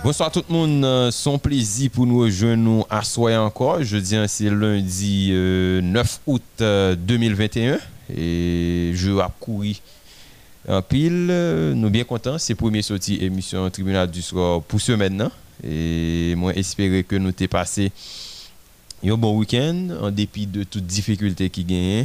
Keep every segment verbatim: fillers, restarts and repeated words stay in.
Bonsoir tout le monde, son plaisir pour nous rejoindre nous à soir encore. Je dis c'est lundi euh, neuf août euh, deux mille vingt et un et je vais courir en pile. Nous bien contents, c'est première sortie émission Tribunal du Soir pour ce maintenant et moi espérer que nous t'ai passé un bon week-end en dépit de toutes difficultés qui gagnent.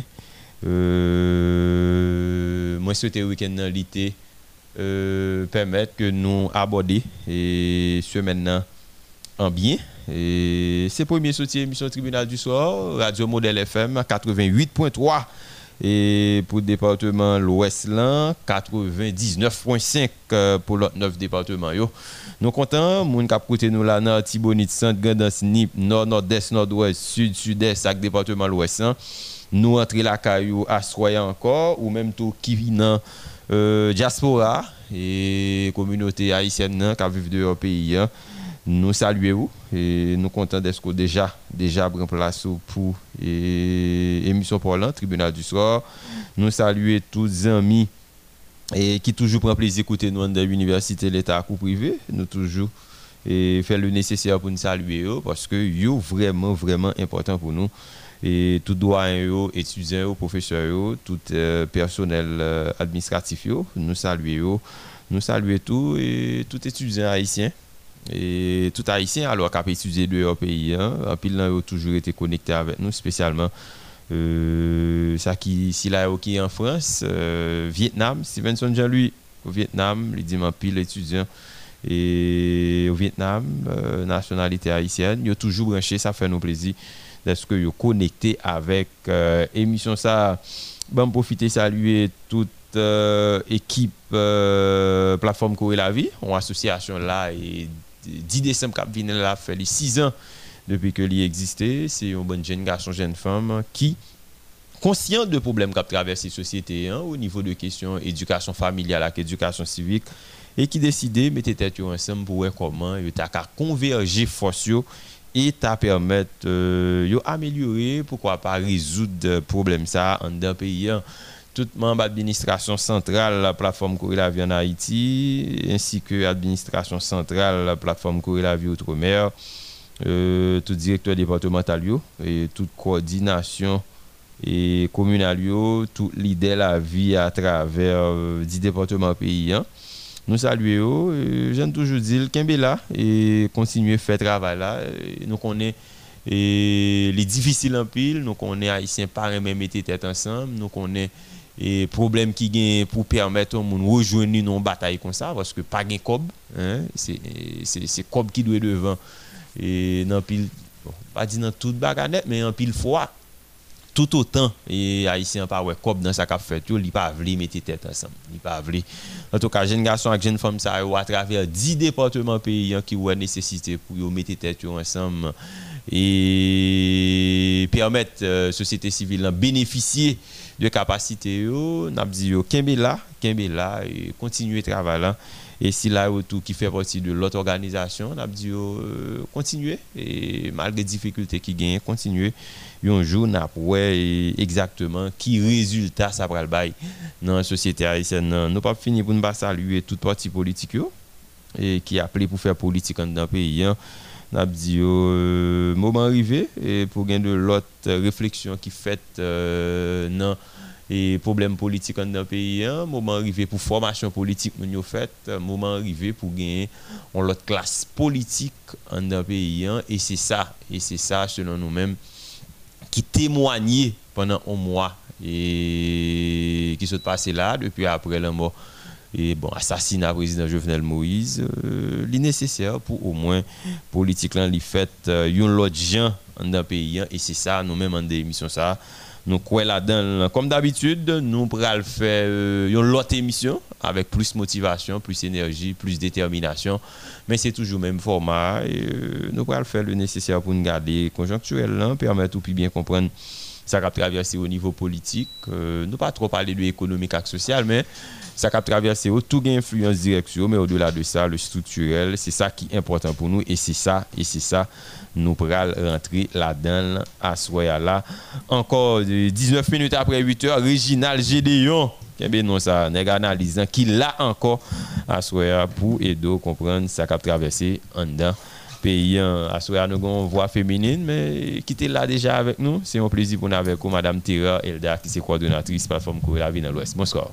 Euh, moi souhaite le week-end dans l'été. Euh, permettre que nous aborder et ce maintenant en bien et c'est premier sortie émission Tribunal du Soir Radio Modèle F M quatre-vingt-huit point trois et pour le département l'Ouest là quatre-vingt-dix-neuf point cinq pour l'autre neuf départements yo. Nous contents moun k'ap côté nous là dans Tibonite Centre Grand'Anse Nip nord nord-est nord-ouest sud sud-est avec département l'Ouest hein. Nous entrer la caillou à soya encore ou même tout qui vient Euh, diaspora et communauté haïtienne qui vivent de leur pays hein. Nous saluons et nous contents d'être déjà déjà en place pour émission parlant Tribunal du Soir. Nous saluons tous les amis et qui toujours prend plaisir d'écouter nous dans l'université l'État ou privé. Nous toujours et faire le nécessaire pour nous saluer parce que yo vraiment vraiment important pour nous. Et tout doyen, étudiants, professeurs, tout euh, personnel euh, administratif, nous saluons, nous saluons tout et tout étudiant haïtien et tout haïtien alors qui a étudié de leur pays, hein, en pile ont toujours été connectés avec nous, spécialement euh, ça qui si là qui est en France, euh, Vietnam, Stevenson Jean-Louis au Vietnam, il dit en pile étudiant et au Vietnam, euh, nationalité haïtienne, ils ont toujours branché, ça fait nous plaisir. Est-ce que vous connecté avec euh, émission ça bon profiter saluer toute euh, équipe euh, plateforme Courir la vie en association là et dix décembre cap vient là fait les six ans depuis que il existait c'est une bonne jeune garçon jeune femme qui conscient de problèmes qu'a traversé société hein, au niveau de questions éducation familiale et éducation civique et qui décidait mettre tête ensemble pour voir comment il t'a converger force et t'a permettre euh, yo améliorer pourquoi pas résoudre problème ça en d'un pays hein. Tout membre administration centrale la plateforme Courir la vie en Haïti ainsi que administration centrale la plateforme Courir la vie outre-mer euh, tout directeur départemental yo et toute coordination et communal yo tout leader la vie à travers euh, dix départements pays hein. Nous saluons, euh, j'aime toujours dire qu'il là et continuer à faire travail là. Nous connaissons les difficiles en pile, nous connaissons haïtiens pas même mettre tête ensemble, nous connaissons les problèmes qui gagnent pour permettre aux gens rejoindre une bataille comme ça parce que pas gain cob, hein, c'est c'est c'est cob qui doit devant et dans pile bon, pas dire dans toute bagarre mais en pile fois tout autant et haïtien pas ouais cob dans ça qu'a fait yo li pas vle mettre tête ensemble li pas vle en tout cas jeune garçon avec jeune femme ça à travers dix départements pays qui ont nécessité pour yo mettre tête ensemble et permettre euh, société civile bénéficier de capacité yo n'a dit yo kembe là kembe là et continuer travail là et si là autour qui fait partie de l'autre organisation n'a dit yo euh, continuer et malgré difficultés qui gagne continuer un jour n'a ouais exactement qui résultat ça pral bail dans la société haïtienne nous pas fini pour nous pas saluer toute parti politique yo et qui appelé pour faire politique dans le pays hein. N'a dit euh, moment arrivé et pour gain de l'autre réflexion qui fait euh, non et problème politique dans le pays hein. Moment arrivé pour formation politique nous yo fait moment arrivé pour gagner on l'autre classe politique dans le pays hein. Et c'est ça et c'est ça selon nous-mêmes qui témoignait pendant un mois et qui s'est passé là depuis après la mort et bon assassinat président Jovenel Moïse euh, li nécessaire pour au moins politique là li fait euh, yon l'autre gens dans le pays et c'est ça nous même en émission ça nous quoi là-dedans comme d'habitude nous pral faire euh, une autre émission avec plus motivation plus énergie plus détermination mais c'est toujours même format et euh, nous pral faire le nécessaire pour nous garder conjoncturel là permettre ou puis bien comprendre ça a traversé au niveau politique euh, nous pas trop parler de économique et social mais ça a traversé tout gain influence directe mais au-delà de ça le structurel c'est ça qui est important pour nous et c'est ça et c'est ça nous pral rentrer là-dedans à soir là encore dix-neuf minutes après huit heures Réginal Gédéon Kembe non ça nèg analysant qui là encore à soir pour aider comprendre ça qu'a traversé en dedans pays à soir nous avons voix féminine mais qui était là déjà avec nous, c'est un plaisir pour nous avec vous madame Tera Elda qui est coordonnatrice plateforme Courir la vie dans l'Ouest. Bonsoir.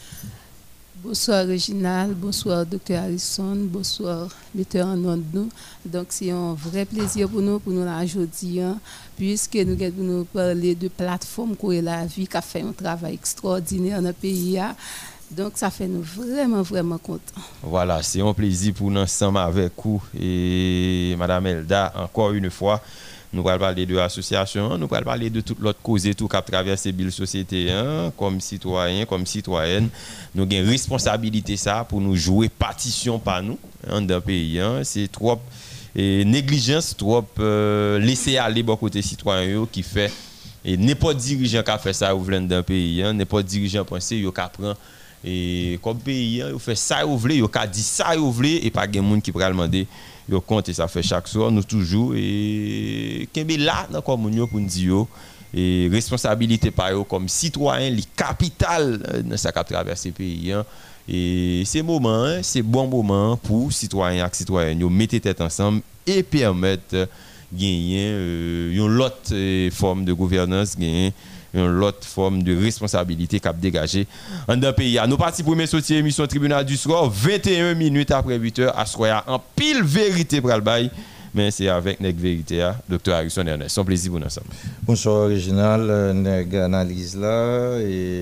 Bonsoir Réginal, bonsoir docteur Harrison, bonsoir metteur en ondes nous. Donc c'est un vrai plaisir pour nous, pour nous la aujourd'hui, hein, puisque nous allons nous parler de plateforme Courir la vie qui a fait un travail extraordinaire dans le pays. Donc ça fait nous vraiment, vraiment contents. Voilà, c'est un plaisir pour nous ensemble avec vous et madame Elda, encore une fois. Nous allons parler de l'association, nous allons parler de toute l'autre cause et tout qui traverse la société, hein, comme citoyens, comme citoyennes. Nous avons une responsabilité ça pour nous jouer partition par nous hein, dans le pays. Hein. C'est trop et négligence, trop euh, laisser aller bon côté citoyen qui fait et n'importe dirigeant qui a fait ça ou dans le pays, hein, n'importe dirigeant pensé yo qui prend et comme pays, hein, yo fait ça ou vle, yo ka dit ça ou vle et pas gen moun qui pral demander yo compte ça fait chaque soir nous toujours et kembe là dans comme yo pour nous dire et responsabilité par yo comme citoyen li capital dans ça qu'a traverser pays hein. Et c'est moment hein, c'est bon moment pour citoyens et citoyennes yo mettre tête ensemble et permettre gagner euh, une autre euh, forme de gouvernance gagner une autre forme de responsabilité qu'a dégagé en d'un pays. Nous parti premier sortie émission Tribunal du soir vingt et une minutes après huit heures à soir en pile vérité pour le bail mais c'est avec Neg Vérité docteur Harrison Ernest. Son plaisir pour nous ensemble. Bonsoir original Neg analyse là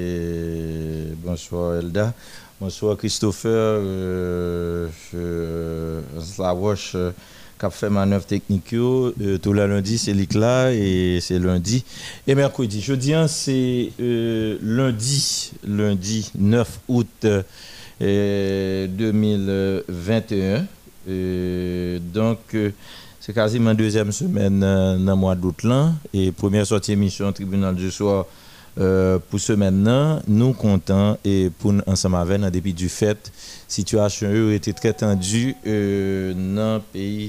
et bonsoir Elda. Bonsoir Christopher euh, euh, Slawosh euh, qui a fait manœuvre technique euh, tout le lundi c'est là et c'est lundi et mercredi jeudi c'est euh, lundi lundi neuf août euh, deux mille vingt et un euh, donc euh, c'est quasiment deuxième semaine euh, dans le mois d'août là et première sortie émission tribunal du soir euh, pour ce maintenant nous comptons et pour ensemble avec en dépit du fait situation était très tendue euh, dans le pays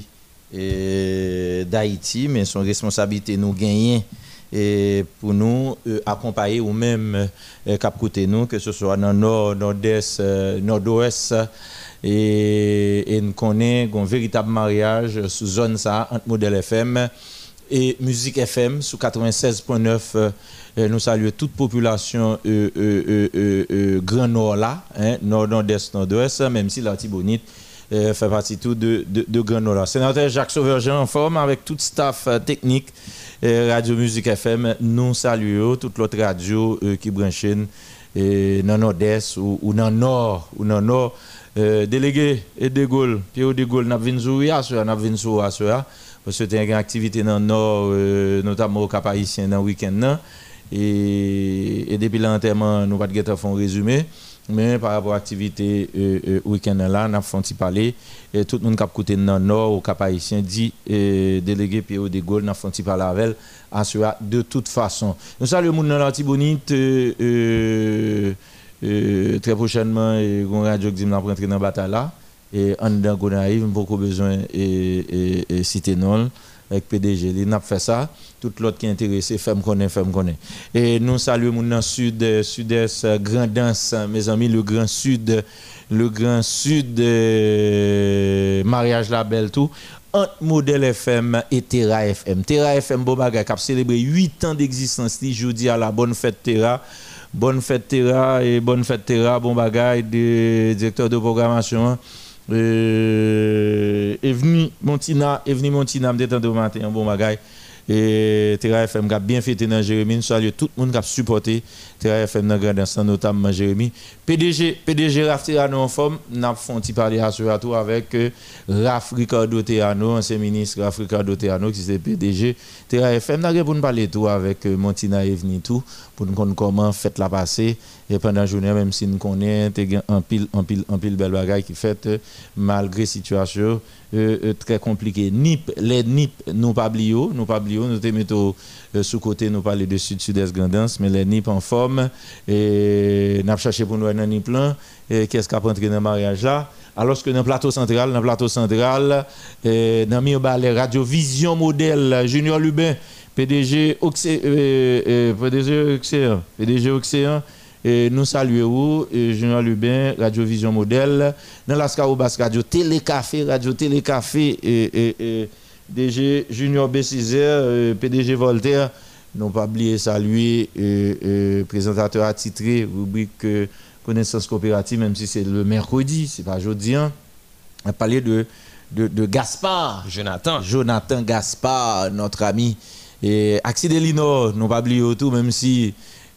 et d'Haïti mais son responsabilité nous gagner et pour nous euh, accompagner ou même euh, cap côté nous que ce soit dans nord nord-est euh, nord-ouest et, et nous connaît un véritable mariage sous zone ça entre Modèle F M et Musique F M sous quatre-vingt-seize point neuf euh, nous saluons toute population euh, euh, euh, euh, euh, Grand Nord là hein, nord nord-est nord-ouest même si l'Artibonite Euh, fait partie tout de, de, de Grenoble. Sénateur Jacques Sauveur-Jean en forme avec tout staff euh, technique euh, Radio Musique F M. Nous saluons toute l'autre radio euh, qui branche euh, dans Nord-Est ou, ou dans Nord ou dans Nord. Euh, délégué et de Gaulle, Pierre de Gaulle, n'a venu sur à soir, n'a venu sur à soir parce que c'est une activité dans le Nord, euh, notamment au Cap Haïtien dans le week-end. Et, et depuis l'enterrement, nous ne pouvons pas faire un résumé. Mais par rapport à l'activité euh, euh, week-end là, nous avons parlé et tout le monde qui a écouté dans le Nord au Cap Haïtien dit euh, délégué Pierre de Gaulle, nous avons parlé avec elle de toute façon. Nous saluons le monde dans l'Artibonite euh, euh, euh, très prochainement et on radio qui dit nous rentrer dans la bataille là et en dedans Gonaïve, beaucoup besoin et, et, et citer non avec P D G, il n'a fait ça. Tout l'autre qui est intéressé, fait me connaître, fait me connaître. Et nous saluons dans le sud, sud-est, Grand Danse, mes amis, le Grand Sud, le Grand Sud, euh, Mariage Label, tout. Entre Modèle F M et Terra F M. Terra F M, bon bagay, qui a célébré huit ans d'existence, je dis à la bonne fête Terra. Bonne fête Terra et bonne fête Terra, bon bagay, de directeur de programmation. Euh, est venu Montina est venu Montina me détendre matin un bon bagay et Terra F M a bien fêté dans Jérémy. Nous saluons tout le monde qui a supporté Terra F M dans Grand Instant, notamment Jérémy. P D G P D G Raf Terrano en forme, n'a font parler à ce retour avec euh, Raf Ricardo Terrano, ancien ministre Raf Ricardo Terrano qui c'est P D G Terra F M. N'a pour nous parler tout avec euh, Montina est venu tout pour nous connaître comment fête la passée et pendant la journée même si nous connaît un pile en pile en pile belle bagaille qui fait euh, malgré situation euh, euh, très compliquée. Nip les Nip nous pas blio, nous pas blio, nous te mettons euh, sous côté nous parler de sud sud-est Grandance mais les Nip en forme et n'a cherché pour nous un Nip plan et qu'est-ce qu'a rentré dans le mariage là alors que dans le plateau central dans le plateau central euh, dans mi balai Radio Vision Modèle Junior Lubin P D G Oxé, euh, euh, P D G Océan P D G Océan Et nous saluons Junior Lubin, Radio Vision Modèle, dans la Scarobas Radio Télécafé, Radio Télécafé, et, et, et D G Junior B six R, P D G Voltaire, non pas oublier saluer le présentateur attitré, rubrique euh, connaissance coopérative, même si c'est le mercredi, c'est pas jeudi. On a parlé de, de, de Gaspard. Jonathan. Jonathan Gaspard, notre ami. Et Axi Delino, non pas oublier tout, même si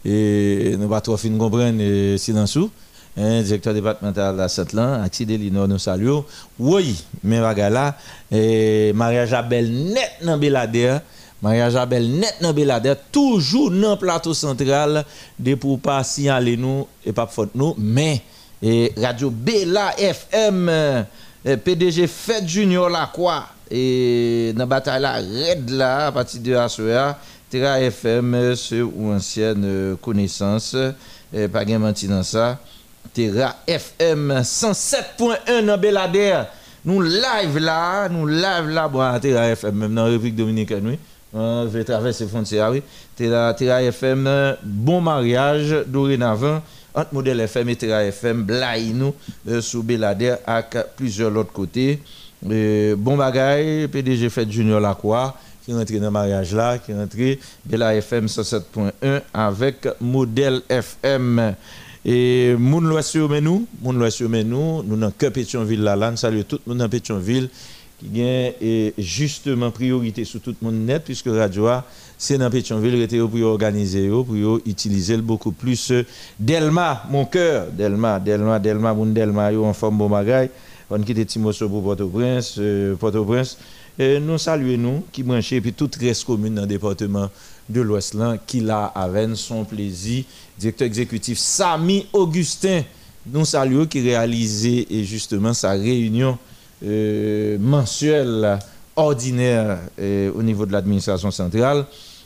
et nous pas trop fin comprendre et silencieux hein, directeur départemental à Saint-Lan Axi Delino nous saluons oui mais bagala et mariage Abel net dans Belader mariage Abel net dans Belader toujours dans plateau central de pour pas signaler nous et pas faute nous mais et Radio Bella F M P D G Fête Junior la quoi et dans bataille là red là à partir de A S O A Terra F M, c'est ou ancienne euh, connaissance, euh, pas de menti dans ça. Terra F M cent sept point un dans Belader. Nous live là, nous live là, bon, Terra F M, même dans la République Dominicaine, oui. On va traverser les frontières, oui. Terra, Terra F M, bon mariage, dorénavant, entre modèle F M et Terra F M, blaye nous, euh, sous Belader, avec plusieurs autres côtés. Euh, bon bagaille, P D G Fête Junior Lacroix. Qui rentre dans le mariage là, qui rentre de la F M cent sept point un avec modèle F M. Et moun l'ouest sur nous, moun l'ouest sur nous, nous dans cœur Pétionville là, là, nous saluons tout le monde dans Pétionville qui a justement priorité sur tout le monde net, puisque Radio c'est dans Pétionville, était pour organiser, pour utiliser beaucoup plus. Delma, mon cœur, Delma, Delma, Delma, moun Delma, en forme bon bagaille, on quitte Timoso pour Port-au-Prince, Port-au-Prince. Et nous saluons nous qui branchent et puis toute reste commune dans le département de l'Ouest là qui l'a avec son plaisir directeur exécutif Sami Augustin nous saluons qui réalisait et justement sa réunion euh, mensuelle ordinaire euh, au niveau de l'administration centrale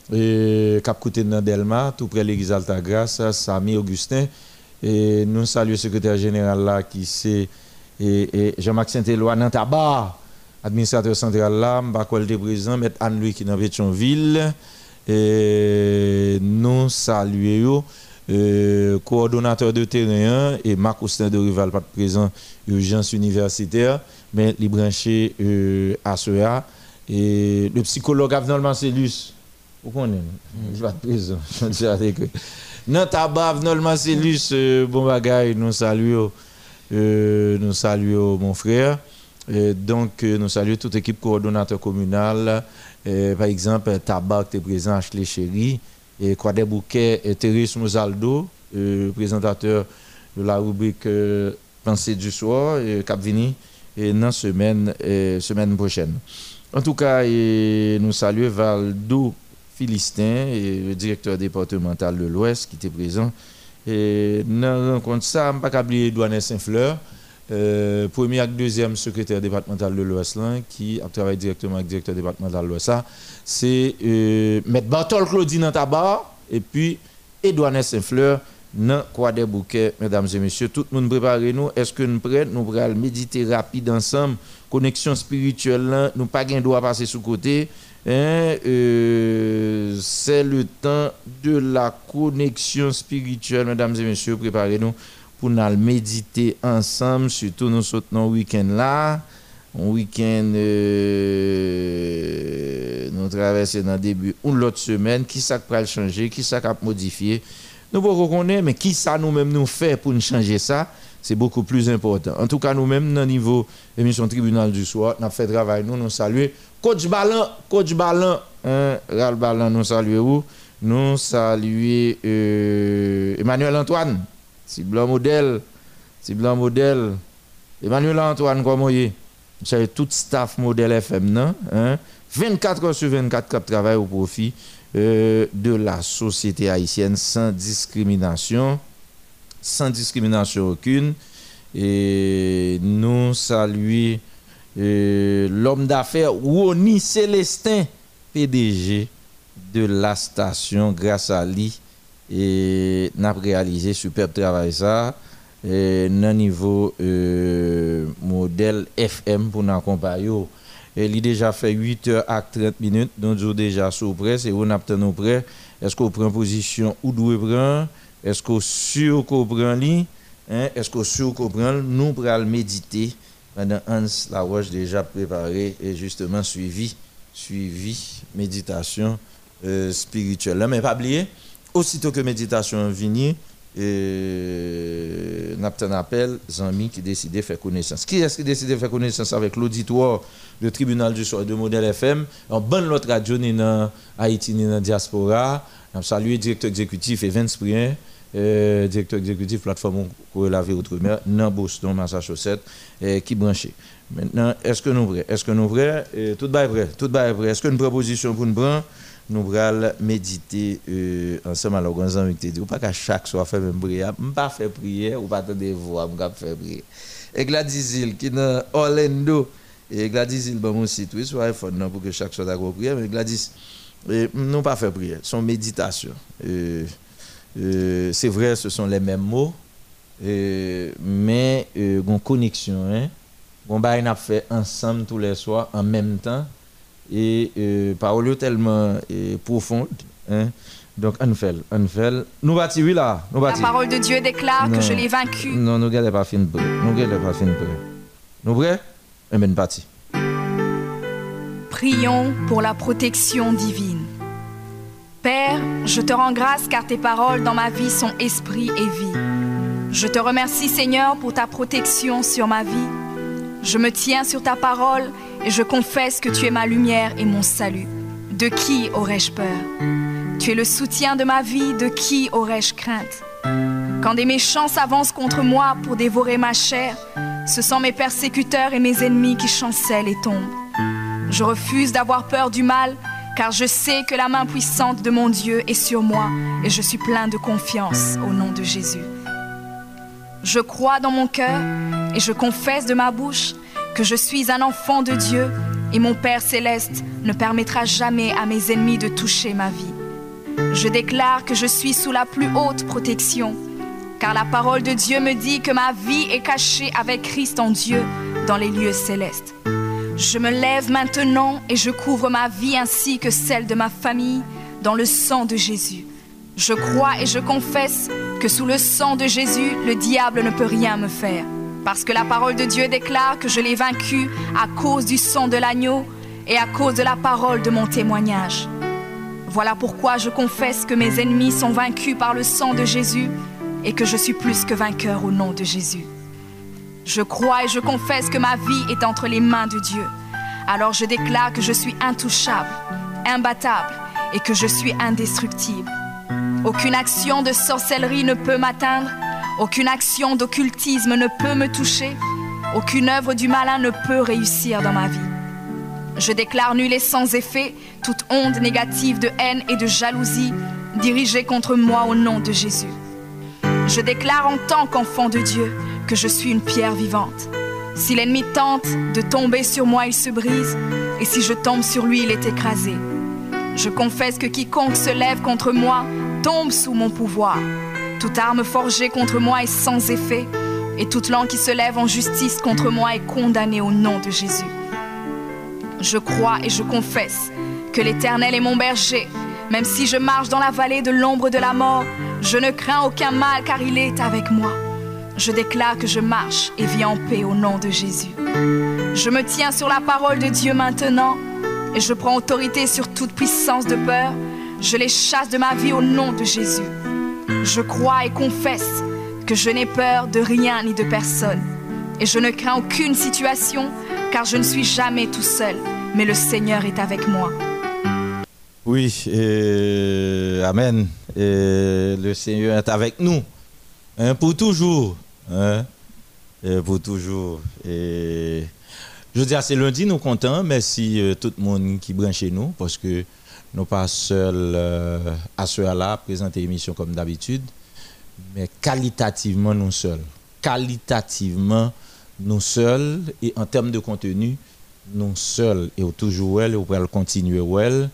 et cap côté dans Delma tout près l'église Altagrace Sami Augustin et nous saluons le secrétaire général là qui c'est et, et Jean-Marc Saint-Éloi dans tabac administrateur central là, Mbakol de président, M. Anne-Louis qui dans Pétionville. Et nous saluons euh, coordonnateur de terrain et Marc Austin de Rival, pas de présent, urgence universitaire, mais les branchés euh, à C E A. Et le psychologue Avenel Marcellus, vous connaissez, je vais pas de présent, je ne sais pas. Non, tabac Avenel Marcellus, euh, bon bagaille, nous saluons, euh, nous saluons mon frère. Et donc, euh, nous saluons toute équipe coordonnateur communal, euh, par exemple, Tabac qui est présent, Ashley Chéri, et Croix-des Bouquets, et Thérèse Mozaldo, euh, présentateur de la rubrique euh, Pensée du soir, et Cap-Vini, et dans la semaine, euh, semaine prochaine. En tout cas, et nous saluons Valdo Philistin, et le directeur départemental de l'Ouest qui était présent. Et dans la rencontre, ça, je ne vais pas oublier Douane Saint-Fleur. Euh, premier et deuxième secrétaire départemental de l'Ouest qui a travaillé directement avec le directeur départemental de l'Ouest, c'est euh, M. Bartol Claudine Tabar et puis Edouard Saint-Fleur dans Croix des Bouquets. Mesdames et messieurs, tout le monde préparez-nous. Est-ce que nous prêts? Nous pourrons méditer rapide ensemble. Connexion spirituelle, là, nous pas droit à passer sous côté. Hein, euh, c'est le temps de la connexion spirituelle, mesdames et messieurs. Préparez-nous pour nous méditer ensemble, surtout nous sommes dans le week-end là. Un week-end, euh, nous traversons dans le début ou l'autre semaine. Qui ça va changer? Qui ça va modifier? Nous pouvons connaître, mais qui ça nous-mêmes nous fait pour nous changer ça? C'est beaucoup plus important. En tout cas, nous-mêmes, dans le niveau émission Tribunal du soir, nous avons fait travail, nous nous saluons. Coach Ballon, Coach Ballon, hein, Ral Ballon, nous saluons. Nous saluons euh, Emmanuel Antoine. C'est blanc modèle, c'est blanc modèle. Emmanuel Antoine, comment il est? C'est tout staff modèle F M, non? Hein? vingt-quatre heures sur vingt-quatre, qui travaille au profit euh, de la société haïtienne sans discrimination, sans discrimination aucune. Et nous saluons euh, l'homme d'affaires Woni Célestin, P D G de la station, grâce à lui. Et nous avons réalisé superbe travail ça et dans niveau euh, modèle F M pour nous accompagner. Et il a déjà fait huit heures à trente minutes, donc nous déjà sous presse et on a nous prêt. Est-ce qu'on prend position ou doit prendre Est-ce que sûr qu'on prend lui, hein, est-ce que sûr qu'on prend nous pour le méditer pendant Hans Laroche déjà préparé et justement suivi suivi méditation euh, spirituelle. Mais pas oublier, aussitôt que méditation venue, et nous avons un appel, Zami qui décide de faire connaissance. Qui est-ce qui décide de faire connaissance avec l'auditoire du tribunal du soir de Modèle F M? En bonne l'autre radio dans Haïti, dans la diaspora. Nous saluons le directeur exécutif Evans Prien, euh, directeur exécutif plateforme pour la vie outre-mer dans Boston, Massachusetts, euh, qui branché. Maintenant, est-ce que nous vrai? Est-ce que nous vrai? Euh, tout est vrai. Tout est vrai. Est-ce que une proposition pour nous prendre? Nous allons méditer euh, ensemble. Alors, on a dit, pas qu'à chaque soir faire même prière, on pas faire prière ou pas attendre voix, on faire prière. Et Gladys Hill qui est dans Orlando, et Gladys Hill bon mon site oui, soit iPhone non pour que chaque soir d'accord prière, mais Gladys et non pas faire prière, son méditation. Euh, euh, c'est vrai, ce sont les mêmes mots, euh, mais euh, une connexion, hein. On va faire ensemble tous les soirs en même temps. Et euh, parole tellement euh, profonde, hein? Donc on fait, on fait. Nous va tirer là, nous va La parole de Dieu déclare non. que je l'ai vaincu. Non, nous n'allons pas finir, nous n'allons pas finir. Nous prêts? Et bien parti. Prions pour la protection divine. Père, je te rends grâce car tes paroles dans ma vie sont esprit et vie. Je te remercie Seigneur pour ta protection sur ma vie. Je me tiens sur ta parole et je confesse que tu es ma lumière et mon salut. De qui aurais-je peur? Tu es le soutien de ma vie, de qui aurais-je crainte? Quand des méchants s'avancent contre moi pour dévorer ma chair, ce sont mes persécuteurs et mes ennemis qui chancellent et tombent. Je refuse d'avoir peur du mal, car je sais que la main puissante de mon Dieu est sur moi et je suis plein de confiance au nom de Jésus. Je crois dans mon cœur et je confesse de ma bouche que je suis un enfant de Dieu et mon Père céleste ne permettra jamais à mes ennemis de toucher ma vie. Je déclare que je suis sous la plus haute protection, car la parole de Dieu me dit que ma vie est cachée avec Christ en Dieu dans les lieux célestes. Je me lève maintenant et je couvre ma vie ainsi que celle de ma famille dans le sang de Jésus. Je crois et je confesse que sous le sang de Jésus, le diable ne peut rien me faire. Parce que la parole de Dieu déclare que je l'ai vaincu à cause du sang de l'agneau et à cause de la parole de mon témoignage. Voilà pourquoi je confesse que mes ennemis sont vaincus par le sang de Jésus et que je suis plus que vainqueur au nom de Jésus. Je crois et je confesse que ma vie est entre les mains de Dieu. Alors je déclare que je suis intouchable, imbattable et que je suis indestructible. Aucune action de sorcellerie ne peut m'atteindre, aucune action d'occultisme ne peut me toucher, aucune œuvre du malin ne peut réussir dans ma vie. Je déclare nul et sans effet toute onde négative de haine et de jalousie dirigée contre moi au nom de Jésus. Je déclare en tant qu'enfant de Dieu que je suis une pierre vivante. Si l'ennemi tente de tomber sur moi, il se brise, et si je tombe sur lui, il est écrasé. Je confesse que quiconque se lève contre moi tombe sous mon pouvoir. Toute arme forgée contre moi est sans effet, et toute langue qui se lève en justice contre moi est condamnée au nom de Jésus. Je crois et je confesse que l'Éternel est mon berger. Même si je marche dans la vallée de l'ombre de la mort, je ne crains aucun mal car il est avec moi. Je déclare que je marche et vis en paix au nom de Jésus. Je me tiens sur la parole de Dieu maintenant et je prends autorité sur toute puissance de peur. Je les chasse de ma vie au nom de Jésus. Je crois et confesse que je n'ai peur de rien ni de personne. Et je ne crains aucune situation car je ne suis jamais tout seul, mais le Seigneur est avec moi. Oui, euh, Amen. Et le Seigneur est avec nous, hein, pour toujours. Hein, et pour toujours. Et je dis, c'est lundi, nous comptons. Merci euh, tout le monde qui branche chez nous, parce que nous pas seuls euh, à ce là présenter l'émission comme d'habitude, mais qualitativement nous seuls. Qualitativement nous seuls, et en termes de contenu, nous seuls. Et toujours elle, et on peut continuer elle.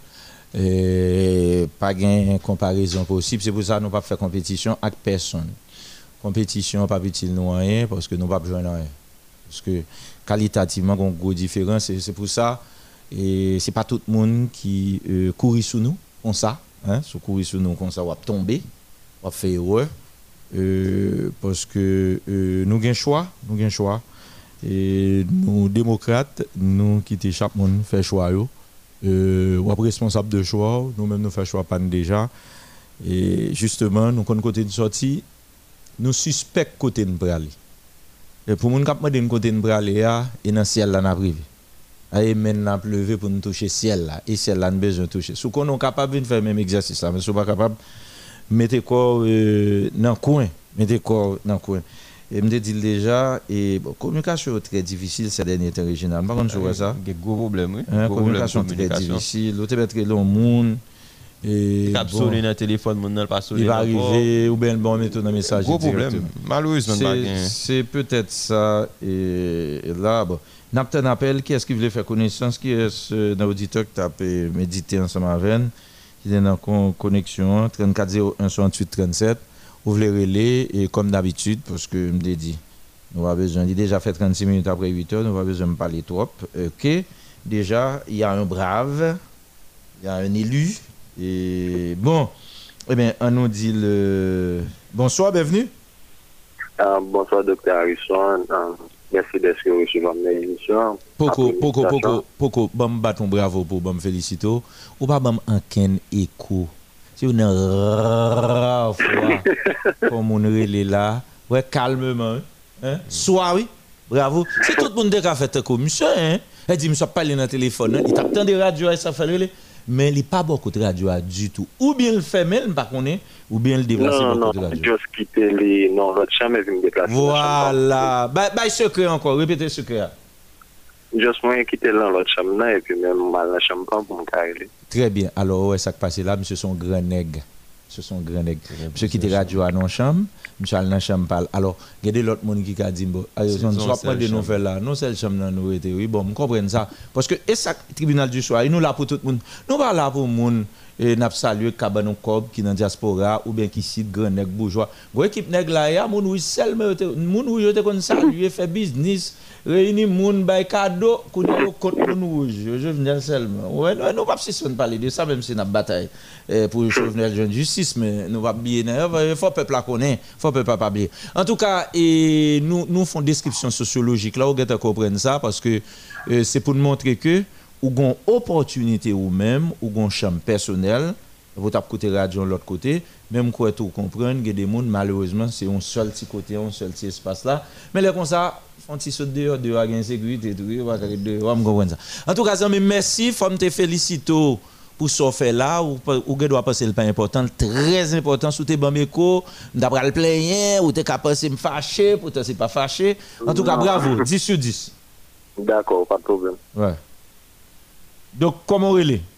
Et pas de comparaison possible. C'est pour ça que nous ne pouvons pas faire compétition avec personne. Compétition, pas utile nous rien, parce que nous ne pouvons pas jouer rien. Parce que qualitativement, il y a une grosse différence. C'est pour ça, et ce n'est pas tout le monde qui euh, court sous nous, comme ça. Hein, si courir sous nous, comme ça, on va tomber, on va faire erreur. euh, parce que euh, nous avons choix, nous avons choix. Et nous, démocrates, nous quittons chaque monde, fait choix. Euh, ou responsable de choix, nous-mêmes nous faisons choix pas déjà. Et justement, nous connaissons côté de sortie, nous suspectons côté de braller. Et pour nous, quand nous côté de braller, et dans le ciel, là, nous privé. Et maintenant, nous pleuvé pour nous toucher le ciel, là. Et le ciel, là, nous besoin de toucher. Si nous sommes capables de faire le même exercice, là, mais si nous ne sommes pas capables de mettre le corps euh, dans le coin, mettre le corps dans le coin. Et me dit déjà, et bon, communication très difficile ces derniers temps régional. Par contre, je vois ça. Il y a gros problème, oui. Hein, communication très difficile. L'autre mettre long monde. Et cap sonner dans le téléphone, mon pas sonner. Il va arriver ou bien bon mettre un message. Gros problème. Malheureusement, c'est peut-être ça. Et, et là, bon, n'a pas un appel. Qui est-ce qui voulait faire connaissance? Qui est dans l'auditeur qui t'a médité ensemble avec? Qui est dans la connexion trente-quatre zéro un soixante-huit trente-sept. Ouvrez les relais et comme d'habitude, parce que je me dit, nous avons besoin, il a déjà fait trente-six minutes après huit heures, nous avons besoin de parler trop. Ok, déjà, il y a un brave, il y a un élu, et bon, eh bien, on nous dit le. Bonsoir, bienvenue. Uh, bonsoir, docteur Harrison. Uh, merci d'être reçu dans l'émission. Poco, poco, poco, poco, bon, bâton bravo pour bon féliciter. Ou pas bon en ken écho. Si on a rare fois, comme on relève là, ouais, calmement, hein, soit oui, bravo. Si tout le monde a fait comme monsieur, hein, il dit, monsieur, parle dans le téléphone, hein, il tape tant de radio, ça fait relais, mais il n'y a pas beaucoup de radio du tout. Ou bien il fait même, par contre, ou bien il déplace beaucoup de radio. Non, juste quitter les, non, l'autre chambre et me déplacer. Voilà, bah, bah, secret encore, répétez secret. Juste moi quitter dans l'autre chambre et puis même mal la chambre pour me carrer. Très bien. Alors, ouais, ça qui passe là, monsieur son grand nègre. Monsieur son grand nègre. Monsieur qui était radio à nos chambres, monsieur à la chambre parle. Alors, regardez l'autre monde qui a dit, bon, on ne soit pas de nouvelles là. Non, c'est le chambre nous était. Oui, bon, on comprend ça. Parce que, et ça, tribunal du soir, il nous là pour tout le monde. Nous pas là pour le monde. Et n'a pas salué Cabanon Cob qui dans diaspora ou bien qui cite grand nègre bourgeois. Vous équipe nègre là, ya moun oui seulement moun oui te kon saluer faire business, réunir moun bay cadeau qu'on yo compte moun rouge. Je viens seulement. Ouais, nous pas si on parler de ça même si n'a bataille pour Jovenel jeune justice mais nous pas oublier il faut peuple la connaît, faut peuple pas oublier. En tout cas, et nous nous font description sociologique là, vous avez comprendre ça parce que euh, c'est pour nous montrer que ou gon opportunité ou même ou gon chambre personnelle vous tap côté radio de l'autre côté même quoi tout comprendre que des monde malheureusement c'est un seul petit côté un seul petit espace là mais les comme ça font petit saut dehors dehors avec insécurité tout va dehors on comprendre ça en tout cas ami merci faut me te féliciter pour ce fait là ou ou doit passer le pas important très important sous tes bambéco d'après le plaigner ou t'es capable de me fâcher pour te c'est pas fâché en tout cas bravo dix sur dix. D'accord, pas de problème. Ouais. Donc, comment on est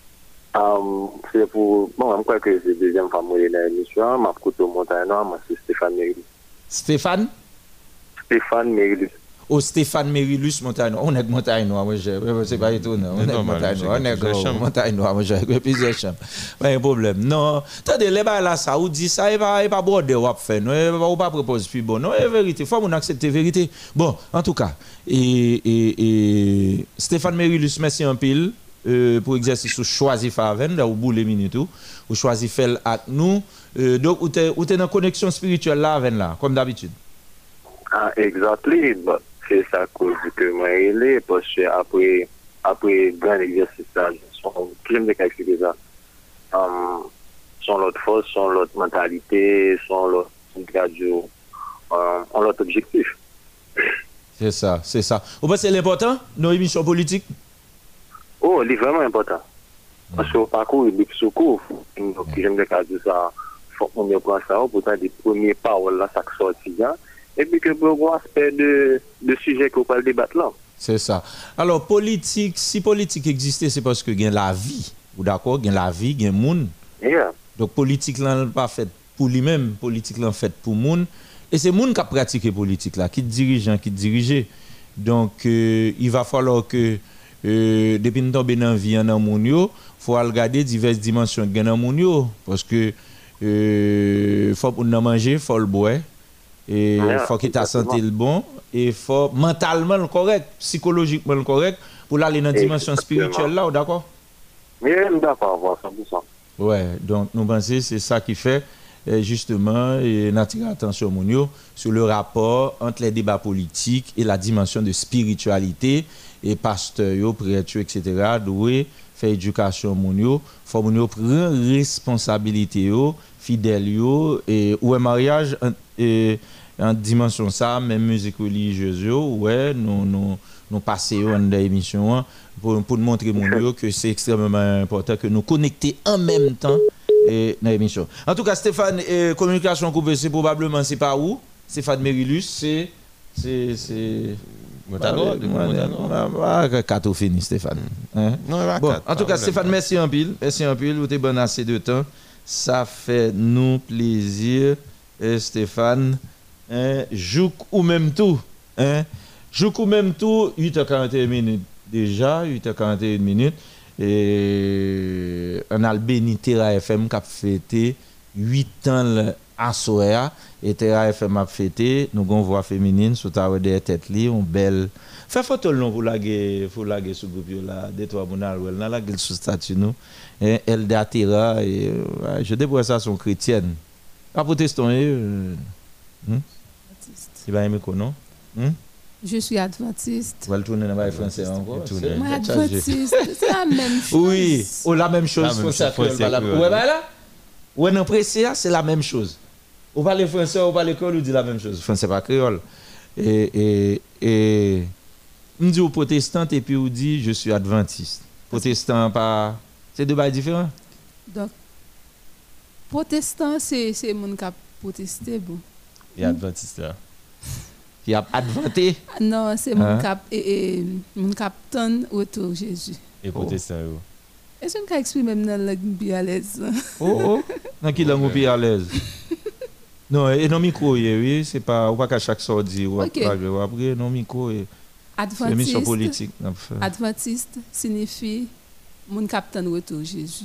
um, c'est pour. Bon, je crois que c'est la deuxième fois que je suis dans l'émission. Je suis au Montagne Noire, moi, c'est Stéphane Mérilus. Stéphane Stéphane Mérilus. Oh, Stéphane Mérilus, Montagne Noire. On est Montagne Noire, moi, je. C'est pas étonnant. On est Montagne Noire. On est Montagne Noire, moi, j'ai plusieurs chambres. Pas de problème. Non. Attendez, les gars là, ça, ou dit ça, il va pas border ou faire. Non, il va pas proposer plus bon. Non, c'est vérité. Il faut qu'on accepte la vérité. Bon, en tout cas, et, et, et Stéphane Mérilus, merci un pile. Euh, pour exercice ou choisi Faven là au bout les minutes ou choisi faire avec nous euh, donc ou t'es ou t'es dans connexion spirituelle là avec là comme d'habitude. Ah exactement, but c'est ça cause que moi il est parce que après après grand exercice ça son crime de calculer ça um, son l'autre force son l'autre mentalité son l'autre radio um, on l'autre objectif. C'est ça, c'est ça. Ou bien c'est l'important nos émissions politiques. Oh, c'est vraiment important. Parce que au parcours, il y a des secours. Donc, j'aime bien dire ça. Il faut qu'on prenne ça pour des premiers paroles là, ça sortit. Et puis que pour voir aspect de, de sujet qu'on peut débattre là. C'est ça. Alors, politique, si politique existait, c'est parce que il y a la vie. Ou d'accord, il y a la vie, il y a le monde. Yeah. Donc, politique là, n'est pas faite pour lui-même. Politique là, faite pour le monde. Et c'est le monde qui a pratiqué politique là, qui dirigeant, qui dirige. Donc, euh, il va falloir que Euh, depuis nous tomber dans vie en amonio, faut regarder diverses dimensions de amonio parce que euh, faut pour nous manger, faut le boire et yeah, faut qu'il ta santé le bon et faut mentalement le correct, psychologiquement le correct pour aller dans la dimension spirituelle là, d'accord? Oui, d'accord, cent pour cent. Ouais, donc nous pensons c'est ça qui fait et justement, et n'attirer attention mon sur le rapport entre les débats politiques et la dimension de spiritualité et pasteur, prêtre, et cetera. Doué faire éducation mon yo, faut mon yo prendre responsabilité yo, fidèle yo et ou un mariage et en dimension ça, même musique religieuse yo, ouais, nous nous nous passer dans l'émission pour pour montrer mon yo que c'est extrêmement important que nous connecter en même temps et dans l'émission. En tout cas, Stéphane, eh, communication coupée, c'est probablement c'est pas où, Stéphane Merilus, c'est c'est c'est Montano, quatre fini Stéphane. Hein? Non, il va Bon, quatre, en tout cas, pas Stéphane, merci en pile, merci en pile, vous êtes bon assez de temps. Ça fait nous plaisir, et Stéphane, hein, jouk ou même tout, hein? Jouk ou même tout, huit heures quarante et une minutes déjà, huit heures quarante et une minutes. Et un albéni Terra F M qui a fêté huit ans à Soya et Terra F M a fêté nous avons voix féminine sous ta de tête li on belle fait photo non pour laguer pour laguer sous groupe là deux trois monal ou là laguer sous statut nous et Elda Terra et euh, je débrouille ça son chrétienne pas protestant euh, hmm? Il va aimer quoi non hmm? Je suis adventiste. Tu vas le tourner dans le français encore. Moi, adventiste, c'est la même chose. Oui, ou la même chose. La même chose, Ouais, bah là. Ou en pressé, c'est la même chose. On parle français, on parle créole, on dit la même chose. Français pas créole. Et et et on dit aux protestantes et puis on dit je suis adventiste. Protestant pas, c'est deux bails différents. Donc protestant c'est c'est mon cap protester bon. Et adventiste là. Qui a adventé. Non, c'est mon cap et, et mon cap ton autour Jésus. Et protestant. Oh. Est-ce que je peux exprimer même dans la langue à l'aise? Oh oh, dans quelle langue vous à l'aise? Non, et non micro, oui, c'est pas ou pas qu'à chaque sortie ou après non micro et adventiste. Politique. Adventiste signifie mon cap ton autour Jésus.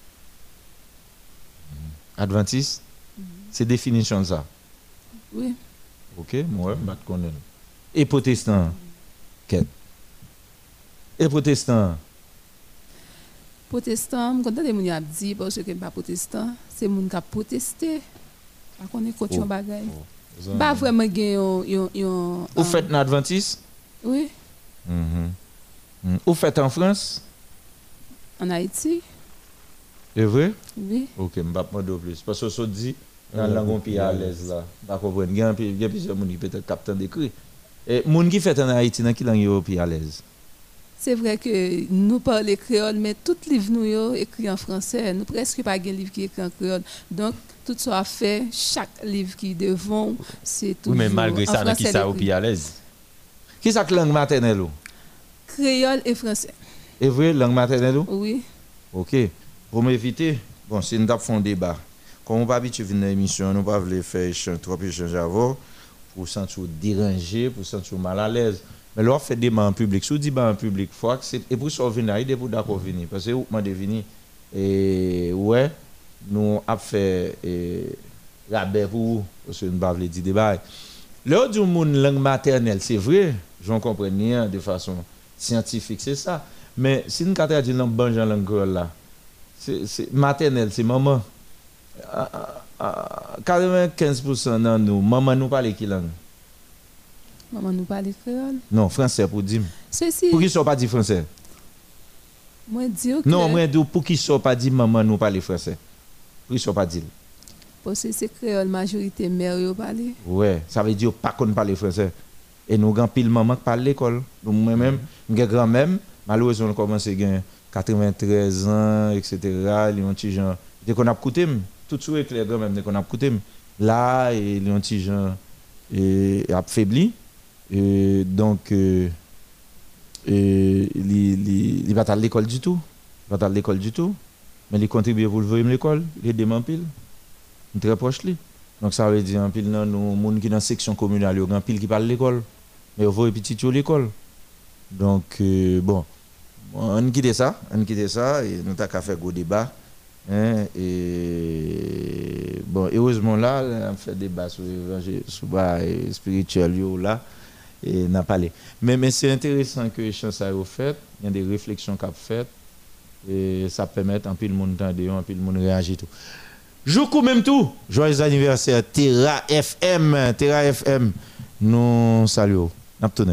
Adventiste, mm-hmm. C'est définition ça. Oui. Ok, moi, je connais. Et protestant, qu'est-ce? Et protestant. Protestant, quand les gens disent parce que pas protestant, c'est moun qui a protesté. Pas connaît quoi tu bagay. Pas vraiment gain yon yon. Vous faites un adventiste? Oui. Mhm. Vous faites en France? En Haïti? C'est vrai? Oui. Ok, je ne vais pas demander plus. Parce que ça dit, dans la langue pays à l'aise là. Pas comprendre. Il y a plusieurs gens qui peut-être captent d'écrit. Et les gens qui font en Haïti, dans quelle langue ils sont à l'aise? C'est vrai que nous parlons créole, mais tous les livres nous sont écrits en français. Nous presque pas de livre qui est écrit en créole. Donc, tout ça fait, chaque livre qui devant, c'est tout. Oui, mais malgré ça, dans qui ça est à l'aise? Qui est la langue maternelle? Créole et français. Et vrai, langue maternelle? Oui. Ok. Pour m'éviter, bon, si nous avons un débat, comme on ne pas habitué à venir dans l'émission, nous ne pouvons pas faire échange, trop échange avant, pour sentir dérangé, pour sentir mal à l'aise. Mais là, on fait des débat en public. Si on dit débat en public, il faut accepter. Et pour ça, on vient là, il faut d'accord venir. Parce que moi, je venir. Et ouais, nous avons fait rabais pour vous, parce que nous ne pouvons pas dire débat. Là, du monde langue maternelle, c'est vrai, j'en comprends bien de façon scientifique, c'est ça. Mais si nous avons dit langue banjan langue là, c'est maternelle, c'est maman. quatre-vingt-quinze pour cent dans nous, maman nous parle qui langue? Maman nous parle créole? Non, français pour dire. Ceci. Pour qui ne pas dit français? Moi dire que... Non, moi dire pour qui ne pas dit maman nous parle français? Pour qui ne pas dit? Parce que c'est créole majorité mère yo parler. Ouais, ça veut dire pas qu'on parle français. Et nous avons pile maman qui parle l'école. Donc moi-même, j'ai grand-mère, malheureusement on commence à gagner quatre-vingt-treize ans, et cetera. Les petits gens, dès qu'on a écouté, tout de suite les grand-mères dès qu'on a écouté, là et les petits gens et affaiblis. Et donc, euh, et, il ne va pas à l'école du tout. Il va pas à l'école du tout. Mais il contribue pour le voir l'école. Il est dément pile. Il est très proche. Li. Donc, ça veut dire, en pile, nous, nous qui sont dans la section communale, il y a pile qui parle l'école. Mais il voit petit à l'école. Donc, euh, bon, on quitte ça. On quitte ça. Et nous avons fait un débat. Hein, et bon, heureusement, là, on fait débat sur l'évangile spirituel. Là. Et n'a parlé. Mais, mais c'est intéressant que les choses soient faites, il y a des réflexions qu'on a faites, et ça permet un peu le monde d'entendre, un peu le monde réagir tout. Joukou même tout. Joyeux anniversaire Terra F M, Terra F M. Nous saluons. N'a pas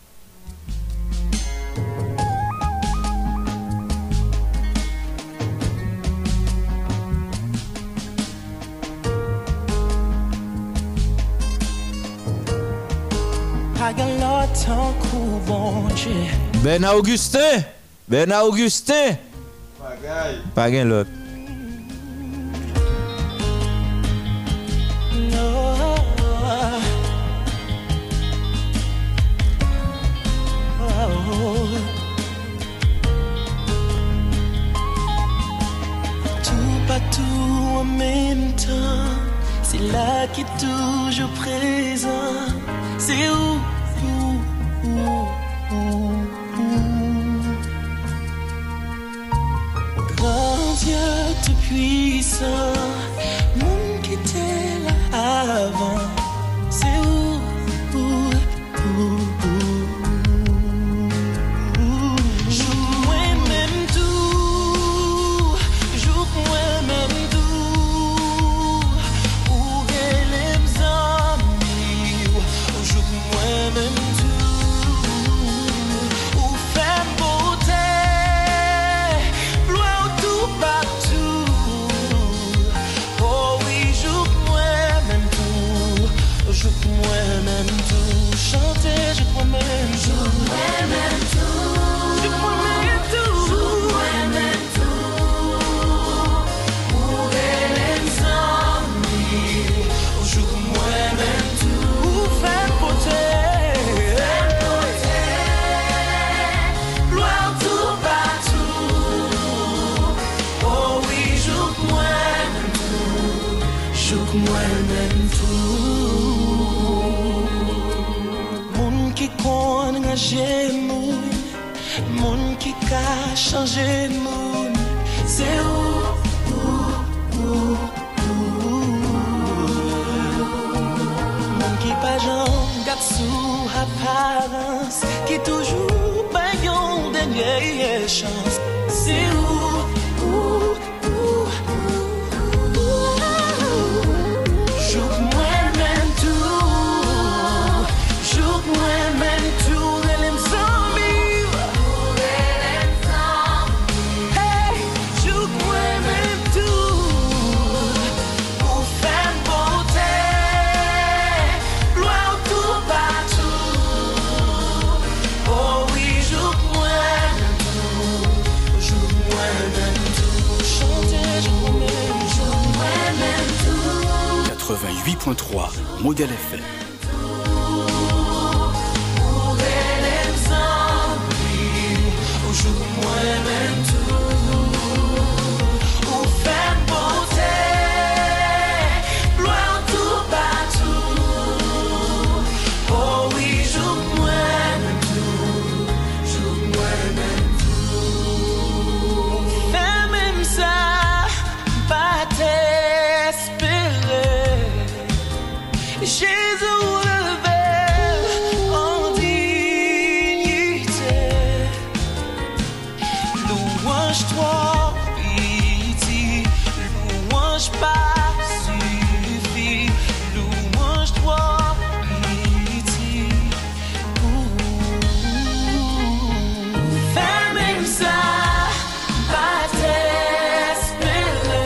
Ben Augustin, Ben Augustin. Pas gain l'autre. Tout partout en même temps, c'est là qui est toujours présent. C'est où, où, où, où, où. Grand Dieu tout puissant, monde qui était là avant. C'est où, où, où, où. Joue-moi même tout, joue-moi même tout. Où est les amis, joue-moi même tout. Où fait beauté, gloire tout partout. Oh oui, joue-moi même tout, joue-moi même tout. Chantez, joue-moi même tout. Joue-moi même tout. Joue-moi même tout. Joue-moi même tout. Où est les amis, joue-moi même tout. Où fait beauté, fait beauté, gloire tout partout. Oh oui, joue-moi même tout, joue-moi même tout. Moun qui connaît engagé moun, moun qui ka changé moun. C'est où, où, où, où. Moun qui pas j'en garde sous apparence, qui toujours pas yon dernière chance. C'est où, où, où, où, où. Joue-moi même tout, joue-moi même tout. Elle aime sans vivre, elle aime sans vivre. Hey, joue-moi même tout. Pour faire beauté, gloire tout partout. Oh oui, joue-moi même tout, joue-moi même tout. Chantez, joue-moi même, joue-moi même tout. quatre-vingt-huit point trois, Modèle F M. Pour elle aime sans vivre, joue-moi même tout. Pour faire beauté, gloire tout partout. Oh oui, joue-moi même tout, joue-moi même tout. Fais même ça, pas t'espérer. Jésus levé en dignité. Louange-toi, pitié. Louange pas suffit. Louange-toi, pitié. Fais même ça, pas t'espérer.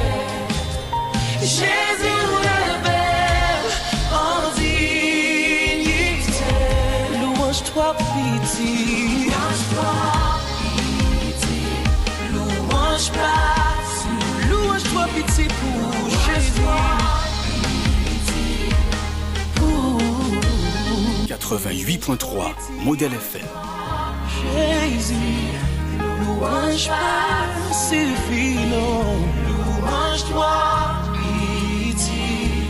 Jésus levé en dignité. Louange-toi, pitié. Louange-toi, pitié. Louange pas, louange-toi, pitié pour Jésus. Pour quatre-vingt-huit point trois, Modèle F M. Jésus, louange pas suffit, non. Louange-toi, pitié.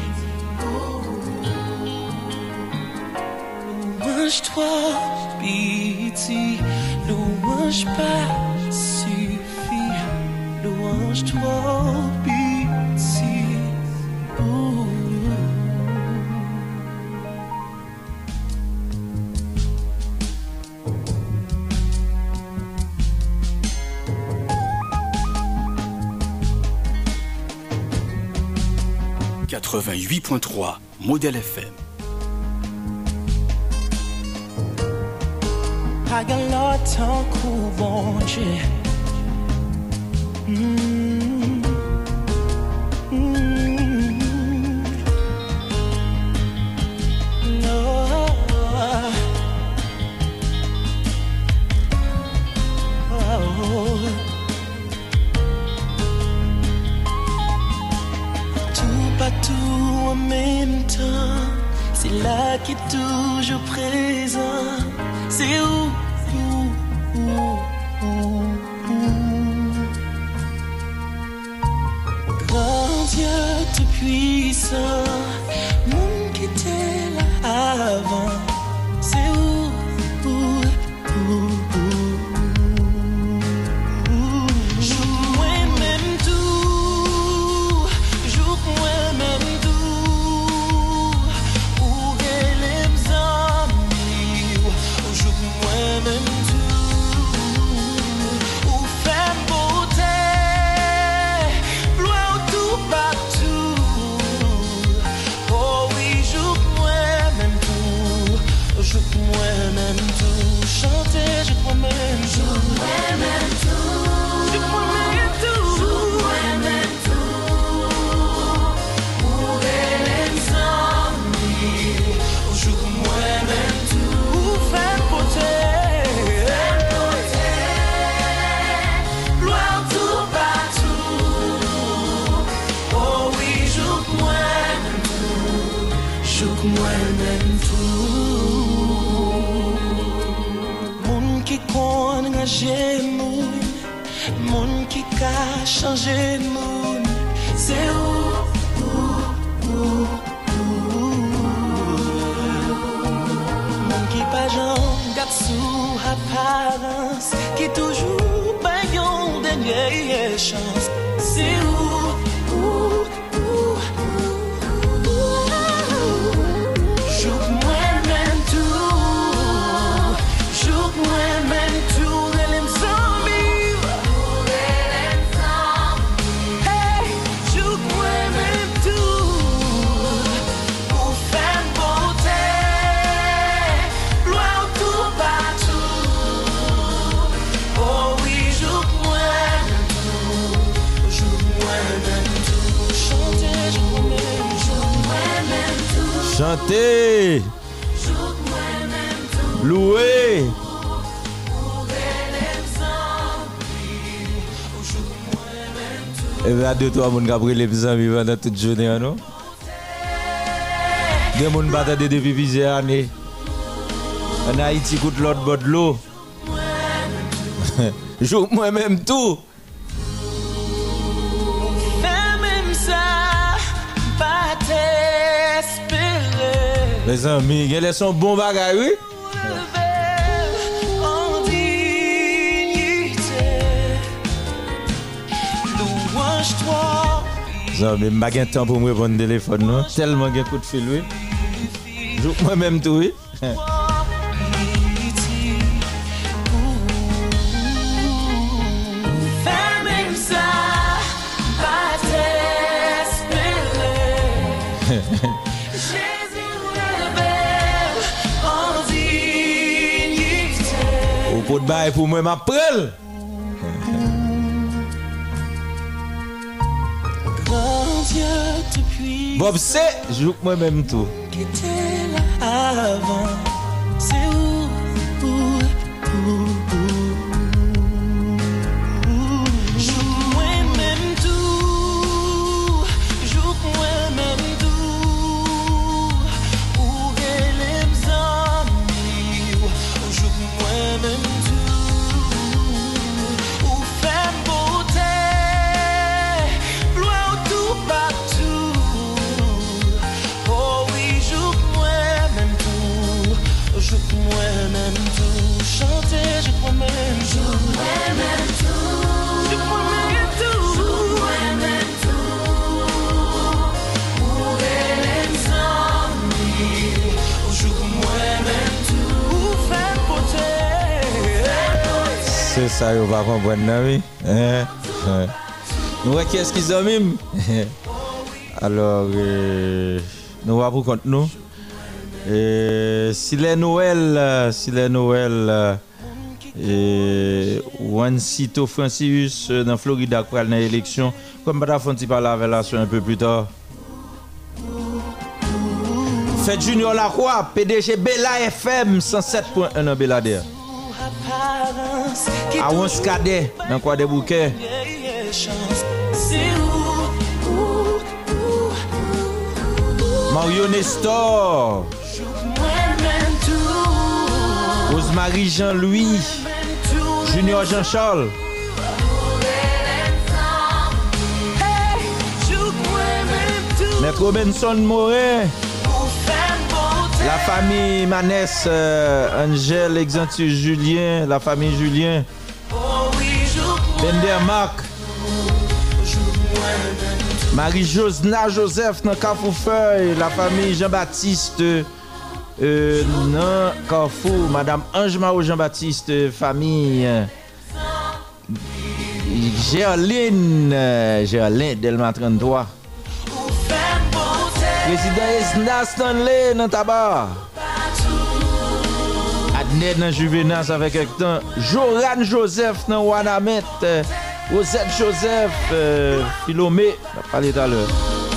Louange-toi, pitié. Louange pas suffit. Louange-toi, pitié. Ouh. quatre-vingt-huit point trois, Modèle F M. Agalota kubonje. Mm. Mm. No. Oh. Tout partout en même temps, c'est là qui est toujours présent. C'est où, où, où, où, où. Grand Dieu tout puissant, monde qui était là avant. C'est où, où, où, où. Joue-moi même tout, joue-moi même tout. Où est les amis? Joue-moi même tout. Où fait beauté, gloire tout partout. Oh oui, joue-moi même tout. Joue-moi même tout. Chanter, joue-moi même tout. Joue-moi même tout. Joue-moi même tout. Joue-moi même tout. Où est les amis? Joue-moi même tout. Où fait beauté, gloire tout partout. Oh oui, joue-moi même tout. Joue-moi même tout. Moun qui connaît engagé moun, moun qui a changé moun. C'est où, où, où, où. Moun qui pas j'en garde sous apparence, qui toujours pas yon dernière chance. C'est où, où, où, où, où. Joue-moi même tout, joue-moi même tout. Elle aime sans vivre, elle aime sans vivre. Hey, joue-moi même tout. Pour faire beauté, gloire tout partout. Oh oui, joue-moi même tout. Joue-moi même tout. Chanter, joue-moi même, joue-moi même tout. Chantez, Joue-moi même tout. louez. Pour elle aime sans vivre. Joue-moi même tout. Et bien, deux, trois personnes qui ont pris les amis pendant toute journée, non? Des gens qui battent depuis plusieurs années. En Haïti, coûte l'autre bord de l'eau. Joue moi-même tout. Fais même ça, pas t'espérer. Les amis, ils sont bons bagages, oui? En dignité, louange-toi. Les amis, je n'ai pas de temps pour me répondre au téléphone, non? Tellement de coups de fil, oui. Joue moi-même tout, oui? Fais même ça, pas t'espérer. Jésus rebelle en dignité. Au pot de bail pour moi, ma prelle. Grand Dieu tout puissant, Bob, c'est, joue moi-même tout. qui était là avant. C'est où, où, où, où. Joue-moi même tout, joue-moi même tout. Où est les amis? Joue-moi même tout. Où fait beauté, gloire tout partout. Oh oui, joue-moi même tout. Joue-moi même tout. Chanter, joue-moi même tout. Joue-moi même tout. Joue-moi même tout. Joue-moi même tout. Où est les amis? Joue-moi même tout. Où fait beauté, C'est ça, on va comprendre, non, oui? Hein? Hein? Ouais, qu'est-ce qu'ils ont mis? Alors, euh, nous va pour compte nous. Et si les Noël, si les Noël, et Juancito Francis dans Florida pour aller dans l'élection, comme pas d'affonti par la relation un peu plus tard. Fête Junior Lacroix, P D G Bella F M cent sept point un en Belader. À onze Cadet dans quoi des bouquets. Mario Nestor, Rosemary Jean-Louis, Junior Jean-Charles, Maître Robinson Morin, la famille Manès, euh, Angèle, Exantius Julien, la famille Julien, Bender Marc, Marie-Josna Joseph dans Carrefour-Feuille, la famille Jean-Baptiste euh, dans Carrefour, Madame Ange Mao Jean-Baptiste, famille euh, Gerline, euh, Gerline Delma trente-trois. Président Esna Stanley dans Tabac. Adnet dans Juvenas avec Hector. Joran Joseph dans Wanamet. Rosette Joseph, euh, Philomé, on a parlé tout à l'heure.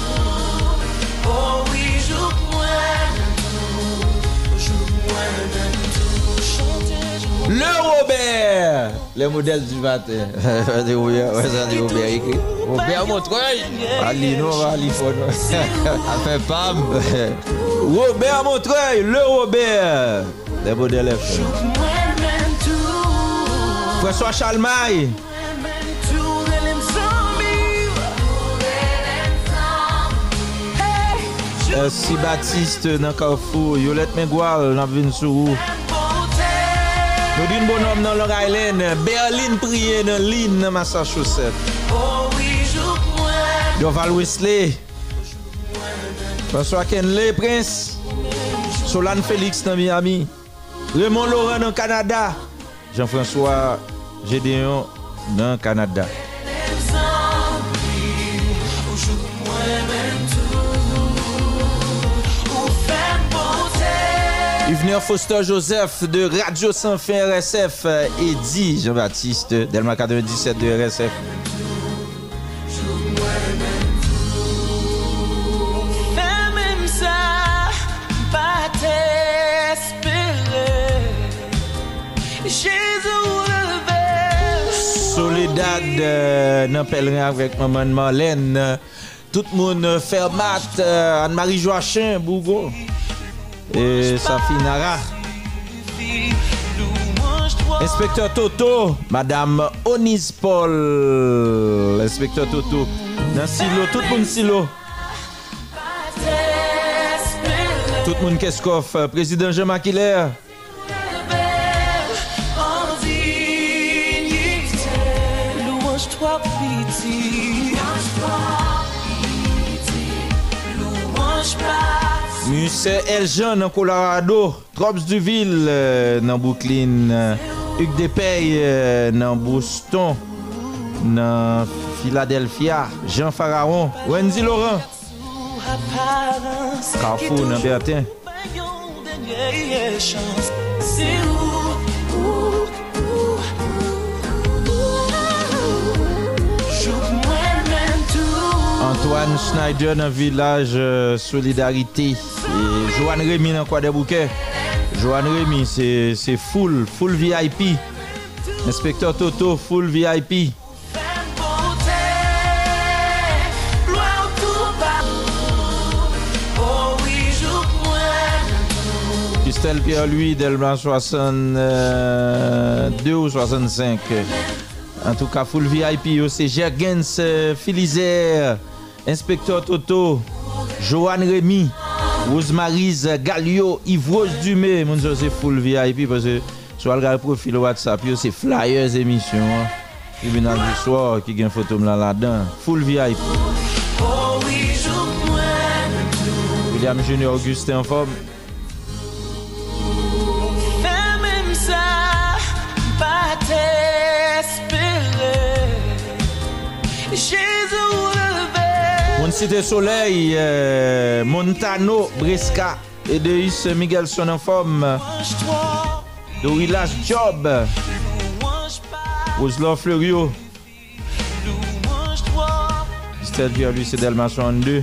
Le Robert, les modèles du matin. C'est Robert, ouais, ça dit Robert écrit. Robert Montreuil. Alino, Alifon. Après Pam. Robert Montreuil, le Robert. Les modèles F. François Chalmaille. Euh, si Baptiste dans Carrefour, Yolette Mengual dans Vinsourou. Nous disons bonhomme dans Long Island, Berlin Prié dans Lynn dans Massachusetts. Doval Wesley, François Kenley Prince, Solane Félix dans Miami, Raymond Laurent dans Canada, Jean-François Gédéon dans Canada. Yvenir Foster Joseph de Radio Sans Fin R S F, Eddy Jean-Baptiste Delma quatre-vingt-dix-sept de R S F. Soledad euh, dans pèlerin avec maman Marlène. Tout le monde Fermat, euh, Anne-Marie Joachim, Bougo. Et Safi Nara. Inspecteur Toto, Madame Onis Paul. Inspecteur Toto. Dans Silo, tout le monde Silo. Tout le monde Keskov. Président Jean-Marc Hilaire. Louange-toi, pitié. Louange-toi. Monsieur Eljean dans Colorado, Trops du Ville euh, dans Brooklyn, euh, Hugues Despey euh, dans Boston, dans Philadelphia, Jean Pharaon, Wendy Laurent, Carrefour dans Bertin. Antoine Schneider dans Village euh, Solidarité. Et Joanne Rémy dans quoi des bouquets. Joanne Rémy, c'est, c'est full, full V I P. Inspecteur Toto, full V I P. Christelle Pierre-Louis, Delma soixante-deux ou soixante-cinq. En tout cas, full V I P, c'est Gergens euh, Filizer, Inspecteur Toto, Joanne Rémy, Rosemarise Galio, Yves Dumé. Mon Dieu, c'est full V I P parce que sur le profil WhatsApp, c'est Flyers émission. Tribunal du soir qui a une photo là-dedans. Full V I P. William Junior Augustin en forme. Cité Soleil, euh, Montano, Bresca, Edeus Miguelson en forme, Dorilas Job, Oslo Fleurio, Stade Vierlu, c'est Delma soixante-deux.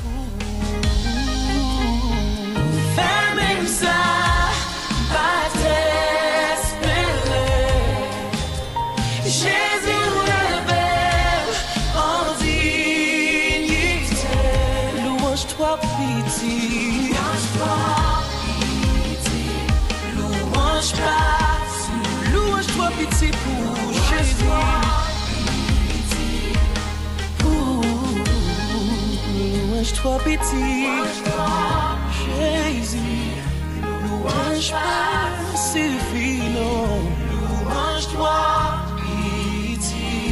Toi petit, Jésus, louange pas, suffit, non, louange-toi, pitié,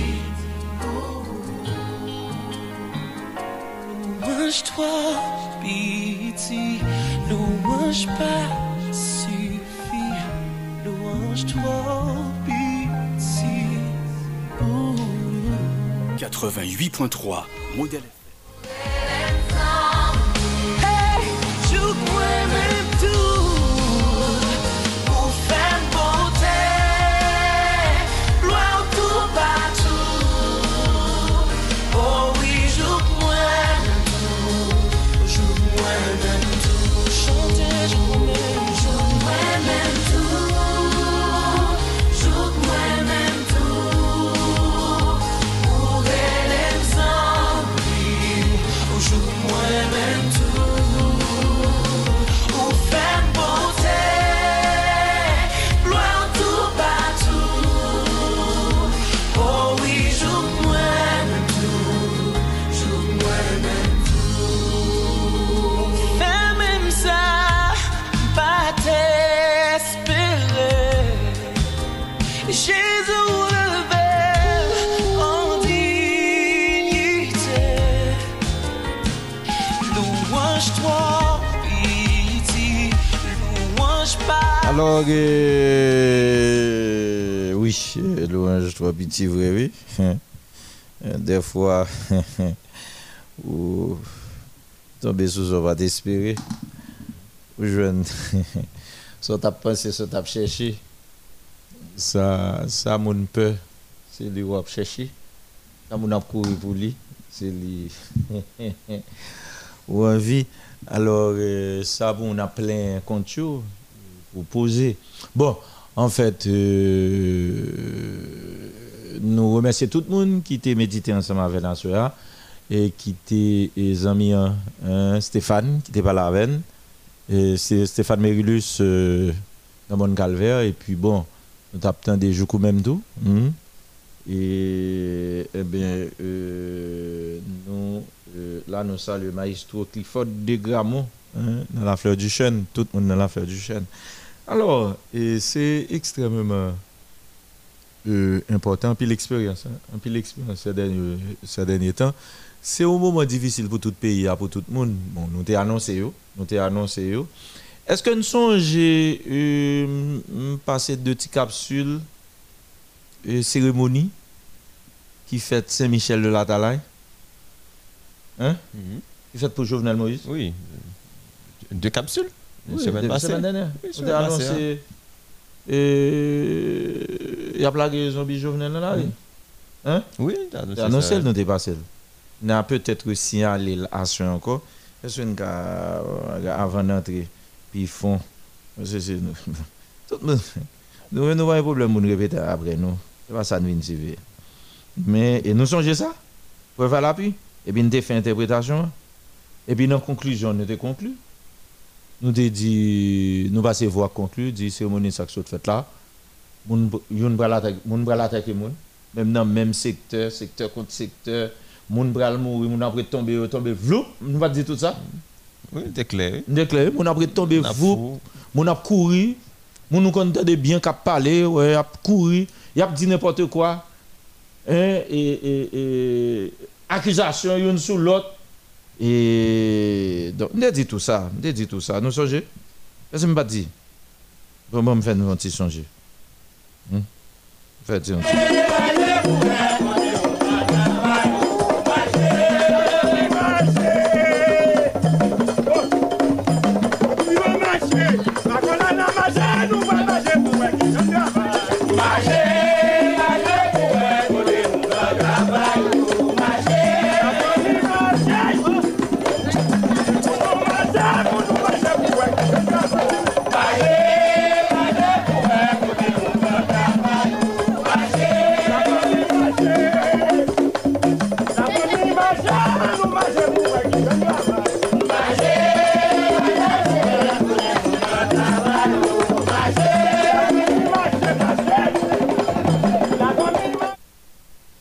louange-toi, pitié, louange pas, suffit, louange-toi, pitié. quatre-vingt-huit point trois, Modèle F M. Alors, euh, oui, louange toi petit vrai, oui. Des fois, ou tomber sous on va t'espérer. Ou jeune, soit t'as pensé, soit t'as cherché. Ça, ça mon peur, c'est lui qui a cherché. Ça mon a couru pour lui, c'est lui. Ou envie. Alors, euh, ça, on a plein compte pour poser. Bon, en fait, euh, nous remercions tout le monde qui était médité ensemble avec la soeur et qui était les amis hein, Stéphane, qui était pas là avec nous. C'est Stéphane Mérilus euh, dans mon calvaire. Et puis, bon, nous avons des jours quand même tout. Mm. Et, eh bien, euh, nous. Euh, là, nous saluons le maestro Clifford de Gramont, hein, dans la fleur du chêne, tout le monde dans la fleur du chêne. Alors, et c'est extrêmement euh, important, puis l'expérience, hein, puis l'expérience ces derniers, ces derniers temps, c'est un moment difficile pour tout le pays, pour tout le monde. Bon, nous t'ai annoncé, nous t'ai annoncé. Est-ce que nous songeons euh, passer de petites capsules, euh, cérémonie, qui fête Saint-Michel de la Talaye? Hein? Mm-hmm. Il fait pour Jovenel Moïse? Oui. Deux capsules? Une semaine passée. Semaine dernière. Oui, on a annoncé. Il y a plagué zombie Jovenel là? Oui. Hein? Oui, t'as annoncé. Annoncé, nous n'était pas seul. On a peut-être signalé l'action encore. Parce que avant d'entrer, puis ils font. Tout le monde. Nous avons un problème pour nous répéter après nous. C'est pas ça nous vient de mais et nous songeons ça? Pour faire l'appui? Et puis nous avons fait interprétation. Et puis dans la conclusion, nous avons conclu. Nous avons dit, nous passons voir conclu, dit cérémonie ça que fait là. Moun bral attaquer, moun bral attaquer moun. Même dans le même secteur, secteur contre secteur, moun bral mourir, moun après tomber, tomber vlou. Nous va dire tout ça. Oui, c'est clair. C'est clair. Moun après tomber vlou, moun a courir, moun nous compte de bien qu'a parler, ouais, a courir, y a dit n'importe quoi. Hein, et, et, et accusation une sur l'autre. Et donc, on a dit tout ça, on a dit tout ça. Nous songez? Qu'est-ce que je me dit? Bon, on me fait un petit songer. Hum? Faites un petit.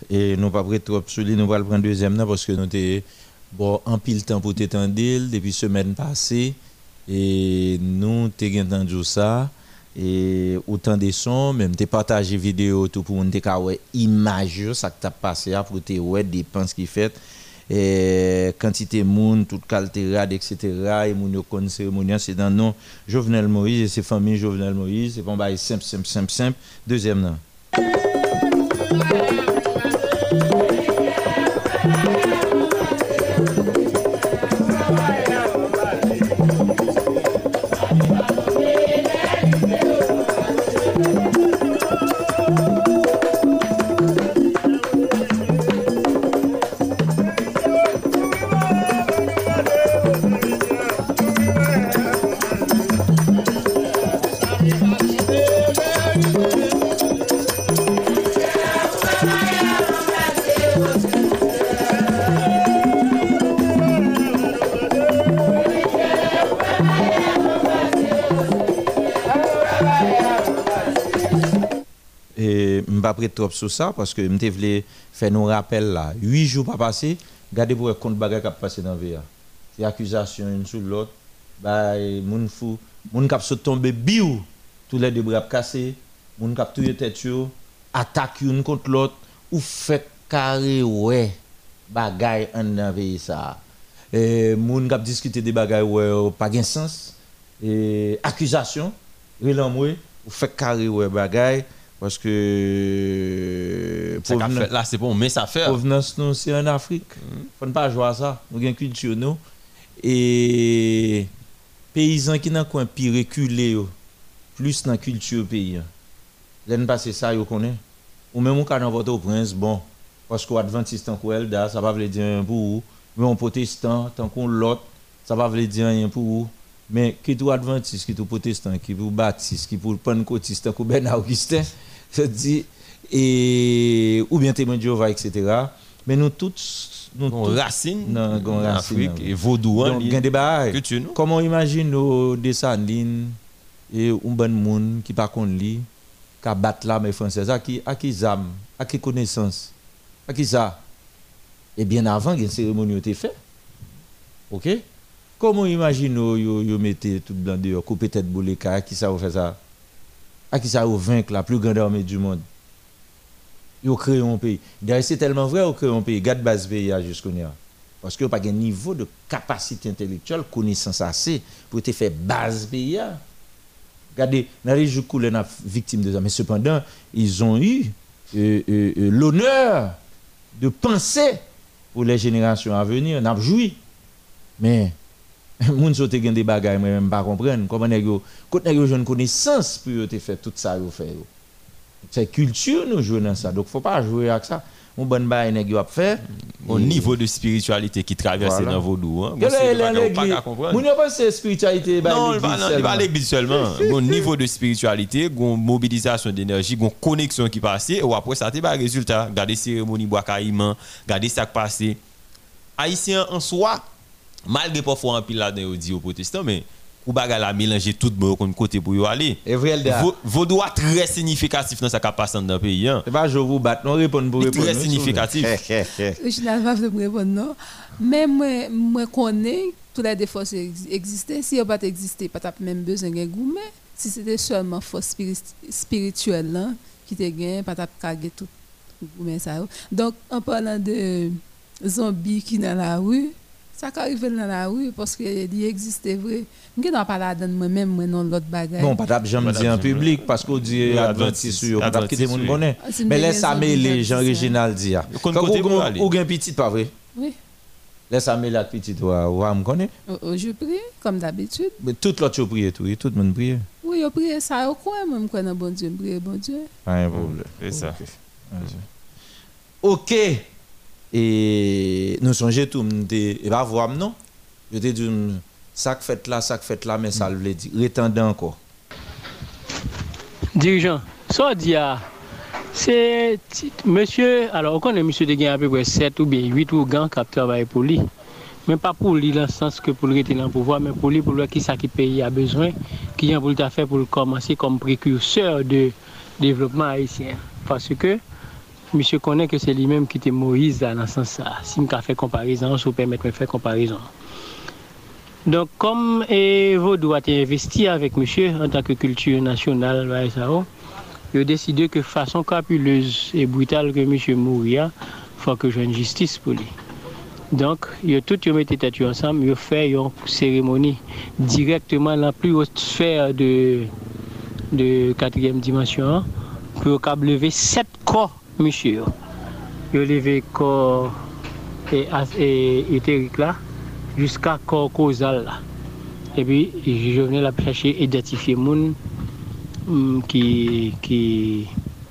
Et nous pas prêt trop sur lui, nous va le prendre deuxième parce que nous était bon en pile temps pour t'étendre depuis semaine passée et nous t'ai entendu ça et autant des sons même t'ai partagé vidéo tout pour nous t'ai ouais image ça que t'as passé pour te ouais dépenses qui fait et quantité monde toute calterade etc et moun yo connaît cérémonie c'est dans nom Jovenel Moïse et ses familles Jovenel Moïse c'est bon bail simple simple simple simple deuxième non. Après trop sur ça parce que me voulais faire nos rappels là huit jours pas passé regardez pour compte bagarre qui a passé dans V A c'est accusation une sur l'autre bah moun fou moun k'ap saute tomber biou tous les deux bras cassés moun k'ap touyer tête yo attaque une contre l'autre ou fait carré ouais bagaille en dans V A ça et moun k'ap discuter des bagaille ouais pas gain sens et accusation relan moi ou fait carré ouais bagaille parce que provenance, là c'est bon mais ça fait provenance nous c'est en Afrique mm. faut ne pas jouer à ça nous gain culture nous et paysans qui dans coin pi reculé plus dans culture pays l'en passer ça yo connaît ou même au cas dans votre prince bon parce que adventiste en Elda ça va veut dire pour vous mais on protestant tant qu'on l'autre ça va veut dire rien pour vous mais qui tout adventiste qui tout protestant qui pour baptiste qui pour pentecôtiste qui ben augustin je dis et ou bien témoin de Jéhovah etc mais nous tous nous on racine dans en Afrique et vaudou donc gain débat comment imagine nos descendants et un bon monde qui pas connait li qui battre l'armée française à qui à qui zam à qui connaissance à qui ça et bien avant une cérémonie était fait OK. Comment imagine yo yo mettez tout blanc dehors couper tête boule à qui ça vous fait ça à qui ça vous vaincre la plus grande armée du monde yo créé un pays d'ailleurs c'est tellement vrai yo créé un pays garde base pays jusqu'au nia parce que pas un niveau de capacité intellectuelle connaissance assez pour te faire base pays regardez dans les jours coulés n'a victime de ça mais cependant ils ont eu euh, euh, euh, l'honneur de penser pour les générations à venir n'a joui mais moun sote gen des bagages moi même pas comprendre comment nèg yo côté nèg yo jeune connaissance pour yo te faire tout ça yo faire c'est culture nous jouer dans ça donc faut pas jouer avec ça on bonne bail nèg yo a faire au niveau de spiritualité qui traverse dans vaudou hein bon c'est pas comprendre moun yo pense spiritualité ba non pas l'église seulement bon niveau de spiritualité gon mobilisation d'énergie gon connexion qui passe ou après ça te ba résultat regarder cérémonie bois caïman regarder ça qui passe haïtien en soi malgré parfois un pile là dans dit aux protestants mais ou bagarre la mélanger tout bon côté pour y aller et vrai vaudou très significatif dans ça qui passe dans le pays hein c'est pas je vous battre non répondre pour répondre très significatif je n'ai pas de répondre non mais moi moi connais toutes les deux forces existaient si pas exister pas même besoin de goût mais si c'était seulement force spirituelle là qui te gagne pas t'a caguer tout mais ça donc en parlant de zombies qui dans la rue ça arrive dans la rue parce que il existe vrai on n'a pas là dans moi même moi non l'autre bagage non pas jamais dire en public parce qu'on dit adventiste sur pas quitter monde connaît mais laisse ça mêler Jean Réginal dit quand ou gain petit pas vrai oui laisse ça mêler avec petit toi ou me connaît je prie comme d'habitude mais tout l'autre prie tout tout le monde prie oui yo prie ça au coin même connait bon Dieu prie bon Dieu pas un problème c'est ça OK et nous songeons tout et pas voir non je te dis ça que fait là ça que fait là mais ça veut dire retendre encore dirigeant ça dit c'est monsieur alors on connaît monsieur de gain à peu près sept ou bien huit ou gants qui travaillent pour lui mais pas pour lui dans le sens que pour le rester dans le pouvoir mais pour lui pour lui qui ça qui pays a besoin qui a pour le faire pour commencer comme précurseur de développement haïtien parce que monsieur connaît que c'est lui-même qui était Moïse là, dans ce sens-là. Si je fais comparaison, si vous permettez de faire comparaison. Donc, comme vous doit investir avec monsieur en tant que culture nationale, il a décidé que de façon capuleuse et brutale que monsieur mourir, il faut que je une justice pour lui. Donc, il a tout mis tête ensemble, il a fait une cérémonie directement dans la plus haute sphère de, de quatrième dimension pour lever sept corps, monsieur. Il a levé le corps et, et, éthérique là jusqu'à corps causal là. Et puis, je venais là chercher identifier les gens qui, qui,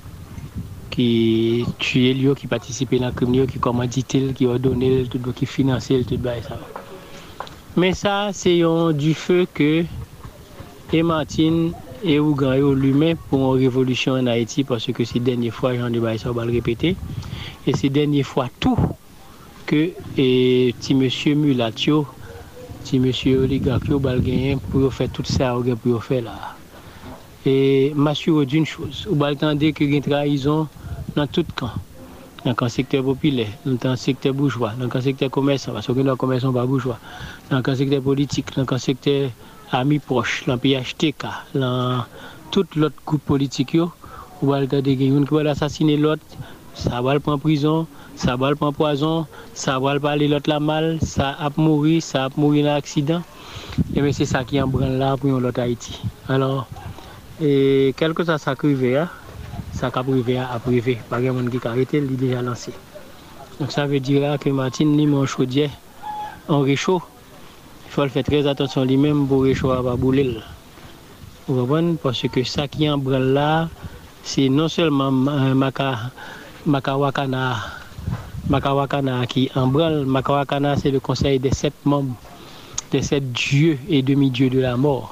qui tuaient, qui participaient dans le crime, qui commanditent, qui ordonnaient, qui finançaient, tout ça. Mais ça, c'est du feu que et Martine et Ougan lui-même pour une révolution en Haïti, parce que c'est la dernière fois, Jean de Baïssa va le répéter, et c'est la dernière fois tout que et, petit monsieur Mulatio, petit monsieur Oligarchio va gagner pour faire tout ça pour faire là. Et m'assure d'une chose, vous attendez qu'il y ait une trahison dans tout camp, dans le secteur populaire, dans le secteur bourgeois, dans le secteur commerçant, parce que dans le commerçant pas bourgeois, dans le secteur politique, dans le secteur amis proches, dans le P H T K, dans tout l'autre groupe politique, vous attendez qu'il y ait une qui va assassiner l'autre, ça va le prendre en prison, ça va le prendre en poison, ça va le parler l'autre la mal, ça va mourir, ça va mourir dans l'accident. Et bien c'est ça qui est en branle là pour l'autre Haïti. Alors, et quelque chose ça privé, ça a privé à privé, pas de monde qui a arrêté, il est déjà lancé. Donc ça veut dire que Martine, lui, mon chaudier, en réchaud, il faut faire très attention lui-même pour réchaud à pas bouler. Vous comprenez? Parce que ça qui est en branle là, c'est non seulement Maka, Makawakana, Makawakana qui en branle, Makawakana c'est le conseil des sept membres, des sept dieux et demi-dieux de la mort.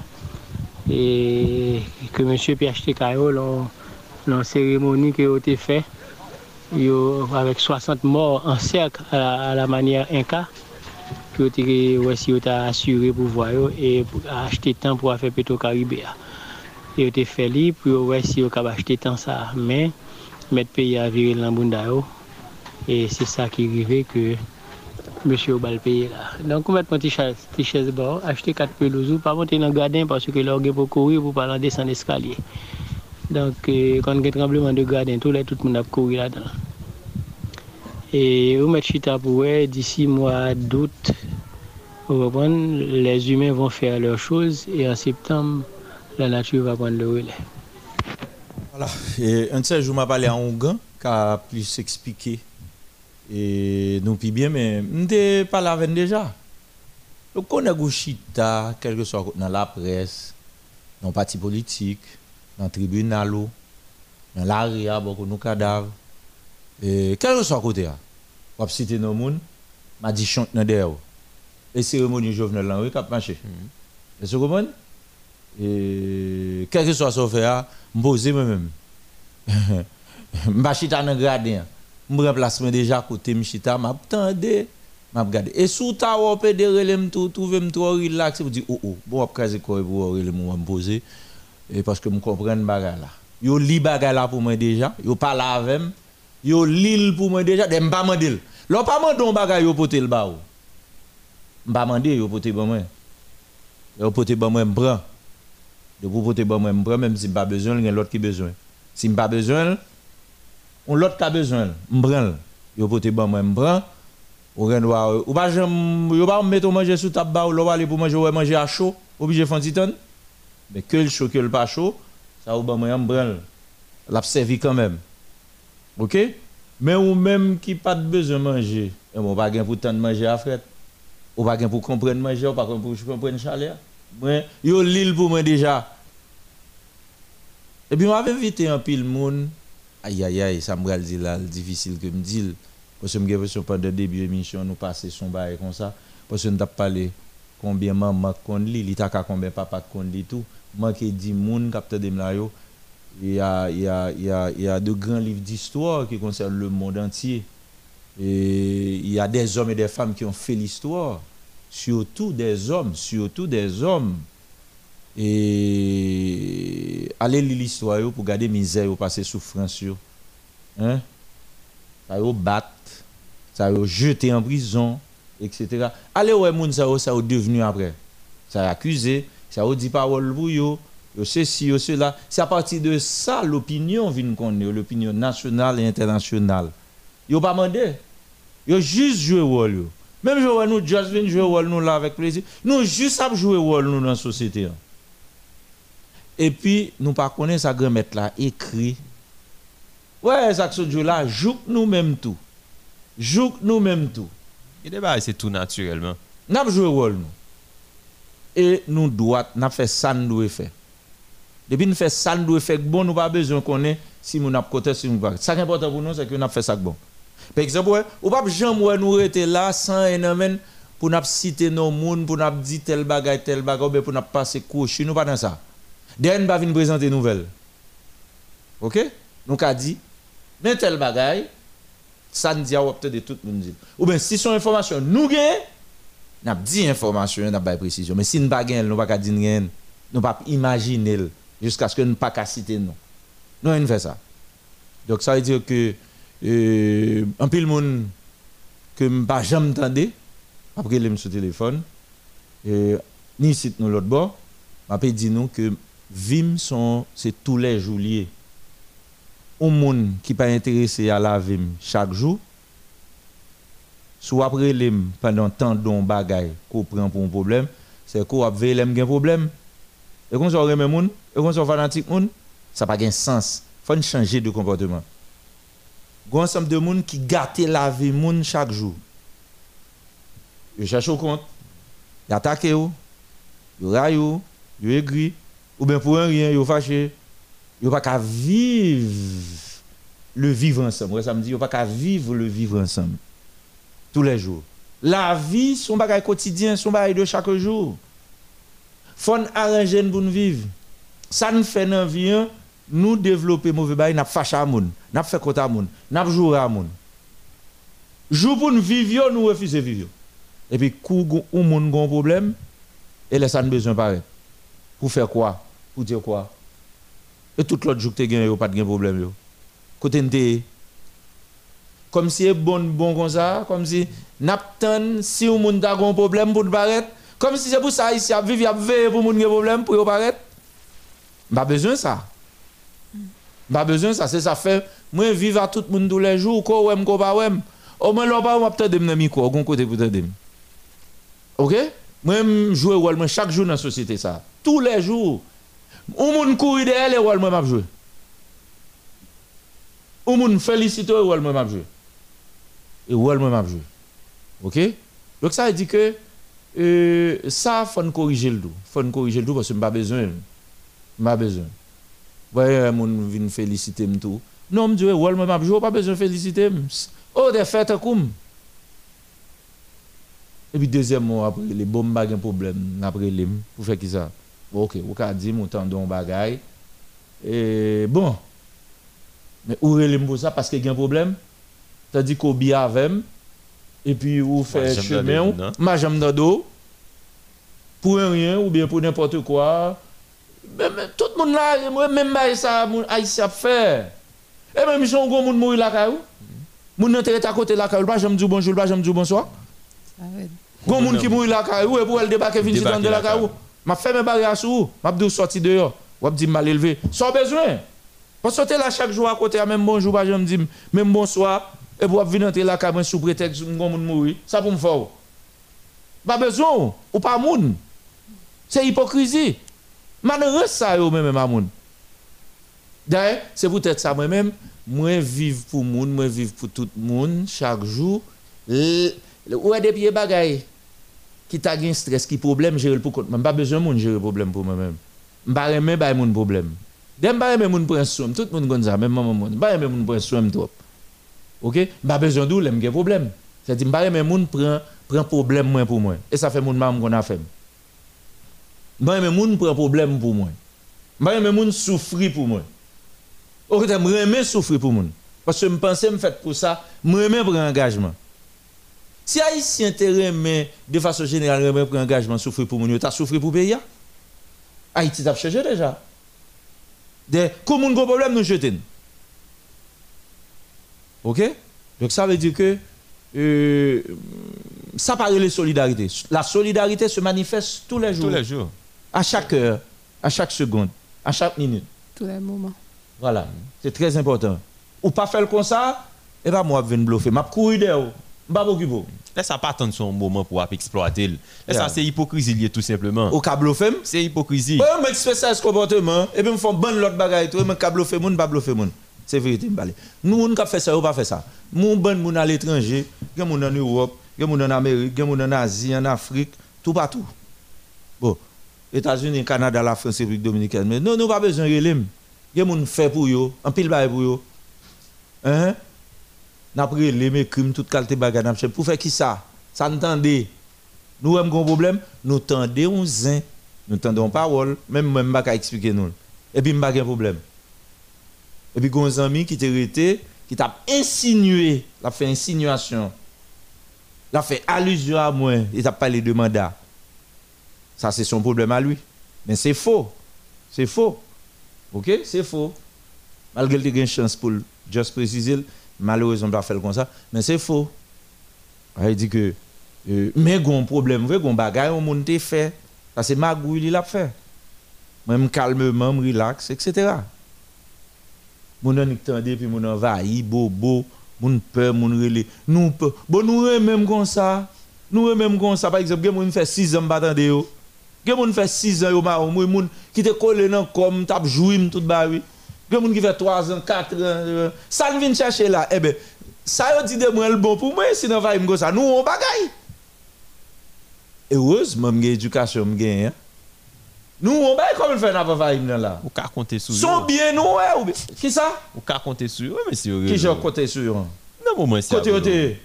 Et que M. P H T K, dans la cérémonie qui a été faite, avec soixante morts en cercle à la, à la manière Inca, qui a été assuré pour voir et pour acheter temps pour faire Petro-Caribé. Il a été fait libre pour voir si on a acheté temps ça, mais mettre pays à virer l'ambunda. Et c'est ça qui arrive que monsieur va le payer là. Donc, on va mettre une petite chaise bord, acheter quatre pelouses, pas monter dans le gardin parce que l'orgue pour courir pour pas descendre l'escalier. Donc, euh, quand il y a un tremblement de gardin, tout, là, tout le monde a couru là-dedans. Et on met chita pour eux, d'ici mois d'août, les humains vont faire leurs choses et en septembre, la nature va prendre le relais. Voilà. Et un de ces jours, je parlé à Ougan qui a plus expliqué. Et nous puis bien, mais nous n'avons pas la veine déjà. Donc, on a Gouchita, quel que soit dans la presse, dans le parti politique, dans le tribunal, dans l'area, beaucoup de cadavres. Et quel que soit côté, on va citer nos gens, m'a dit chante dans derrière. Et cérémonie Jovenel Henry qui a marché. Est-ce que vous comprenez? Et quel que soit ce fait, je me pose moi-même. Je vais chita dans le gradin. Je me remplace déjà côté Michita, je m'attendais, je regarde. Et sous ta wop de relem tout, trouver me trop relax, vous dites oh oh, bon après c'est quoi pour relem me poser et parce que me comprendre bagarre là. Yo li bagarre là pour moi déjà, yo parle avec moi, yo li pour moi déjà, dem pas mandel. L'on pas mandon bagarre yo poter le ba ou. M'pa mandé yo poter bon moi. Yo poter bon moi m'prend. De pour poter bon moi m'prend même si pas besoin, il y a l'autre qui besoin. Si m'pas besoin, on l'autre qui a besoin, m'prend. Yo poter bon moi m'prend. Ou rien doit ou pas yo pas mettre manger sous table ba ou l'on va aller pour manger ou manger à chaud, obligé faire titan. Mais que le chaud que le pas chaud, ça ou ba moi m'prend. L'a servi quand même. OK? Mais ou même qui pas de besoin manger, et on pas gain pour tant de manger à fret. Ou pas gain pour comprendre manger, ou pas pour comprendre chaleur. Moi yo l'île pour moi déjà. Et puis m'avait invité un pile monde. Aïe aïe aïe, ça me dit là difficile que me dire parce que me l'impression pendant début émission nous passer son bail comme ça parce que nous t'a parlé combien maman qu'on lit, il t'a combien papa qu'on lit tout. Moi qui dit monde capteur de là yo. Il y a il y a il y a il y a de grands livres d'histoire qui concernent le monde entier. Et il y a des hommes et des femmes qui ont fait l'histoire, surtout des hommes, surtout des hommes. Et allez lire l'histoire pour garder misère ou passer souffrance. Hein? ça yo battre, ça yo jeter en prison, et cetera. Allez ouais moun ça yo ça yo devenu après. Ça accusé, ça yo dit parole pour yo, yo ceci yo cela. C'est à partir de ça l'opinion vient connaître, l'opinion nationale et internationale. Yo pas mandé. Yo juste jouer rôle yo. Même jouer nous just vinn jouer rôle nous là avec plaisir. Nous juste à jouer rôle nous dans la société. Et puis nous pas connaître sa grand-mère là écrit. Ouais, ça que ce jour là, joue nous même tout. Joue nous même tout. Et débat c'est tout naturellement. N'a jouer rôle nous. Et nous doit n'a fait ça nous doit faire. Depuis nous fait ça nous doit faire bon, nous pas besoin connaître si nous n'a côté si nous pas. Ça qui est important pour nous c'est que nous fait ça bon. Par exemple, ou pas jamais nous rester là sans énormément pour nous citer nos monde, pour nous dire tel bagage, tel bagage, pour nous passer couche, nous pas dans ça. Dernier va venir présenter nouvelle. OK? Nous qu'a dit mais tel bagage ça nous dit peut-être de tout le monde dit. Ou bien si son information nous gagne, n'a dit information, n'a pas précision, mais si nous pas gagne, nous pas dire rien, nous pas imaginer jusqu'à ce que nous pas citer non. Nous on fait ça. Donc ça veut dire que Euh, un pile monde que m'pas jamais entendu après les sur téléphone et ni site nous l'autre bord m'a dit nous que vim sont c'est tous les jours liés un monde qui pas intéressé à la vim chaque jour soit après les pendant tant don bagaille qu'on prend pour un problème c'est qu'on a veiller les un problème et qu'on soit remet monde et qu'on soit fanatique monde ça pas gain sens faut changer de comportement. Il y a un ensemble de monde qui gâte la vie moun chaque jour. Ils cherchent au compte, ils attaquent, ils raillent, ils aigris, ou bien pour un rien, ils fâchent. Ils ne peuvent pas vivre le vivre ensemble. Ça me dit, ils ne peuvent pas vivre le vivre ensemble. Tous les jours. La vie, son bagage quotidien, son bagage de chaque jour. Il faut arranger pour nous vivre. Ça nous fait dans la vie. Nous développer mauvais bail n'a fâché à moun n'a fait côté à moun n'a joué à moun jour pour nous vivre nous refuser vivre et puis kou ou moun gon problème et laisse ça besoin pareil pour faire quoi pour dire quoi et tout l'autre jour que tu gagne yo pas de problème yo côté nté comme si est bon bon comme ça comme si n'attend si ou moun ta gon problème pour paraître comme si c'est pour ça ici à vivre à veiller pour moun gen problème pour paraître pas besoin ça. Pas besoin ça c'est ça fait moi vivre à tout le monde tous les jours ko wem ko pas wem au moins là pas m'attendre dans micro gon côté pour t'aider. OK? Moi jouer rôle moi chaque jour dans la société ça tous les jours ou moun courir derrière les rôle moi m'a jouer. Ou moun féliciter rôle moi m'a jouer. Et rôle moi m'a jouer. OK? Donc ça veut dire que euh, ça faut corriger le tout. Faut corriger le tout parce que pas besoin. Pas besoin. Ouais, moun vinn féliciter m tout. Non, me dit ouais, moi m'a joué pas besoin féliciter. Oh, des fêtes comme. Et puis deuxième mot après les bombes bagay problème après les pour faire qui ça. OK, ou ka di mon temps don bagay. Et bon. Mais où relem pour ça parce qu'il y a un problème. Tandis qu'au bien avec et puis ou fait chemin, ma jambe dans dos pour rien ou bien pour n'importe quoi. Mais, mais, tout le monde là, même ça, Haïtien fait. Et même si on a un monde mourir là, moun enterré à côté là, pas jamais dire bonjour, pas jamais dire bonsoir. Gon monde qui mourir là, et pour elle débarquer vinn dans de la caillou. M'a fait mes barrières sous, m'a dit sortir dehors, ou dit mal élevé. Sans besoin. Pour sortir là chaque jour à côté, même bonjour, pas jamais dire même bonsoir, et pour venir entrer là, caillou sous prétexte gon monde mourir. Ça pour me faire. Pas besoin, ou pas moun. C'est hypocrisie. Malheureux ça yo même mamoun. D'ailleurs, c'est peut-être ça moi même, moi vivre pour moun, moi vivre pour tout monde chaque jour. Ou des pieds bagay qui t'a gain stress, qui problème gérer pour compte, même pas besoin moun gérer problème pour moi même. M'pa remen bay moun problème. Dem ba remen moun prend soin, tout monde comme ça, même maman moun. Ba remen moun prend soin trop. OK? Pas besoin d'ou l'aime gen problème. C'est-à-dire m'pa remen moun prend prend problème moins pour moi. Et ça fait moun mam qu'on a fait. Moi même moun prend problème pour moi. Moi même moun souffrir pour moi. Au fait me remet souffrir pour moi parce que me penser me fait pour ça, me remet prendre engagement. Si haïtien te remet de façon générale remet prendre engagement souffrir pour moi, tu as souffrir pour pays. Haïti t'a changé déjà. De comme moun gros problème nous jeter. OK? Donc ça veut dire que euh, ça parle de solidarité. La solidarité se manifeste tous les jours. Tous les jours. À chaque heure, à chaque seconde, à chaque minute. Tous les moments. Voilà, c'est très important. Ou pas faire comme ça, et pas moi je viens bluffer. M'a courir derrière. M'pa m'occuper. Là ça pas attendre son moment pour exploiter. Là Yeah. ça c'est hypocrisie liée tout simplement. Au câble bluffer. C'est hypocrisie. Ouais, moi je fais ça ce comportement et puis me font bonne l'autre bagaille tout, me câble bluffer moun, pas bluffer moun. C'est vérité m'balé. Nous moun qui fait ça ou pas fait ça. Moun bonne moun à l'étranger, gen moun en Europe, gen moun en Amérique, gen moun en Asie, en Afrique, tout partout. Bon, États-Unis, Canada, la France, République dominicaine, mais non, nous pas besoin de relem. Gen moun fait pour yo, en pile bail pour yo. Hein? N'a pris les crimes toute qualité bagarre n'a pour faire qui ça? Ça entendez? Nous avons un problème, nous tendons zin, nous tendons parole, même même pas expliquer nous. Et puis m'pa un problème. Et puis gon ami qui t'a arrêté, qui t'a insinué, l'a fait insinuation. L'a fait allusion à moi, il t'a parlé de mandat. Ça c'est son problème à lui. Mais c'est faux. C'est faux. OK? C'est faux. Malgré qu'il ait une chance pour juste préciser, malheureusement, on ne peut pas faire comme ça, mais c'est faux. Il dit que, euh, mais il y a un problème, il y a un bagage, on monte fait. Ça, c'est magouille, il a fait. Même calmement, relax, et cetera. Mon an tendé, puis mon envahi, bobo, mon peur, mon relais. Nous peur. Bon, nous même comme ça. Nous même comme ça. Par exemple, il y a fait six ans, battant de yo. Il y a fait six ans, yo, ma, moun, qui te collé dans comme, tap joué, tout bari. Il y a des gens qui fait trois ans, quatre ans. Ça ne vient chercher là. Eh bien, ça y dit de moi le bon pour moi, sinon va me ça. Nous, on bagaille. Heureusement, j'ai une éducation. Nous, on bagaille comme il fait dans la là. Ou ka compter sur. Son bien, nous, ouais. Qui ça? Ou ka compter sur. Oui, monsieur. Qui j'ai compté sur? Non, bon, moi, c'est. Côté, côté.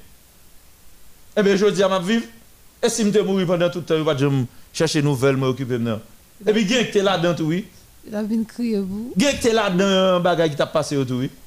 Eh bien, je dis à ma vie, et si je mourir pendant tout le temps, je vais chercher nouvelles, m'occuper de. Et puis, il y a qui est là-dedans, tout, oui. Il a vu crier vous. Il y a qui est là-dedans, bagage qui t'a passé autour, oui.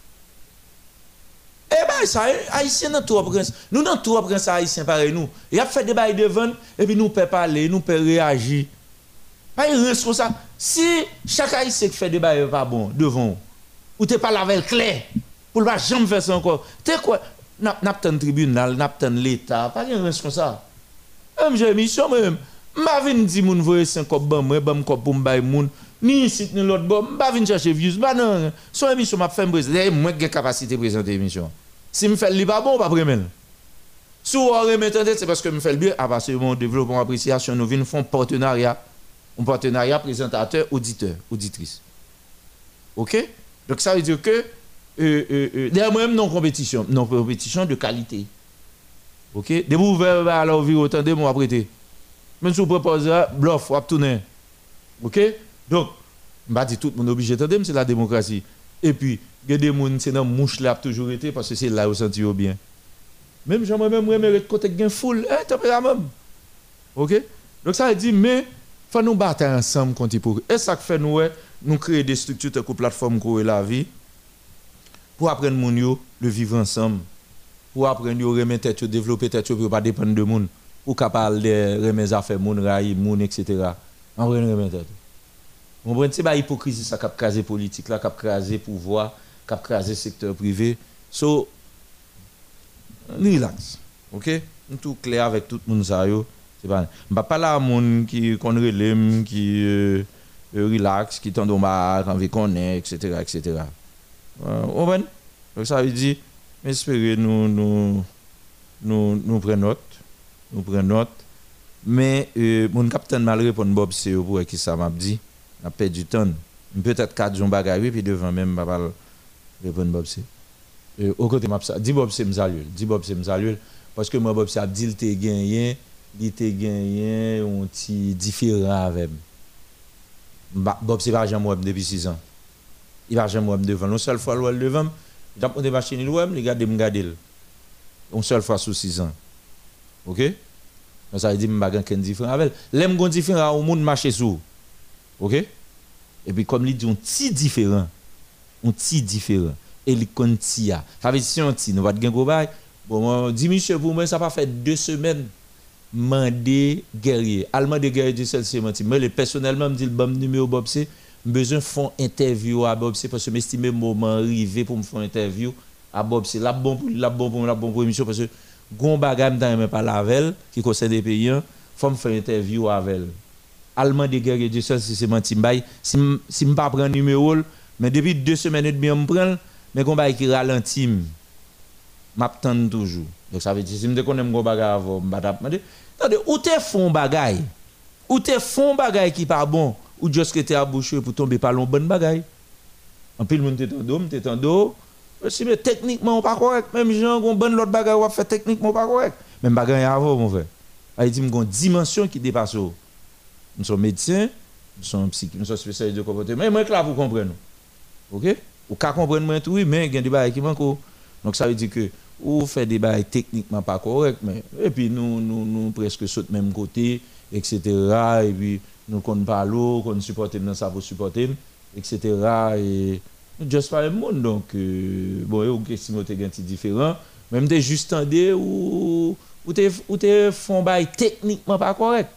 Eh bien, ça, Haïtien, dans tout prince. Nous, dans tout prince Haïtien, pareil, nous. Il a fait des bails devant, et puis nous pouvons parler, nous pouvons réagir. Pas une responsable. Si chaque Haïtien qui fait des bails pas bon, devant, ou tu pas avec clair, pour ne pas jamais faire ça encore, tu sais quoi? N'a pas un tribunal, n'a pas l'État, pas une responsable. Même j'ai mission, même. Ma vinn di moun voye cinq cop ban moi, ban cop pour m'bay moun, ni ici ni l'autre bon, m'pa vinn chercher views. Bah non, son émission m'a fait présenter, moi j'ai capacité de présenter émission. Si me fait li pas bon, pas premel. Si on remettre c'est parce que me fait le bien, à partir du moment développement appréciation, nous vinn font partenariat, un partenariat présentateur auditeur, auditrice. OK? Donc ça veut dire que euh euh, euh derrière moi même non compétition, non compétition de qualité. OK? De vous ouvert à la vie autant de moi prêter. Même si vous proposez bluff, vous tourner. OK? Donc, je ne dis pas tout le monde obligé de c'est la démocratie. Et puis, il y a des gens qui sont dans mouche là toujours été parce que c'est là où vous sentez bien. Même j'aimerais même remettre côté gain full, eh tempérament. OK? Donc ça veut dire mais faut nous battre ensemble contre l'hypocrisie. Et ça fait nous nous créer des structures comme plateforme pour la vie pour apprendre mon yo le vivre ensemble. Pour apprendre yo remettre tête, développer tête pour pas dépendre de monde. Ou capable de remettre affaires moun raï moun et cetera. En vrai remettre. On prend c'est pas hypocrisie ça cap craser politique là, cap craser pouvoir, cap craser secteur privé. So relax. OK? Nous tout clair avec tout monde ça yo. C'est pas m'pa pas là moun qui qu'on relève qui euh, relax, qui tend au mar, envie connaît et cetera et cetera. On va donc ça veut dire espérer nous nous nous nous prenons note. Nous prenons note. Mais euh, mon capitaine mal répond Bob c'est pour qui ça m'a dit. On a perdu du temps. Peut-être quatre jours bagarre puis devant même pas répondre Bob c'est. Euh, au côté m'a ça dit Bob c'est me salue. Dit Bob c'est me salue parce que moi Bob c'est a dit il t'a gagné, il t'a gagné un petit différent avec. Bob c'est pas jamais moi depuis six ans. Il va jamais moi devant. Une seule fois le devant, il a des machines il ouais, il regarde me garder. Une seule fois sous six ans. OK? Donc ça veut dire que je suis différent avec. L'aime gon différent au monde marcher sur. OK? Et puis comme il dit un petit différent, un petit différent et il conti a. Ça veut dire si on ti nous va de gros bail. Bon dis monsieur pour moi ça pas fait deux semaines mandé guerrier. Allemand de guerrier de seul c'est menti. Mais le personnellement me dit le bon numéro Bobsé, besoin font interview à Bobsé parce que m'estime moment arrivé pour me faire interview à Bob c'est la bon pour la bon pour la bon pour émission parce que gon bagay m'tan même pas lavel qui concerne des pays faut me faire interview avec elle allemand de guerre de seul si c'est menti m'bay si si me pas prendre numéro mais depuis deux semaines et demie me prend mais gon bagay qui ralentit m'attend toujours donc ça veut dire si me connais gon bagay avant m'pa demander attendez où t'es fond bagay ou t'es fond bagay qui pas bon ou juste que t'es à bouche pour tomber pas long bonne bagay en pile monde t'es en dos t'es en dos si mais techniquement pas correct même gens gon bonne l'autre bagay ou fait techniquement pas correct même bagay avant mon frère il dit gon dimension qui dépasse nous sommes médecins nous sommes psychiatres nous sommes spécialistes de comportement mais moi là pour comprendre OK ou ka comprendre moi tout oui mais il y a des bagay qui manque donc ça veut dire que ou fait des bagay techniquement pas correct mais et puis nous nous nous presque saute même côté etc. et puis nous qu'on parle qu'on supporter dans ça pour supporter etc. et nous juste pas le monde donc euh, bon et OK si nous t'es un petit différent même des juste tendé ou ou t'es ou t'es font bail techniquement pas correct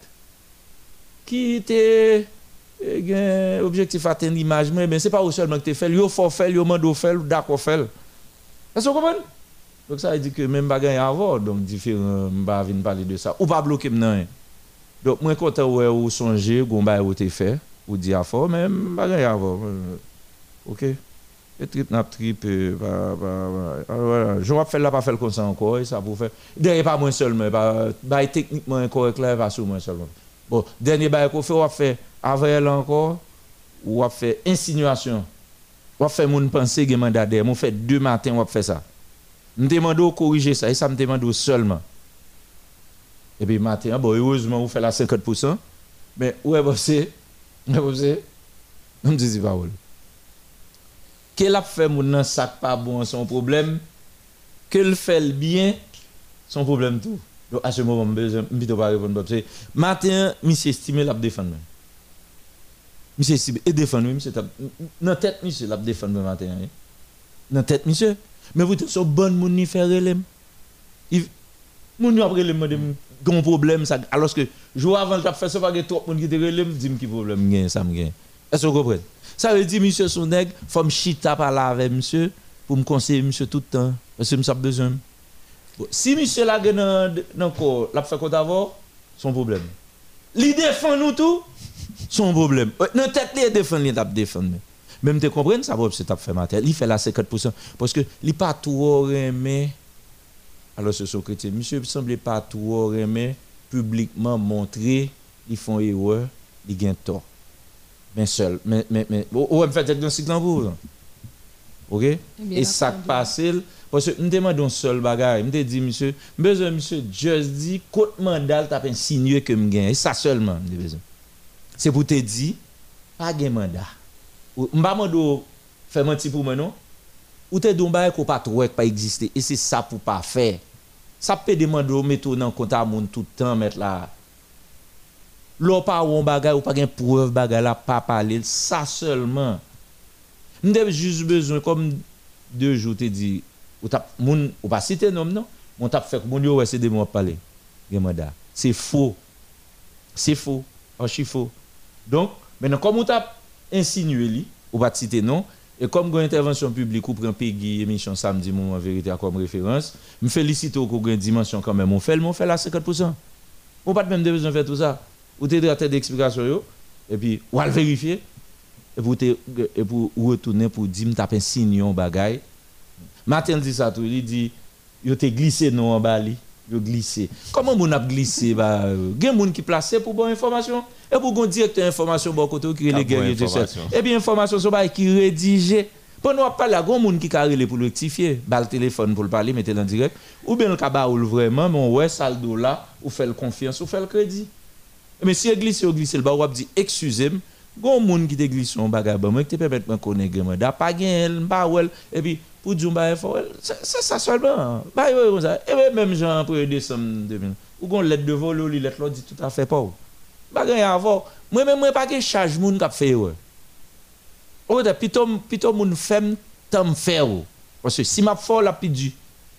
qui était eh, objectif atteindre l'image mais c'est pas au seulement que tu fais yo faut faire yo mando faire d'accord faire est-ce que vous comprenez donc ça veut dire que même bagay avant donc différent m'pa venir parler de ça ou pas bloquer non donc moi content ouais ou songer gon bail ou t'es fait ou dire à fort même bagay avant OK et trip n'a trip bah bah voilà je vais faire là pas faire comme ça encore et ça pour faire derrière pas moi seulement bah bah techniquement incorrect là pas sur moi seulement bon dernier bail qu'on fait on va faire avec elle encore ou va faire insinuation on va faire mon penser que mandat derrière on fait deux matins on va faire ça me demande corriger ça et ça me demande seulement et puis matin bon heureusement on fait la cinquante pour cent mais ouais bah c'est vous savez on me dit pas où qu'elle a fait mon sac pas bon son problème qu'elle fait le bien son problème tout donc à ce moment besoin plutôt pas répondre parce que matin monsieur estimé l'a défendre monsieur estimé et défendre monsieur dans tête monsieur l'a défendre matin dans tête monsieur mais vous êtes so bonne moun ni faire relem il moun yo après le me gon problème ça alors que jour avant t'a fait ça pas trop moun qui te relem dis-moi qui problème gain ça me gain est-ce que vous comprenez ça veut dire monsieur son nègre faut me chita parler avec monsieur pour me conseiller monsieur tout le temps parce que me a besoin si monsieur la dans dans corps l'a fait quoi d'abord son problème li défend nous tout son problème non tête li défend li t'a défendre même te comprendre ça c'est t'a fait matin il fait la cinquante pour cent parce que li pas tout aimer alors ce sont chrétien monsieur semble pas tout aimer publiquement montrer ils font erreur ils gagnent tort mais seul mais mais mais on va faire diagnostic dans vous OK et ça passe parce que nous demandons seul bagaille me dit monsieur besoin monsieur juste dit côté mandat t'a insinué que me gagne ça seulement besoin c'est pour te dire pas gain mandat m'pa mando faire mentir pour moi non ou te don bail ko pas trop pas exister et c'est ça pour pas faire ça peut demander mettre dans compte à monde tout le temps mettre là l'on pas on bagay ou pas gain preuve bagay là pas parler ça seulement m'dè juste besoin comme deux jours te dit ou t'a moun ou pas citer nom non on t'a fait mon yo ouais c'est de moi parler mandat c'est faux c'est faux archi faux donc maintenant comme on t'a insinué li ou pas citer non et comme une intervention publique ou prend Peggy émission samedi moment vérité comme référence me félicite au qu'on dimension quand même on fait on fait la cinquante pour cent on pas même besoin faire tout ça ou te traiter d'explication yo et puis ou al vérifier et pour te et pour retourner pour dire me taper signe on bagaille matin dit ça tout il dit yo te glissé non en bas li yo glissé comment mon a glissé bah gen moun qui placé pour bonne information et pour gon directeur information bon côté qui les guerriers de ça et bien information so ba qui rédigé pour nous parler à gon moun qui carrelé pour rectifier ba le téléphone pour le parler mettre en direct ou bien le kaba ou vraiment mon ouais saldo là ou fait le confiance ou fait le crédit mais si glissé ou glissé le ba ou dit excusez-moi gon moun qui te glissé on bagay ba moi qui te permettre me connaître da pas gen pas well et puis pour dire bah c'est ça seulement bah comme ça et même Jean pour décembre deux mille ou gon lettre de vol ou lettre dit tout à fait pas bah gagne avant moi même moi pas que charge moun qui fait ouais ou de plutôt plutôt moun femme tam faire parce que si m'a fort la pidi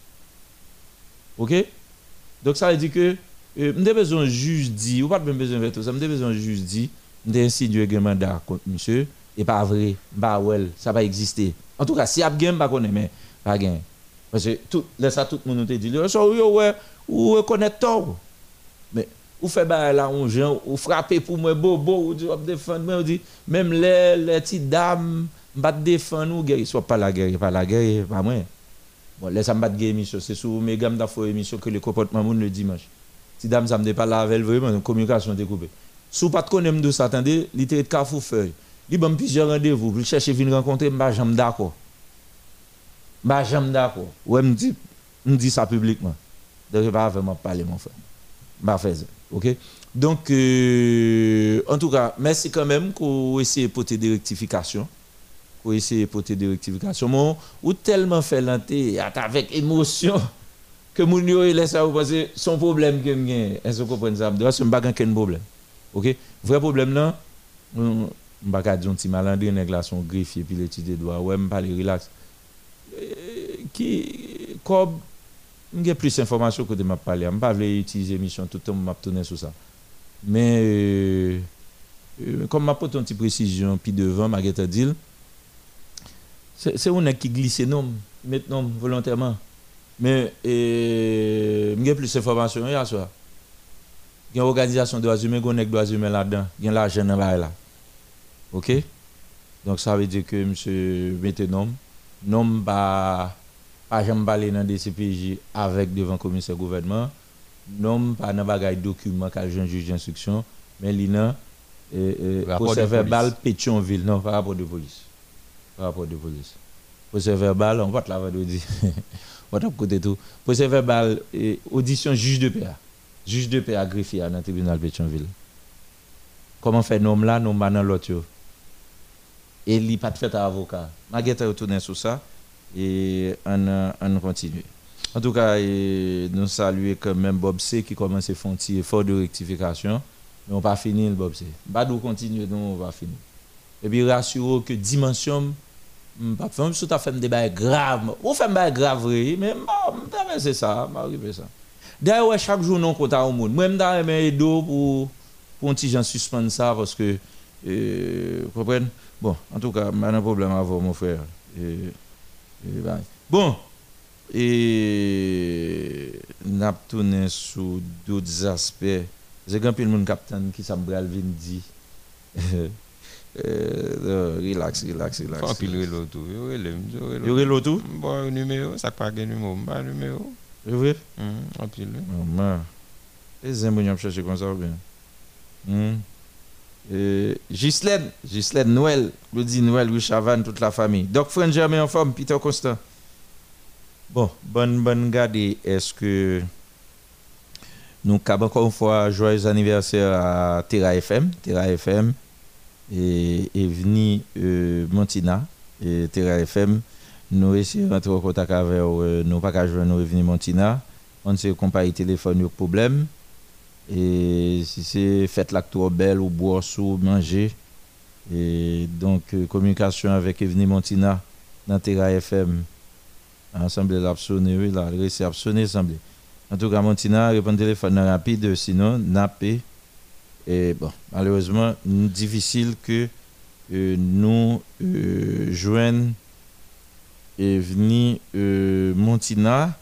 OK donc ça veut dire que m'dé besoin juge dit ou pas même besoin faire tout ça m'dé besoin juge dit m'dé insinuer que mandat contre monsieur et pas vrai bah ouais ça va exister en tout cas si a game pas connaît mais pas gain Parce que tout, laisse ça tout le monde te dit, ouais, ou reconnaître tort. Mais, ou fait bah là, on gens, ou frapper pour moi, bobo, ou dit, ou défendre moi, ou dit, même les, les petites dames, m'bat défendre ou guerre, soit pas la guerre, pas la guerre, pas moi. Bon, laisse ça m'bat guerre émission, c'est sur mes gammes d'affaires émission que le comportement moun le dimanche. Si dame ça me pas la avec vraiment, communication découpée. Sous pas de connaître de ça, attendez, littéraire de Carrefour feuille. Il bon plusieurs rendez-vous, il cherche venir rencontrer, m'ba jamais d'accord. M'ba jamais d'accord. Ouais, me dit me dit ça publiquement. Donc je pas vraiment parler mon frère. M'ba faire ça. OK? Donc euh, en tout cas, merci quand même qu'on essaie de porter des rectifications. Qu'on essaie de porter des rectifications. Mon ou tellement fait lanter avec émotion que moun yo laisse ça parce que son problème que m'gain, est-ce que vous comprenez ça? Parce que m'ba gagne problème. OK? Vrai problème là, m'ba ka di un petit malandré nèg là son greffier puis l'étude droit. Ouais, m'pa parler relax. Qui comme j'ai plus d'informations que de m'a parler, m'pa vle utiliser mission tout le temps m'a tourner sur ça. Mais euh, euh, comme m'a porté une petite précision puis devant m'a geta dit c'est c'est on qui glisse non maintenant volontairement. Mais euh, j'ai plus d'informations hier soir. Il y a une organisation de droits humains, il y a des droits humains là-dedans, il y a l'argent là. OK? Donc ça veut dire que monsieur mette nom, nom pas pas jamais parler dans des C P J avec devant commissaire gouvernement, nom pas dans bagage document qu'a jeune juge d'instruction, mais l'ina euh procès verbal Pétionville, non, par rapport de police. Par rapport de police. Procès verbal, on va te la vendredi. On va côté tout. Procès verbal audition juge de paix. Juge de paix à greffier dans le tribunal Pétionville. Comment faire nom là, nom dans l'autre. Et il pas de fait à avocat. Maguette retourner sur ça et on on continue. En tout cas, et, nous saluons quand même Bob C qui commence à faire un petit effort de rectification. Mais on pas fini le Bob C. Badou continue, nous on va finir. Et puis rassurez que dimension pas faire tout à fait un débat grave. On fait un débat grave mais c'est ça, m'arrive ça. D'ailleurs chaque jour non compte au monde. Moi même dans mes dos pour pour un petit gens suspendre ça parce que euh, vous comprenez. Bon, en tout cas, pas de problème à vous mon frère. Et, et ben, bon, et n'a tourné sur d'autres aspects. J'ai grand pile monde capitaine qui ça me vient dit. Euh, relax, relax, relax. Faut pile relo tout. Yo relo, yo relo tout. Bon numéro, ça pas gain numéro, pas numéro. C'est vrai? Hum, en pile. Oh man. Les amis on chercher comme ça ou bien. Hum. Euh Gislaine, Gislaine Noël, Claudie Noël, Louis Chavannes, toute la famille. Doc Franck Germain en forme, Peter Constant. Bon, bonne bonne garder. Est-ce que nous avons encore une fois joyeux anniversaire à Terra F M, Terra F M. Et est venu euh, Montina et Terra F M nous essayons de rentrer en contact avec euh, nous pas joindre nous venu Montina on s'est compagnie téléphone au problème et si c'est fête l'acte belle ou boire ou manger et donc euh, communication avec Evni Montina dans Terra F M ensemble l'a sonné oui là réussi à sonner semblé en tout cas Montina répond téléphone rapide sinon nappé. Et bon, malheureusement, difficile que euh, nous euh, joignent et venir euh, Montina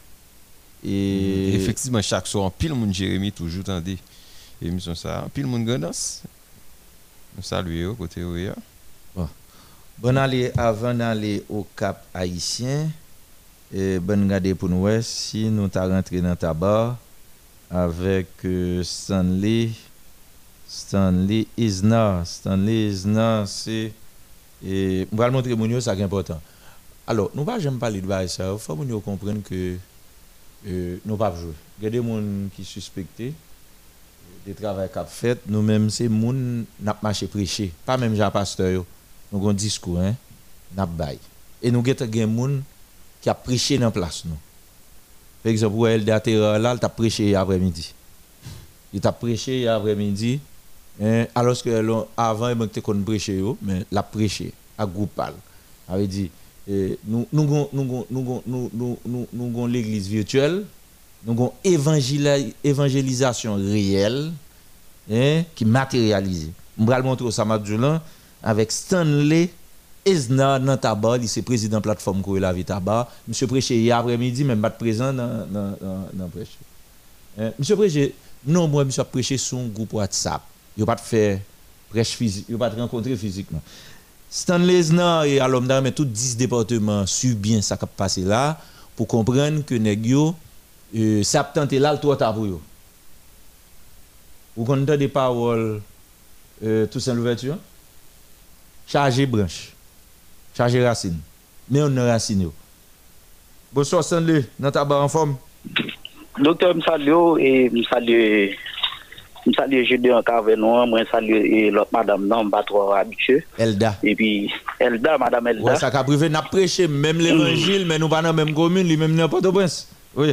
et effectivement chaque soir pile monde Jérémy toujours tendé émission ça pile monde grandance. Nous saluons côté Oya. Bon. Bon aller avant d'aller au Cap haïtien et bonne garder pour nous si nous t'a rentré dans ta barre avec euh, Stanley Stanley Isna, Stanley Isna, c'est et on va le montrer mon ça qui est important. Alors, nous pas jamais parler de ça, il faut que nous comprenions que euh, nous pas jouer. Il y a des gens qui suspectés des travail qu'a fait, nous même c'est moun n'a marché prêcher, pas même Jean pasteur, nous avons un discours hein, n'a bail. Et nous avons des gens qui a prêché dans place nous. Par exemple, elle d'Atera là, il a prêché après-midi. Il a prêché après-midi. Hein, alors que avant il était qu'on prêcher mais la prêcher à groupal avait dit nous nous nous nous nous nous nous nous nous l'église virtuelle nous avons évangélisation réelle hein qui matérialisée on va le montrer au Samadjoulan avec Stanley Ezna dans tabac, il c'est président plateforme Kouré la vie tabac. Monsieur prêché hier après-midi même pas présent dans dans dans, dans prêche. Euh, monsieur prêché non moi monsieur prêché sur un groupe WhatsApp. Il pas faire prêche physique, il pas rencontrer physiquement. Stanley Ezna et Alomda mais tous dix départements suivent bien ça qui passé là pour comprendre que nèg yo euh, ça tenté là le trois ta pour yo. Vous connaissez des paroles euh, tout sans l'ouverture? Charger branche, charger racine. Mais on a racine. Bonsoir Stanley, dans ta barre en forme. Docteur Msalio et Msalio Msalio Gédéon Carvenon, moi salue l'autre madame non pas trop habitué. Elda. Et puis Elda, madame Elda. Ouais, ça qu'a privé n'a prêché même l'évangile mais nous pas dans même commune, lui même n'importe où prince. Oui.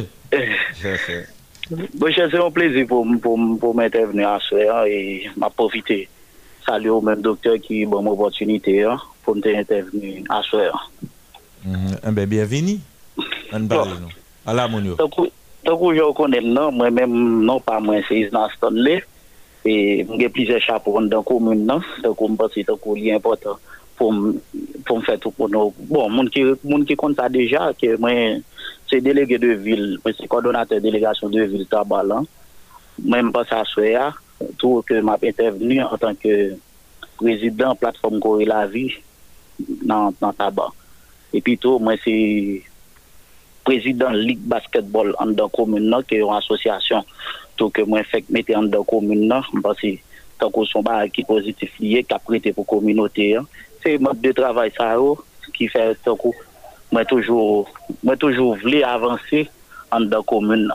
Bon, c'est un plaisir pour pour pour m'intervenir à ce et m'a profité. Salut au même docteur qui bon opportunité hein, pour m'intervenir à ce soir. Un ben bienvenue. On parle nous. Ala mon yo. Donc donc je connais non moi même non pas moi c'est Isna Stanley et j'ai plusieurs chapeaux dans commune non donc on pense c'est un lien important pour pour faire tout pour nous. Bon monde qui monde qui compte ça déjà que moi c'est délégué de ville, moi c'est coordonnateur délégation de ville Tabalan. Même pas ça soir tout que m'a intervenu en tant que président plateforme Kouré la vie dans dans tabac et puis tout moi c'est président ligue basketball en dans commune qui est une association tout que moi fait mettre en dans commune parce que tant qu'on sont pas qui positif lié qui a prêté pour communauté c'est mode de travail ça qui fait tant qu'on moi toujours moi toujours voulu avancer en dans commune.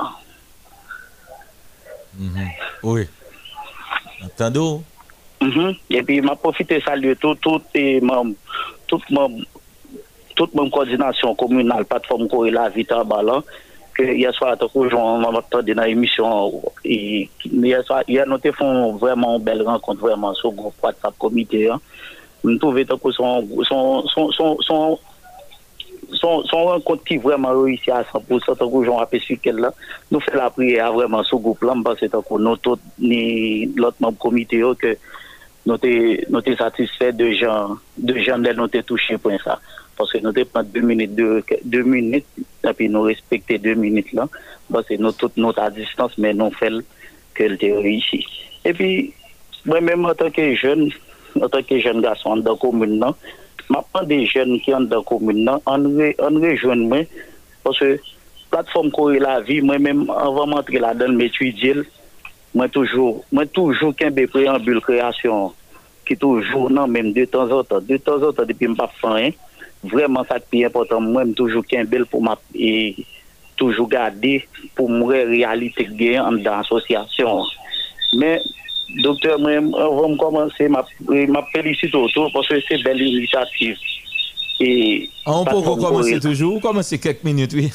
Mm-hmm. Oui. Attendons. Mm-hmm. Et puis m'a profité saluer tout tout et membres tout membres toute mon coordination communale plateforme Kouré la vie Tabalan que hier soir on m'a entendu dans l'émission et hier soir hier nous font vraiment une belle rencontre vraiment sur groupe WhatsApp comité hein. Nous trouvons que son son son son son son son rencontre qui vraiment réussi à cent pour cent que j'en rappelle sur qu'elle là nous fait la prière vraiment sur groupe là parce que nous tous ni l'autre membre comité que nous t'es nous t'es satisfait de gens de gens nous t'es touché pour ça parce que nous t'es prendre deux minutes deux deux minutes et puis nous respecter deux minutes là parce que nous toute notre à distance mais nous fait que elle t'est réussi et puis moi même en tant que jeune en tant que jeune garçon dans commune là m'apprend des jeunes qui sont dans la commune là on on rejoint moi parce que plateforme Kouré la vie moi même avant m'entrer là-dedans m'étudier moi toujours moi toujours qu'un préambule création qui toujours non même de temps en temps de temps en temps depuis me pas faire vraiment ça qui est important moi toujours qu'un bel pour ma et toujours garder pour moi réalité gain dans l'association mais docteur moi avant de commencer m'a m'a félicite autour parce que c'est belle initiative et on peut commencer toujours commencer quelques minutes oui.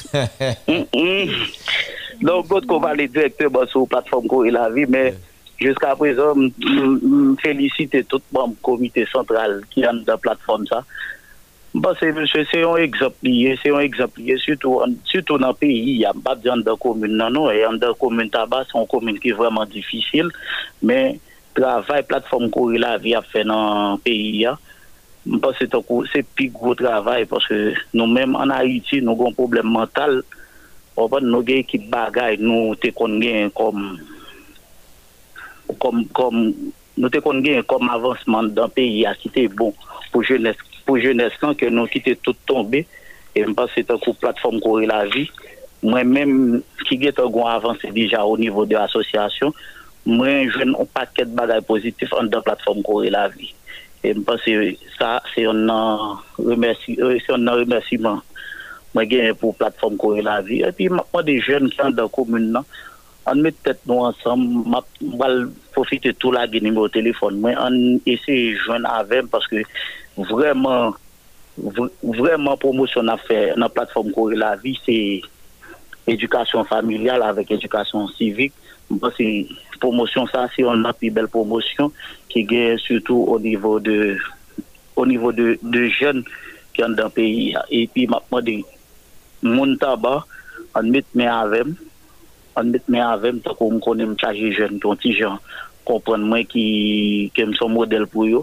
Donc d'autres qu'on va aller directement sur plateforme Kouré la vie mais jusqu'à présent féliciter tout le comité central qui est dans la plateforme ça. Bah c'est monsieur c'est un exemple c'est un exemple surtout surtout dans le pays il y a pas dans la commune non non et dans la commune tabac c'est une commune qui est vraiment difficile mais travail plateforme Kouré la vie a fait dans le pays là parce que c'est plus gros travail parce que nous même en Haïti nous avons un problème mental on va nous gagner qui bagaille nous te connait comme comme comme nous te connait comme avancement dans le pays à qui était bon pour jeunesse pour jeunesse que nous quitter tout tomber et me passer tant que plateforme Kouré la vie moi même qui est un avancé déjà au niveau de l'association moi je un paquet de bagages positifs en dans plateforme Kouré la vie et me passer ça c'est un remercie c'est un remerciement moi gagne pour plateforme Kouré la vie et puis moi des jeunes qui sont dans la commune là on met tête nous ensemble on va profiter tout la numéro au téléphone moi on essaie joindre avec parce que vraiment vraiment promotion à faire dans la plateforme Kouré la vie c'est éducation familiale avec éducation civique parce que promotion ça c'est une plus belle promotion qui gagne surtout au niveau de au niveau de de jeunes qui sont dans le pays et puis maintenant des mon tabac on met mais avec on met mais avec tant qu'on connaît charger jeune ton petit gens comprendre moi qui qui son modèle pour eux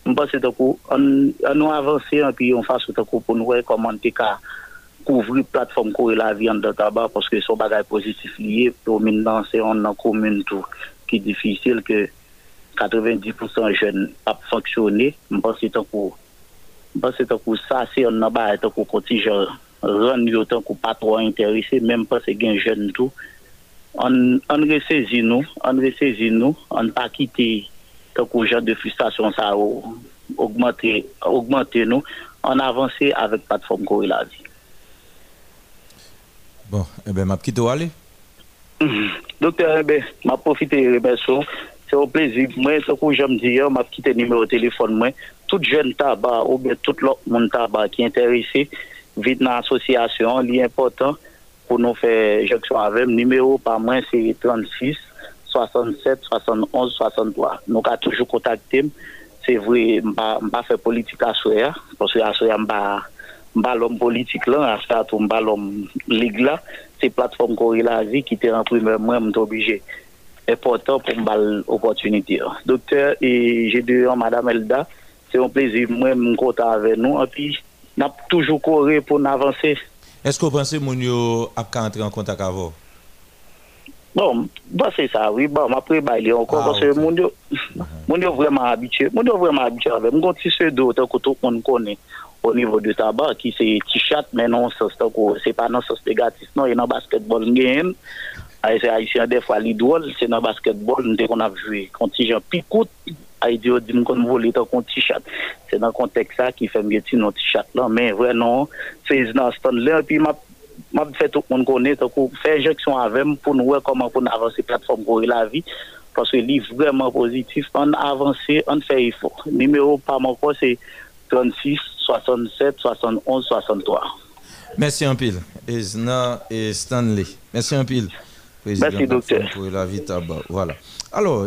Je pense que on nous avancer et puis on fasse tout pour nous voir comment on peut couvrir la plateforme Corée la vie en de tabac parce que son bagage positif lié pour maintenant c'est en commune tout qui est difficile que quatre-vingt-dix pour cent jeunes pas fonctionner. Je pense que pour parce que pour ça c'est on a pas être pour contingent rendre autant qu'on pas trop intéressé même parce que gain jeune tout on on ressaisi nous on ressaisi nous on pas quitter tant que genre de frustration ça augmenter augmenter nous on avancer avec plateforme Corée la vie. Bon, eh ben m'a quitté aller. Docteur, eh ben m'a profité remercier. C'est un plaisir. Moi, ce que j'aime dire, m'a quitté numéro de téléphone moi. Tout jeune tabac ou bien tout l'autre monde tabac qui est intéressé, vite dans l'association, l'important pour nous faire jonction avec numéro par moi c'est trente-six soixante-sept soixante-onze soixante-trois. Nous avons toujours contacté. C'est vrai, je ne pas faire politique à soi, parce que à soi, je ne pas l'homme politique là, à ça, je ne pas l'homme ligue là. C'est plateforme Corée la vie qui était en premier, moi, je suis obligé. Important pour me l'opportunité. Docteur, et j'ai dit à Madame Elda, c'est un plaisir, moi, je suis content avec nous, et puis, nous avons toujours couru pour nous avancer. Est-ce que vous pensez que vous avez entrer en contact avec vous? Bon, bah c'est ça, oui. Bon, après, bah, il est encore, ah, parce que mon Dieu, mon Dieu vraiment habitué. Mon Dieu vraiment habitué avec. Mon petit peu d'autres que tout le monde connaît au niveau du tabac, qui c'est t-shirt, mais non, c'est pas non sens négatif. Non, il y a un basketball game. C'est haïtien, des fois, l'idole, c'est dans basketball, dès qu'on a joué. Contingent picoute, Haïtien, dit qu'on voulait ton t-shirt. C'est dans le contexte ça qui fait mieux nos t-shirt là. Mais vraiment, c'est dans ce temps-là, puis ma m'a fait tout le monde connaître pour faire injection avec pour nous voir comment on avancer plateforme pour la vie parce que livre vraiment positif on avancer on fait effort numéro par mon quoi c'est trente-six soixante-sept soixante-onze soixante-trois. Merci un pile Esna et Stanley. Merci un pile président. Merci docteur pour la vie tabac. Voilà. Alors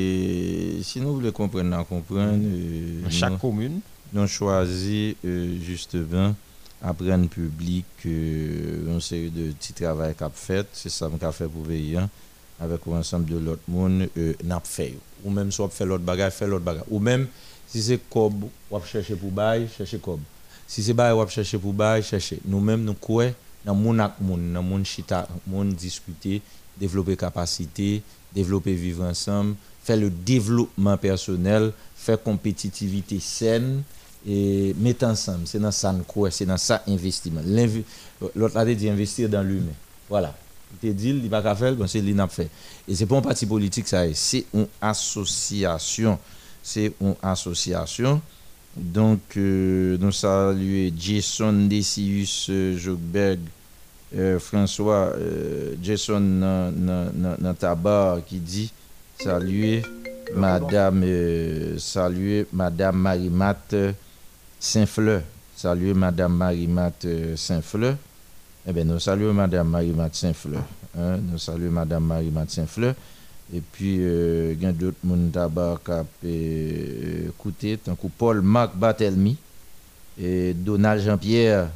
et si nous voulons comprendre comprendre euh, chaque nous, commune nous choisi euh, justement apprendre public euh, une série de petits travaux qu'a fait c'est ça qu'a fait pour veiller avec l'ensemble de l'autre monde euh, n'a fait ou même soit faire l'autre bagage faire l'autre bagage ou même si c'est cob ou chercher pour bail chercher cob si c'est bail ou chercher pour bail chercher nous même nous quoi dans monde ak monde dans monde chita monde discuter développer capacité développer vivre ensemble faire le développement personnel faire compétitivité saine et mettre ensemble c'est dans ça quoi c'est dans ça investissement l'autre a dit investir dans l'humain voilà il te dit il pas qu'à faire bon c'est l'I N A P fait et c'est pas un parti politique ça c'est une association c'est une association donc euh, nous saluons Jason Decius euh, Jogberg euh, François euh, Jason dans tabac qui dit saluer madame euh, saluer madame Marimat Saint-Fleur, saluer madame Marimat euh, Saint-Fleur. Eh bien, nous saluons madame Marimat Saint-Fleur. Hein? Nous saluons madame Marimat Saint-Fleur. Et puis, euh, il y a d'autres monde tabac qui ont écouté, tant que Paul Marc Barthelmy, et Donald Jean-Pierre,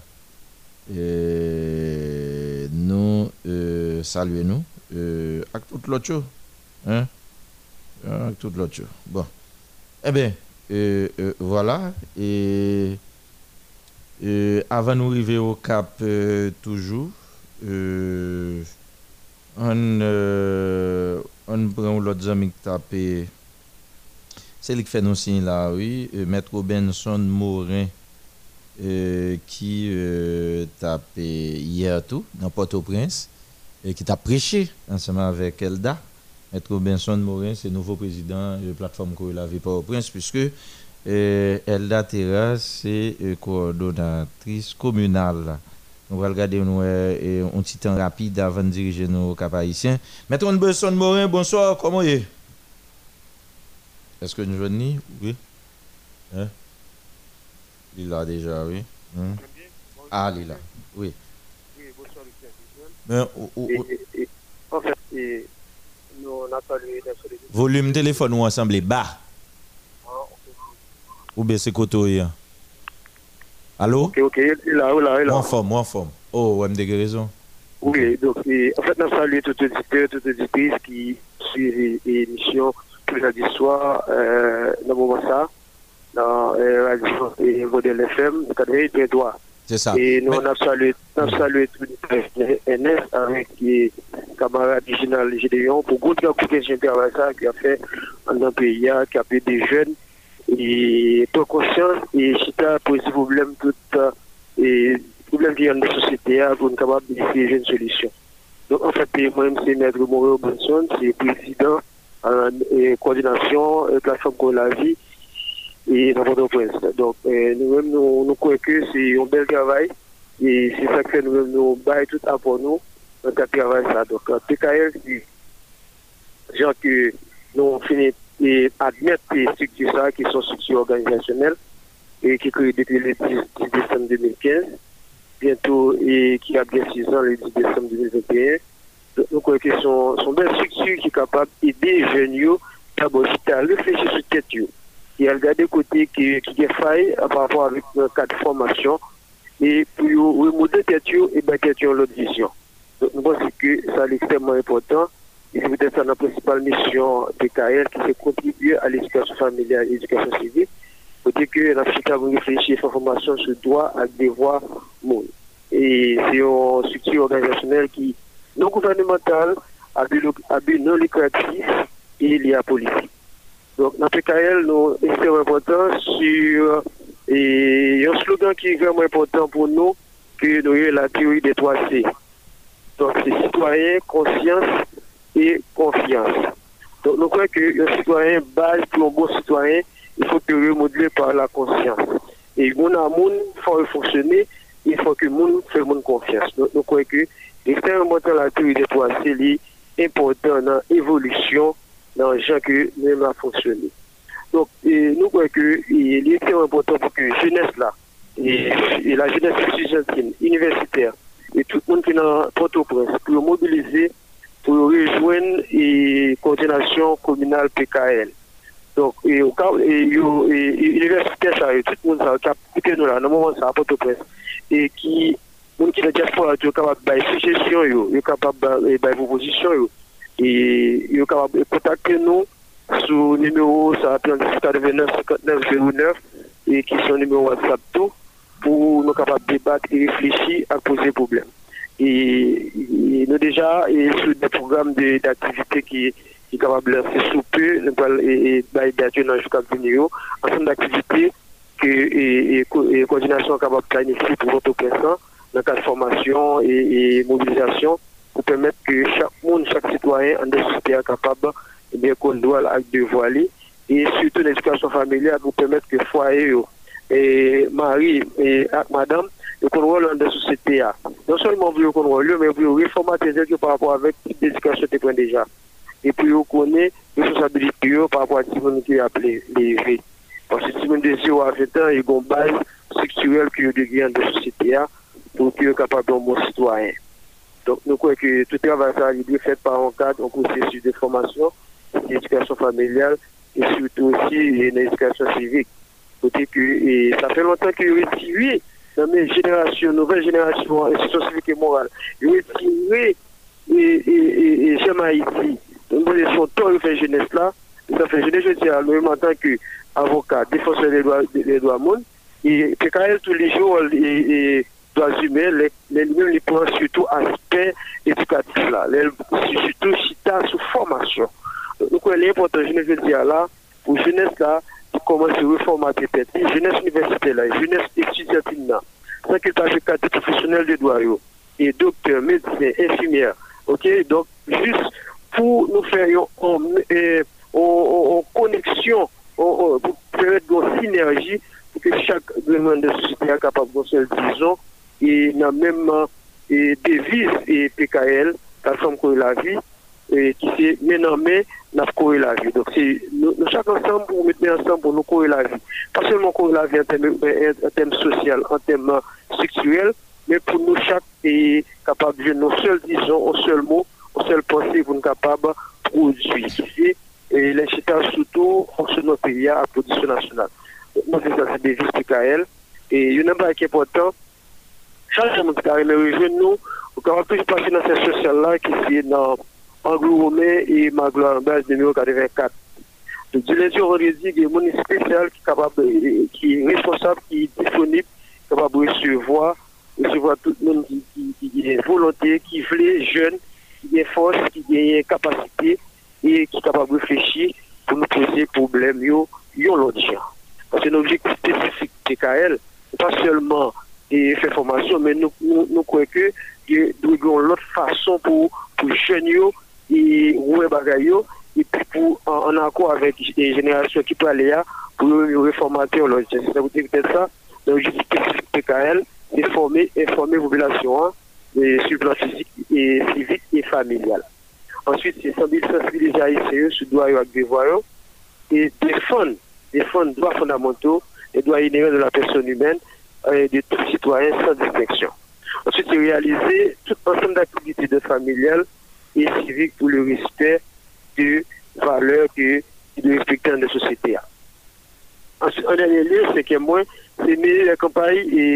et nous euh, saluons nous, euh, avec toute l'autre chose. Hein? Avec toute l'autre chose. Bon. Eh bien, Euh, euh, voilà et euh, avant de nous arriver au cap euh, toujours euh, on euh, on prend l'autre ami qui tape c'est lui qui fait nos signes là oui euh, maître Benson Morin euh, qui euh, tape hier tout dans Port-au-Prince et qui t'a prêché ensemble avec Elda. Maître Benson Morin, c'est le nouveau président de la plateforme Corée la vie Port-au-Prince, puisque euh, Elda Terra, c'est euh, coordonnatrice communale. On va regarder nous, euh, un petit temps rapide avant de diriger nos cap haïtiens. Maître Benson Morin, bonsoir, comment est-ce? Est-ce que nous venons? Oui. Hein? Il est là déjà, oui. Hein? Ah, il est là, oui. Oui, bonsoir, Mais, oh, oh, oh. Et, et, en fait, et, nous, on a parlé de volume téléphone ou ensemble bas. Ah, okay. Ou bien c'est côté. Allô? Ok, ok, il est là, il est là. Moi en forme, moi en forme. Oh, vous avez raison. Oui, donc, et, en fait, nous saluons tout auditeur, toute auditrice qui suit l'émission tous les lundis soir, euh, dans le moment ça. dans la radio et modèle F M, des droits. C'est ça. Et nous, Mais... on a salué, on a salué tout le N S avec les camarades Général Gédéon pour beaucoup de travail ça qui a fait dans un pays, qui a fait des jeunes et pas conscience et chita pour ce problème tout et problème qui est dans la société pour nous capable de décider une solution. Donc en fait, moi-même c'est Maître Moreau Benson, c'est président et coordination et plateforme pour la vie et dans votre prince. Donc nous-mêmes nous, nous croyons que c'est un bel travail et c'est ça que nous-mêmes nous baillons tout à pour nous dans le travail ça. Donc P K L c'est gens que nous finissons et admettre les structures ça, qui sont structures organisationnelles et qui créent depuis le dix décembre deux mille quinze, bientôt et qui a bien six ans le dix décembre deux mille vingt et un. Donc, nous croyons que sont, sont belles structures qui sont capables d'aider les jeunes d'abord à réfléchir sur tête et à regarder côté qui qui est faille par rapport avec le cadre de formation et pour remonter tête et bâtir l'autre vision. Donc nous pensons que ça est extrêmement important. Et c'est peut-être ça notre principale mission de P K L qui c'est contribuer à l'éducation familiale et l'éducation civique. Peut-être que l'Afrique a réfléchi à la formation sur droit à devoir monde. Et c'est une structure organisationnelle qui non gouvernementale, à but non lucratif et lié à politique. Donc dans P K L, nous c'est extrêmement important sur et un slogan qui est vraiment important pour nous, que nous avons la théorie des trois C. Donc c'est citoyen, conscience et confiance. Donc nous croyons qu'un citoyen base pour un bon citoyen, il faut que remodeler par la conscience. Et mon amour, il faut fonctionner, il faut que le monde fasse mon confiance. Donc nous croyons que l'extrêmement important la théorie des trois C est important dans l'évolution dans les gens que nous avons fonctionné. Donc et nous croyons que il est extrêmement important pour que la jeunesse là, et, et la jeunesse étudiantine, universitaire, et tout le monde qui est dans Port-au-Prince, pour mobiliser pour rejoindre la coordination communale P K L. Donc, et au cas où l'université, tout le monde qui a écouté nous là, dans le moment ça, à Port-au-Prince, et qui, monde qui est diaspora, est capable de faire suggestions, est capable de faire propositions, et est capable de contacter nous sur le numéro trente-six quatre-vingt-neuf cinquante-neuf zéro neuf, et qui sont numéro WhatsApp tout, pour nous capables de débattre et réfléchir à poser problème. Et, et nous déjà et sur des programmes d'activité qui qui capable de lancer sous peu et et dans le jour qui vient ensemble d'activités que et, et, et coordination capable de planifier pour votre présent dans le cadre de formation et, et mobilisation pour permettre que chaque monde, chaque citoyen en des sociétés est capable de bien qu'on doit l'acte de voiler et surtout l'éducation familiale pour permettre que foyer et mari et madame le contrôle dans la société. Non seulement vous le contrôle, mais vous réformater par rapport avec l'éducation que vous déjà. Et puis vous connaissez les responsabilités par rapport à ce qui est appelé les V. Parce que si vous avez zéro à vingt ans, il y a une base structurelle qui est de la société pour qu'il soit capable de bon citoyen. Donc nous croyons que tout travail ça est fait par un cadre, un processus de formation, d'éducation familiale et surtout aussi l'éducation civique. Et ça fait longtemps qu'il est retiré dans mes générations, nouvelles générations, institutions civiques et morales. Il est retiré et j'aime Haïti. Donc, son temps de faire jeunesse là, ça fait jeunesse, je dis à lui en tant qu'avocat, défenseur des droits des droits monde, et P K L tous les jours, et droits humains, les les prend surtout aspect éducatif là, surtout chita sous formation. Donc, il est important, je veux dire là, pour jeunesse là, comment se reformater tête, jeunesse universitaire là, jeunesse étudiantine là, sans qu'il passe le cadre professionnel de droit, et docteur, médecin, infirmière, ok, donc juste pour nous faire une connexion, pour permettre une synergie, pour que chaque demande de société soit capable de faire, disons, et dans même devise et P K L, plateforme pour la vie, et qui s'est maintenant mais n'a courir la vie. Donc c'est nous, nous chaque ensemble pour mettre ensemble pour nous courir la vie. Pas seulement courir la vie en termes en termes social, en termes structurels, mais pour nous chaque est capable de nos seuls disons, un seul mot, un seul pensée pour nous capable de produire. Et les chita surtout sur notre pays à production nationale. Donc c'est ça, c'est des vis P K L. Et il y a un pas qui est important. Chaque monde qui a rejoint nous, on capable plus passer dans cette sociale là qui est dans Anglo-Romain et Magloire en base numéro quatre-vingt-quatre. Donc, du lundi au vendredi, il y a un monde spécial qui est capable, qui est responsable, qui est disponible, capable de recevoir, recevoir tout le monde qui, qui, qui est volonté, qui veut, jeune, qui a force, qui a capacité et qui est capable de réfléchir pour nous poser problème yo yo l'autre. Parce que l'objectif spécifique de P K L, pas seulement et faire formation, mais nous nous, nous croyons que nous avons l'autre façon pour pour jeunes yo et ouais bagayo et puis pour en, en accord avec les générations qui peuvent aller là pour reformater l'autre. Ça vous dit peut-être ça. L'objectif spécifique de P K L, c'est former et former la population hein, et sur le plan physique et civique et familial. Ensuite, c'est sensibiliser les Haïtiens sur les droits et devoirs et défendre, défendre les droits fondamentaux, les droits inhérents de la personne humaine et de tout citoyen sans distinction. Ensuite, c'est réaliser tout ensemble d'activités de familiales et civiques pour le respect de valeurs et de respecter dans la société. Ensuite, en dernier lieu, c'est que moi, c'est mener la campagne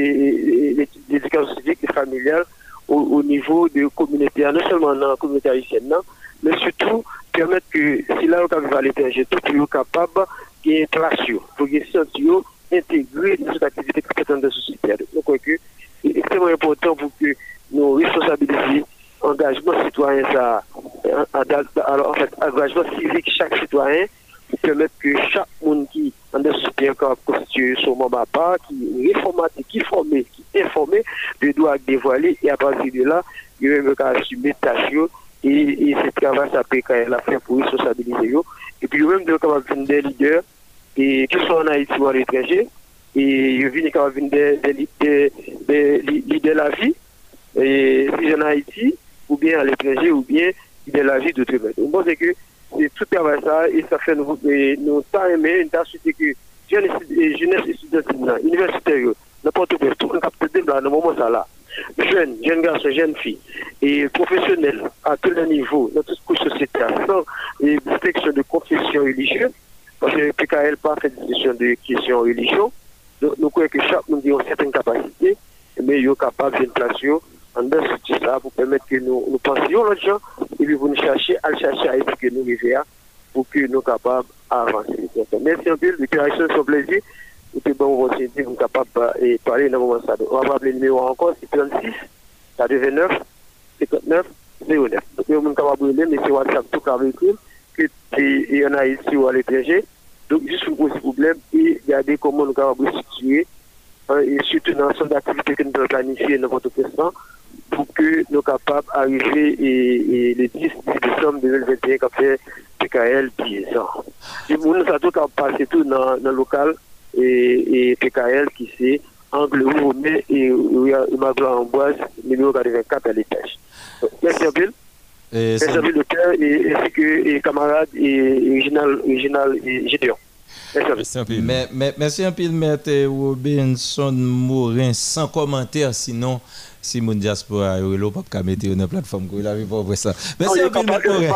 et l'éducation civique et familiale Au, au niveau de la communauté, non seulement dans la communauté haïtienne, non, mais surtout permettre que si là on va à l'étranger, tout le monde capable de gagner place, pour que les intégrer dans cette activité de la société. Donc, je crois que c'est extrêmement important pour que nous responsabilisions l'engagement citoyen, ça, alors en fait, engagement civique chaque citoyen, pour permettre que chaque monde qui dans la société constitue son membre à part, qui est reformaté, qui est formé, qui est informé, de doit dévoiler et à partir de là, il va même assumer tâche et, et ce travail ça peut quand la fait pour responsabiliser yo. Et puis même de capable venir des leaders et qui sont en Haïti ou à l'étranger et il vient capable venir des des des leaders de la vie et si en Haïti ou bien à l'étranger ou bien de la vie de tout le monde. Donc c'est que c'est tout travail ça et ça fait nous nous temps aimé une tâche c'est que jeunesse jeunesse étudiante universitaire n'importe quoi tout on capte de là dans moment ça là jeunes jeunes garçons jeunes filles et professionnels à tous les niveaux dans toute couche sociétale sans distinction de confession religieuse parce que P K L pas fait distinction de question religion donc nous croyons que chaque monde a une certaine capacité mais il est capable de placer en dedans de ça pour permettre que nous nous pensions l'autre gens et puis vous nous chercher à chercher à que nous arrivions pour que nous soyons capables d'avancer. Merci un peu, déclaration sur plaisir. Et puis bon, on va aussi dire, nous sommes capables de parler dans le moment ça. On va appeler le numéro encore, c'est trente-six, quatre-vingt-neuf, cinquante-neuf, zéro neuf. Donc nous sommes capables de parler, mais c'est WhatsApp tout carré écrit, que il y en a ici ou à l'étranger. Donc juste pour poser problème et regarder comment nous sommes capables de situer, et surtout dans l'ensemble d'activités que nous avons planifiées dans votre question, pour que nous soyons capables d'arriver et, et les dix décembre deux mille vingt et un qui a fait P K L dix ans. Et nous avons tout passé tout dans le local et, et P K L qui c'est Angle Roumé et Magloire Amboise, numéro quatre-vingt-quatre à l'étage. Merci un peu. Merci un peu le père et ainsi que et camarades et original, original et Gédéon. Merci un peu. Mais, mais, merci un peu, Maître Robinson Morin, sans commentaire, sinon. Si mon diaspora est là, pas mettre dans la plateforme, il a vu pas ça. Merci un peu, Maître Morin. Il y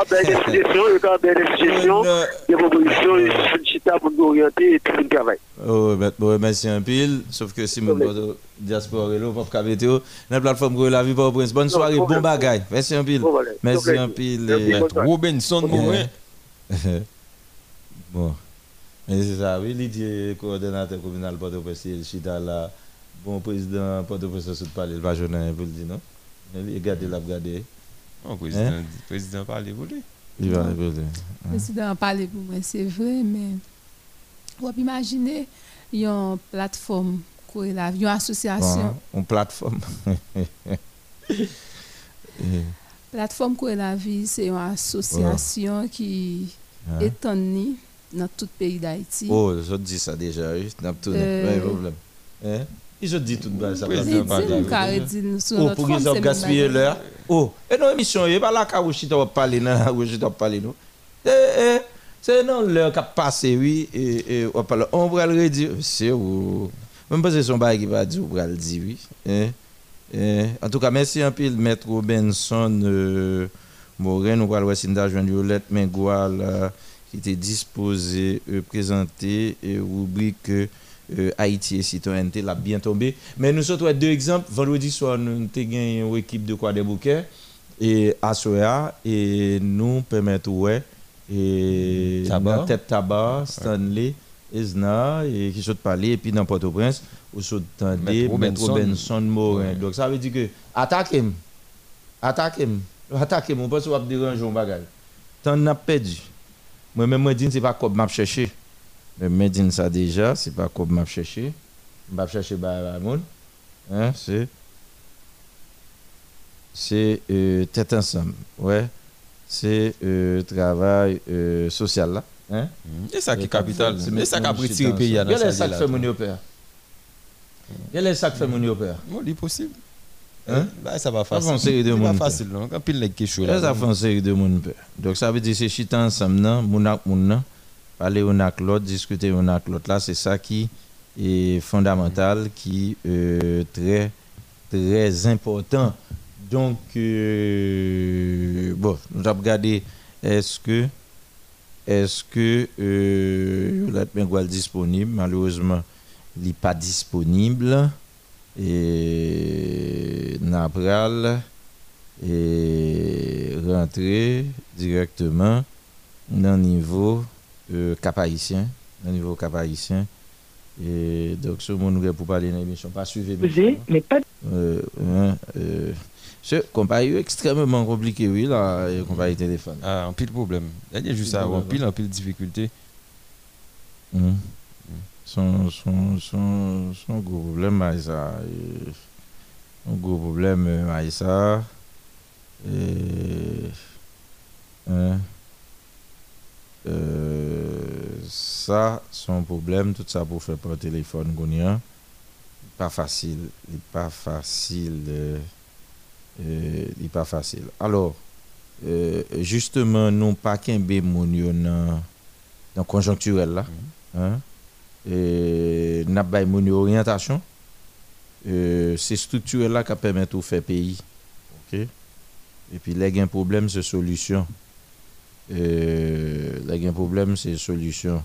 a des suggestions, des propositions, des chita pour nous orienter et tout le travail. Oh, Maître Morin, merci un peu. Sauf que si mon diaspora est là, pas mettre dans la plateforme, il a vu pas Prince. Bonne soirée, bon bagaille. Merci un peu. Merci un peu, Maître Robinson Morin. Bon. Mais c'est ça, oui, il dit coordonnateur communal Port-au-Prince, il chita là. Bon, président Port-au-Prince, il parle, il va jouer un peu, non? Il regarde, il a regardé. Le président, président parle pour lui. Il va parler. Le président parle pour moi, c'est vrai, mais vous pouvez imaginer, il y a une plateforme, il y a une association. Une plateforme. Plateforme que la vie, c'est une association qui est tenue dans tout le pays d'Haïti. Oh, je dis ça déjà, oui, dans tout le problème. Hein? Et je dis tout bas, ça va dire. Oh, pour qu'ils ont gaspillé l'heure. Oh, et non, émission, il n'y a pas la carouche qui t'a parlé, non, qui t'a parlé, non. Eh, c'est non l'heure qui a passé, oui, et on va le redire. C'est où? Même pas c'est son bail qui va dire, on va le dire, oui. En tout cas, merci un peu, Maître Robinson Morin, nous allons voir si nous avons Violette Mengual qui était disposé à présenter une rubrique euh, Haïti et citoyenneté, l'a bien tombé. Mais nous sommes deux exemples. Vendredi soir, nous avons gagné une équipe de quoi des bouquets et à Soya et nous permettons ouais, et dans tête tabac Stanley Ezna et qui sont parlé et puis dans Port-au-Prince ou sont tendé Maître Robinson Morin. Donc ça veut dire que attaquez attaquez attaquez on pense va déranger un bagage. Tant n'a perdu. Moi même moi dis c'est pas comme m'a chercher. Mais me dis ça déjà, c'est pas comme m'a chercher. M'a chercher ba monde. Hein, c'est c'est euh, tête ensemble. Ouais. C'est euh, travail euh, social là. Hein? Et ça qui est capital. C'est ça qui a pris le pays. Quel est ça qui fait mon père? Quel est ça qui fait mon père? Bon, c'est possible. Hein? Bah, ça va facile. C'est pas facile, non? Quand pile quelque chose là. Ça fait une série de mon père. Donc ça veut dire c'est chita ensemble non, mon ak mon parler on ak l'autre, discuter on ak l'autre là, c'est ça qui est fondamental, qui euh, très très important. Donc euh, bon, nous avons regardé est-ce que est-ce que euh, la Bengual disponible, malheureusement il n'est pas disponible et Napral et rentrer directement dans le niveau euh, cap-haïtien, dans le niveau cap-haïtien. Et donc ce monde pour parler dans l'émission pas suivre mais pas euh, hein, euh, ce combat est extrêmement compliqué oui là combat téléphone. Ah, un pile problème. Il y a juste ça, un pile un pile difficulté. Mmh. Mmh. Son son son son gros problème à ça. Un gros problème à ça. Et hein, euh, ça son problème tout ça pour faire par téléphone gonien pas facile il pas facile euh, euh, il pas facile alors euh, justement non pas qu'un bé moun yo dans dans conjoncturel là mm-hmm. hein et n'a bay moun yo orientation euh, c'est structurel là qui permet de faire pays OK et puis les gain problème c'est solution euh les gain problème c'est solution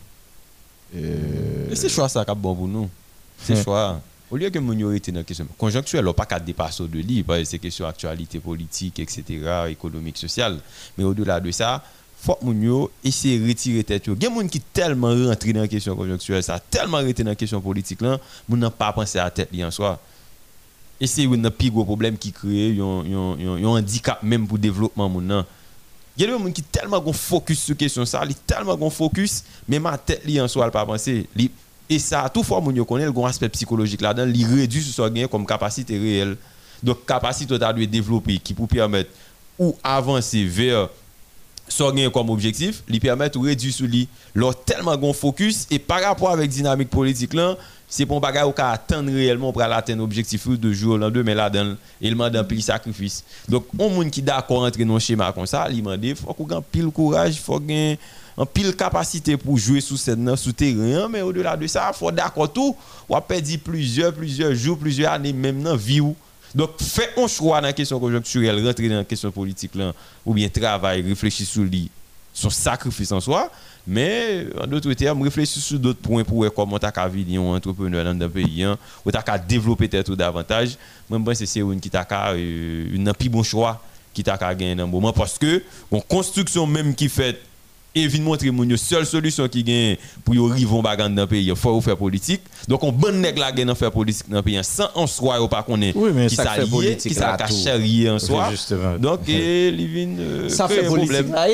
euh et c'est choix ça qui bon pour nous c'est choix au lieu que moun yo était dans question conjoncturel pas qu'à dépasser de lui parce que c'est question actualité politique etc économique sociale mais au-delà de ça faut moun yo essayer retirer tête yo gen moun qui tellement rentré dans question conjoncturelle ça tellement rentré dans question politique là moun n'a pas pensé à tête li en soi et c'est un plus gros problème qui crée un handicap même pour développement moun nan. Il y a des gens qui tellement gon focus sur question ça, li tellement gon focus mais ma tête li en soi elle pas penser. Et ça tout fois moun yo connaît le aspect psychologique là-dedans, li réduit sur ça gain comme capacité réelle. Donc capacité tu doit développer qui pour permettre ou avancer vers ça gain comme objectif, li permettre ou réduire sur lui. Leur tellement gon focus et par rapport avec dynamique politique là c'est pour bagay ou ka attendre réellement pour atteindre objectif de jour au lendemain là dedans et il demande un pile sacrifice. Donc on monde qui d'accord entrer dans un schéma comme ça, il demande faut qu'on gagne pile courage, faut gagne un pile capacité pour jouer sous scène sous terrain mais au-delà de ça, faut d'accord tout, ou a perdu plusieurs plusieurs jours, plusieurs années même dans vie ou. Donc fait un choix dans la question conjoncturelle, rentrer dans la question politique là ou bien travail, réfléchir sur lui, son sacrifice en soi. Mais en d'autres termes, réfléchir sur d'autres points pour voir comment tu as vivre un entrepreneur dans un pays, hein, ou tu as développer tout davantage. Moi, je pense que c'est une qui t'a une plus bon choix qui t'a gagné dans un moment parce que bon construction même qui fait et vient montrer mon seule solution qui gagne pour y arriver bagande dans pays, il faut faire politique. Donc on bonne nèg la gagne dans faire politique dans pays sans en soi ou pas connaît qui ça lié, qui ça caché en soi. Donc il vient ça fait politique là.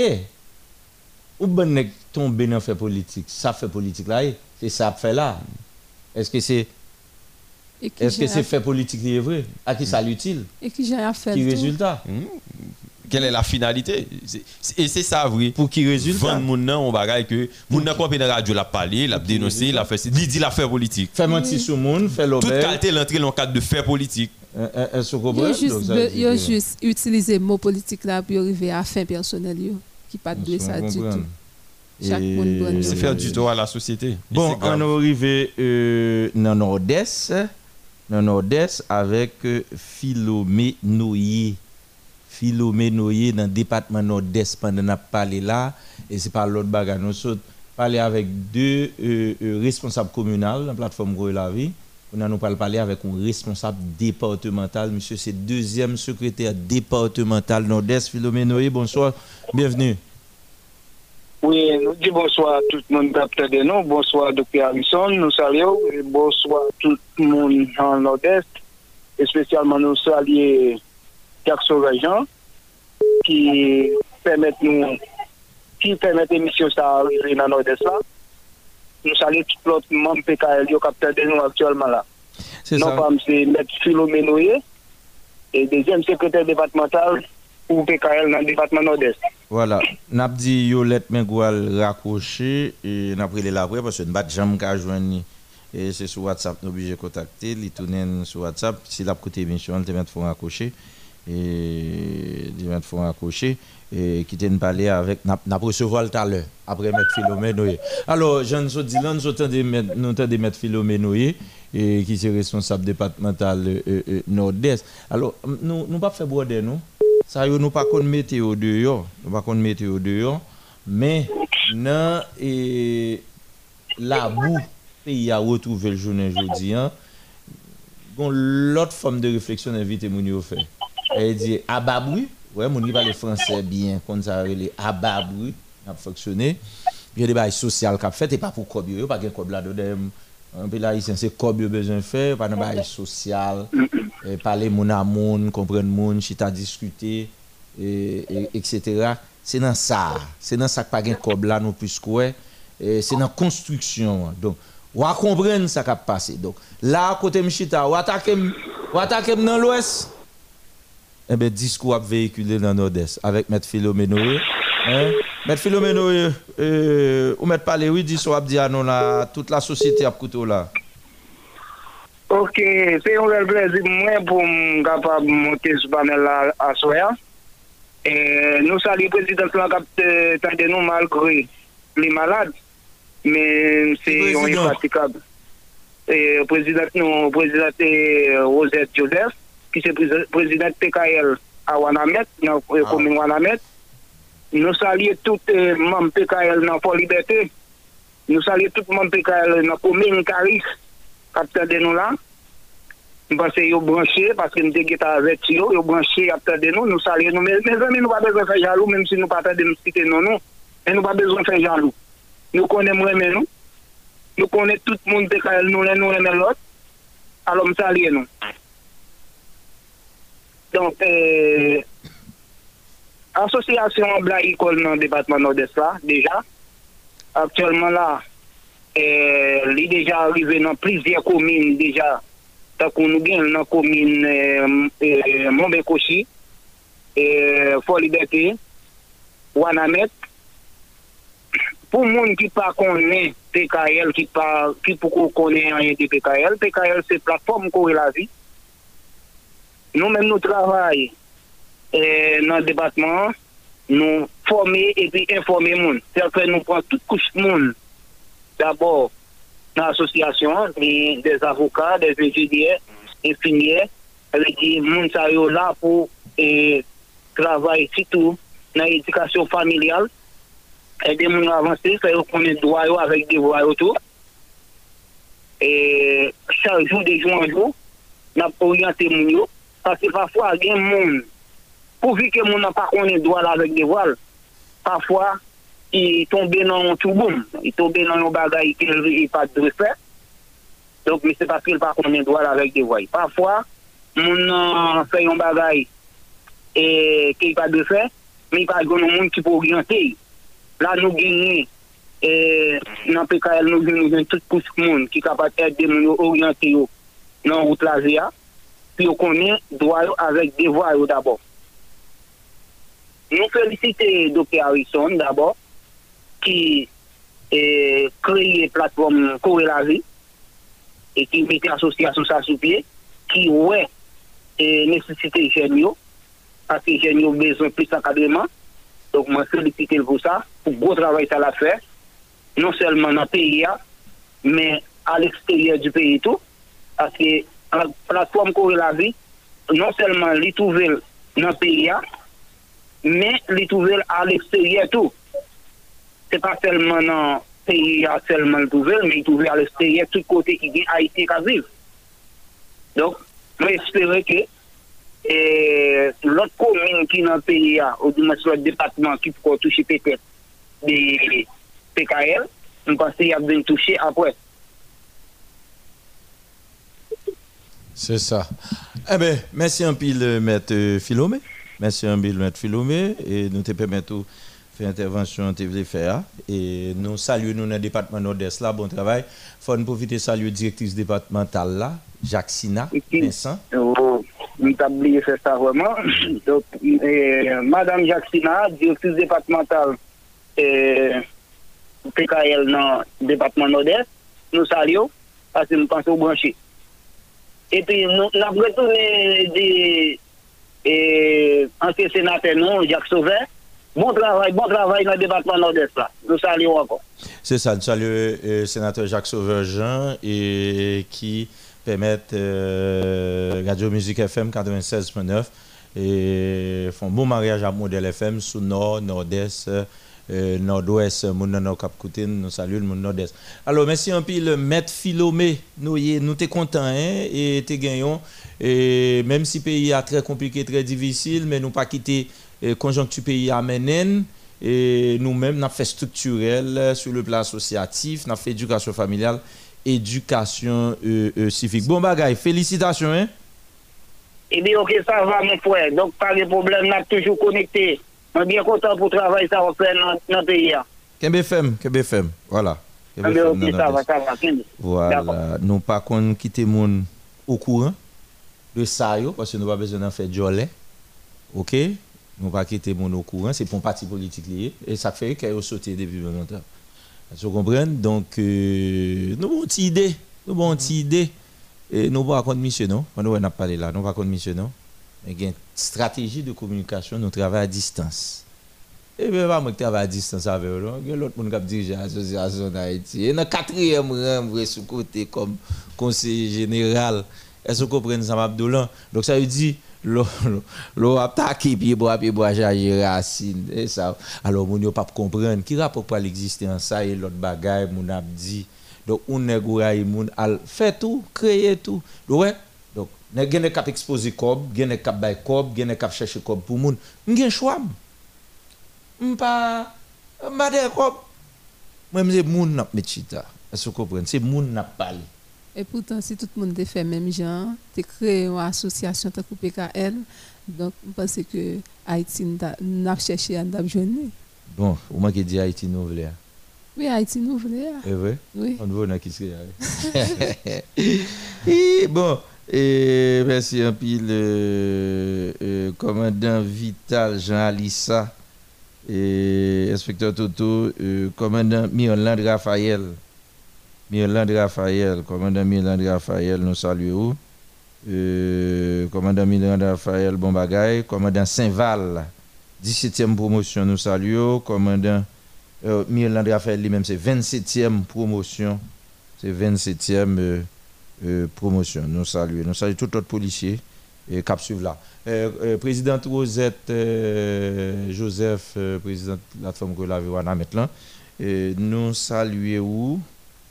Ou bonne nèg tomber dans faire politique, ça fait politique là, c'est ça fait là. Est-ce que c'est est-ce que c'est fait politique qui est vrai? À qui ça l'utile? Et qui j'ai à faire qui résultat? Mmh. Quelle est la finalité? Et c'est ça vrai. Pour qui résultat? Vendre moun nan on bagaille que moun nan campé dans radio l'a parler, l'a dénoncer, l'a fait il dit la faire politique. Faire mentir sur moun, faire l'obé. Toute qualité l'entrée dans le cadre de faire politique. Est-ce que vous comprenez? Il y a juste utiliser mot politique là pour arriver à fin personnel yo qui pas de ça du tout. Chaque monde c'est faire du tort à la société. Bon, on est arrivé euh, dans Nord-Est, dans Nord-Est avec euh, Philomé Noyer. Philomé Noyer dans le département Nord-Est pendant qu'on a parlé là et c'est pas l'autre bagarre nous sommes parlé avec deux euh, euh, responsables communaux la plateforme Gros la vie. On a nous parlé avec un responsable départemental, monsieur c'est deuxième secrétaire départemental Nord-Est Philomé Noyer. Bonsoir, bienvenue. Oui, nous disons bonsoir à tout le monde capteur de nous, bonsoir docteur Harrison, nous saluons, et bonsoir à tout le monde en Nord-Est, et spécialement nous saluons Jacques Sauvageant, qui permet nous, qui permet l'émission ça arriver dans Nord-Est là. Nous saluons tout l'autre membre P K L, le capteur de nous actuellement là. C'est non, ça. pas c'est M. Philomène Noé, et deuxième secrétaire départemental pour P K L dans le département Nord-Est. Voilà, n'a dit Yolette Mengual raccroché et n'a pris les après parce que nous pas jamais qu'à joindre et c'est sur WhatsApp nous obligé contacter, il tourne sur WhatsApp si la côté émission, il te met font raccrocher et il met font raccrocher et qui t'en parler avec n'a n'a recevoir tout à l'heure après mettre Philomène Noé. Alors, Jean so dit là nous entendons mettre nous entendons mettre Philomène Noé et qui est responsable départemental euh, euh, Nord-Est. Alors, nous nous pas faire border nous. Ça yo nous pas connait météo dehors, nous pas connait météo dehors, mais nan et la boue pays a retrouvé le journée aujourd'hui hein. Gon l'autre forme de réflexion invité moun yo fait. Elle dit ababri, ouais moun qui parle français bien, comme ça relé ababri a fonctionné. Il y a des bail social qu'a fait et pas pour cob yo, pas gen cob là dedans. Un peu là ici c'est cob yo besoin faire, pas dans bail social. Et parler mon à mon, comprendre mon, chita discuter et, et etc. C'est dans ça, c'est dans ça que pas gain cob là non plus quoi. Et c'est dans construction. Donc, on va comprendre ça qui a passé. Donc, là côté Mchita, on attaquer on attaquer dans l'ouest. Eh ben discours a véhiculé dans nord-est avec Maître Philomène Noé. Hein? Maître Philomène Noé euh ou Maître parler oui dit so a dit non là toute la société a coûté là. Ok, c'est un réel plaisir moi pour me capable monter ce panel là à soir. Et nous saluons le président de la capitale de nous malgré les malades, mais c'est infatigable. Et le président nous président Rosette Joseph, qui est président de P K L à Wanamet, dans la commune Wanamet. Nous saluons tous les membres P K L dans Port Liberté. Nous saluons tous les membres P K L dans la commune Caris. Capteur de nous là, parce que yo branché, parce que nous sommes avec eux, yo branché capteur de nous, nous saluons nous. Mes amis, nous pas besoin de faire jaloux, même si nous pas de nous citer non, non. Mais nous pas besoin de faire jaloux. Nous connaissons vraiment nous. Nous connaissons tout le monde de nous, nous aimons l'autre. Alors nous saluons nous. Donc, euh, association Bla École dans le département Nord-Est là, déjà, actuellement là, Euh, il est déjà arrivé dans plusieurs communes déjà. Donc nous avons dans la commune euh, euh, Montbekochi, euh, Fort Liberté, Wanamet. Pour les gens qui ne connaissent pas P K L, qui ne qui connaissent rien de P K L, P K L c'est plateforme Courir la vie. Nous-mêmes nous travaillons euh, dans le département, nous former et puis informer les gens. C'est-à-dire que nous prenons toute couche de monde. D'abord, dans l'association, des avocats, des ingénieurs, infirmiers, avec des gens là pour eh, travailler surtout dans l'éducation familiale, aider les gens à avancer, faire connaître droit avec des voies autour. Et chaque jour, de jour en jour, nous avons orienté les gens, parce que parfois, il y a des gens, pourvu que les gens n'ont pas connaître droit avec des voiles, parfois, il tombe dans un tout boum, il tombe dans un bagage qu'il n'a pas de faire. Donc, mais c'est parce qu'il n'a pas qu'on droit avec des voies. Parfois, on fait un bagage et qu'il n'a pas de faire, mais il n'y a pas de monde qui peut orienter. Là, nous gagnons, dans P K L, nous gagnons tout le monde qui est capable d'aider les gens à orienter dans la route là, puis on connaît droit avec des voies d'abord. Nous félicitons le docteur Harrison d'abord, qui a créé la plateforme Courir la vie et qui met l'association ça sur pied, qui ouais nécessité jeunes parce que les jeunes ont besoin plus d'encadrement. Donc, moi, je félicite pour ça, pour le gros travail ça l'a fait, non seulement dans le pays, mais à l'extérieur du pays tout, parce que la plateforme Courir la vie, non seulement les trouver dans le pays, mais les trouver à l'extérieur tout. C'est pas seulement dans le pays seulement le trouver, mais il trouve à l'extérieur tout côté qui est Haïti qui vivre. Donc, j'espère que eh, l'autre commune qui est dans le pays, ou du moins l'autre département qui peut toucher peut-être de P K L, je pense qu'il y a bien touché après. C'est ça. Eh bien, merci un pile, maître Philomé. Merci un pile, maître Philomé. Et nous te permettons de faire intervention, te voulons faire. Et nous saluons nous dans le département nord-est là, bon travail. Il faut nous profiter de saluer la directrice départementale là, Jacques Sina, Vincent. Oh, nous avons oublié faire ça vraiment. Donc, euh, Madame Jacques Sina, directrice départementale euh, P K L dans le département nord-est, nous saluons parce que nous pensons au branché. Et puis, nous avons retourné des anciens sénateurs, non, Jacques Sauveur. Bon travail, bon travail dans le département nord-est là. Nous saluons encore. C'est ça, nous saluons le sénateur Jacques Sauveur-Jean et qui permettent euh, Radio Musique F M quatre-vingt-seize point neuf et font bon mariage à Modèle F M sous Nord, Nord-Est, euh, Nord-Ouest, mon Nord Cap Coutine, nous saluons le Nord-Est. Alors merci un peu le maître Philomé, nous nous t'es content hein, et t'es gagnant et même si le pays est très compliqué, très difficile, mais nous pas quitter la conjoncture pays amène et nous-mêmes nous fait structurel sur le plan associatif, nous fait éducation familiale, éducation euh, euh, civique. Bon bagaille, félicitations hein. Eh bien OK, ça va mon frère. Donc pas de problème, nous sommes toujours connectés. On est bien content pour travailler ça va faire dans le pays. Kembe F M, Kembe F M, voilà. Kembe F M, ça va, ça va. Voilà, nous pas qu'on quitter monde au courant de ça parce que nous pas besoin d'en faire jolet. OK? Nous pas quitter monde au courant, c'est pour un parti politique lié et ça fait qu'il a sauté depuis longtemps. Vous comprenez? Donc euh, nous avons une petite idée, nous avons une petite idée et nous pas contre mission non, on n'a pas parlé là, nous pas contre mission non. Mais il y a une stratégie de communication, nous travaillons à distance. Et bien, pas moi qui travaille à distance avec eux. Il y a l'autre monde qui dirige l'association d'Haïti. Et dans le quatrième rang, sous côté comme conseiller général, est-ce que vous comprenez ça, Abdoulaye? Donc ça veut dire, l'on a attaqué, puis bois, puis bois, j'ai racine. Et ça. Alors, on ne pas comprendre. Qui rapport pour l'existence, ça et l'autre bagaille, mon a dit. Donc, on négocie, on fait tout, créer tout. Ouais. Donc, ne gene kap exposer kob, gene kap bay kob, gene kap chercher kob pour moun. M'gen choix. M'pa m'pa de kob. Moi m'se moun n'a met chita. Est-ce que vous comprenez? C'est moun n'a parlé. Et pourtant si tout le monde fait même genre, tu créé une association de P K L. Donc je pense que Haïti n'a cherché à nous joindre. Bon, au moins qui dit Haïti nous voulons. Oui, Haïti nous voulons. C'est vrai? Oui. On veut dans qui c'est. Et bon, et merci un peu le euh, commandant Vital Jean Alissa et inspecteur Toto, euh, commandant Mirland Raphaël. Mirland Raphaël, commandant Mirland Raphaël, nous saluons. Euh, commandant Mirland Raphaël, bon bagaille. Commandant Saint-Val, dix-septième promotion, nous saluons. Commandant euh, Mirland Raphaël lui-même, c'est vingt-septième promotion. C'est vingt-septième euh, euh, promotion. Nous saluons. Nous saluons tout autre policier et cap suivre là. Euh, euh, présidente Rosette euh, Joseph, euh, président de la plateforme que la Viwana maintenant. Euh, nous saluons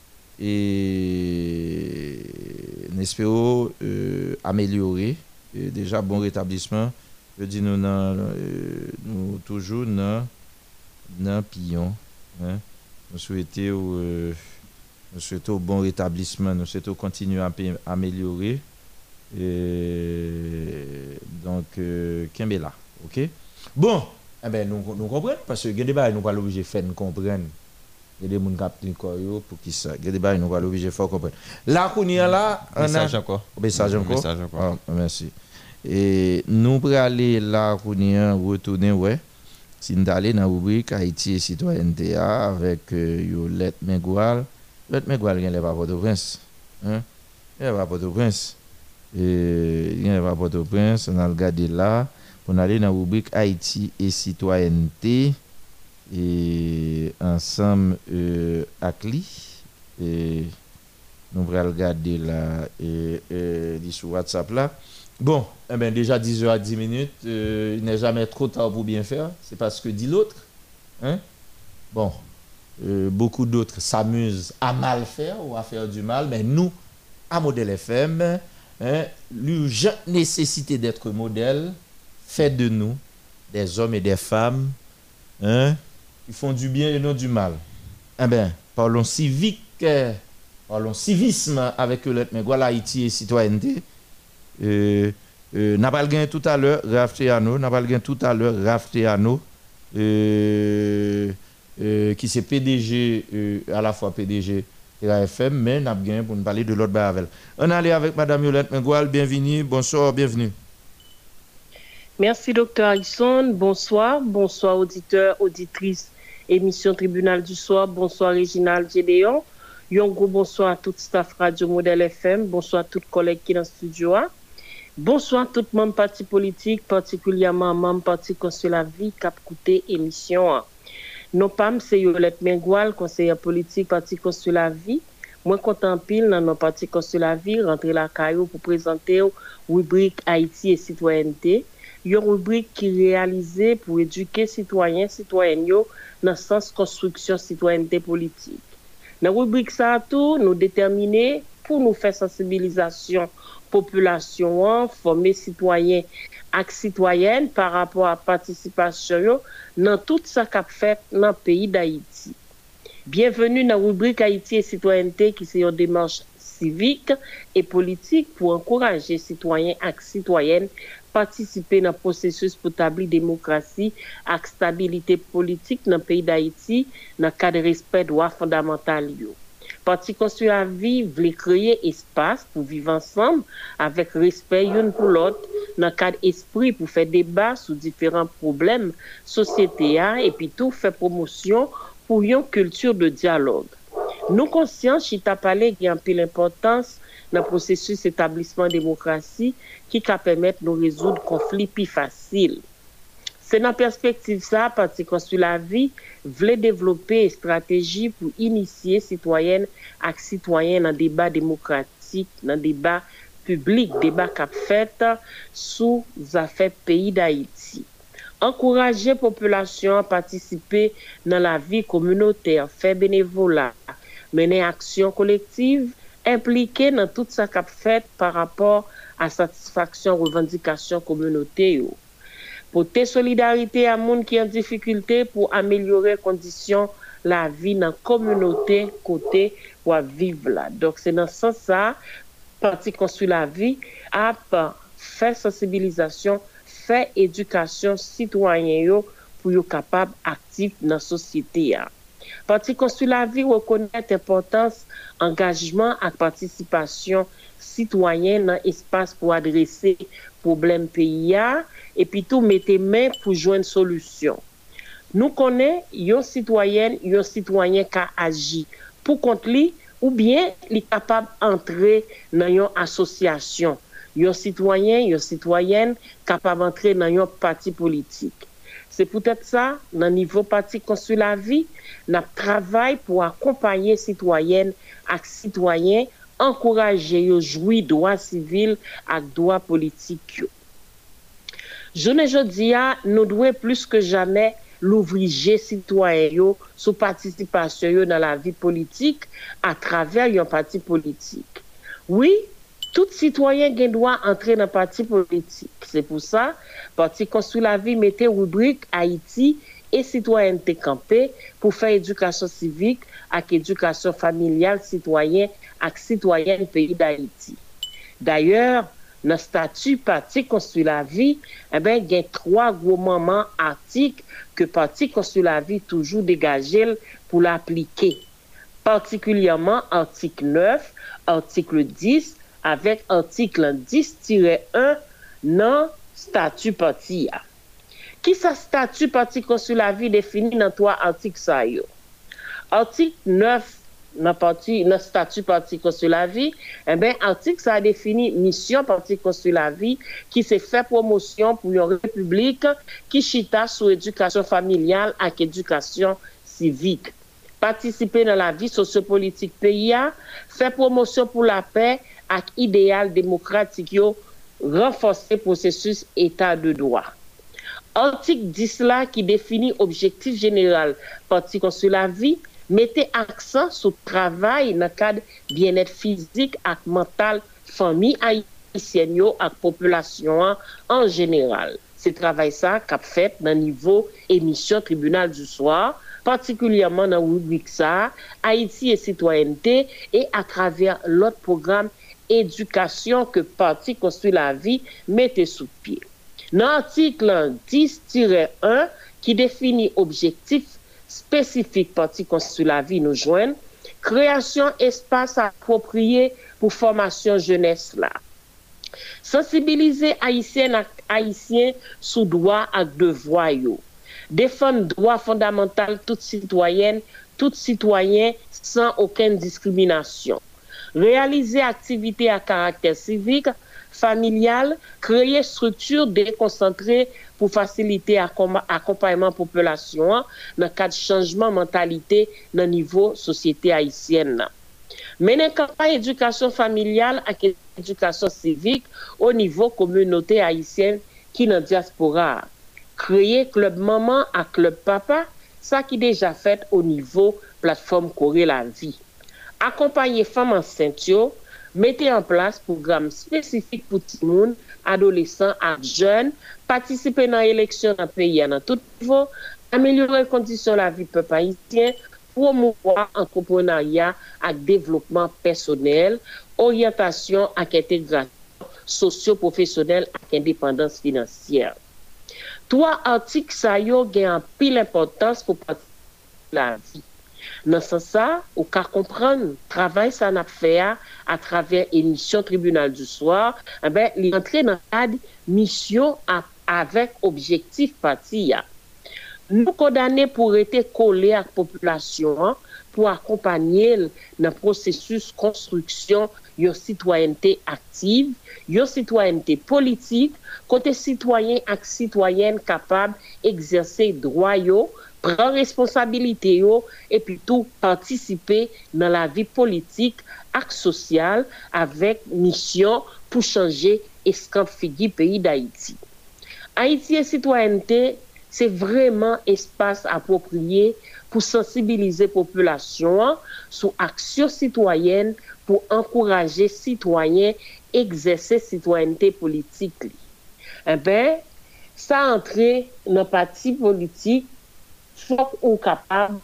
et nous espérons euh, améliorer. Et déjà, bon rétablissement. Je dis nous, euh, nous toujours dans le pillon. Hein. Nous souhaitons euh, nous souhaitons bon rétablissement. Nous souhaitons continuer à améliorer. Et donc, euh, Kimbela. OK? Bon, eh ben, nous, nous comprenons parce que il y a des choses nous pas obligé de faire nous comprendre. Il y a des gens qui appliquent pour qui ça. Il y a des choses nous pas obligé de faire comprendre. Là, qu'on y a là, on a message encore. Message encore. Message encore. Ah, merci. Et nous pour aller là, qu'on y a retourner, ouais. Si nous allons dans la rubrique Haïti et citoyenneté avec euh, Yolette Mengual. Yolette Mengual, il n'y a pas Port-au-Prince. Hein? Il n'y a pas Port-au-Prince. Et il y a pas Port-au-Prince. On a regardé là. On aller dans la rubrique Haïti et citoyenneté. Et ensemble euh, avec lui. Et nous allons regarder là. Et, et sur WhatsApp là. Bon, eh ben déjà dix heures à dix minutes, euh, il n'est jamais trop tard pour bien faire. C'est parce que dit l'autre. Hein? Bon, euh, beaucoup d'autres s'amusent à mal faire ou à faire du mal, mais nous, à Modèle F M, hein, l'urgente nécessité d'être modèle fait de nous des hommes et des femmes hein, qui font du bien et non du mal. Eh bien, parlons civique, euh, parlons civisme avec Eulette Mengual, Haïti et citoyenneté. Euh, euh, n'a pas le gain tout à l'heure, Rafteano, n'a pas le gain tout à l'heure, Rafteano, euh, euh, qui c'est P D G, euh, à la fois P D G et A F M, mais n'a pas gain pour nous parler de l'autre Bavel. On allait avec Madame Eulette Mengual, bienvenue, bonsoir, bienvenue. Merci, docteur Harrison. Bonsoir. Bonsoir, auditeurs, auditrices, émission Tribunal du Soir. Bonsoir, Réginald Gédéon. Yon gros bonsoir à tout staff Radio Modèle F M. Bonsoir à tous les collègues qui sont dans le studio. Bonsoir à tout le monde parti politique, particulièrement membre parti Construire la vie, qui a écouté l'émission. Non pas, c'est Eulette Mengual, conseillère politique parti Construire la vie. Moi, content pile dans notre parti Construire la vie, rentrer la caillou pour présenter rubrique Haïti et citoyenneté. Une rubrique qui est réalisée pour éduquer citoyens et citoyennes dans le sens construction citoyenneté politique. Dans la rubrique ça tout, nous déterminer pour nous faire sensibilisation population, former citoyens et citoyennes par rapport à la participation dans tout ce qu'a fait dans le pays d'Haïti. Bienvenue dans la rubrique Haïti et citoyenneté qui est une démarche civique et politique pour encourager citoyens et citoyennes participer dans le processus pour établir démocratie et stabilité politique dans le pays d'Haïti dans le cadre de respect des droits fondamentaux. Parti Construire la vie voulait créer espace pour vivre ensemble avec respect l'une pour l'autre dans le cadre esprit pour faire débat sur différents problèmes société et puis tout faire promotion pour une culture de dialogue. Nous conscients chita parler qui a un peu l'importance dans le processus d'établissement démocratie qui va permettre de nous résoudre conflits plus faciles. C'est dans la perspective ça, Parti Construire la vie voulait développer une stratégie pour initier citoyennes et citoyens dans le débat démocratique, dans le débat public, débat qu'a fait sous affaires pays d'Haïti. Encourager la population à participer dans la vie communautaire, faire bénévolat, mener action collective, impliqué dans tout ça qu'a fait par rapport à satisfaction revendication communautaire. Porter solidarité à monde qui en difficulté pour améliorer conditions la vie dans la communauté côté pour vivre là. Donc c'est dans ce sens ça Parti Construire la vie a fait sensibilisation, fait éducation citoyen pour être capable actif dans la société. Parti Construire la vie reconnaît l'importance engagement et participation citoyenne dans l'espace pour adresser problème pays et puis tout mettre main pour joindre solution. Nous connaissons yon citoyenne, yon citoyen qui agit pour contre lui ou bien il est capable d'entrer dans une association. Yon citoyen, yon citoyenne capable d'entrer dans un parti politique. C'est peut-être ça, dans le niveau Parti Construire la vie, nous travaillons pour accompagner citoyennes et citoyens, encourager à jouir droits civils et droits politiques. Je ne dis pas, nous devons plus que jamais l'ouvrir citoyens sous participation dans la vie politique à travers un parti politique. Oui, tout citoyen a droit d'entrer dans le parti politique. C'est pour ça, Parti Construire la vie mettait rubrique Haïti et citoyenneté campée pour faire éducation civique et éducation familiale citoyenne et citoyenne pays d'Haïti. D'ailleurs, dans le statut Parti Construire la vie, eh ben, il y a trois gros moments articles que Parti Construire la vie toujours dégagé pour l'appliquer. Particulièrement article neuf, article dix, avec article dix tiret un dans statut parti. Qui sa statut Parti Construire la vie défini dans trois articles ça yo. Article neuf dans parti dans statut Parti Construire la vie, eh ben article ça définit mission Parti Construire la vie qui se fait promotion pour une république qui chita sur éducation familiale et éducation civique. Participer dans la vie sociopolitique pays, faire promotion pour la paix avec idéal démocratique yo, renforcer processus état de droit. Article dix là qui définit objectif général Parti Construire la vie mettez accent sur le travail dans le cadre bien-être physique et mental famille haïtienne et population en général. c'est travail ça qu'a fait dans niveau émission Tribunal du soir, particulièrement dans rubrique ça, Haïti et citoyenneté et à travers l'autre programme éducation que Parti Construire la vie mettait sous pied. Dans l'article dix tiret un qui définit objectif spécifique Parti Construire la vie nous joignent, création espace approprié pour formation jeunesse là. Sensibiliser haïtiens haïtiens sous droit à devoir yo. Défendre droit fondamental toute citoyenne, tout citoyen sans aucune discrimination. Réaliser activités à caractère civique, familial, créer structure déconcentrée pour faciliter accompagnement population dans le cadre de changement de mentalité dans le niveau société haïtienne. Mener campagne éducation familiale et éducation civique au niveau communauté haïtienne qui dans diaspora. Créer club maman à club papa, ça qui déjà fait au niveau plateforme Corée la vie. Accompagner femmes enceintes, mettez en place programme spécifique pour tout le monde, adolescents et jeunes, participer dans l'élection dans le pays dans tout niveau, améliorer les conditions de la vie du peuple haïtien, promouvoir l'entrepreneuriat et le développement personnel, orientation et intégration socio-professionnelle et indépendance financière. Trois articles ça yo gagnent en pile importance pour la vie. Dans ce sens, on peut comprendre le travail ça n'a fait à travers l'émission Tribunal du soir, eh ben, il entre dans le cadre mission avec objectif parti. Nous condamnés pour être collés à la population pour accompagner dans le processus de construction de citoyenneté active, de citoyenneté politique, côté citoyen et citoyenne capable d'exercer droit, prendre responsabilité et puis tout participer dans la vie politique et sociale avec mission pour changer escampe figure pays d'Haïti. Haïti et citoyenneté, c'est vraiment espace approprié pour sensibiliser la population sur action citoyenne pour encourager les citoyens à exercer citoyenneté politique. Eh bien, ça entre dans le parti politique, faut qu'on capable,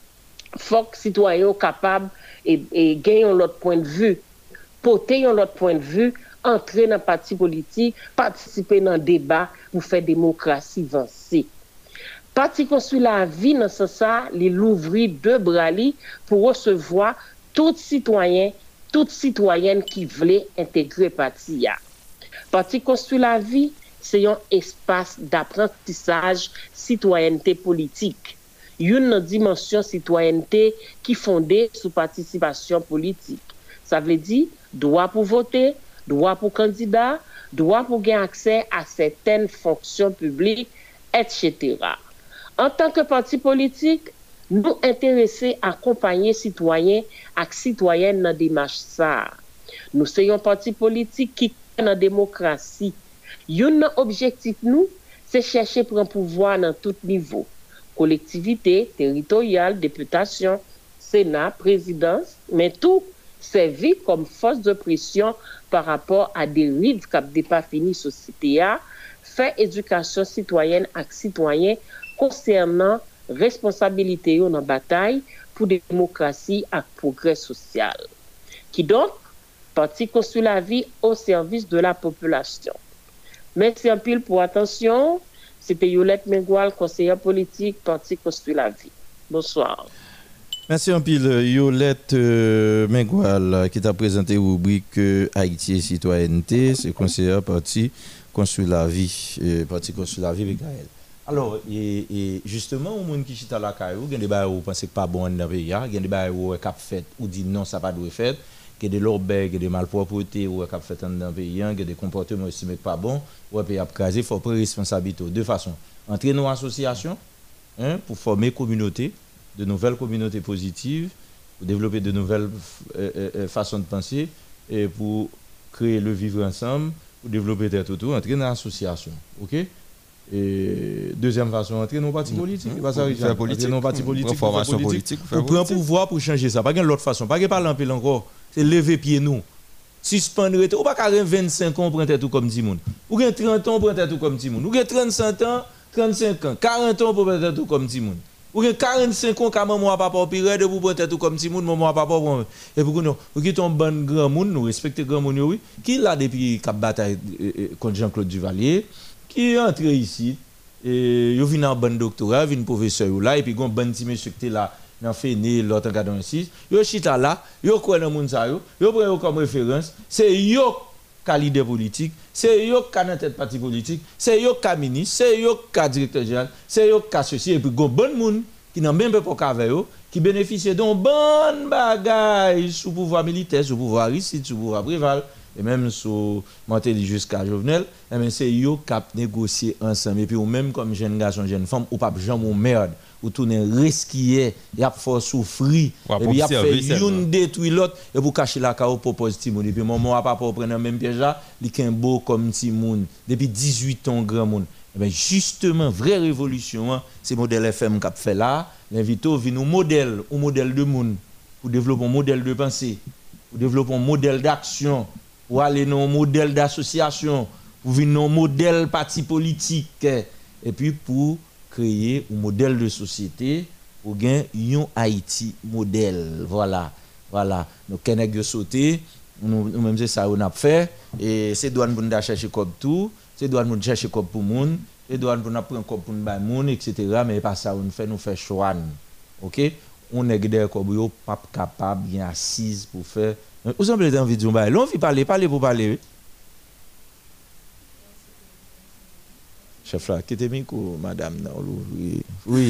faut que les citoyens soient capables et, et gagner l'autre point de vue, porter l'autre point de vue, entrer dans le parti politique, participer dans le débat pour faire démocratie avancer. Parti Construire la vie dans ce sens, il ouvrit deux bras pour recevoir tout citoyen, toute citoyenne qui voulait intégrer le parti. Parti Construire la vie, c'est un espace d'apprentissage citoyenneté politique. Une dimension citoyenneté qui est fondée sur participation politique. Ça veut dire droit pour voter, droit pour candidat, droit pour gagner accès à certaines fonctions publiques, et cetera. En tant que parti politique, nous intéressons à accompagner citoyens et citoyennes dans la démarche ça. Nous sommes un parti politique qui est dans la démocratie. Un objectif, nous, c'est chercher pour un pouvoir dans tout niveau. Collectivité, territoriale, députation, Sénat, présidence, mais tout servir comme force de pression par rapport à des rives qui n'ont pas fini société, faire éducation citoyenne et citoyen concernant responsabilité dans la bataille pour la démocratie et le progrès social. Qui donc, Parti Construire la vie au service de la population. Merci un pile pour attention. C'était Yolette Mengual, conseillère politique, Parti Construire la vie. Bonsoir. Merci un pile Yolette euh, Mengual qui t'a présenté la rubrique euh, Haïti et citoyenneté. C'est conseillère Parti Construire la vie, euh, Parti Construire la vie avec Gaël. Alors, et, et justement, au monde qui chite à la caillou, il y a des gens qui pensent que pas bon dans le pays, il y a des gens qui ont fait ou dit non, ça pas doit faire, il y a des lobes, des malpropretés ou qui ont fait dans le pays, il y a des comportements qui ne sont pas bons, ou qui ont crasé, il faut prendre responsabilité de deux façons. Entrer dans l'association hein, pour former une communauté, de nouvelles communautés positives, pour développer de nouvelles euh, euh, façons de penser, et pour créer le vivre ensemble, pour développer tête autour, entrer dans l'association. OK? Et deuxième façon, entrer dans le parti politique. Mmh. Faire politique. Dans le parti politique. Formation politique. Pour prendre pouvoir pour changer ça. Pas de l'autre façon. Pas de parler un peu encore. C'est lever pied nous. suspendre ou pas carré vingt-cinq ans prendre tout comme Timoun. Ou gen trente ans prendre tout comme Timoun. Ou gen trente-cinq ans, trente-cinq ans, quarante ans pour prendre tout comme Timoun. Ou gen quarante-cinq ans quand maman papa opéré de pour prendre tout comme Timoun, maman papa et pour nous, ou qui ton bon grand monde, nous respecter grand monde oui, qui là depuis cap bataille contre Jean-Claude Duvalier, qui est entré ici et yo vinn en bon doctorat, vinn professeur là et puis gon bon petit monsieur qui là dans fini l'autre en six yo chita là yo quoi dans moun sa yo yo prend yo comme référence c'est yo ka leader politique c'est yo ka dans tête parti politique c'est yo ka ministre c'est yo ka directeur général c'est yo ka ceci et puis gon bon moun qui n'a même pas pour avec yo qui bénéficie d'un bon bagage sous pouvoir militaire sous pouvoir Aristide sous pouvoir Préval et même sous Martelly jusqu'à Jovenel et ben c'est yo qui négocier ensemble et puis ou même comme jeune garçon jeune femme ou pas jamais merde ou tourner risquer y a fort souffrir et puis y a fait une détruire l'autre et pour cacher la cao propose Timoun et puis maman a pas pour prendre même piège là li ken beau comme Timoun depuis dix-huit ans grand monde et ben justement vraie révolution c'est modèle F M qu'a fait là l'invito vient au modèle au modèle de monde pour développer un modèle de pensée pour développer un modèle d'action pour aller dans un modèle d'association pour venir dans un modèle parti politique et puis pour créer un modèle de société pour gagner un Haïti modèle voilà voilà donc kenèg yo sauté nous même c'est ça on a fait et c'est douane pour nous chercher comme tout c'est douane pour chercher comme pour monde et douane pour nous prendre comme pour nous bailler monde etc. mais pas ça on fait nous faire choix OK on est derrière comme yo pas capable bien assise pour faire vous semblez dans vidéo bailler l'on vit parler parler pour parler chef là qui était micro madame non oui oui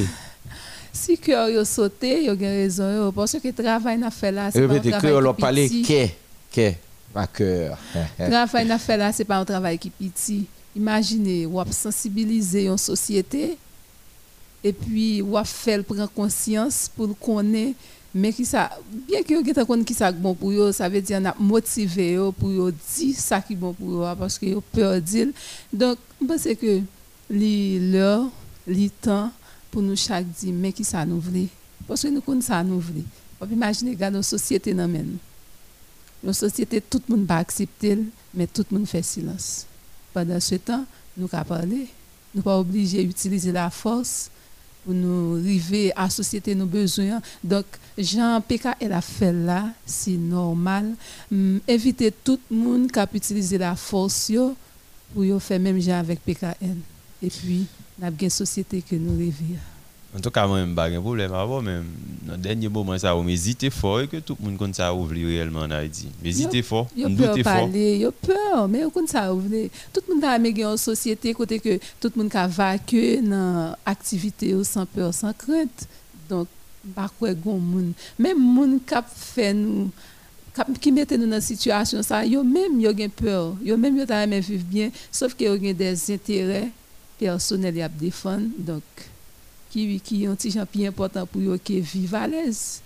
si cœur yo sauté yo gen raison parce que travail n'a fait là c'est pas un travail qui on parler que que pas cœur travail n'a fait là c'est pas un travail qui petit imaginez ou sensibiliser une société et puis ou faire prendre conscience pour connaître mais qui ça bien que yo connait qui ça bon pour yo ça veut dire on a motivé yo pour yo dire ça qui bon pour yo parce que yo peur dire donc je pense que li l'heure li temps pour nous chaque dire mais qui ça nous voulait parce que nous connait ça nous voulait on peut imaginer dans nos sociétés nan men nos sociétés tout le monde pas accepter mais tout le monde fait silence pendant ce temps nous ca parler nous pas obligé utiliser la force pour nous arriver à société nos besoins donc Jean P K L a fait là c'est normal um, éviter tout le monde qui a utiliser la force yo pour yo faire même genre avec P K L et puis n'a bien société que nous rêver en tout cas moi même pas un problème avant même dans dernier moment ça on hésiter fort que tout le monde connait ça ouvrir réellement en Haïti hésiter fort on douter fort parler yo peur mais on connait ça ouvrir tout le monde a aimer une société côté que tout le monde a vaincu dans activité sans peur sans crainte donc pas quoi gon monde même monde qui fait nous qui mettait nous dans situation ça yo même yo gen peur yo même yo ta aimer vivre bien sauf que yo gen des intérêts personnels à défendre donc qui qui un petit champion important pour eux qui vivent à l'aise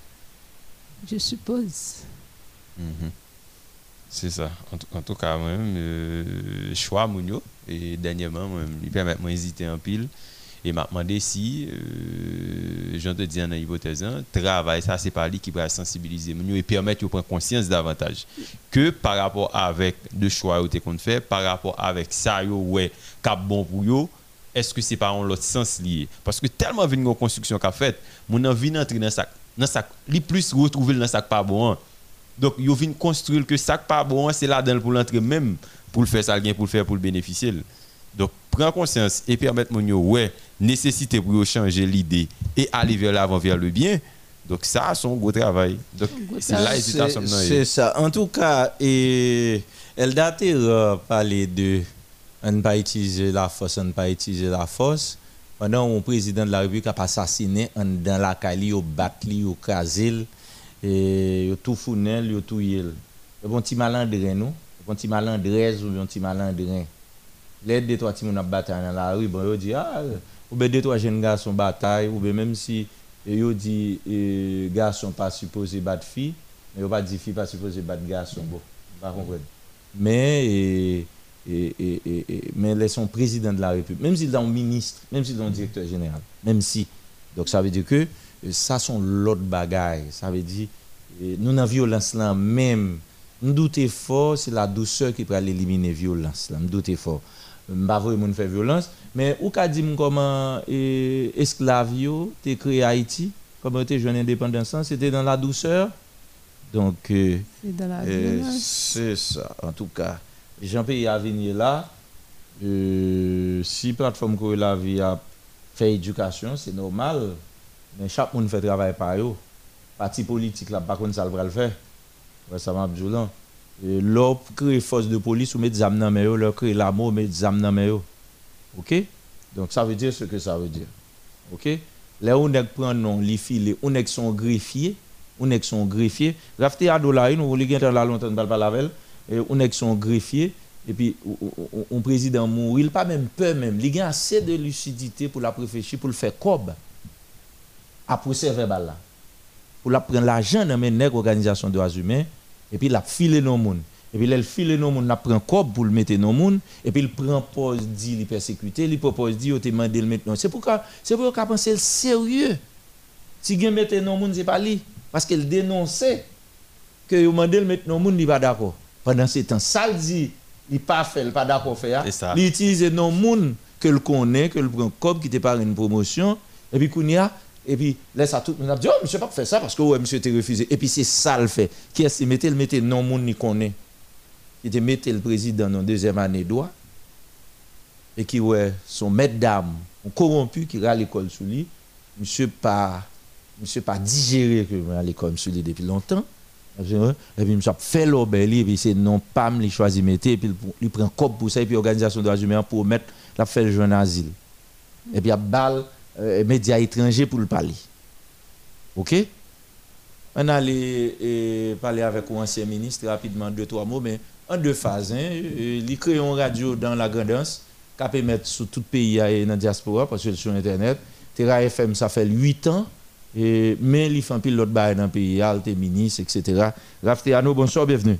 je suppose mm-hmm. C'est ça en tout, en tout cas même euh, choix mounio et dernièrement il permet moi hésiter en pile et m'a demandé si euh, j'en te dis en hypothèse travail ça c'est pas lui qui va sensibiliser mounio et permettre de prendre conscience davantage que par rapport avec de choix que qu'on fait par rapport avec ça yo ouais cap bon pour yo est-ce que c'est pas en l'autre sens lié parce que tellement vinn une construction qu'a fait mon envie d'entrer dans ça dans ça li plus retrouver dans ça pas bon donc yo vinn construire que ça pas bon c'est là dedans pour l'entrer même pour le faire ça gain pour le faire pour le bénéficier donc prends conscience et permettre mon yo ouais nécessité pour changer l'idée et aller vers l'avant vers le bien donc ça c'est un gros travail donc c'est là hésitation c'est ça en tout cas et elle date parler de on ne pas utiliser la force, on ne pas utiliser la force. Pendant que le président de la République a assassiné dans la Cali, au battu, au Kazil, et au tout founel, au tout yel. Le bon petit malandrin, nous, le bon petit malandrez ou le bon petit malandrin. Les deux trois petits gens bataille dans la rue, bon, ils disent ah, ou bien deux trois jeunes garçons bataille, ou bien même si ils disent eh, garçons pas supposé battre filles, mais ils pas dit filles pas supposé battre garçons, bon, pas comprendre. Mais et, Et, et, et, et, mais ils sont président de la République, même s'ils sont ministre, même s'ils sont directeur général, même si. Donc ça veut dire que ça sont l'autre bagaille. Ça veut dire nous dans violence là même me doute fort c'est la douceur qui peut éliminer violence là, me doute fort. M'pa vraiment faire violence, mais ou ka di comment eh, esclave yo t'es créé Haïti, comment t'es jeune indépendance, c'était dans la douceur. Donc euh, c'est dans la euh, violence. c'est ça en tout cas. Jean-Pays à venir là, euh, si plateforme que la vie a fait éducation, c'est normal, mais chaque monde fait travail par eux. Parti politique là, par contre ça va le faire. Ouais, ça m'a dit là. L'op créer force de police ou mettre des âmes dans mes leur créer l'amour mettre des âmes dans mes OK? Donc ça veut dire ce que ça veut dire. OK? Là on est prend non, li filer, on est son greffier, on est son greffier. Rafté à dollar, nous li gen là longtemps pas la avec, on est son greffier et puis on président mourir, il pas même peur même, il a assez de lucidité pour la réfléchir pour le faire cob. Après servir balle là. Pour la prendre l'argent dans mes nèg organisation de droits humains et puis la filer non monde et puis il file non monde la prend cob pour le mettre non monde et puis il prend pause dit il persécuter il propose dit il te demander le mettre non c'est pourquoi c'est pour qu'a penser sérieux si gen mettre non monde c'est pas lui parce qu'il dénonçait que il demandé le mettre non monde il pas d'accord pendant ce temps ça le dit il pas fait il pas d'accord faire il utilise non monde que le connaît que le prend cob qui te par une promotion et puis kounya et puis laisse à tout le monde dit oh monsieur pas faire ça parce que ouais monsieur t'es refusé et puis c'est ça le fait qui est mettre le mettre non monde ni connaît il te mettait le président dans deuxième année droit et qui ouais son maître d'âme corrompu qui à l'école sous lui monsieur pas monsieur pas digéré que à l'école sous lui depuis longtemps et puis monsieur fait l'obéli et puis c'est non pas me choisi mettre et puis il prend cop pour ça et puis organisation de droits humains pour mettre la faire le jeune asile et puis a balle Euh, médias étrangers pour le parler. OK? On allait euh, parler avec l'ancien ministre rapidement deux trois mots mais en deux phases hein, euh, il crée une radio dans la grandance qui peut mettre sur tout pays et dans la diaspora parce que sur internet Terra F M ça fait huit ans et mais il fait un pile l'autre bail dans le pays alte ministre etc. Rafteano bonsoir bienvenue.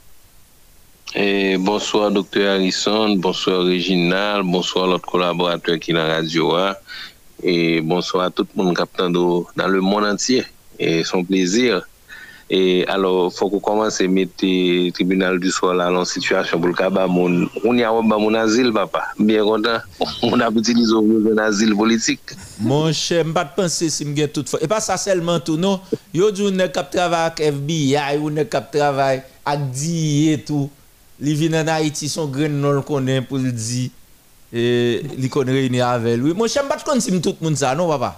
Et bonsoir docteur Harrison, bonsoir Réginal, bonsoir l'autre collaborateur qui est dans la radio. Et bonsoir à tout le monde qui dans le monde entier. Et son plaisir. Et alors, il faut qu'on commence à mettre le tribunal du soir là en situation pour le cas mon on y a mon asile papa. Bien content. On a utilisé un asile politique. Mon cher, je pas penser si me toute fois. Et pas ça seulement tout non. Yo di on cap travail avec F B I, on cap travail avec D I et tout. Li vient en Haïti son grain non le connaît pour le dire. Et li connaît réunir avec lui. Mon cher, je pas connait si tout le monde ça non papa.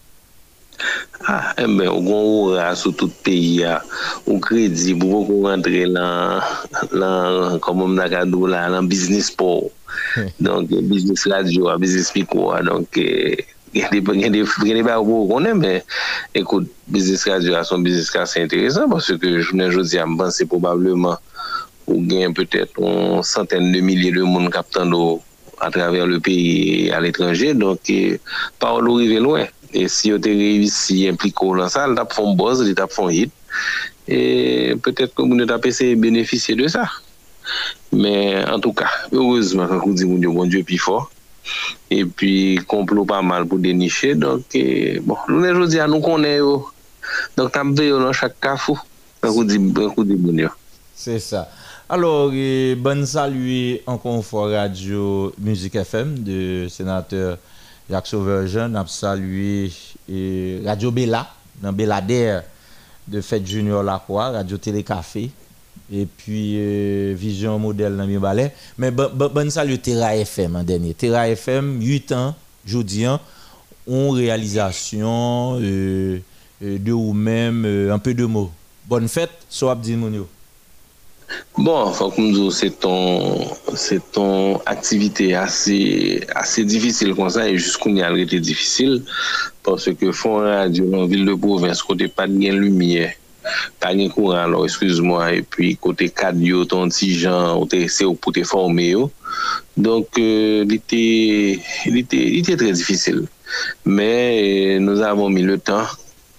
Ah, eh ben, on aura sur tout pays, on crédit pour qu'on rentre là, là, comme on a dit là, dans business pour, donc business radio, business pico, donc il y a des, il y a des, il y a des barres qu'on aime, mais écoute, business radio, son business c'est intéressant parce que je ne dis pas, c'est probablement, ou gain peut-être une centaine de milliers de monde captant à travers le pays et à l'étranger, donc pas on arrive loin. Et si on a réussi à impliquer dans ça, on a fait un buzz, on a fait un hit. Et peut-être que nous avons essayé de bénéficier de ça. Mais en tout cas, heureusement, quand on dit mon Dieu, mon Dieu, plus fort. Et puis, complot pas mal pour dénicher. Donc, eh, bon, nous, aujourd'hui, nous connaissons. Donc, nous avons dans chaque cafou. Quand on dit mon Dieu. C'est ça. Alors, eh, bonne saluer encore une fois Radio Musique F M de sénateur Jacques Sauveur Jean, a salué eh, Radio Bella, dans Bellader de Fête Junior Lacroix, Radio Télé Café, et puis eh, Vision Modèle dans Mibalais. Mais bonne bon, bon salut Terra F M en dernier. Terra F M, huit ans, jeudi, en réalisation euh, de ou même euh, un peu de mots. Bonne fête, so abdi mounio. Bon, c'est ton, c'est ton activité assez, assez difficile comme ça et jusqu'où il a été difficile parce que font radio dans ville de province côté pas de lumière, pas de courant alors excuse-moi et puis côté cadre ton petit gens c'est pour te former donc euh, il était, il était, il était très difficile mais nous avons mis le temps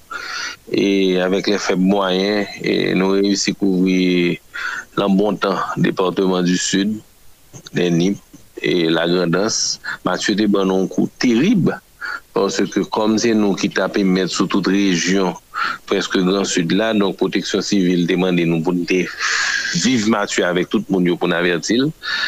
et avec les faibles moyens et nous réussi à couvrir le bon temps département du Sud, les N I P et la Grandance. Mathieu de ban un coup terrible parce que comme c'est nous qui tapons mettre sur toute région, presque Grand Sud là, donc protection civile demande nous pour vive Mathieu avec tout le monde pour nous avertir.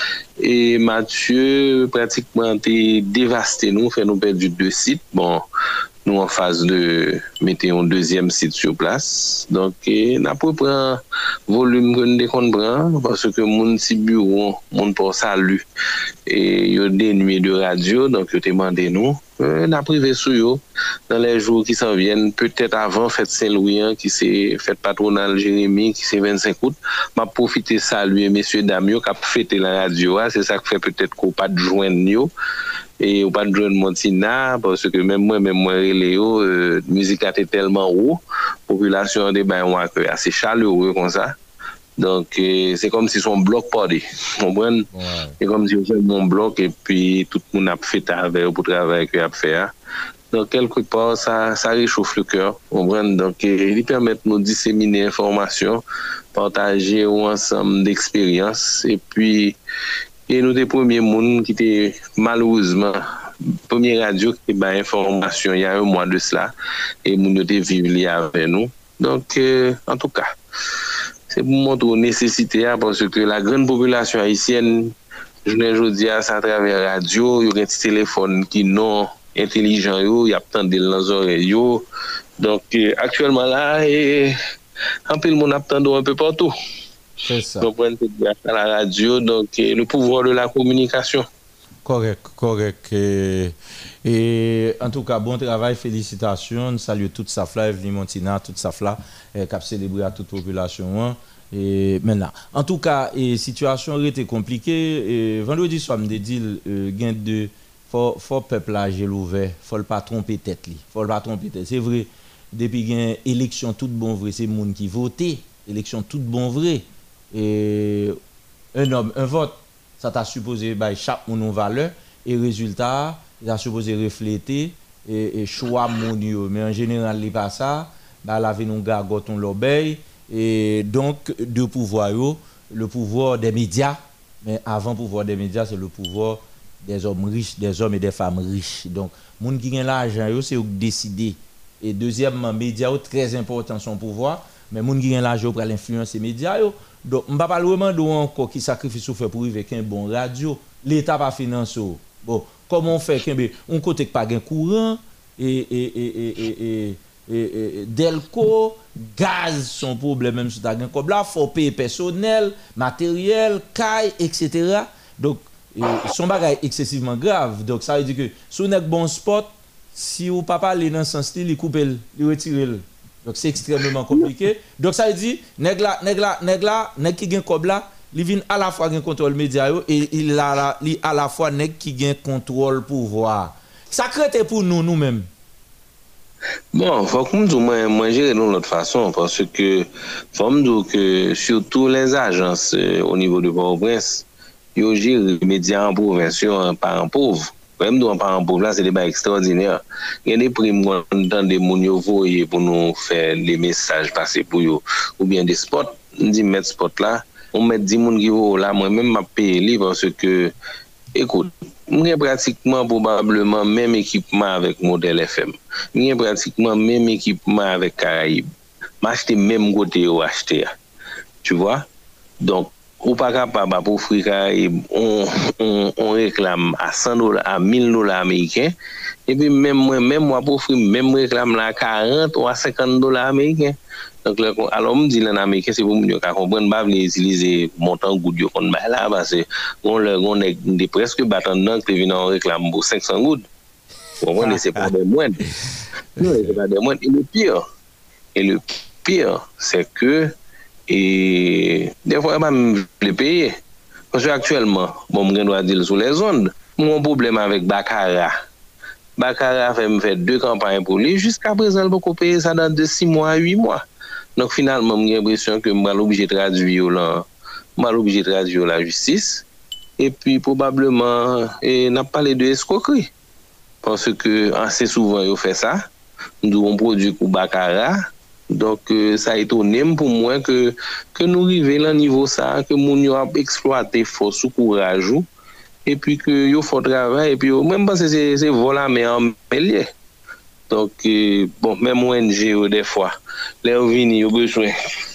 Et Mathieu, pratiquement, a dévasté nous, fait nous perdre deux sites. Bon, nous en phase de mettre un deuxième site sur place. Donc, on a peu prend volume que nous comprend parce que mon petit bureau, mon pour salut et il y a des nuits de radio, donc ils demandé nous. On a privé sur eux dans les jours qui s'en viennent, peut-être avant fête Saint-Louis, qui c'est fête patronale Jérémie, qui c'est vingt-cinq août. M'a profité saluer messieurs dames qui ont fêté la radio, c'est ça qui fait peut-être qu'on pas de joindre et ou pas de joindre Montina parce que même moi même moi Léo euh, musique a été tellement haut, population des ben assez chaleureux comme ça. Donc, euh, c'est comme si son bloc party. Vous comprenez? Ouais. C'est comme si c'est mon bloc et puis tout le monde a fait avec pour travailler qu'il a fait. Donc, quelque part, ça, ça réchauffe le cœur. Vous comprenez? Donc, euh, il permet de nous disséminer l'information, partager un ensemble d'expériences. Et puis, et nous, des premiers mondes qui étaient malheureusement, première radio qui était information il y a un mois de cela. Et nous étions vivus avec nous. Donc, euh, en tout cas, c'est pour montrer la nécessité parce que la grande population haïtienne, je ne dis à ça à travers la radio, il y a un petit téléphone qui non intelligent, il y a plein de dans les oreilles. Donc actuellement là, et, un peu le monde attend un peu partout. C'est ça. Donc, on peut à la radio, donc le pouvoir de la communication. Correct, correct. Et, et en tout cas, bon travail, félicitations. Salut toute Safla, Evelyne Montina, toute Safla, qui a célébré à toute population. Et maintenant, en tout cas, la situation a été compliquée. Et vendredi soir, je me dis, gain de faut faut peuple là, j'ai l'ouvert, faut le pas tromper tête li, faut le pas tromper tête. C'est vrai, depuis gain élection toute bon vrai, c'est monde qui votait, élection toute bon vrai. Et un homme, un vote. Ça t'a supposé bah, chaque monde en valeur et résultat, ça supposé refléter et, et choix mon mais en général il pas ça, bah la vie nous gargote on l'obéit et donc deux pouvoirs, le pouvoir des médias, mais avant pouvoir des médias c'est le pouvoir des hommes riches, des hommes et des femmes riches. Donc monde qui gagne l'argent c'est eux qui décider. Et deuxièmement, médias très important son pouvoir, mais monde qui gagne l'argent pour l'influence des médias. Donc, je ne vais pas vraiment dire encore qui sacrifice ou fait pour arriver avec un bon radio. L'État pas financé. Bon, comment on fait qu'un on côté pas gain courant et et et et et et Delco, gaz son problème même si tu as gain comme là, faut payer personnel, matériel, caille, et cetera. Donc, son bagage excessivement grave. Donc, ça veut dire que si on a un bon spot, si ou papa aller dans ce sens, il coupe, il retire. Donc c'est extrêmement compliqué. Donc ça veut dire nèg la nèg la nèg la nèg qui gen kob là, il vient à la fois gen contrôle média et il a li à la fois nèg qui gen contrôle pouvoir. Ça crée pour nous nous-mêmes. Bon, faut que nous moi moi gérer de l'autre façon parce que faut me dire que surtout les agences euh, au niveau de Port-au-Prince, yo gèrent les médias en province en parents pauvres. Même nous, en parlant pauvre, là, c'est des bails extraordinaires. Il y a des primes dans des mounios voyés pour nous faire les messages passer pour eux. Ou bien des spots. On dit mettre spot là. On met dix moun qui vont là. Moi-même, m'a payé parce que, écoute, j'ai pratiquement probablement même équipement avec Modèle F M. J'ai pratiquement même équipement avec Caraïbes. M'acheter même côté où acheter. Tu vois? Donc, ou pas capable pour offrir on, on, on réclame à cent dollars à mille dollars américains et puis même moi même moi pour offrir même réclame là à quarante ou à cinquante dollars américains. Donc là, alors on me dit en américain c'est pour nous comprendre pas utiliser montant goutte qu'on met là parce que on le on est des presque battant qui viennent en réclame pour cinq cents gouttes. Vous comprenez, c'est pas des moindres. Non, c'est pas des moindres. Et le pire et le pire c'est que et des fois, je vais payer. Parce qu'actuellement, bon, je dois dire sur les ondes, mon problème avec Baccara. Baccara fait me faire deux campagnes pour lui. Jusqu'à présent, je peux payer ça dans de six mois à huit mois. Donc finalement, j'ai l'impression que je suis obligé de traduire la, je suis obligé de traduire la justice. Et puis probablement, et n'a pas parlé de escroquerie. Parce que assez souvent, ils fait ça. Nous avons produit pour Baccara. Donc, euh, ça a étonné pour moi que, que nous arrivions à un niveau ça, que nous avons exploité force ou courage, et puis que nous faisons travail, et puis même parce que c'est voilà, mais en mêlée. Donc, euh, bon, même O N G, des fois, les venus, ils ont besoin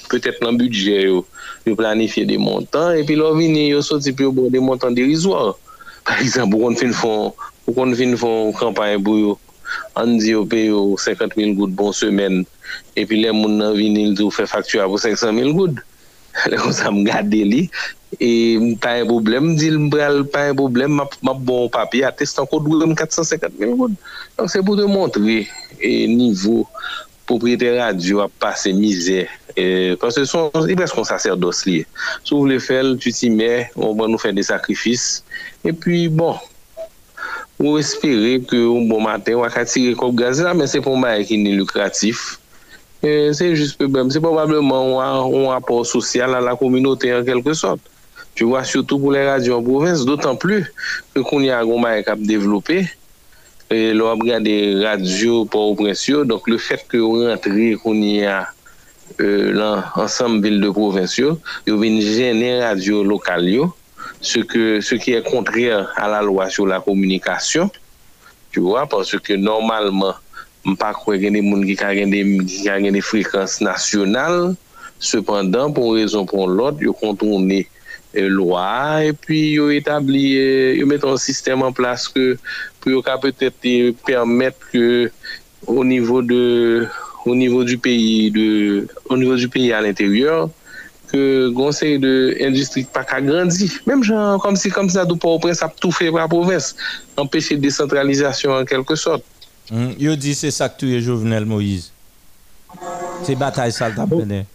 peut-être dans le budget, yo, yo planifier des montants, et puis là, venir, yo sorti puis bon des montants dérisoires. Par exemple, pour qu'on font, pour qu'on finisse une campagne pour yo, on dit yo paye cinquante mille gouttes bon semaine, et puis les moun nan vini, ils fait facture pour cinq cent mille gouttes. Là, comme ça, me garde li, et pas un problème, dit pas un problème, ma bon papier, atteste encore quatre cent cinquante mille gouttes. Donc, c'est pour te montrer, et niveau, propriétaire radio a passé misère. Et parce que son, il est presque un sacerdoce lié. Si vous voulez faire, tu t'y mets, on va nous faire des sacrifices. Et puis, bon, vous espérez que au bon matin, on va tirer comme gaz là, mais c'est pour moi qui est lucratif. Et c'est juste problème. C'est probablement un rapport social à la communauté en quelque sorte. Tu vois, surtout pour les radios en province, d'autant plus que qu'on y a un gros cap développé. Et l'on regarde des radios pour précieux, donc le fait que on rentre qu'on y a euh, l'ensemble ville de province, yo vient gêner radio locale, ce que ce qui est contraire à la loi sur la communication, tu vois, parce que normalement, on pas croire qu'il y a des gens qui ont des qui ont des fréquences nationales, cependant pour une raison pour l'autre, ils contournent loi et puis ils établi ils mettent un système en place que pour peut-être permettre que au niveau de au niveau du pays de au niveau du pays à l'intérieur que conseil de industrie pas qu'à grandir même genre comme si comme ça tout pour au prince a tout fait pour la province empêcher décentralisation en quelque sorte. Mm, yo dit c'est ça que tu es Jovenel Moïse. C'est bataille ça t'a mené.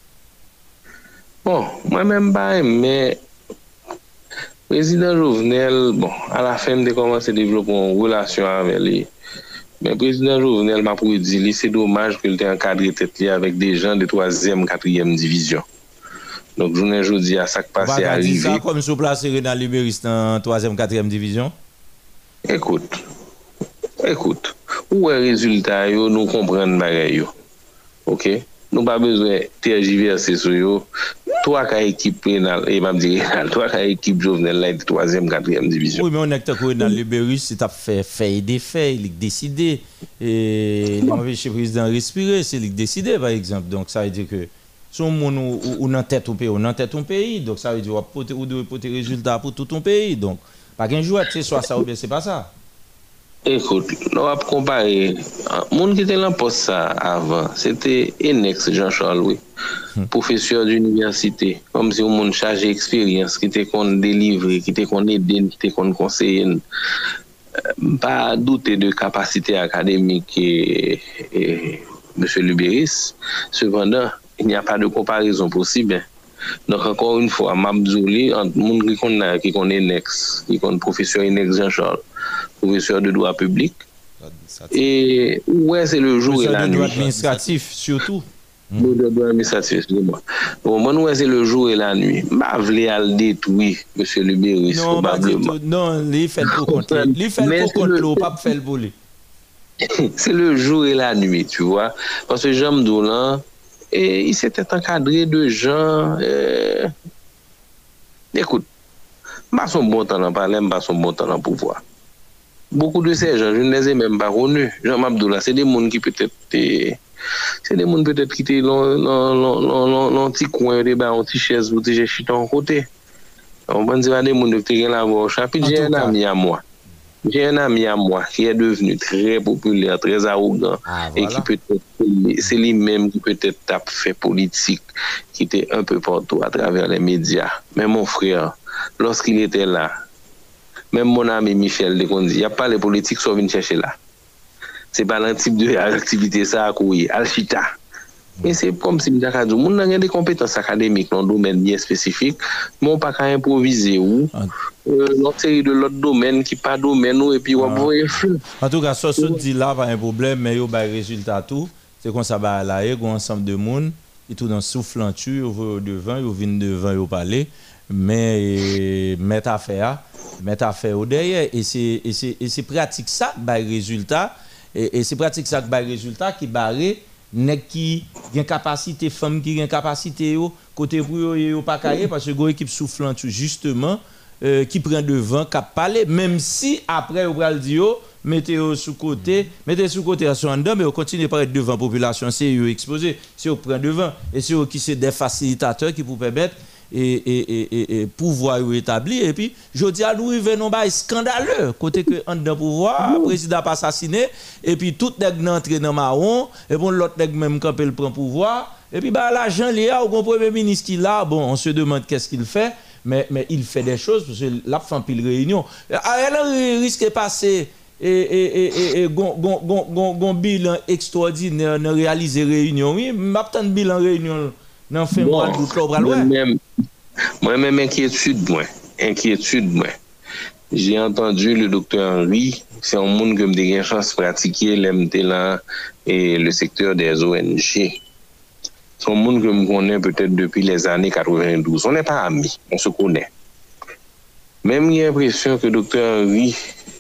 Bon, moi même pas mais président Jovenel, bon, à la fin de commencer à développer une relation avec lui. Mais président Jovenel m'a pour dire, c'est dommage qu'il ait encadré tête avec des gens de troisième, quatrième division. Donc, je ne dis à ça qui passe à arriver. Ça comme sous place Renal Libéris dans troisième, quatrième division? Écoute, écoute, où est le résultat, yo, nous comprenons bagaille. OK? Nous pas besoin de tergiverser sur eux. Toi qui as équipe pénale, et m'a dit, toi qui as équipe Jovenel là, de troisième, quatrième division. Oui, mais on est que dans le Libéris, c'est à faire fait des faits, il décide. Et l'empêcher le président de respirer, c'est lui décider, par exemple. Donc ça veut dire que son monde ou en tête ton pays, ou en tête ton pays. Donc ça veut dire ou de porter résultat pour tout ton pays. Donc, pas qu'un jour, c'est soit ça ou bien c'est pas ça. Écoute, on va comparer. Le monde qui était là pour ça avant, c'était Enex Jean-Charles, oui. Hmm. Professeur d'université. Comme si on monde chargé d'expérience, qui était qu'on délivre, qui était qu'on aide, qui était qu'on conseille. Pas douter de capacité académique et, et M. Libéris. Cependant, il n'y a pas de comparaison possible. Donc, encore une fois, Mabzouli, entre le monde qui connaît Enex, qui connaît professeur Enex Jean-Charles, professeur de droit public. Et ouais, c'est le jour et la nuit. Professeur de droit administratif, surtout. Le de droit administratif, excusez-moi. Bon, moi, ouais, c'est le jour et la nuit. Ma vle à le détruire, M. Libéris, probablement. Non, il fait le pour contre. Il fait le pour contre, il pas faire le voler. C'est le jour et la nuit, tu vois. Parce que Jean Mdoulan, et il s'était encadré de gens. Euh... Écoute, pas son bon temps en parler, pas son bon temps en pouvoir. Beaucoup de ces gens, je ne les ai même pas connus. Jean Abdoula, c'est des gens qui peut-être. C'est des gens peut-être qui étaient dans l'anti coin, des bas, anti chaise, ou des chita en côté. On va dire des gens qui étaient là, chapitre, j'ai un ami à moi. J'ai un ami à moi qui est devenu très populaire, très arrogant, ah, voilà. Et qui peut-être, c'est lui-même qui peut-être a fait politique, qui était un peu partout à travers les médias. Mais mon frère, lorsqu'il était là, même mon ami Michel Decondi, il n'y a pas les politiques qui sont venus chercher là. Ce n'est pas le type d'activité ça à courir, Alchita. Mais c'est comme si nous avons des compétences académiques dans un domaine bien spécifique, mais on ne peut pas improviser ou une série de l'autre domaine qui n'est pas domaine et puis on va voir flou. En tout cas, ça se dit là, pas un problème, mais il y a un résultat tout. C'est qu'on s'en va là, il y a un ensemble de monde qui tout dans soufflant, ils vont devant, ils viennent devant, ils parler, mais mettre à faire, mettre à faire au derrière. Et c'est, et c'est, et c'est pratique ça, bah, résultat, et, et c'est pratique ça, bah, résultat qui barre. Nèg qui gen capacité femme qui gen capacité yo côté pour yo yo pas caillé parce que go équipe soufflant justement euh, qui prend devant, qui parle, même si après, on va le dire, mettez sous côté, mettez sous côté à son dedans, mais on continue par être devant la population, c'est eux exposés, c'est eux qui prennent devant, et c'est eux qui sont des facilitateurs qui vous permettent et, et, et, et, et pouvoir établir. Et puis, je dis à nous, venons pas scandaleux, côté que en dedans pouvoir, le président pas assassiné, et puis tout le monde entre dans marron, et bon, l'autre même quand il prend pouvoir, et puis bah, l'argent, il y a, au premier ministre qui là, bon, on se demande qu'est-ce qu'il fait, mais, mais il fait des choses, parce que là, il fait un pile réunion. Elle risque de passer et et et et gon gon gon gon gon bilan extraordinaire dans réaliser réunion oui m'attend bilan réunion dans fin mois d'août là moi même moi même inquiétude moi inquiétude moi j'ai entendu le docteur Henry c'est un monde que me dégaine chance pratiquer l'M T là et le secteur des O N G c'est un monde que me connais peut-être depuis les années quatre-vingt-douze on n'est pas amis on se connaît même j'ai l'impression que docteur Henry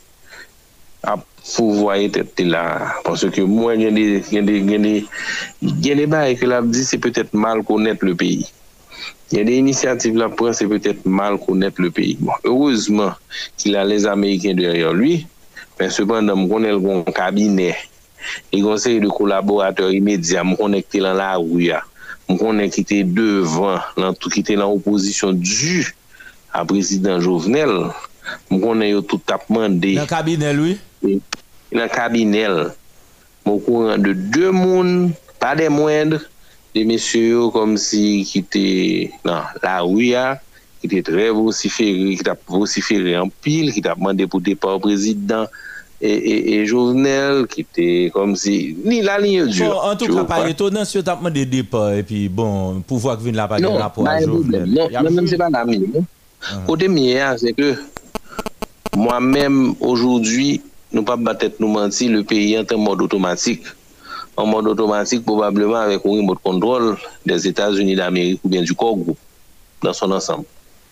à pouvoir être là parce que moi il y a des il y a des il y a des il y a des bails que l'a dit c'est peut-être mal connaître le pays il y a des initiatives là pour c'est peut-être mal connaître le pays bon heureusement qu'il a les Américains derrière lui mais cependant on connaît le cabinet et conseil de collaborateurs immédiats me connecter dans la rue on connaît qui était devant dans tout qui était dans opposition due à président Jovenel on connaît tout a demandé dans cabinet lui dans le cabinet, au courant de deux mondes, pas des moindres, des messieurs comme si qui étaient dans la rue, qui étaient très vociférés, qui t'a vociféré en pile, qui t'a demandé pour départ au président et, et, et Jovenel, qui était comme si ni la ligne dure. Bon, en tout cas, pas étonnant si tu as demandé départ et puis bon, pouvoir que vienne la pas de rapport à Jovenel. Non, même c'est pas la mienne. Côté mien, c'est que moi-même aujourd'hui nous pas battre nous mentir le pays est en mode automatique en mode automatique probablement avec un remote contrôle des États-Unis d'Amérique ou bien du corps groupe dans son ensemble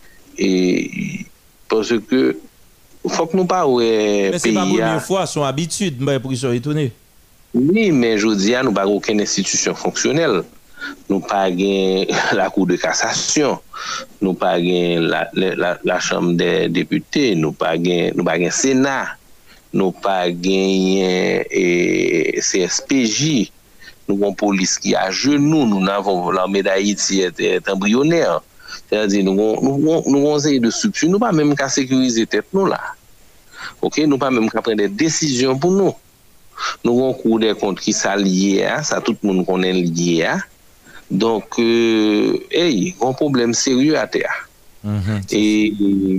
et parce que faut que nous pas ouais mais c'est pas la première fois son habitude pour qu'ils soient étonnés oui mais je dis nous pas aucune institution fonctionnelle nous pas la cour de cassation nous pas la, la, la chambre des députés nous pas nous pas Sénat nous pas gagné et C S P J nous avons police qui à genoux nous avons l'armée d'Haïti est embryonnaire c'est-à-dire nous nous nous conseiller de structure nous pas même qu'à sécuriser tête nous là OK nous pas même qu'à prendre des décisions pour nous nous avons cour des comptes qui s'allié à ça tout le monde connaît lié à donc euh, hey un problème sérieux à terre mm-hmm. et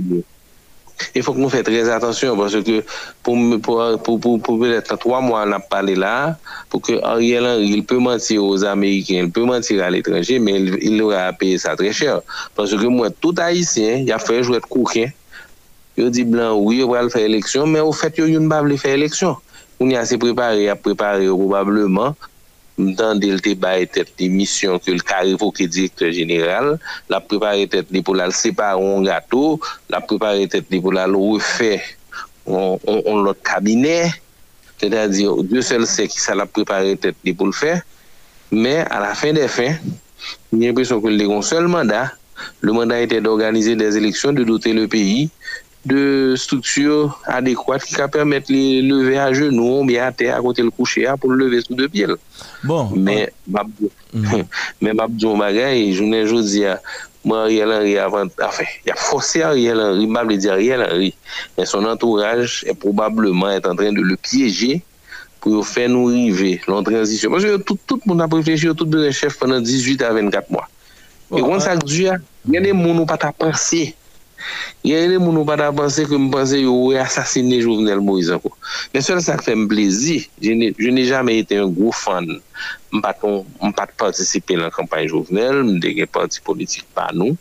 il faut que nous fassions très attention parce que pour pour pour, pour, pour peut-être trois mois on a parlé là pour que Ariel Henry il peut mentir aux Américains, il peut mentir à l'étranger mais il, il aura payé ça très cher parce que moi tout haïtien il a fait jouer de coquin. Il dit blanc oui on va faire élection mais au fait il ne pas faire élection. On y a s'est préparé à préparer probablement dans des débats tête des missions que le carré évoqué directeur général la préparer tête pour la séparer un gâteau la préparer tête pour la refaire on on l'autre cabinet c'est-à-dire Dieu seul sait qui ça la préparer tête pour le faire mais à la fin des fins j'ai l'impression que le seul mandat le mandat était d'organiser des élections de doter le pays de structures adéquates qui permettent de lever à genoux, bien à terre, à côté le coucher, pour le lever sous deux pieds. Bon. Mais, mm-hmm. mais, Babdou Magaï, je ne veux dire, moi, Ariel Henry, avant, enfin, il a forcé Ariel Henry, je ne dire Ariel Henry, mais son entourage est probablement est en train de le piéger pour faire nous arriver en transition. Parce que tout, tout le monde a réfléchi au tout de chef pendant dix-huit à vingt-quatre mois. Oh, et quand ça dure, il y a des gens qui n'ont pas pensé. Il y a des gens qui n'ont pas pensé que je pensais qu'ils auraient assassiné Jovenel Moïse encore. Mais seul ça fait plaisir. Je n'ai jamais été un gros fan. Je n'ai pas participé à la campagne Jovenel, je n'ai pas parti politique par nous.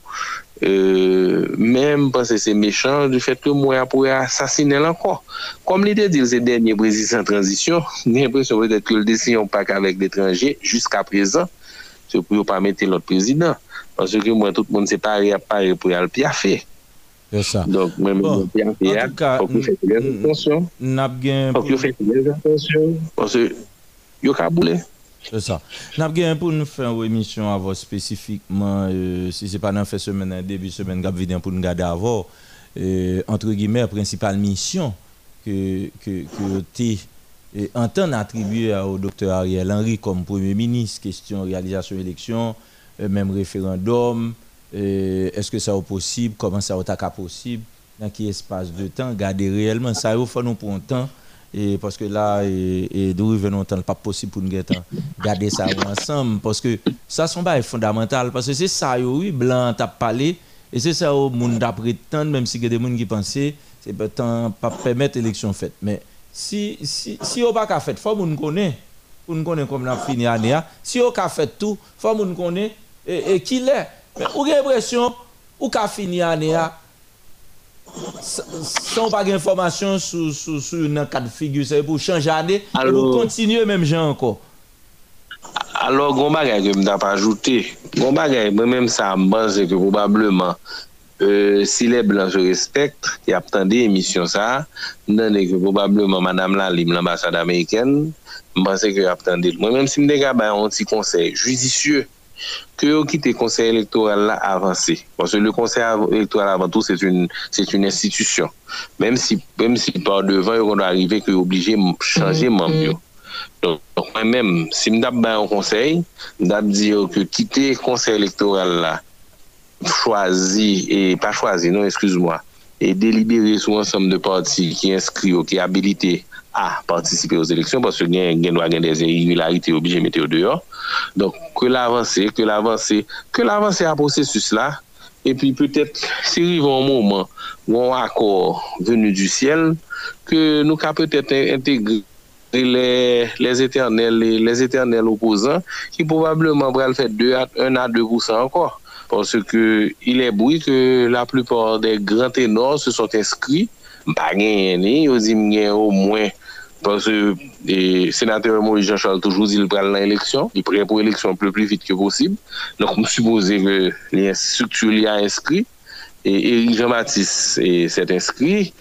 Euh, même parce que c'est méchant du fait que moi pourrais assassiner encore. Comme l'idée dit ces derniers présidents en transition, j'ai l'impression peut-être que le décision pas qu'avec l'étranger jusqu'à présent, c'est pour ne pas mettre l'autre président. Parce que moi, tout le monde s'est paré à Paris pour y aller piaffer. C'est ça. Donc, même bon, bien, en tout cas, faut que vous fassiez très attention. Faut que vous fassiez très attention. Parce que, il y a boulé. C'est ça. Nous avons pour nous faire une émission avant spécifiquement, euh, si ce n'est pas dans la semaine, début de semaine, nous avons pour nous garder avant. euh, entre guillemets, principale mission que que que t'es entend attribuer au docteur Ariel Henry comme Premier ministre, question réalisation élection, euh, même référendum, euh, est-ce que ça est possible, comment ça est possible, dans quel espace de temps, garder réellement, ça il faut nous prendre un temps, et parce que là, et, et d'où venons temps, pas possible pour nous garder ça ensemble, parce que ça sont pas fondamental, parce que c'est ça, oui, Blanc t'a parlé, et c'est ça au monde d'après temps, même si il y a des gens qui pensaient, c'est pas pas permettre l'élection faite, mais si si si on pas qu'à fait faut moun connaît pour nous connaître comme n'a fini année si on qu'a fait tout faut moun connaît et, et qui l'est mais ou avez l'impression ou qu'a fini année sans pas d'information sur sur sur un cas de figure c'est pour changer année pour continuer même gens encore. Alors gon bagay que m'ta pas ajouter gon bagay moi même ça me pense que probablement Euh, si les blancs se respectent, et attendent émission ça, non que probablement madame la Lim l'ambassade américaine, je pense que attendez moi même si me déga ba un petit conseil judicieux que quitte le conseil électoral là avancé parce que le conseil électoral avant tout c'est une c'est une institution. Même si même si par devant on doit arriver que obligé changer membre. Donc moi même si me ba un conseil, me dire que quitter le conseil électoral là choisi et pas choisi non excuse-moi et délibérer sur un ensemble de partis qui inscrits ou qui habilités à participer aux élections parce que gain gain doit gain des irrégularités obligé mettre au dehors donc que l'avancée que l'avancée que l'avancée à processus là et puis peut-être si arrive un moment où un accord venu du ciel que nous ca peut-être intégrer les les éternels les, les éternels opposants qui probablement vont faire deux à un à deux pour cent encore. Parce que il est bruit que la plupart des grands ténors se sont inscrits. Pas gagné, ils dit au moins parce que le sénateur Maurice Jean-Charles toujours dit qu'il prend l'élection, il prend pour l'élection le plus vite que possible. Donc je suppose que les structures y a inscrit et Éric Jean-Baptiste s'est inscrit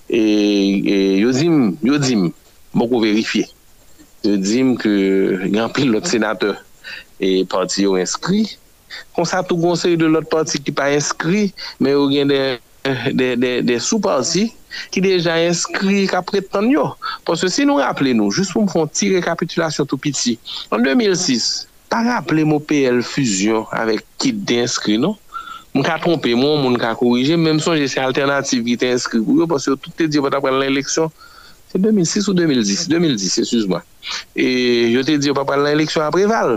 et ils dit ils dit beaucoup vérifier. Ils dit que il y a plein d'autres sénateurs et partis ont inscrit. Comme ça, tout conseil de l'autre parti qui n'est pas inscrit, mais il y a des, des, des, des sous-partis qui sont déjà inscrits qui prétendent. Parce que si nous rappelons, juste pour faire une petite récapitulation tout petit, en deux mille six, pas rappeler mon P L fusion avec qui est inscrit, non? Je me suis trompé, moi, je me suis corrigé, même si c'est alternative qui est inscrit, parce que tout est dit après l'élection. C'est deux mille six ou deux mille dix? deux mille dix, excuse-moi. Et je t'ai dit, on va prendre l'élection après Val.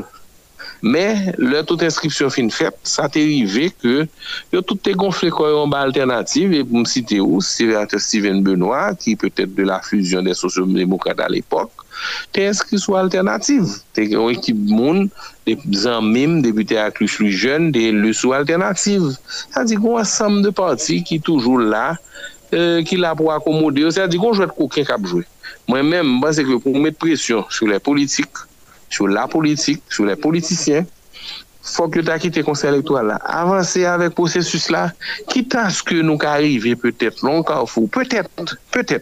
Mais le toute inscription fin faite, ça t'est arrivé que yo tout est gonflé quoi en bas alternative et pour me citer où sénateur Steven Benoît qui peut-être de la fusion des sociaux-démocrates à l'époque, t'es inscrit sur alternative. T'es une équipe monde des amis débutés à Cluche plus jeune des le sous alternative. Ça dit qu'on ensemble de partis qui toujours là euh, qui là pour accommoder, ça dit qu'on joue coquin cap jouer. Moi-même, je pense que pour mettre pression sur les politiques sur la politique, sur les politiciens, il faut que tu aies quitté le conseil électoral là. Avancer avec le processus là, quitte à ce que nous arrivions peut-être longtemps, peut-être, peut-être.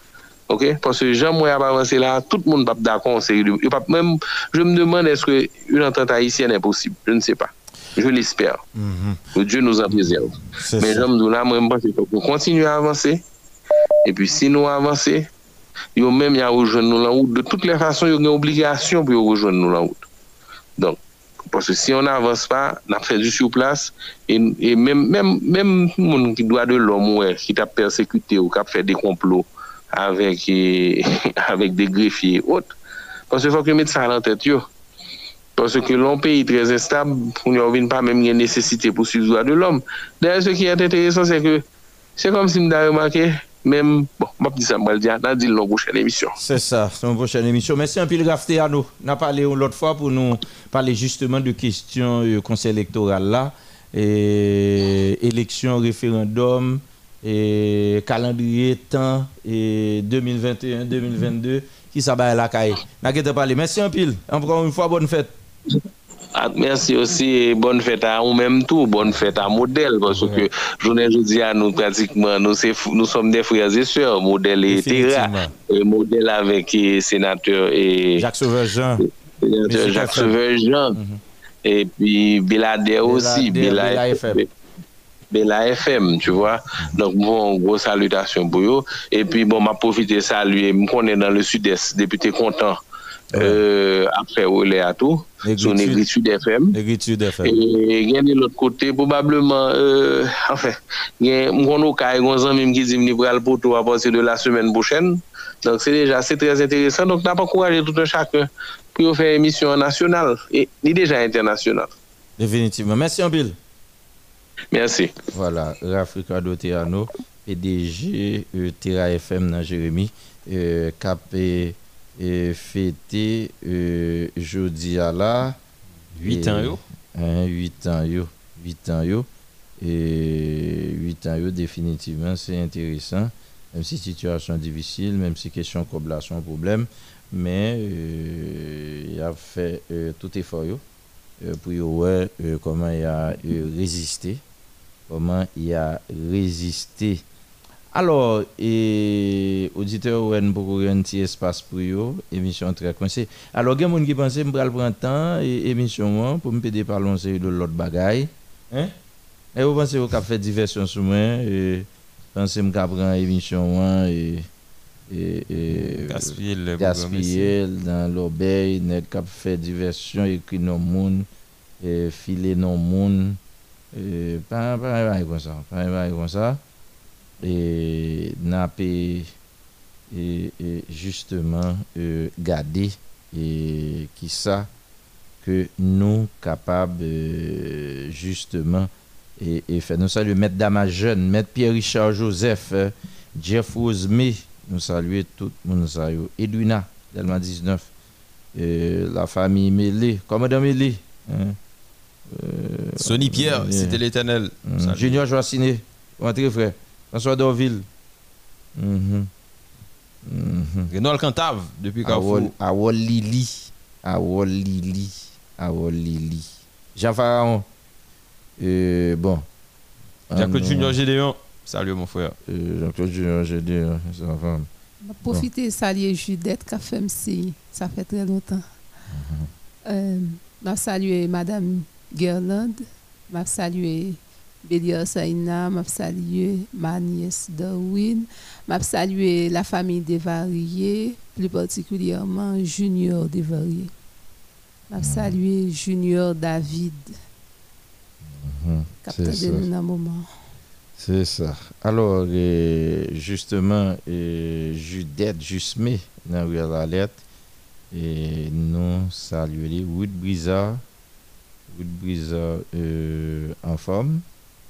Ok? Parce que j'aime moi avancer là, tout le monde n'est pas d'accord. Même, je me demande est-ce qu'une entente haïtienne est possible. Je ne sais pas. Je l'espère. Mm-hmm. Que Dieu nous en préserve. Mais j'aime là, moi, je pense qu'il faut continuer à avancer. Et puis si nous avançons, yo même y a rejoindre nous la route de toutes les façons il y a une obligation pour rejoindre nous la route donc parce que si on n'avance pas on a fait du sur place et, et même même même monde qui doit de l'homme ouais, qui t'a persécuté ou qui a fait des complots avec et, avec des greffiers autres parce qu'il faut que mettre ça en tête yo parce que l'on pays très instable on ne vient pas même une nécessité pour suivre les droits de l'homme d'ailleurs ce qui est intéressant c'est que c'est comme si m'avait remarqué même bon m'a dit ça m'a dit dans dit la prochaine émission c'est ça c'est une prochaine émission merci un peu le Rafté à nous on a parlé l'autre fois pour nous parler justement de questions du conseil électoral là et élection référendum et calendrier temps et deux mille vingt et un deux mille vingt-deux qui ça va la caille n'a qu'à parler merci un pile encore une fois bonne fête. Merci aussi et bonne fête à nous même tout, bonne fête à Modèle parce que journée aujourd'hui à nous pratiquement nous c'est nous sommes des frères et sœurs Modèle et Terra et Modèle avec et sénateur et Jacques Sauveur-Jean sénateur Jacques Sauveur-Jean mm-hmm. et puis Belader aussi Belader Bella F M, tu vois. Donc, bon, grosse salutation pour eux. Et puis, bon, m'a profité saluer, me connaît dans le sud-est, député content. Euh, après relais à tout sur Négritude F M. Négritude F M. Et il y a de l'autre côté probablement euh, enfin il y a mon cas et même qui dit me pral pour toi à partir de la semaine prochaine. Donc c'est déjà c'est très intéressant, donc n'a pas encouragé tout un chacun pour faire émission nationale et déjà internationale. Définitivement. Merci en Bill. Merci. Voilà, Rafricardo Terrano, P D G euh, Terra F M dans Jérémy euh, capé et fêté euh, jeudi à la huit ans yo hein, huit ans yo huit ans yo et huit ans yo définitivement c'est intéressant même si situation difficile même si question coblation problème mais euh, il a fait euh, tout effort yo euh, pour voir euh, comment il a euh, résisté comment il a résisté. Alors, et auditeur ou en pour un petit espace pour eux, émission très coincée. Alors, il y a des gens qui pensent que je vais prendre temps et émission pour me péder parler de l'autre bagaille. Hein? Et vous pensez que vous avez fait diversion sur moi et pensez que je vais prendre émission et et, et gaspiller le gaspiller dans l'obéi, ne cap fait diversion écrit non monde et filer non monde et pas pas comme ça, pas comme ça. Et n'a pas et, et justement euh, garder et qui ça que nous capables euh, justement et, et faire nous saluer maître Dama Jeune, maître Pierre-Richard Joseph, euh, Jeff Osme, nous saluer tout le monde, saluer Edwina Delma dix-neuf, euh, la famille Mélé, commandant Mélé, hein, euh, Sonny Pierre, euh, c'était l'Éternel, euh, Junior Joaciné, rentrez frère. François Dorville. Mhm. Mhm. Renol Cantave depuis Carrefour. Awol Lili. Awol Lili. Awol Lili. Jean Pharaon. Euh, bon. Jean-Claude Junior Gédéon. Salut mon frère. Euh, Jean-Claude Junior Gédéon. Ça va. Profiter de saluer Judith qui a fait M C. Ça fait très longtemps. Mm-hmm. euh, je saluer Madame Gerland. Je saluer Bélier Saïna, m'a salué ma nièce Darwin, m'a salué la famille Desvariés, plus particulièrement Junior Desvariés. M'a salué Junior David. Mmh, capteur de nous dans un moment. C'est ça. Alors, euh, justement, euh, Judith Jusmé, dans la lettre, et nous saluons Wood Brizard, Wood Brizard euh, en forme.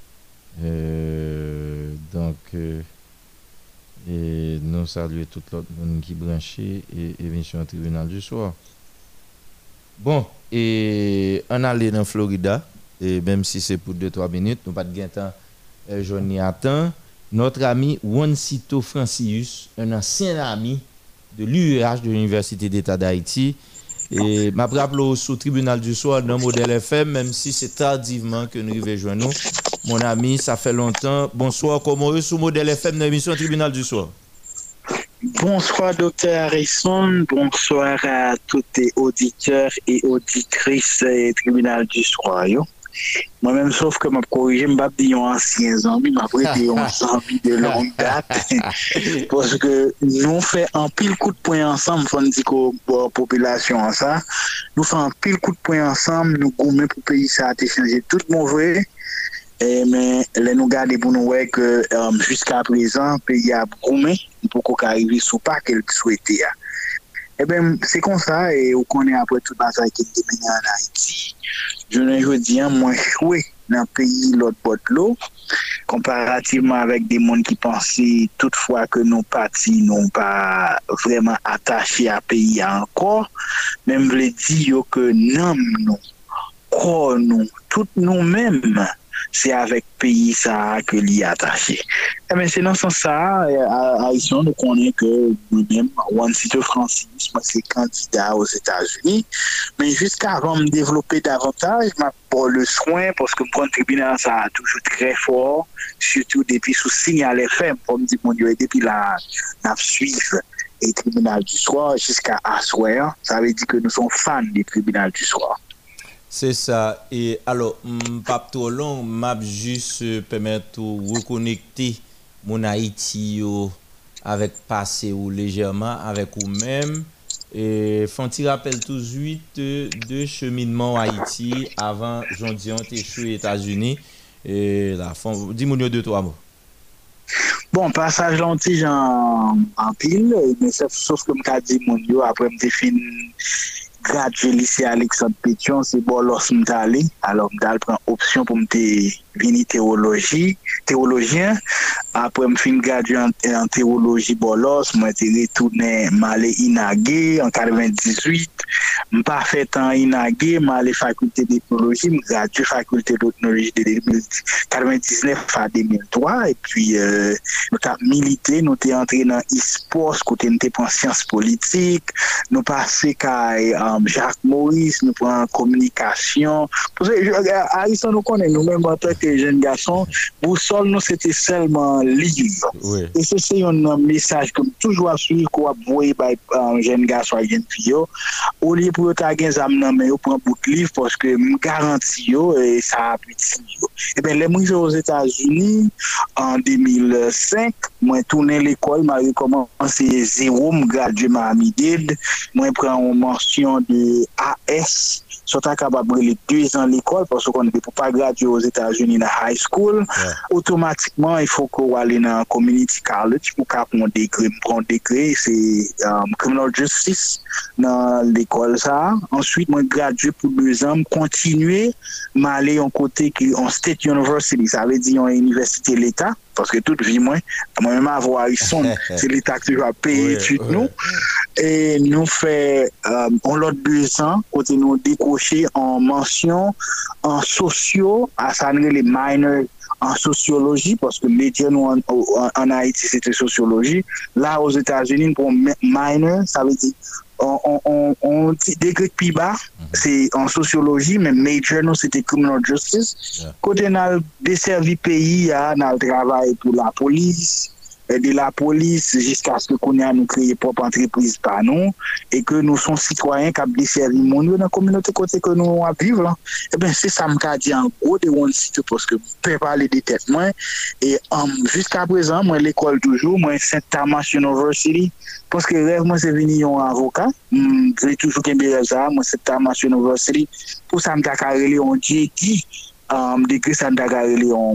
Euh, donc, euh, et nous saluons tout le monde qui branché et émission Tribunal du Soir. Bon, et on allait dans Florida, et même si c'est pour deux trois minutes, nous pas de temps euh, journée à temps. Notre ami Juancito Francius, un ancien ami de l'U E H de l'Université d'État d'Haïti, et m'a rappelé sous Tribunal du Soir dans Modèle F M, même si c'est tardivement que nous arrivons nous. Mon ami, ça fait longtemps. Bonsoir, comment est-ce sous Modèle F M dans l'émission Tribunal du Soir? Bonsoir, docteur Harrison. Bonsoir à tous les auditeurs et auditrices du Tribunal du Soir. Moi-même, sauf que je corrigé, je vais dire anciens amis, je vais dire amis de longue date. Parce que nous faisons un pile coup de poing ensemble, on dit que la population, ça. Nous faisons un pile coup de poing ensemble, nous gommons pour le pays, ça a changé tout mauvais. Et mais les nous garder pour nous voir que um, jusqu'à présent, le pays a gommé pour qu'on arrive sous pas qu'il souhaitait. Eh bien, c'est comme ça, et on connaît après tout le bataille qui est mené en Haïti. Je ne dis pas, moi, jouer dans le pays, l'autre bord de l'eau, comparativement avec des gens qui pensaient toutefois que nos partis n'ont pas vraiment attaché à pays encore, même les dire que non, nous, quoi, nous, toutes nous-mêmes, c'est avec le pays ça que l'y attaché. Eh bien, c'est dans ce sens-là, à Haïtien, nous connaissons que nous-mêmes, Juancito Francis, moi, c'est candidat aux États-Unis. Mais jusqu'avant de me développer davantage, je pas le soin, parce que le tribunal, ça a toujours très fort, surtout depuis sous signal F M, comme dit mon Dieu, depuis la, la suivre et tribunal du soir jusqu'à Assoir. Ça veut dire que nous sommes fans du tribunal du soir. C'est ça. Et alors, pas trop long, m'a juste euh, permettre de reconnecter mon Haïti yo avec passé ou légèrement avec ou même. Et font-il rappel tout de suite de, de cheminement Haïti avant Jean Dion échoué aux États-Unis. Et là, dis-moi deux trois mots. Bon, passage gentil en, en pile, mais sauf que je dit mon yo après me défini gradué lycée Alexandre Pétion, c'est bolos m't'allé. Alors m'dal prend option pour m'te venir théologie, théologien. Après me fin gradué en, en théologie bolos, moi été retourné m'aller Inagé en quatre-vingt-dix-huit. M'pas fait en Inagé, m'aller faculté d'ethnologie, me gradué faculté d'ethnologie de quatre-vingt-dix-neuf à deux mille trois et puis euh, nous t'a milité, nous t'es entré dans e-sport, côté nous t'es en sciences politiques, nous passé qu'à um, Jacques Maurice, nous prenons communication. Parce que Harrison nous connaît nous-mêmes en tant que jeunes garçons, boussole nous c'était seulement livre. Oui. Et c'est un message que toujours suivre quoi voyer par un jeune garçon et jeune fille au lieu pour ta gain zam nan mais prend bout de livre parce que me garantit yo et ça appuie yo. Et ben les moi aux États-Unis en deux mille cinq, moi tourner l'école, m'a recommencé zéro, me gradué Miami-Dade, moi prend une mention de A S, soit capable de deux ans l'école parce qu'on ne peut pas graduer aux États-Unis dans high school. Yeah. Automatiquement, il faut qu'on aille dans community college pour qu'on prenne degré, prendre degré, c'est um, criminal justice dans l'école ça. Ensuite, moi gradué pour deux ans, continuer, m'aller en côté qui en State University, ça veut dire en université l'État. Parce que toute vie, moi, moi-même avoir Harrison, c'est l'État qui va payer études nous. Et nous fait, euh, on l'autre deux ans, côté nous décrocher en mention, en sociaux, à ça les minors en sociologie, parce que métier nous en, en, en Haïti, c'était sociologie. Là, aux États-Unis, pour minor, ça veut dire on, on, on dit degré plus bas, mm-hmm. c'est en sociologie, mais major, nous, c'était criminal justice. Yeah. Côté nous desservi pays, nous travaillé pour la police, de la police jusqu'à ce que nous ayons créé propre entreprise par nous et que nous sommes citoyens qui ont desservi le monde dans la communauté côté que nous vivons. Et bien, c'est ça que je dis en gros de one site parce que je peux parler des têtes. Et um, jusqu'à présent, moi, l'école toujours, moi, Saint Thomas University, parce que rêve, moi, c'est venir un avocat. Mm, j'ai toujours qu'un bien ça, moi, Saint Thomas University. Pour ça, je suis un J D, um, degré ça, je suis un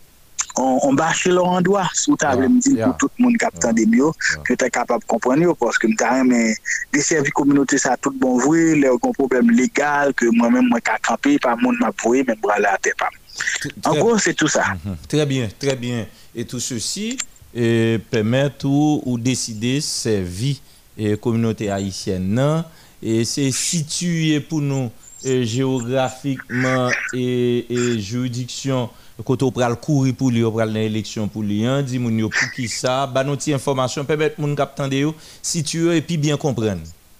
on bachelor en droit, si vous avez me dire pour tout le monde qui a des mieux, que tu es capable de comprendre, parce que je des services communautaires, ça tout bon vrai, les problèmes légaux, que moi-même, moi, qui a campé, pas monde m'a voué, même bras là, t'es pas. En gros, c'est tout ça. Très bien, très bien. Et tout ceci eh, permet tout ou décider servir la communauté haïtienne. Non? Et c'est situé pour nous eh, géographiquement et, et juridiction. Quand on pral courir pour lui, on pral dans l'élection pour lui, hein, dis moun yo pour qui ça, ba nou ti information permettre moun k'ap tande yo situer et puis bien comprendre.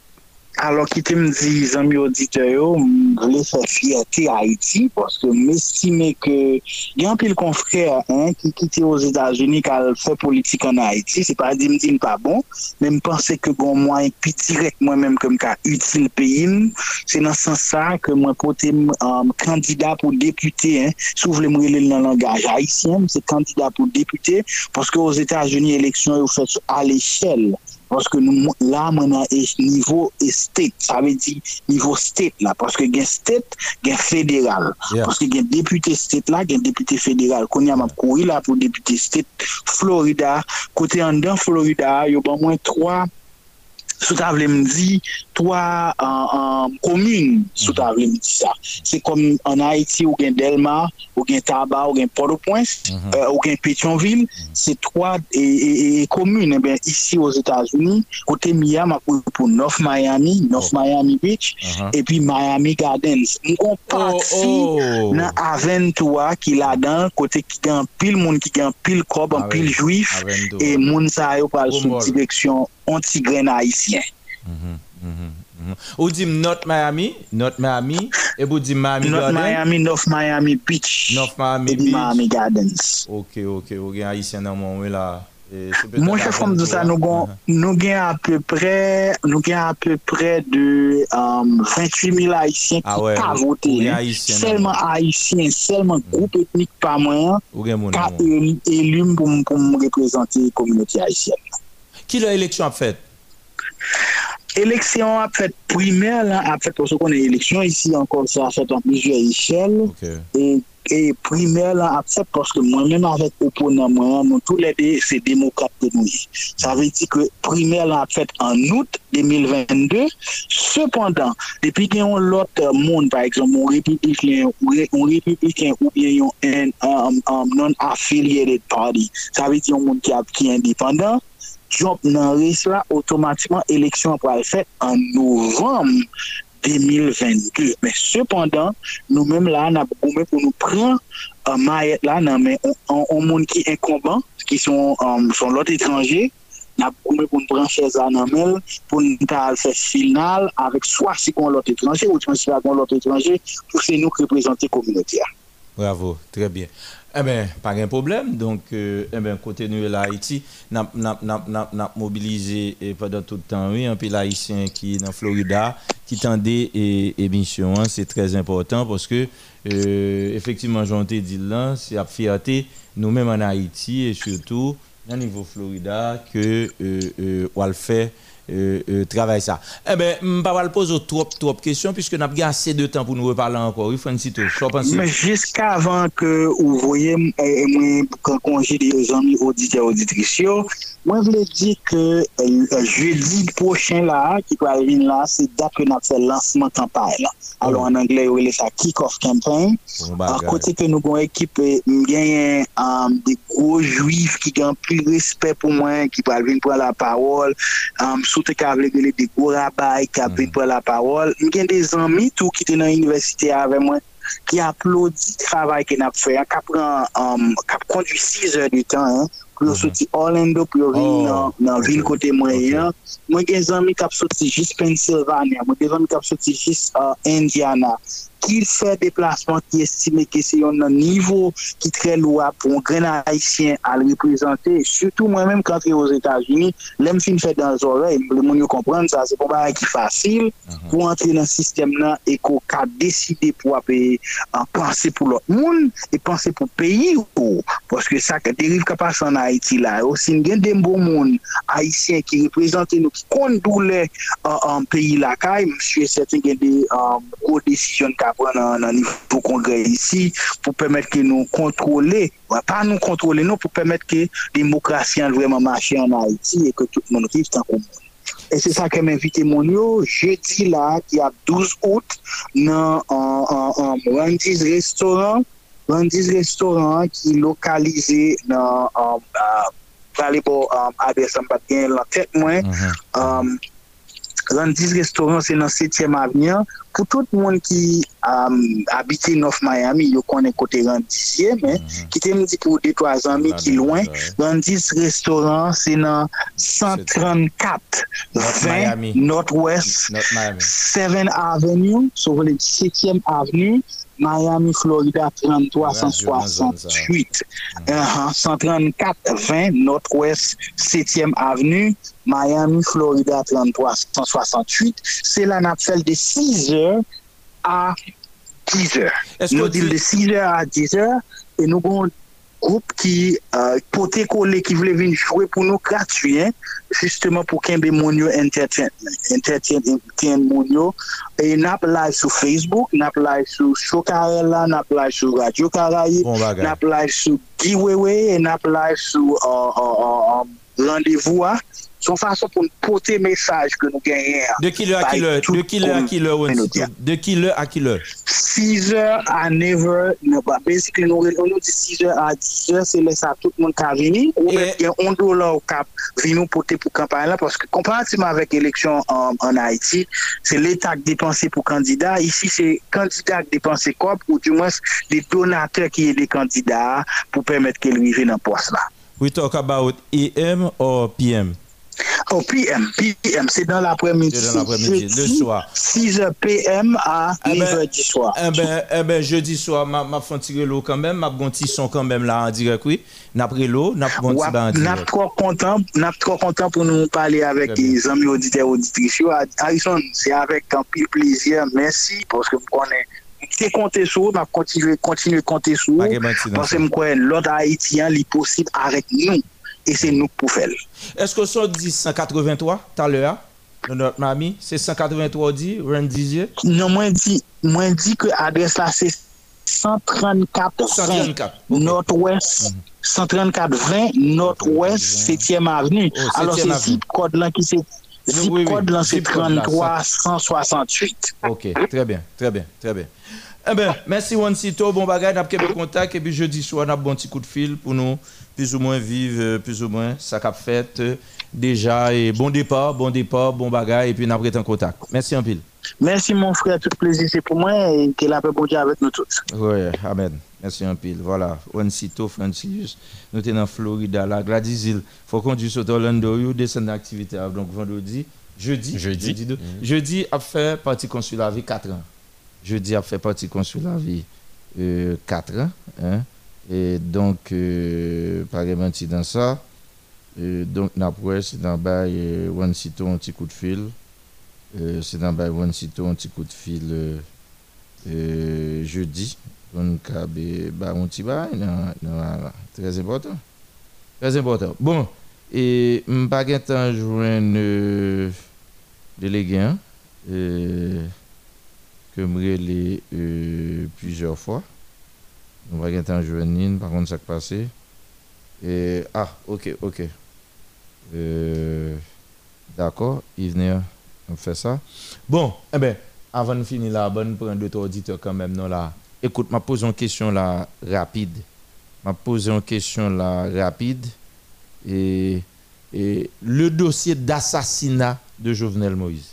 Alors, qui te me dit, amis auditeurs, je voulais faire fierté à Haïti parce que m'estime que il y a un pile confrère hein, qui quitte aux États-Unis qui a fait politique en Haïti. C'est pas dire me pas bon, mais me penser que bon moi puis direct moi-même comme cas utile pays. C'est dans ce sens que moi porter um, candidat pour député. Hein, si vous voulez me relire dans le langage haïtien, c'est candidat pour député parce que aux États-Unis élection est faite à l'échelle. Parce que nous, là, on a niveau state, ça veut dire niveau state là, parce que il y a state, il y a fédéral. Yeah. Parce que il y a député state là, il y a député fédéral. Qu'on y a couru là pour député state Florida, côté en dedans Florida, il y a au moins trois. Sous table me dit trois en communes sous table me dit ça c'est comme en Haïti ou gain Delma ou gain Tabar ou gain Port-au-Prince mm-hmm. euh, ou gain Pétionville mm-hmm. c'est trois et, et, et communes et bien ici aux États-Unis côté Miami pour, pour North Miami North oh. Miami Beach uh-huh. et puis Miami Gardens on parti oh, oh. dans Aventura qui là-dedans côté qui gain pile monde qui gain pile cob en pile juif Aventura. Et monde ça yo par sous direction anti-grain haïtien. Mm-hmm, mm-hmm. Ou dit North Miami, North Miami, et vous dit Miami North Gardens. Miami, North Miami Beach. North Miami et Beach. Miami Gardens. Ok, ok, ok, haïtien dans mon là. Moi, je comme ça, nous avons nous à peu près, nous à peu près de um, vingt-huit mille Haïtiens qui ont ah ouais, voté. Seulement Haïtiens, seulement groupe ethnique pas moins, qui ont élu pour, pour me représenter la communauté haïtienne. Qui l'a élection a fait? Élection a fait primaire, là, a fait parce qu'on a élection ici encore, ça a fait en plusieurs échelles. Okay. Et Et primaire, là, fait parce que moi-même avec opponent, moi, nous tous les deux, c'est démocrate de nous. Ça veut dire que primaire, là, fait en août deux mille vingt-deux. Cependant, depuis qu'il y a l'autre monde, par exemple, un républicain, un républicain ou bien un, un, un non-affiliated party, ça veut dire un monde qui, qui est indépendant, jump dans le race là, automatiquement, élection pour être faite en novembre deux mille vingt-deux. Mais cependant, nous-mêmes là, on a beaucoup pour nous prendre un maillet là, non, mais on monde qui est incombant, qui sont, um, sont l'autre étranger, on a beaucoup pour nous prendre chez Anamel, pour nous faire final avec soit si on l'autre étranger ou si on l'autre étranger, pour que nous représenter la communauté. Bravo, très bien. Eh bien, pas de problème. Donc, euh, eh bien, côté nous, l'Haïti, nous avons mobilisé eh, pendant tout le temps, oui, un peu l'Haïtien qui est dans Florida, qui tendait émission. Hein, c'est très important parce que, euh, effectivement, j'en ai dit là, c'est la fierté, nous-mêmes en Haïti et surtout, au niveau Florida, que euh, euh, on le fait. Euh, euh, travail ça. Eh bien, je ne vais pas poser trop, trop de questions puisque nous avons assez de temps pour nous reparler encore. Il faut un site. Mais jusqu'avant que vous voyez, moi, quand j'ai des amis auditeurs auditrices, moi, je voulais dire que euh, jeudi prochain, là, qui va arriver là, c'est date que nous avons fait lancement campagne. Là. Alors, en anglais, on ça kick-off campaign. Bon, à côté que nous avons équipe, il y a des gros juifs qui ont plus de respect pour moi, qui peuvent venir prendre la parole. Um, surtout qui avaient des gros rabbins qui avaient prendre la parole. Il y a des amis tout qui étaient dans l'université avec moi qui applaudissent le travail qu'on a fait, qui a um, conduit six heures de temps. Hein, pour sortir Orlando, pour venir dans la ville côté moyen. Moi, j'ai des amis qui ont sorti juste Pennsylvania, moi, j'ai des amis qui ont sorti juste uh, Indiana. Qui fait des déplacements qui estiment que c'est un niveau qui est très lourd pour un grand haïtien à le représenter. Surtout moi-même quand je suis aux États-Unis, l'aime fin fait dans les oreilles, le monde comprendre ça, c'est pas qui facile uh-huh. pour entrer dans ce système-là et qu'on a décidé pour payer, en penser pour l'autre monde et penser pour le pays. Parce que ça, que dérive qui passe en Haïti là, aussi, il y a des bons monde haïtiens qui représentent nous, qui conduisent un pays là, monsieur, certains qui ont des grosses décisions dans le niveau congrès ici pour permettre que nous contrôler, pas nous contrôler, non, pour permettre que la démocratie a vraiment marché en Haïti et que tout le monde vive en commun. Et c'est ça que m'invite mon yo jeudi là, qui a douze août, dans un Randy's Restaurant, Randy's Restaurant qui est localisé dans aller pour adresse en bien la tête moins. Randy's Restaurant, c'est dans la septième avenue. Pour tout le monde qui um, habite North Miami, il connaît côté Randy's, mais mm-hmm. qui te dit pour deux trois amis qui loin, Randy's Restaurant, c'est dans cent trente-quatre vingt Northwest seventh Avenue, sur le septième Avenue. Miami, Florida, trente-trois cent soixante-huit. Uh-huh. cent trente-quatre vingt Northwest septième Avenue, Miami, Florida, trente-trois cent soixante-huit. C'est là qu'on fait de six heures à dix heures. Nous disons de six heures à dix heures et nous avons un groupe qui euh, poté collé qui voulait venir jouer pour nous gratuit, hein, justement pour qu'il y ait monio entertainment et n'a live sur Facebook, n'a live sur Chocarella, n'a live sur Radio Caraïbe, n'a live sur Giveaway et n'a live sur uh, uh, uh, Rendez-vous. Son façon pour nous porter message que nous gagnons. De qui l'heure à qui l'heure? De qui l'heure à qui l'heure? De qui l'heure à qui l'heure? six heures à neuf heures. Basically, nous nous dit six heures à dix heures, c'est là ça tout le monde qui a venu. Ou bien il y a un dollar qui vient nous porter pour campagne là parce que comparativement avec l'élection en, en Haïti, c'est l'État qui dépense pour candidats. Ici, c'est candidat qui dépense quoi ou du moins des donateurs qui sont des candidats pour permettre qu'ils arrivent dans le poste là. We talk about A M or P M? Oh, P M, P M, c'est dans l'après-midi. C'est dans l'après-midi, le soir. six heures P M à Eh neuf heures ben, du soir. Eh ben, eh ben, jeudi soir, m'a m'a fait tirer l'eau quand même, m'a gon petit son quand même là en direct, oui. N'a pris l'eau, n'a gon petit bain en N'a direct. trop content, n'a trop content pour nous parler avec Très bien. les amis auditeurs auditrices. Harrison, c'est avec un pile plaisir. Merci parce que je connais. C'est compter sur, m'a continuer continuer compter sur Pas de mentir dans parce ça. que je crois l'autre haïtien est possible avec nous et c'est nous pour faire. Est-ce que ça dit cent quatre-vingt-trois tout à l'heure? Notre mamie, c'est cent quatre-vingt-trois dit, Ren Dizier? Non, moi dit, moi dit que l'adresse là c'est cent trente-quatre cent trente-quatre, Nord-Ouest, cent trente-quatre vingt Nord-Ouest, septième avenue. Oh, Alors septième c'est avenue. zip code là qui c'est zip Oui, oui, code là c'est zip code là, trente-trois cent soixante-huit. Ok, très bien, très bien, très bien. Eh bien, merci Wansito, bon bagage, n'a pas contact, et puis jeudi soir, n'a un bon petit coup de fil pour nous, plus ou moins vivre, euh, plus ou moins, ça qu'a fait euh, déjà, et bon départ, bon départ, bon bagage, et puis n'a pas en contact. Merci un pile. Merci mon frère, tout plaisir c'est pour moi et que la paix pour Dieu avec nous tous. Oui, amen. Merci un pile. Voilà, Wansito, Francis, nous sommes en Florida, là, Gladys Hill, il faut conduire sur Orlando, you descend d'activité, donc vendredi, jeudi, Jeudi. jeudi, deux. jeudi a fait partie consulat vie quatre ans. Jeudi a fait partie consulat vie euh, quatre ans. Hein? Et donc, euh, par exemple, dans ça, euh, donc, après, c'est dans le one sito un petit coup de fil. Euh, c'est dans le one sito un petit coup de fil euh, euh, jeudi. Donc, bah, un petit bail, non, non, très important. Très important. Bon, et je n'ai pas de temps de joindre euh, délégué. Hein? Euh, que me les euh, plusieurs fois. On va gagner un journée, par contre, ça qui passé. Et ah, ok, ok. Euh, D'accord, il venait, on fait ça. Bon, eh ben, avant de finir là, bonne prendre deux auditeurs quand même non là. Écoute, m'a posé une question là rapide. M'a posé une question là rapide et, et le dossier d'assassinat de Jovenel Moïse.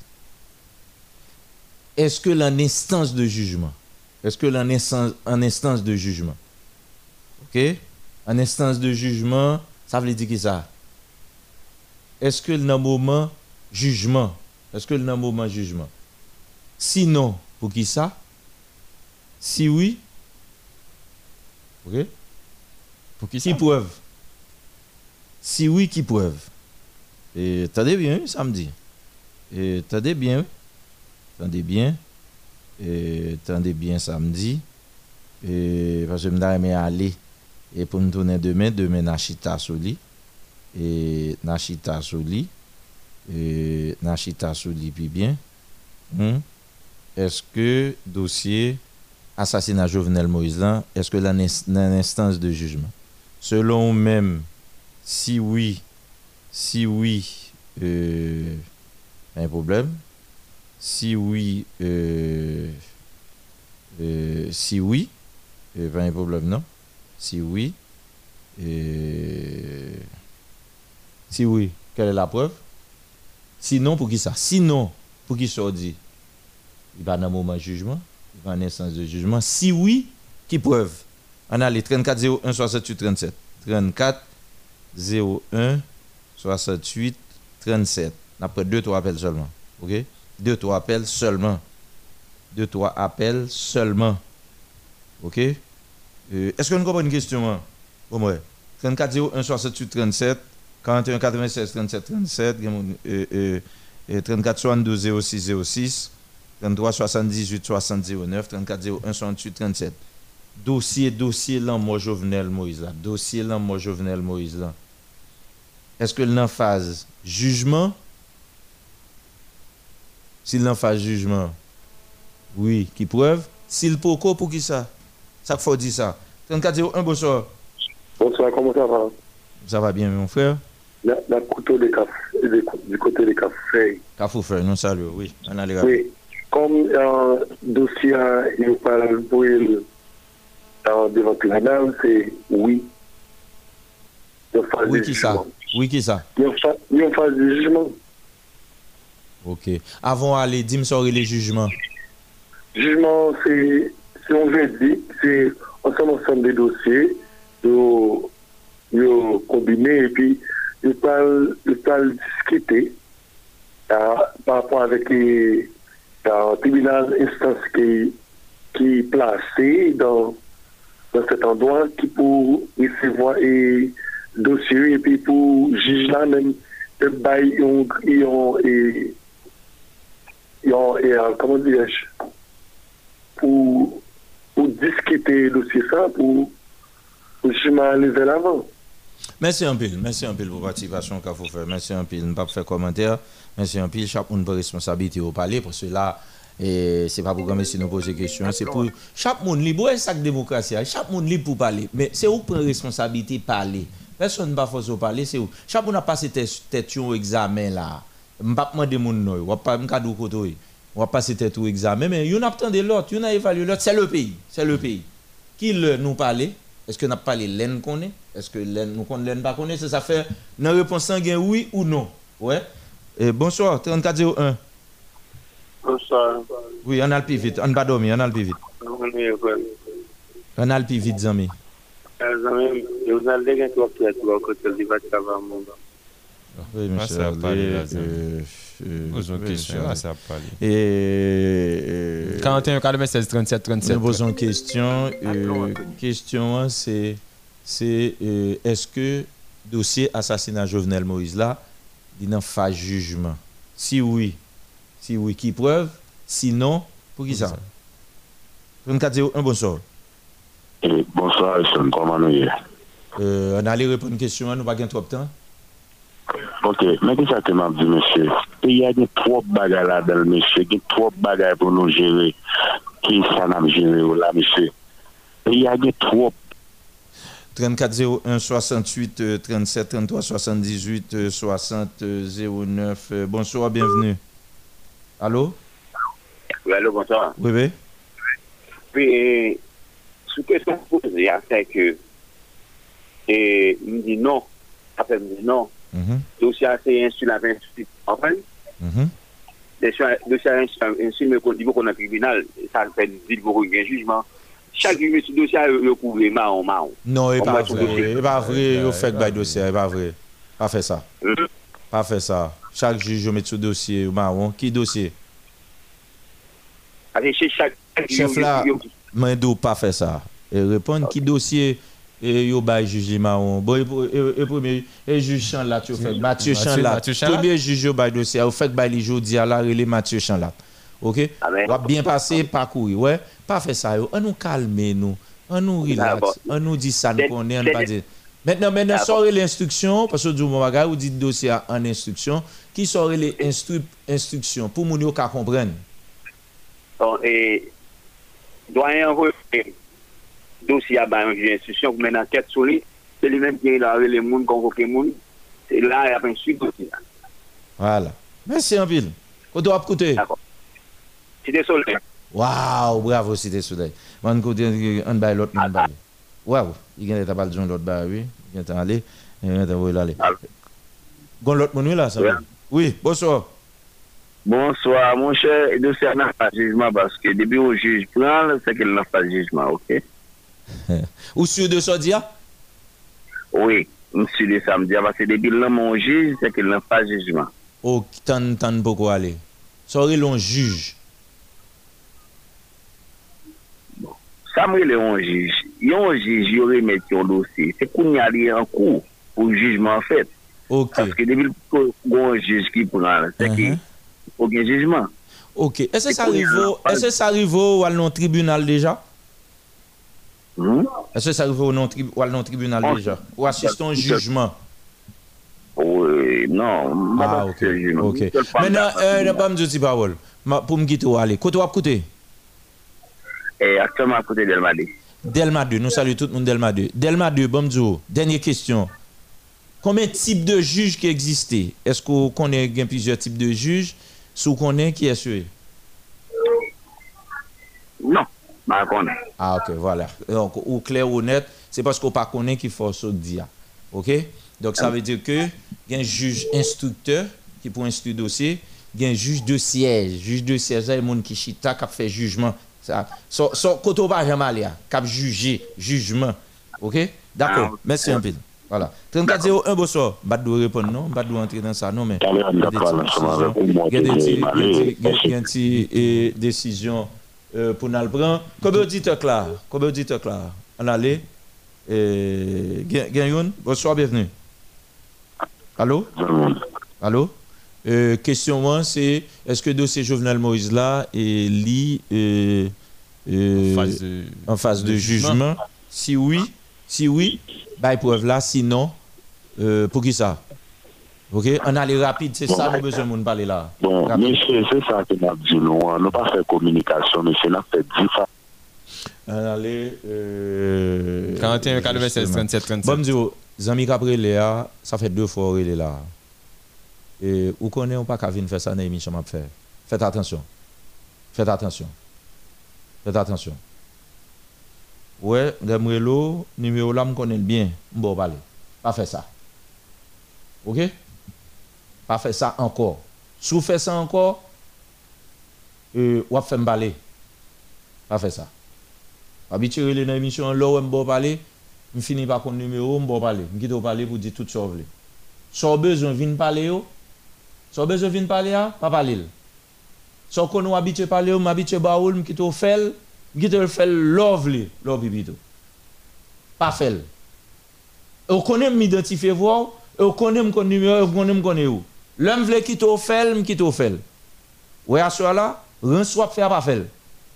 Est-ce que l'en instance de jugement? Est-ce que l'en instance, en instance de jugement? OK? En instance de jugement, ça veut dire que ça? Est-ce que dans le moment jugement? Est-ce que dans le moment jugement? Sinon, pour qui ça? Si oui, OK? Pour qui ça? Qui preuve? Si oui, qui preuve? Et attendez bien, samedi. Et attendez bien, Tendez bien, et tendez bien samedi, et parce que je vais aller et pour nous tourner demain, demain Nachita Soli, et Nachita Soli, et Nachita Soli, puis bien. Hmm? Est-ce que dossier assassinat Jovenel Moïse là, est-ce que dans l'instance de jugement? Selon même, si oui, si oui, euh, un problème. Si oui, euh, euh, si oui, euh, pas un problème, non? Si oui, euh, si oui, quelle est la preuve? Sinon, pour qui ça? Sinon, pour qui ça dit? Il va dans un moment de jugement, il va en instance de jugement. Si oui, qui preuve? On a les trente-quatre zéro un soixante-huit trente-sept. trente-quatre zéro un soixante-huit trente-sept. Après deux, trois appels seulement. OK? Deux, trois appels seulement. Deux, trois appels seulement. OK? Euh, Est-ce que nous comprenons une question? Bon, ouais. trente-quatre zéro un soixante-huit trente-sept, quarante et un quatre-vingt-seize trente-sept trente-sept, euh, euh, trente-quatre soixante-douze zéro six zéro six, trente-trois soixante-dix-huit soixante zéro neuf, trente-quatre zéro un soixante-huit trente-sept. Dossier, dossier, là, moi, Jovenel Moïse, là. Dossier, là, moi, Jovenel Moïse, là. Est-ce que l'en phase jugement? S'il en fait jugement, oui, qui preuve. S'il peut, pour qui ça? Ça faut dire ça. trente-quatre zéro un, bonsoir. Bonsoir, comment ça va? Ça va bien, mon frère? La, la couteau de café, du côté des cafés. Café, non, salut, oui. On a les gars. Oui, comme un euh, dossier, il parle pour le devant le tribunal, c'est oui. Oui, qui ça? Oui, qui ça? Il y a une phase de jugement. Ok. Avant d'aller, dis-moi sur les jugements. Jugement, c'est un verdict, c'est un ensemble de dossiers, de combinés, et puis il parle, il parle discuter euh, par rapport avec les euh, tribunal instance qui qui est placé dans dans cet endroit qui pour recevoir et dossier et puis pour juge là même de bail ont ont et ils ont et comment dirais-je pour pour discuter le dossier ça pour pour justement aller vers l'avant. Merci un peu, merci un peu pour la participation qu'il faut faire. Merci un peu, ne pas faire commentaire. Merci un peu, chaque monde a responsabilité au palais parce que là et c'est pas pour que si nous poser question, c'est pour chaque monde libre, c'est ça que démocratie, chaque monde libre pour parler, mais c'est où prend responsabilité parler. Personne ne va forcer au parler, c'est où chaque monde a passé tête au examen là. M'pas demander mon nom, ou pas me cadeau côté. On va passer tête au examen mais on attend de l'autre, on a évalué l'autre, c'est le pays, c'est le pays. Qui le nous parler? Est-ce que n'a pas les laine connaît? Est-ce que laine nous connaît pas connaît? Ça ça fait une réponse sanguine oui ou non. Ouais. Et bonsoir trente-quatre zéro un. Bonsoir. Oui, on a le plus vite, on va dormir, on a le plus vite. On a le plus vite zami. Zami, vous allez gagner toi qui est toi côté du Vatava mon. Oui, monsieur. Ça parler là. Posons une question, ça parler. Et quarante et un quatre-vingt-seize trente-sept trente-sept. Nous posons une question, euh, question c'est c'est euh, est-ce que dossier assassinat Jovenel Moïse là il n'en fait jugement? Si oui, si oui, qui preuve? Sinon, pour qui ça? trente-quatre zéro un, bonsoir. Et bonsoir, Alison, comment nous y est? Euh, on allait répondre à une question, nous pas gagner trop de temps. Ok, mais qu'est-ce que m'a dit, monsieur? Il y a des trop de bagages là dans le monsieur, il y a trop de bagages pour nous gérer. Qui ça n'a géré là, monsieur? Il y a des trop. trente-quatre zéro un soixante-huit trente-sept trente-trois soixante-dix-huit soixante zéro neuf. Bonsoir, bienvenue. Allô? Oui, allô, bonsoir. Oui, oui. Puis, ce que je me pose, c'est que, et il me dit non, après il me dit non. Mm-hmm. Dossier assez insu la vingt-huit. Enfin, dossier insu me dit qu'on a un tribunal, ça fait dire qu'on a un jugement. Chaque dossier a recouvert marron, marron. Non, il n'est pas vrai. Il n'est pas vrai, il fait que dossier, il n'est pas vrai. Pas fait ça. Pas fait ça. Chaque juge met ce dossier marron. Qui dossier? Chef là, Mendo pas fait ça. Et répondre qui dossier et yo ba juge marron. Bon et premier et juge Chanlat tu fait Mathieu Chanlat. Premier juge yo ba dossier, au fait ba li jodi à la relé Mathieu Chanlat. OK? Va bien passer parcourir. Ouais, pas fait ça yo. On nous calmer nous. On nous relax. On nous dit ça nous connaît, on pas dire. Maintenant maintenant sort l'instruction parce que du moment bagay ou dit dossier en instruction, qui sort les instru instructions pour moun yo ka comprendre. Bon et doyen envoyer dossier à une institution pour mener enquête sur lui, c'est lui-même qui a les gens, convoqué les gens, c'est là, il y a un suite dossier. Voilà. Merci en pile. Qu'on doit écouter. D'accord. Cité Soleil. Waouh, bravo, Cité Soleil. On côté, on baille l'autre, on baille. Waouh, il y a des balles de l'autre baille, oui. Il y a aller, il y a aller, aller. Gon l'autre mon là, ça va. Oui, bonsoir. Bonsoir, mon cher. Le dossier n'a pas de jugement parce que depuis au juge prend, c'est qu'il n'a pas de jugement, ok? Ou sur de ça dia? Oui, monsieur de samedi parce que depuis là mon juge c'est qu'il n'a pas de jugement. Oh, tant tant beaucoup aller. Sorry l'on juge. Bon, ça me le on juge. Yon juge il remet un dossier. C'est qu'on y a en cours pour jugement en fait. OK. Parce que depuis le juge qui prend c'est uh-huh. qu'il faut un jugement. OK. Est-ce que ça arrive est-ce que ça arrive au non tribunal déjà? Hmm? Est-ce que ça arrive au non tribunal oh, déjà? Ou assiste un jugement? Oui, non. Ah, ok. Ok. Maintenant, euh, ne pas me dire parole. Pour me quitter, aller. Côté ou à côté? Et actuellement à côté Delma deux. Delma deux, nous saluons tout le monde Delma deux. Delma deux, bon Dieu, dernière question. Combien de types de juges qui existent? Est-ce qu'on connaît plusieurs types de juges? Si on connaît, qui est sûr? Non. Ah, ok, voilà. Donc, ou clair ou net, c'est parce qu'on ne connaît pas qu'il faut se dire. Ok? Donc, ça veut dire que il y a un juge instructeur qui pour instruire le dossier, il y a un juge de siège. Juge de siège, c'est le monde qui chita, qui fait jugement. Ça, so, so, quand on va jamais aller, qui a jugé, jugement. Ok? D'accord. Merci un peu. Voilà. trente-quatre zéro un, bonsoir. Je ne vais pas répondre, non. Je ne vais pas entrer dans ça, non. Mais il y a des décisions pour nous prendre. Combien d'auditeurs là? Combien d'auditeurs là? On allait. Gagnon, bonsoir, bienvenue. Allô? Allô? Euh, question un, c'est est-ce que le dossier Jovenel Moïse là est lié euh, euh, en phase de, en phase de, de jugement. jugement? Si oui, si oui, bah preuve là, sinon, euh, pour qui ça? Ok, on a les rapides, c'est bon, ça, nous besoin de parler là. Bon, rapide. Monsieur, c'est ça que nous dit, nous n'avons pas fait communication, monsieur, nous avons fait dix fois. On a les. Euh, quarante et un, quatre-vingt-seize, trente-sept, trente-sept. Bon, Dieu, Zami Capri Léa, ça fait deux fois qu'il est là. Et vous connaissez pas qu'à venir faire ça dans l'émission m'a faire. Faites attention. Faites attention. Faites attention. Ouais, Gamrelo, numéro là me connaît bien, m'bo parler. Pas faire ça. OK? Pas faire ça encore. Si vous faites ça encore, euh ou faire m'baler. Pas faire ça. Habitué les dans l'émission là où m'bo parler, me fini par contre numéro m'bo parler. Me quitte parler pour dire tout ça vous voulez. Sans besoin vinn parler yo. So besoin vinn parler a, pas parler. So qu'on nous habitué parler, m'habitué baoul, m'kito fel, m'kito fel lovely, love bibito. Pas fel. On connaît m'identifier voir, on connaît mon numéro, on connaît mon où. L'homme vle kito fel, m'kito fel. Ouais à ce là, rien soit faire pas fel.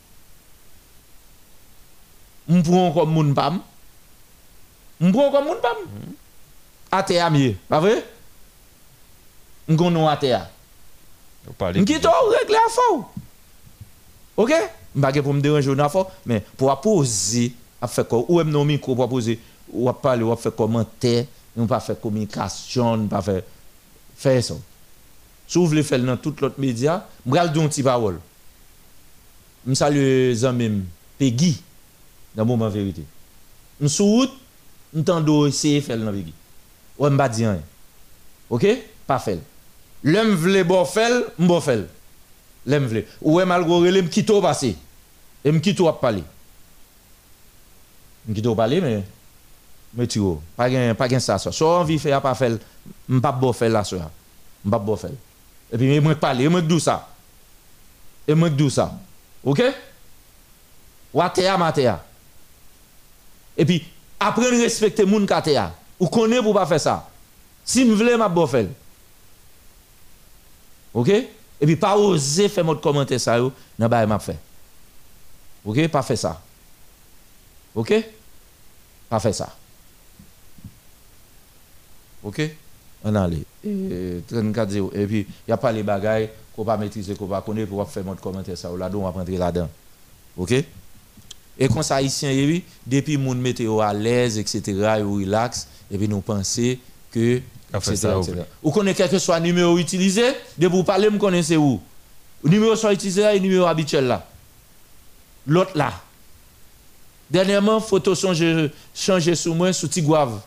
M'prend comme moun pam. M'prend comme moun pam. Ate a mieux, pas vrai? M'gonnon ate a. M'kito régler à faux. OK? M'pa pour me déranger na faux, mais pour poser à faire quoi ou même non micro pour poser ou parler ou faire commentaire, on pas faire communication, on pas faire faire ça. Si vous voulez faire dans tout l'autre média, m'gal don petit parole. M salue zanmim Peggy dans moment vérité. M sou route, m'tando essayer faire dans Peggy. Ou m'pa di rien. OK? Pas fait. L'homme vle bo fel, m'bo fel. L'homme vle. Ou malgré relé m'kito passer. Et m'kito a parler. M'kito parler mais mais tu vois, pas gain pas gain ça ça. So envie faire pas faire, m'pa bo fel la soir. M'pa bo fel. Et puis moi parler, moi dou ça. Et moi dou ça. OK? Watea matea. Et puis apprendre respecter moun katea. Ou connaît pour pas faire ça. Si m'vle m'a bo fel. OK? Et puis pas oser faire mon commentaire ça yo, nan ba m'a fait. OK? Pas faire ça. OK? Pas faire ça. OK? On allait. trente-quatre zéro et puis il y a pas les bagailles qu'on pas maîtriser, qu'on pas connaître pour faire mon commentaire ça là, donc on va rentrer là-dedans. OK? Et quand ça haïtien oui, depuis moun météo à l'aise et cetera, ou relax et puis nous penser que ou connaît quel que soit numéro utilisé, de vous parler me connaissez où. Numéro soit utilisé et numéro habituel là. L'autre là. Dernièrement photo changer changer sous moi sous Tigouave.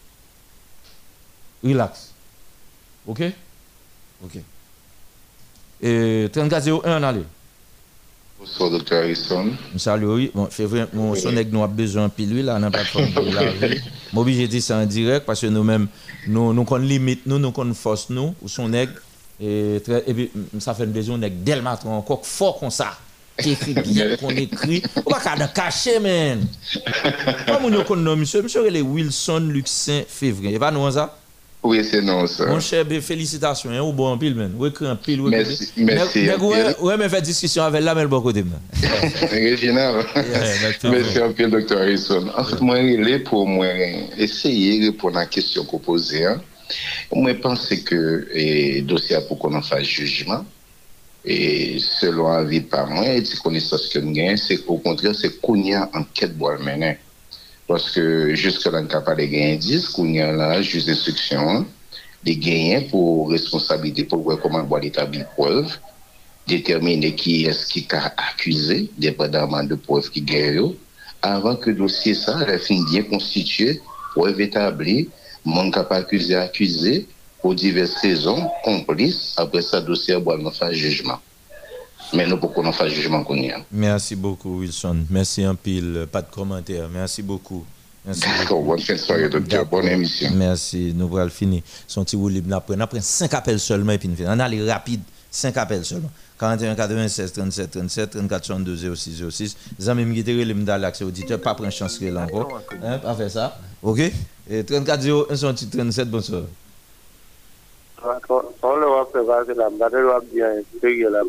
Relax. OK? OK. Et trente-quatre zéro un on allait. Bonsoir docteur Harrison. Salut oui, bon c'est vrai mon son nèg nous a besoin pile lui là dans plateforme de la vie. Moi obligé dire ça en direct parce que nous même nous nous qu'on limite nous nous qu'on force nous ou son nèg et très et puis ça fait une besoin nèg Delmatron encore fort comme ça. Qui écrit bien qu'on écrit, on va pas cacher man. Comme nous connaissons monsieur monsieur les Wilson Luxin Février. Et pas nous ça? Oui, c'est non ça. Mon cher, félicitations, hein, ou bon en pile, man. Ou écrit en pile, ou merci. Merci. Ouais, mais fait discussion avec la, mais le bon côté, man. Réginal. Merci un peu, docteur Harrison. En fait, moi, il est pour moi essayer de répondre à la question qu'on posait. Moi, je pense que le dossier pour qu'on en fasse jugement, et selon avis par moi, et les connaissances que nous avons, c'est qu'au contraire, c'est qu'on y a enquête pour le mener. Parce que jusque-là, on n'a pas de gains indices, qu'on y a là, juste d'instruction, des gains pour responsabilité, pour voir comment on doit établir preuve, déterminer qui est-ce qui a accusé, dépendamment de preuves qui gagnent, avant que le dossier, ça, la fin bien constitué, preuve établie, mon cap accusé, accusé, pour diverses raisons, complices, après ça, le dossier, on va faire jugement. Mais nous, pour qu'on fasse jugement qu'on y a. Merci beaucoup, Wilson. Merci un pile. Pas de commentaire. Merci beaucoup. Merci. D'accord, bonne fin de soirée, docteur. Bonne émission. Merci. Nous allons finir. Son petit roue libre. On a pris cinq appels seulement et puis on a les rapides. cinq appels seulement. quarante et un quatre-vingt-seize trente-sept trente-sept trente-quatre soixante-deux zéro six zéro six. Zami m'gité relé m'dal l'accès auditeur, pas prendre chance là encore. Hein, pas faire ça. OK? Et trente-quatre zéro un trente-sept bonsoir. On le va préparer la madame va bien intégrer la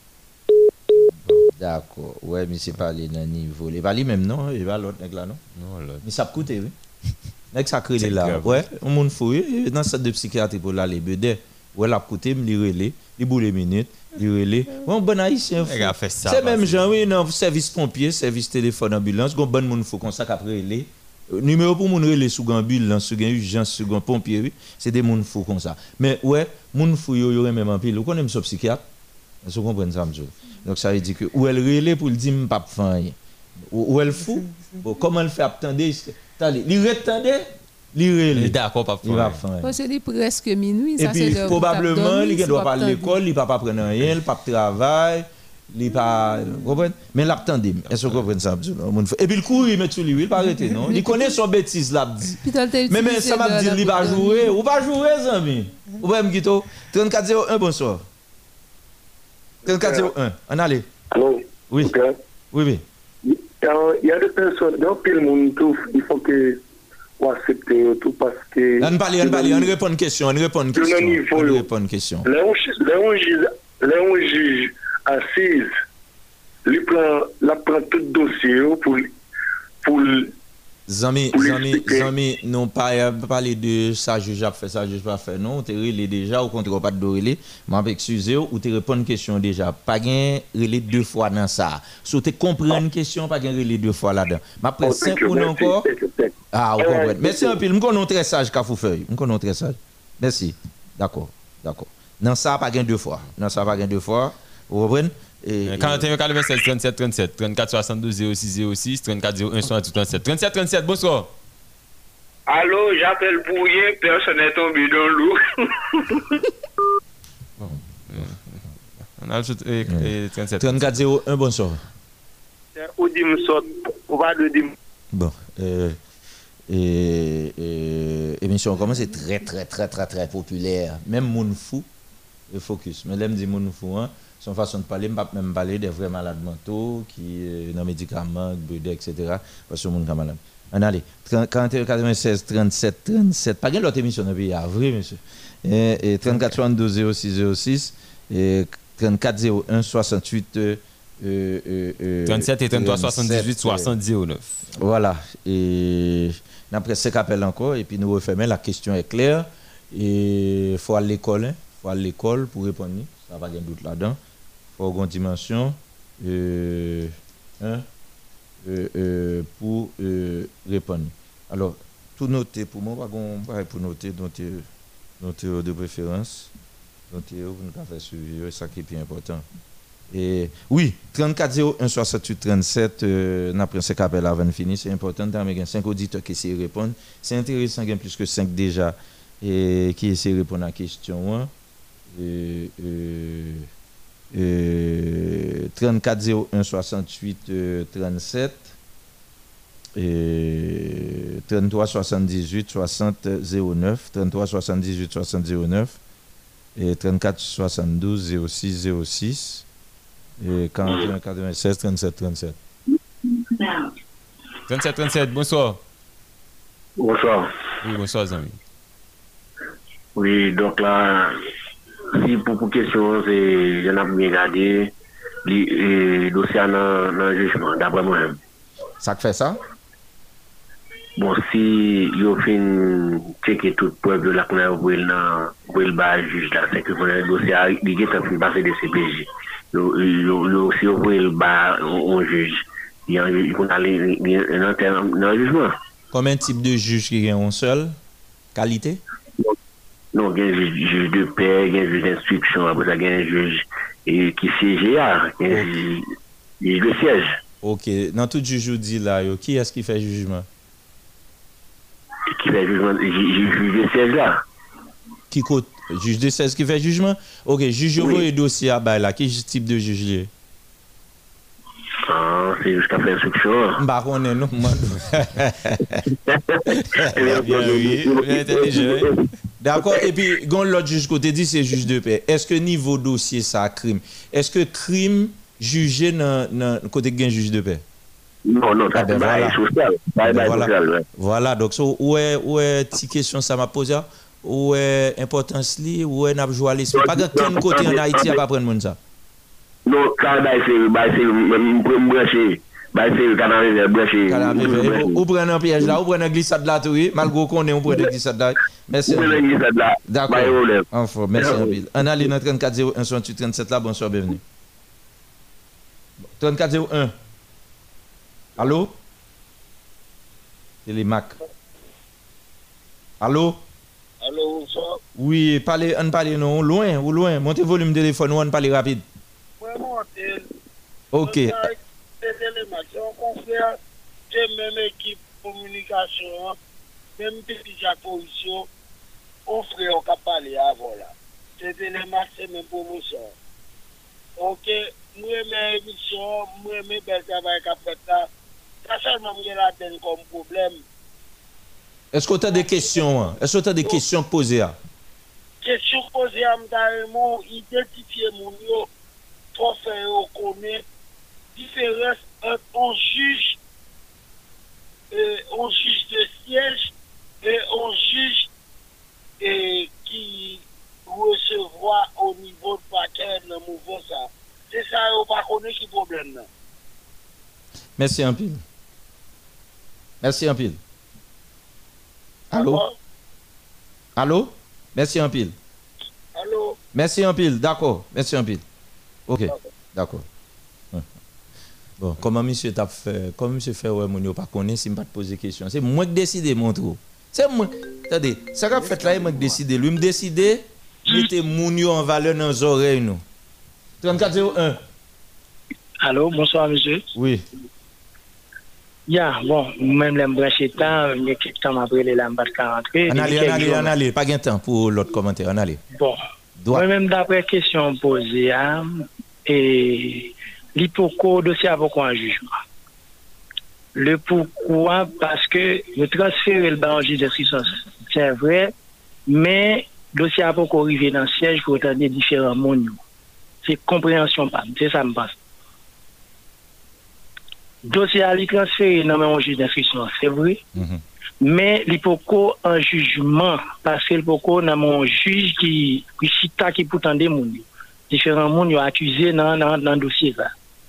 D'accord. Ouais, mais c'est pas les niveau. Il va lui même non, il va l'autre nèg là non. Non l'autre. Mais ça coûte oui. Nèg ça crée là. Ouais, on monde fouille dans cette de psychiatrie pour là les bedé. Ouais, la coûté me li relé, li boule minute. Bon, bon haïtien. C'est même gens, oui, non, service pompier, service téléphone, ambulance, gon bon moun faut comme ça qu'après les numéro pour moun relé sous ambulance, sous urgence, sous pompier, oui, c'est des moun faut comme ça. Mais ouais, moun fou yo yo même en pile. Vous connaissez ce psychiatre? Vous comprenez ça m'dou. Donc ça veut dire que ou elle relé pour le dire m'pa faire rien. Ou elle fou, comment elle fait attendre, attendez, li retendait Il est d'accord, pas faire. Parce que c'est presque minuit. Et puis, probablement, il ne doit pas à l'école, il ne va pas prendre rien, il ne va pas travailler, il ne pas. Mais il attend. Est-ce que vous comprenez ça? Et puis, il court, il met sur lui, il ne va pas arrêter, non? Il connaît son bêtise, là. Mais ça va dire, il va jouer. Ou va jouer, amis. Ou va me quitter. trente-quatre zéro un, bonsoir. trente-quatre zéro un, on allez. Allô? Oui. Oui, oui. Il y a des personnes, dans le monde, il faut que. Ou accepter tout parce que. On parle, on parle, on répond une question, on répond une question. On répond une question. Léon juge assise, il prend, la prend tout dossier pour. pour Zami, zami, zami, non pas parler de ça, juge a fait ça, juge pas fait non, tu relé déjà ou contre pas de relé, m'a excusé ou tu réponds une question déjà, pas gain relé deux fois dans ça. Si tu comprends une question, pas gain relé deux fois là-dedans. M'a après cinq ou encore. Ah, vous comprenez. Merci un peu, me connais très sage Cafoufeuille, me connais très sage. Merci. D'accord, d'accord. Dans ça pas gain deux fois. Dans ça pas gain deux fois. Vous comprenez? quarante et un quatre-vingt-seize trente-sept trente-sept trente-quatre soixante-douze zéro six zéro six trente-quatre zéro un soixante-huit trente-sept trente-sept trente-sept bonsoir. Allô, j'appelle pour rien, personne n'est tombé dans l'eau. On a le trente-sept trente-quatre zéro un bonsoir. Ou dit me sort, ou va de dire. Bon, euh et émission comment c'est très très très très très populaire, même moun fou le focus. Mais l'aime dit moun fou hein. Son façon de parler, je ne peux même parler des vrais malades mentaux qui ont des médicaments, des et cetera. Parce que le monde est malade. On allez, quarante et un quatre-vingt-seize trente-sept trente-sept. Pas de l'autre émission dans le pays, vrai, monsieur. Et trente-quatre soixante-douze zéro six zéro six et trente-quatre zéro un soixante-huit. trente-sept et trente-trois soixante-dix-huit soixante zéro neuf. Voilà. Et après cinq appels encore, et puis nous refermons. La question est claire. Il faut aller à l'école. Il faut aller à l'école pour répondre. Ça va pas de doute là-dedans. Pour une dimension euh, hein, euh, euh, pour euh, répondre. Alors, tout noter pour moi, pas pour noter, noter, noter de préférence, noter vous nous faire suivre, c'est ça qui est plus important. Et oui, trente-quatre zéro un soixante-huit trente-sept, euh, après ce qu'appel avant de finir, c'est important. Il y a cinq auditeurs qui essaient de répondre. C'est intéressant, il y a plus que cinq déjà et qui essaient de répondre à la question. Hein. Et, euh, euh, trente-quatre zéro un soixante-huit trente-sept et trente-trois soixante-dix-huit soixante zéro neuf trente-trois soixante-dix-huit soixante zéro neuf et trente-quatre soixante-douze zéro six zéro six et quarante et un quatre-vingt-seize trente-sept trente-sept. trente-sept trente-sept, bonsoir. Bonsoir. Oui, bonsoir, Zami. Oui, donc là, si pour pour question, c'est j'en ai bien regardé le dossier dans le jugement, d'après moi-même. Ça fait ça? Bon, si vous fin checker toute preuve de la connaître pour le bas juge là, c'est que le dossier a été passé de C P J. Si vous voulez le bas au juge, il y a un jugement. Combien de types de juges qui ont un seul? Qualité? Non, il y a un juge de paix, il y a un juge d'instruction, après ça, il y a un juge qui siège là, il y a un juge de siège. Ok, dans tout juge dit là, qui est-ce qui fait jugement? Qui fait jugement? Juge de siège là. Qui côté? Juge de siège qui fait jugement? Ok, juge oui. Et dossier à bas là, quel type de juge là? Ah, c'est jusqu'à faire instruction. Bah, on est non, moi. Bien, oui, bien intelligent. D'accord, et puis, quand l'autre juge côté dit c'est juge de paix, est-ce que niveau dossier ça crime? Est-ce que crime jugé dans le côté gain juge de paix? Non, non, ça ben c'est voilà. social. Ben Bail voilà. social, ouais. Voilà, donc, so, où est, où est, petite question ça m'a posé, où est importance li, où est n'a joué à l'esprit? Pas de quel côté en Haïti à pas prendre monde ça? Non, ça bail c'est bail c'est même branché. Bail c'est canal branché. Ou prendre un piège là, ou prendre un glissade là, oui, malgré qu'on est on prend des glissades là. Merci. D'accord. Enfin, merci un pile. On a allé dans trente-quatre zéro un soixante-huit trente-sept là, bonsoir, bienvenue. trente-quatre zéro un. Allô? C'est les Mac. Allô? Allô, bonsoir. Oui, parlez, on parle non, loin ou loin. Montez le volume de téléphone ou on parle rapide. Vraiment, ok. C'est élément, c'est un confrère, c'est même équipe communication, même petit Jacques-Position, on frère, on peut parler avant là. C'est élément, c'est même promotion. Ok, moi, mes émissions, moi, mes belles travail qu'a fait là, ça seulement, moi, la donne comme problème. Est-ce que tu as des questions? Est-ce que tu as des questions posées? Question posée à m'dariement, identifier mon yo, trop faire au connaît, différence entre un juge, et un juge de siège et un juge et qui recevoir au niveau de paquet dans le mouvement ça. C'est ça, on ne connaît pas qui problème là. Merci un pile. Merci un pile. Allô? Allô? Merci un pile. Allô? Merci un pile, d'accord. Merci un pile. Ok, d'accord. Bon, comment monsieur t'a fait, comment monsieur fait, ouais, mon yo pas connaît, si je ne pas te poser question. C'est moi qui décide, mon trou. C'est moi. Attendez, ça qu'a fait là, moi qui décide. Lui me décide, mettez mon yo en valeur dans les oreilles, nous. trente-quatre zéro un. Allô, bonsoir, monsieur. Oui. Ya, bon, même les branchés temps, il y a quelques temps après les lampes qui rentrent. On allait, on allait, on allait, pas de temps pour l'autre commentaire, on allait. Bon, moi-même d'après question posée, hein, et l'hypoco dossier a beaucoup en jugement. Le pourquoi, parce que le transfert le bas en justice, c'est vrai, mais le dossier a beaucoup arrivé dans le siège pour entendre différents mondes. C'est compréhension, c'est ça me passe. Dossier à lui transféré dans mon juge d'instruction, c'est vrai, mm-hmm. mais l'hypoco en jugement, parce que l'hypoco dans mon juge qui qui chita qui pourtant des monde, différents monde ont accusé dans dans dans dossier là.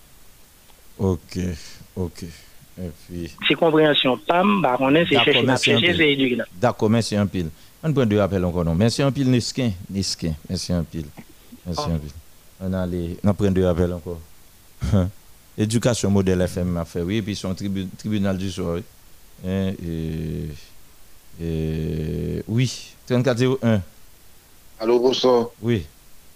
OK, OK. Et puis c'est compréhension pam, bah on est c'est chercher la chercher c'est éduquer. D'accord, merci un pile. On prend deux appels encore non. Merci un pile Niskin, Niskin, merci un pile. Merci oh. un pile. On a les on prend deux appels encore. Éducation modèle F M m'a fait, oui, et puis son tribu, tribunal du soir. Et, et, et, oui, trente-quatre zéro un. Allô, bonsoir. Oui.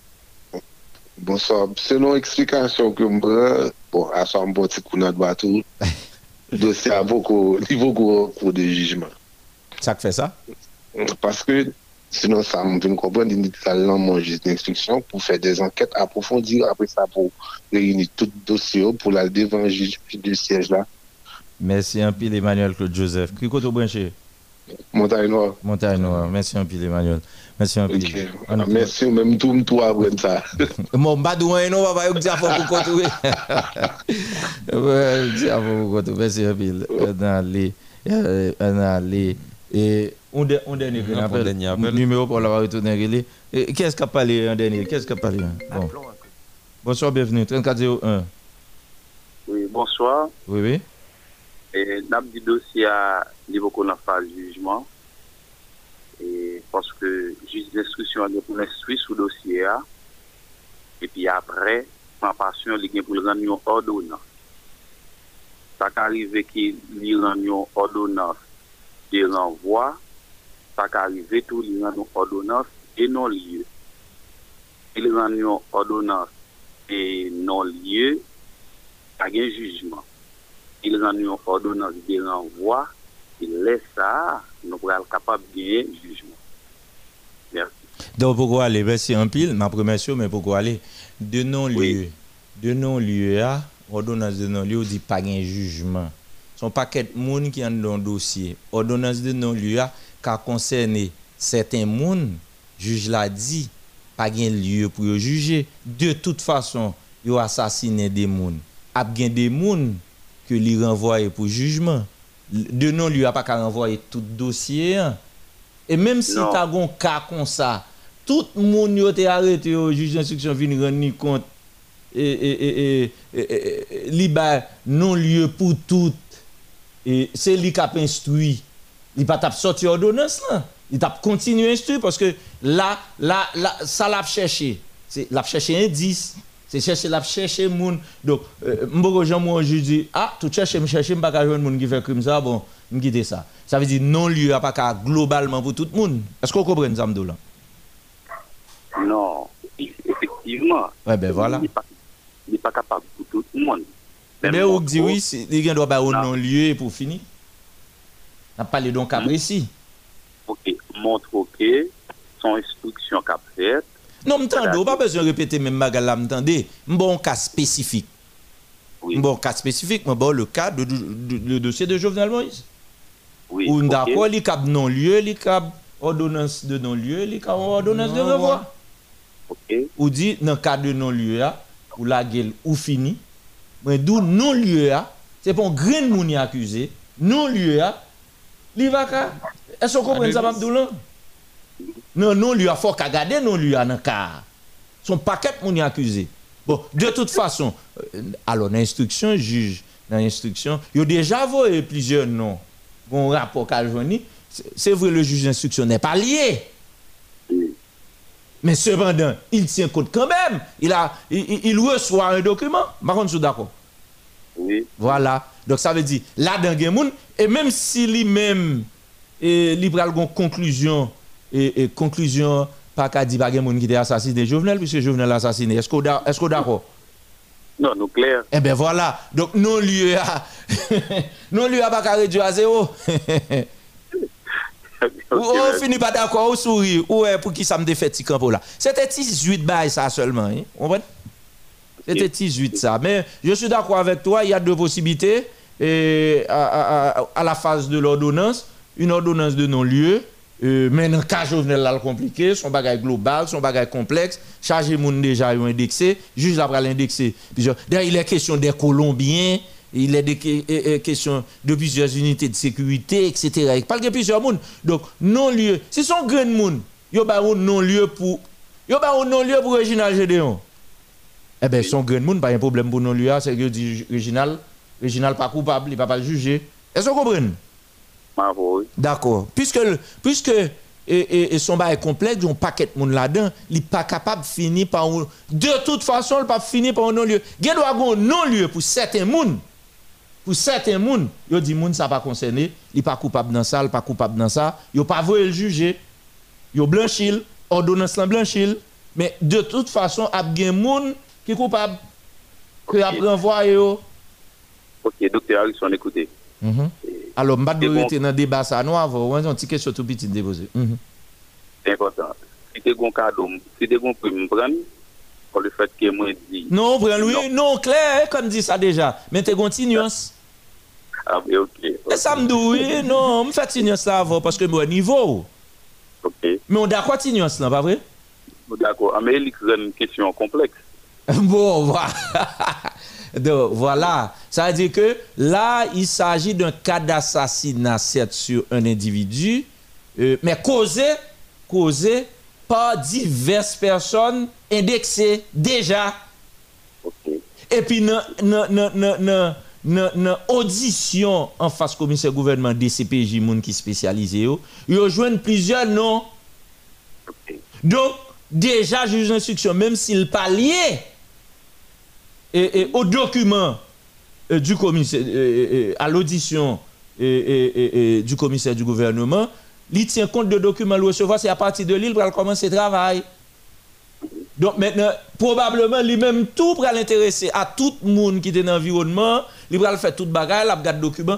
Bonsoir. Selon l'explication que je me bon, à son bon petit coup de bateau, le dossier a beaucoup, beaucoup de jugement. Ça fait ça? Parce que sinon, ça me fait comprendre qu'il y a un juge d'instruction pour faire des enquêtes approfondies, après ça, pour réunir tout le dossier pour la devant le juge du siège là. Merci un pile, Emmanuel Claude Joseph. Qui côté branché? Montagne Noire. Montagne Noire. Merci un pile, Emmanuel. Merci un pile. Okay. Ah, merci, même tout, tout après ça. Mon badouin, non, papa, il dit à faut pour côté. Ouais, il dit à faut pour côté. Merci un pile. On a les. On a les. Et on dernier appel, numéro pour l'avoir retourné. Qu'est-ce qu'a parlé un dernier? Qu'est-ce qu'a parlé? Bon. Bonsoir, bienvenue. trente-quatre zéro un. Oui, bonsoir. Oui, oui. Et n'a dit dossier à niveau qu'on a fait le jugement. Et parce que le juge d'instruction a instruit sous le dossier. Et puis après, ma passion, il y a pour le rendre une ordonnance. Ça peut arriver qu'il rend une ordonnance de renvoi, ça peut arriver tout il rend une ordonnance et non lieu. Il rend une ordonnance et non lieu, il y a un jugement. Il rend une ordonnance de renvoi, il laisse ça, nous pourrons être capables de gagner le jugement. Merci. Donc pourquoi aller? C'est un pile, ma première chose, mais pourquoi aller? De non-lieu, oui. De non-lieu, ordonnance de non-lieu dit pas un jugement. Son paquet de monde qui en dans dossier. Ordonnance de non-lieu qui concerné certains monde, juge l'a dit pas un lieu pour juger. De toute façon, yo assassiné des monde. A bien des monde que li renvoyer pour jugement. De non-lieu a pas qu'à renvoyer tout dossier. Hein. Et même si tu as un cas comme ça, tout le monde qui a été arrêté au juge d'instruction vient rendre compte et et et et liba non-lieu pour tout. Et c'est lui qui a instruit. Il pas t'a sorti ordonnance là. Il t'a continué à instruire parce que là là là ça l'a cherché. C'est l'a cherché indice. C'est chercher l'a chercher moun. Donc m'boko Jean moi je dis ah tout chercher me chercher m'pas ka joindre moun qui fait crime ça bon, me quitter ça. Ça veut dire non lieu a pas ka globalement pour tout le monde. Est-ce qu'on comprend ça m'dou là? Non, effectivement. Ouais ben voilà. Il n'est pas capable pour tout le monde. Mais on dit oui, il doit avoir un non-lieu pour finir. On a parlé d'un cas précis. Ok, montre que son instruction qu'a faite. Non, m'tendez, pas besoin de répéter même bagarre là, m'tendez. Bon cas spécifique. Oui. Bon cas spécifique, mais bon le cas de, de, de le dossier de Jovenel Moïse. Oui. Ou d'accord, il cap non-lieu, il cap ordonnance de non-lieu, il cap ordonnance de renvoi. OK. Ou dit dans cas de non-lieu ou la gueule ou fini. Mais d'où non-lieu c'est pour un grand moun accusé, non-lieu li va ka. Est-ce que vous comprenez ça m'abdoulan? Non, non-lieu faut ka garder non-lieu dans cas. Son paquet moun accusé. Bon, de toute façon, alors dans l'instruction juge, dans l'instruction, il y a déjà voyé plusieurs noms. Bon rapport qu'a jouni, c'est vrai le juge d'instruction n'est pas lié. Mais cependant, il tient compte quand même. Il, a, il, il reçoit un document. Par contre, je suis d'accord. Oui. Voilà. Donc ça veut dire, là, dans le monde, et même si lui-même, il prend une conclusion, et, et conclusion, pas qu'à dire qu'il y a des gens qui ont assassiné Jovenel, puisque Jovenel a assassiné. Est-ce qu'on est d'accord? Non, nous clair. Eh bien voilà. Donc, non-lieu à. Non-lieu à pas qu'à réduire à zéro. Ou on finit pas d'accord, ou sourire, ou pour qui ça me défait petit campo là. C'était dix-huit bails ça seulement, hein. On voit? C'était dix-huit ça. Mais je suis d'accord avec toi, il y a deux possibilités. Et à, à, à, à la phase de l'ordonnance, une ordonnance de non-lieu, euh, mais dans le cas Jovenel là, le compliqué, son bagage global, son bagage complexe, chargé moun déjà indexé, juge là pour l'indexer. D'ailleurs, il est question des Colombiens. Il est des questions de plusieurs unités de sécurité, et cetera. Il parle de plusieurs monde. Donc, non-lieu. Si son grand monde, il y a un non-lieu pour. Il y a un non-lieu pour Réginal Gédéon. Eh bien, son grand monde, pas un problème pour non-lieu, c'est que dit Réginal, Réginal pas coupable, il ne va pas le juger. Est-ce que vous comprenez? Oui. D'accord. Puisque, puisque et, et, et son bail est complexe, il y a un paquet de monde là-dedans, il n'est pas capable de finir par un. De toute façon, il ne peut pas finir par un non-lieu. Il doit avoir un non-lieu pour certains monde. Pour certains moun, yo dit moun ça pas concerné, il pas coupable dans ça, il pas coupable dans ça, yo pas voulu le juger. Yo blanchil, ordonnance la blanchil, mais de toute façon a bien moun qui coupable que a renvoyer yo. OK, docteur Harrison écoutez. Mm-hmm. Alors m'pa doit rester dans débat ça nous avant, on petit question tout petit déposer. Mm-hmm. C'est important. Si tu gon cadeau, si tu gon prime prendre pour le fait que moi dit. Non, prends lui, non clair, comme dit ça déjà, mais tu gon nuance. Ah oui, OK. Et ça me dit oui, non, me fait nuance là avant parce que moi niveau. OK. Mais on d'accord nuance là, pas vrai? D'accord, mais il y a une question complexe. Bon, voilà. Donc, voilà. Ça veut dire que là, il s'agit d'un cas d'assassinat, certes, sur un individu, euh, mais causé, causé par diverses personnes indexées déjà. Okay. Et puis, dans l'audition en face commissaire gouvernement D C P J, moun qui spécialisé, ils rejoignent plusieurs noms. Okay. Donc, déjà, juge d'instruction, même s'il pas lié et, et au document euh, du commissaire, euh, euh, à l'audition euh, euh, euh, du commissaire du gouvernement, il tient compte de documents le recevoir, c'est à partir de l'île pour commencer le travail. Donc maintenant, probablement, lui-même tout pour l'intéresser à tout le monde qui est dans l'environnement, il va faire tout le bagage, il va regarder le document.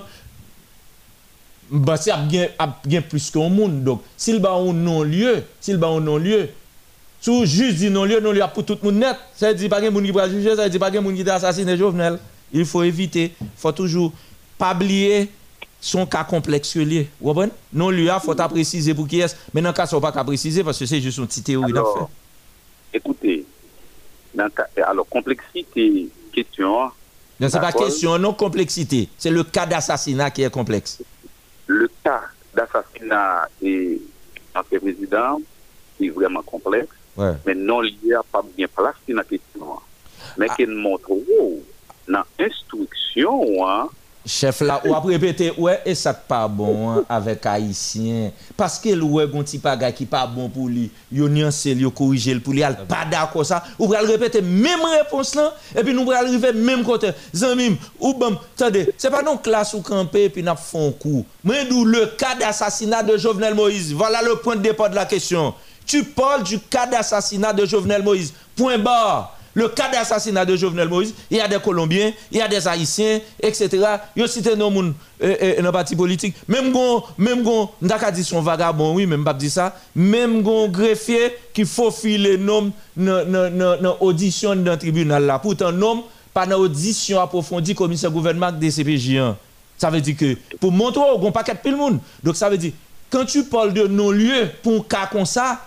Bah, c'est bien, bien plus qu'un monde. Donc, s'il va un non-lieu, s'il va un non-lieu, sous juste dit non-lieu, non-lieu pour tout le monde net, ça veut dire pas qu'il y a un monde qui va juger, ça veut dire pas qu'il y a un monde qui a assassiné Jovenel. il faut éviter, il faut toujours pas oublier son cas complexe lié. Vous comprenez? Non, lui, il faut préciser pour qui est. Mais dans le cas, il ne faut pas préciser parce que c'est juste une petite théorie d'affaires. Écoutez, dans cas, alors, complexité, question. Ce n'est pas question, non complexité. C'est le cas d'assassinat qui est complexe. Le cas d'assassinat et l'ancien président est vraiment complexe. Ouais. Mais non, il n'y a pas bien place dans la question. Mais ah. qu'il montre dans l'instruction. Hein, chef là, ou après répéter, ouais, et ça pas bon hein, avec Haïtien. Parce que le ouais, un petit bagage qui pas bon pour lui, il nuancé, il corrigé pour lui, il pas d'accord ça. Ou va répéter même réponse là, et puis nous va arriver même côté. Zamim, ou bam, attendez, c'est pas non classe ou camper, puis n'a font coup. Mais d'où le cas d'assassinat de Jovenel Moïse. Voilà le point de départ de la question. Tu parles du cas d'assassinat de Jovenel Moïse. Point barre. Le cas d'assassinat de Jovenel Moïse, il y a des Colombiens, il y a des Haïtiens, et cetera. Il y a aussi des gens dans le parti politique. Même gon, même gon, n'daka dit son vagabond, oui, même pas dit ça. Même gon greffier qui faut filer nom dans audition dans le tribunal là. Pourtant, nom, pas dans audition approfondie commissaire gouvernement D C P J. Ça veut dire que, pour montrer au gon paquet de le monde. Donc ça veut dire, quand tu parles de non-lieu pour un cas comme ça,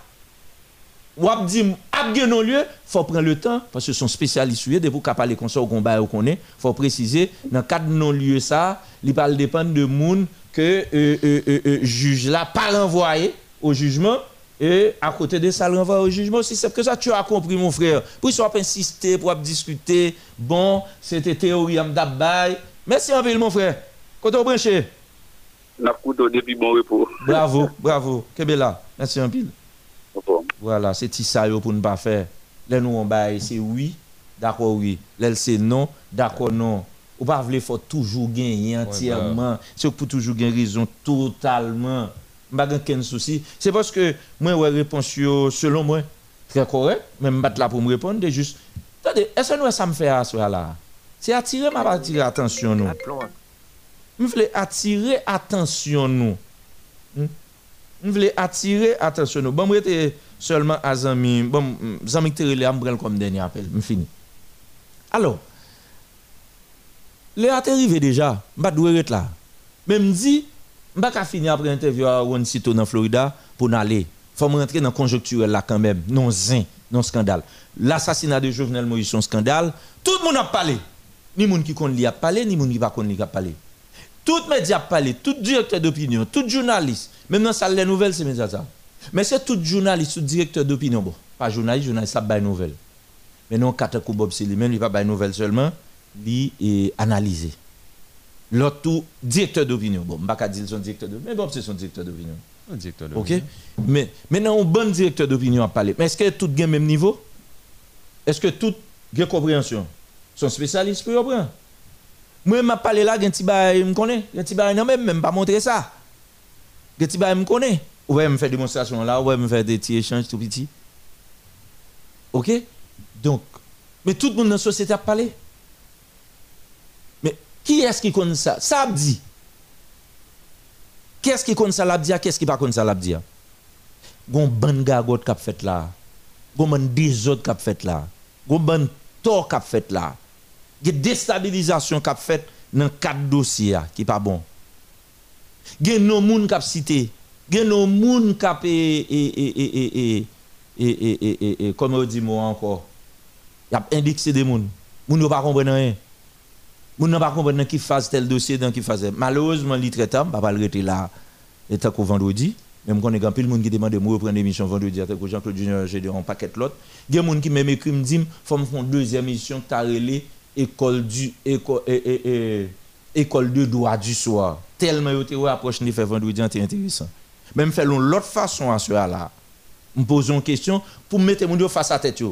ou ap di ap gen non lieu, faut prendre le temps parce que son spécialiste de pour parler comme ça au combat ou connaît, faut préciser dans cadre non lieu ça, il va dépendre de monde que euh, euh, euh, euh, juge là pas renvoyé au jugement et à côté de ça le renvoie au jugement. Si c'est que ça tu as compris mon frère. Pour soit insister pour discuter, bon, c'était théorie am dabay. Merci en ville mon frère. Côté branché. La couteau depuis bon repos. Bravo, bravo. Kebela. Merci en pile. Voilà, c'est ça pour ne pas faire. Là, nous, on baille, c'est oui, d'accord, oui. Là, c'est non, d'accord, non. Ou pas, il faut toujours gagner entièrement. C'est pour toujours gagner raison totalement. Pas de souci. C'est parce que moi, ouais, réponse, selon moi, très correct. Même battre là pour me répondre, c'est juste. Attendez, est-ce que nous, ça me fait à ce là? C'est attirer, ma attirer attention, nous. Je veux attirer attention, nous. Je voulais attirer attention. Bon, moi, j'étais seulement à Zami. Bon, Zami qui est là, comme dernier appel. Je finis. Alors, le est arrivé déjà. Je ne dois pas là. Mais je me dis, je ne vais pas finir après l'interview à Ron Cito dans Florida pour aller. Il faut rentrer dans la conjoncture là quand même. Non, zin, non scandale. L'assassinat de Jovenel Moïse, c'est un scandale. Tout le monde a parlé. Ni monde qui connaît a parlé, ni monde qui va connaître a parlé. Tout média a parlé, tout directeur d'opinion, tout journaliste, même dans la salle des nouvelles, c'est média ça. Mais c'est tout journaliste, tout directeur d'opinion, bon, pas journaliste, journaliste, ça pas nouvelle. Mais non, quatre coups Bob Sili, même il pas une nouvelle seulement, il est analysé. L'autre tout directeur d'opinion, bon, je ne vais pas dire son directeur d'opinion, mais Bob c'est son directeur d'opinion. Directeur d'opinion. OK? Mais maintenant, un bon directeur d'opinion a parlé. Mais est-ce que tout gagne même niveau? Est-ce que tout gagne compréhension? Son spécialiste peut apprendre. Moi, je parle là, je me connais. Je ne même même pas montrer ça. Je me connais. Ouais, me faire des démonstrations là, ouais, me faire des petits échanges tout petit. OK? Donc, mais tout le monde dans la société a parlé. Mais qui est-ce qui connaît ça? Ça a dit. Qui est-ce qui connaît ça l'a dit? Qui est-ce qui pas connaît ça l'a dit? Gon ban gagot qui a fait là. Gon ban désordre qui a fait là. Gon ban tort qui a fait là. Il y a une déstabilisation qui a fait dans quatre dossiers qui n'est pas bon. Il y a nos gens qui ont cité. Il y a nos gens qui ont et et comme on dit moi encore. Il y a indexé des gens. Moun ne pas comprendre rien. Moun ne pas comprendre qui phase tel dossier dans qui phase. Malheureusement, il traite pas pas le rester là et tant qu'au vendredi. Même quand on a pile monde qui demande de me reprendre l'émission vendredi avec Jean-Claude Junior, j'ai un paquet de l'autre. Il y a des gens qui même écrit me dit faut me faire une deuxième émission qui t'a relé école du école et, et, et, école de droit du soir tellement yo te approche ni fait vendredi c'est intéressant même faire l'autre façon à cela là me pose une question pour mettre mon face à tête yo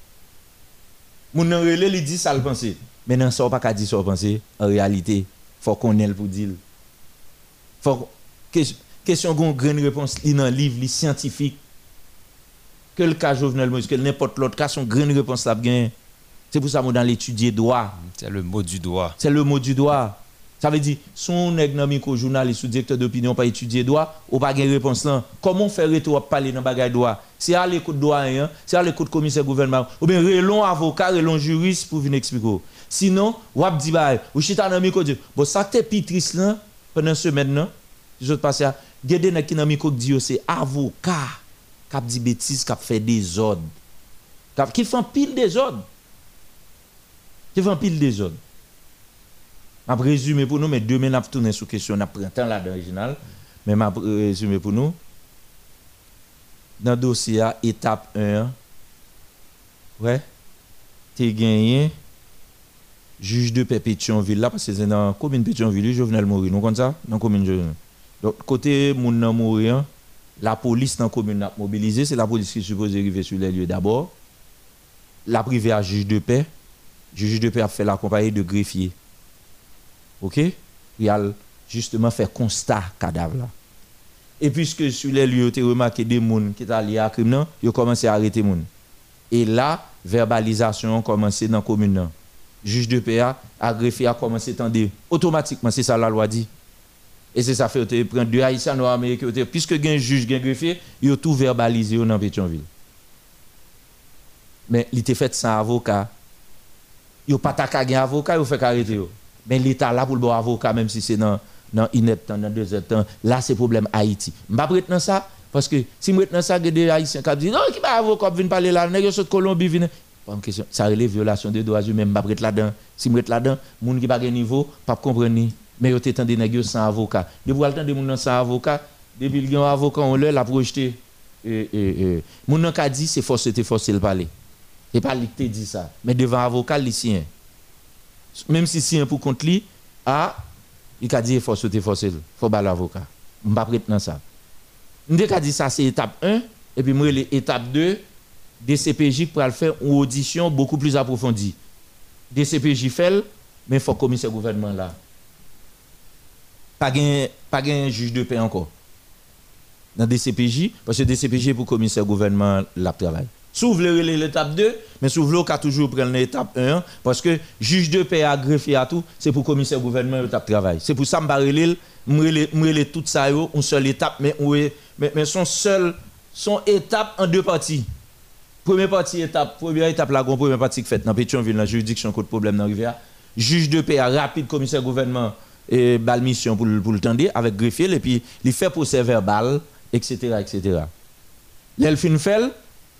mon relé il dit ça le penser mais non ça pas qu'à dire ça penser en réalité faut connaître pour dire faut question gon grande réponse li dans livre li scientifique que le cas Jovenel Moïse que n'importe l'autre cas son grande réponse là gain. C'est pour ça que dans l'étudier droit. C'est le mot du droit. C'est le mot du droit. Ça veut dire, son économique journaliste ou directeur d'opinion pas étudier droit, ou pas gagner réponse là. Comment faire retour parler dans bagage droit? C'est à l'écoute doyen, c'est à l'écoute commissaire gouvernement, ou bien relon avocat, relon juriste pour venir expliquer. Sinon, wap di bay, ou chita nan miko di, bon ça te pitris là pendant semaine là, les autres passé à gade nan ki nan miko di yo c'est avocat k'ap di bêtise, k'ap fait des ordres. K'ap qui fait pile des ordres. Qui fait pile des ordres. M'a résumé pour nous mais demain n'a tourner sur question n'a prend temps là d'original, mais m'a résumé pour nous. Dans le dossier étape un, ouais, tu as gagné juge de paix Pétionville là parce que c'est dans la commune Pétionville, Jovenel Mourir, nous comme ça, dans la commune Jovenel. Donc côté moun nan mourir, la police dans la commune a mobilisé, c'est la police qui suppose arriver sur les lieux d'abord. La privée à juge de paix, juge de paix a fait l'accompagner de greffier. OK? Il a justement fait constat cadavre là. Et puisque sur les lieux, tu as remarqué des gens qui étaient liés à crime, ils ont commencé à arrêter les gens. Et là, verbalisation a commencé dans la commune. Juge de paix a greffier a commencé à tendre. Automatiquement, c'est ça la loi dit. Et c'est ça fait que prendre deux haïtiens noirs américains. Puisque il y a un juge, il y a un greffier, ils ont tout verbalisé dans Pétionville. Mais il était fait sans avocat. Il n'a pas de avocat, il a fait arrêter. Mais l'État là pour le bon avocat, même si c'est dans dans inepte dans deux temps là c'est problème Haïti m'pa prête dans ça parce que si moi dans ça des haïtiens qui disent non qui pas avocat vinn parler là nèg yo Colombie vinn pas une question ça relève violation des droits humains m'pa prête là-dedans si moi là-dedans moun qui pas gen niveau pas comprendre ni mais yo t'entendre nèg yo sans avocat depuis le temps de moun sans avocat depuis le gen avocat on leur la projeté et et moun nan ka dit c'est force te forcer le parler c'est pas lui qui dit ça mais devant avocat lycéen même si c'est pour contre lui a il a dit il faut sauter forcer il faut battre l'avocat on pas prête dans ça on a dit ça c'est étape un et puis moi l'étape deux D C P J pour faire une audition beaucoup plus approfondie D C P J fait mais il faut commissaire gouvernement là pas gain pas gain juge de paix encore dans D C P J parce que D C P J pour commissaire gouvernement la travail s'ouvre l'étape deux mais s'ouvre qu'a toujours prendre l'étape un parce que juge de paix à greffier à tout c'est pour commissaire gouvernement l'étape travail c'est pour ça me relève me tout ça yo une seule étape mais mais, mais son seul son étape en deux parties première partie étape première étape la première partie qui fait dans Pétionville la juridiction côté problème dans rivière juge de paix à rapide commissaire gouvernement et bal mission pour pour le tendre avec greffier et puis il fait procès verbal etc etc l'elfin fait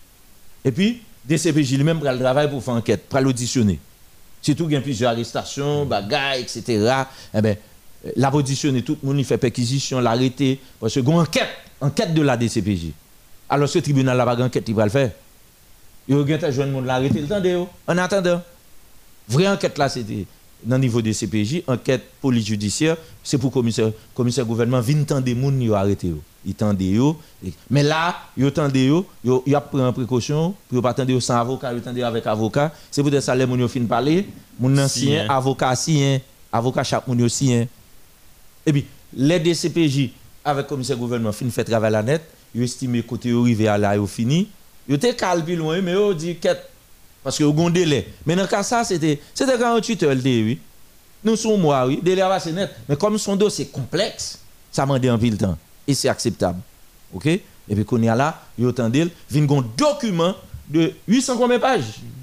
et puis, D C P J lui-même prend le travail pour faire enquête, pour l'auditionner. Surtout qu'il y a plusieurs arrestations, bagailles, et cetera. Eh bien, la auditionner, tout le monde il fait perquisition, l'arrêter. Parce que une enquête, enquête de la D C P J. Alors, ce tribunal n'a pas enquête, il va le faire. Il y a un jeune monde l'arrêter, attendez, en attendant. Vraie enquête là, c'était dans le niveau des C P J, enquête police judiciaire, c'est pour commissaire, commissaire gouvernement, vient tendre des gens qui ont arrêté. Il tende yo mais là yo tende yo yo y a prend précaution pour pas tendre sans avocat yo tende avec avocat c'est peut-être ça les moun yo fin parler moun ancien avocat sien avocat chaque moun yo sien et puis les D C P J avec commissaire gouvernement fin fait travail la net yo estimé côté yo rivé à là yo fini yo te calme plus loin mais yo dit quête parce que yo gon délai mais dans cas ça c'était c'était quarante-huit heures oui nous sommes mois oui délai va c'est net mais comme son dossier complexe ça m'a demandé un peu de temps et c'est acceptable. OK? Et puis qu'on y a là, il y a autant d'elle, vient un document de huit cents combien pages.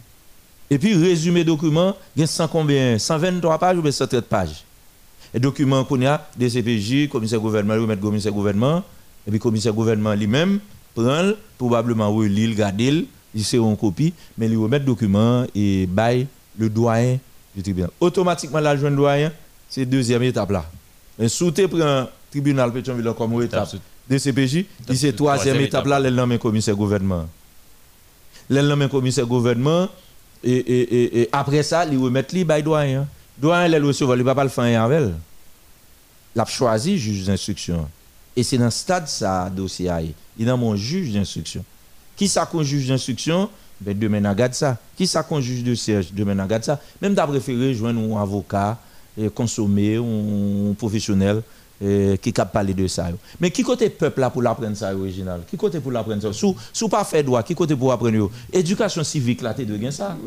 Et puis résumé document, il y a cent combien cent vingt-trois pages ou cent trente pages. Et document qu'on y a D C P J, commissaire gouvernement, remettre commissaire gouvernement et puis commissaire gouvernement lui-même prend probablement relire, regarder, il c'est en copie, mais il remettre document et bail le doyen du tribunal. Automatiquement la joindre doyen, c'est deuxième étape là. Mais sous te prend tribunal Pétionville comme étape D C P J, c'est troisième étape là, les nommé commissaire gouvernement. Les nommé commissaire gouvernement et, et, et, et après ça, il remet li bay doyen. Doyen les recevoir, il va pas le faire avec. L'a choisi juge d'instruction. Et c'est dans ce stade ça dossier a. Il a mon juge d'instruction. Qui ça qu'on juge d'instruction? Ben demain on regarde ça. Qui ça qu'on juge de siège? Demain on regarde ça. Même t'as préféré joindre un avocat et consommer un professionnel Euh, qui cap parler de ça. Mais qui côté peuple là pour l'apprendre ça original? Qui côté pour l'apprendre ça? Sous sous pas faire droit, qui côté pour apprendre? Éducation civique là t'es de gain ça.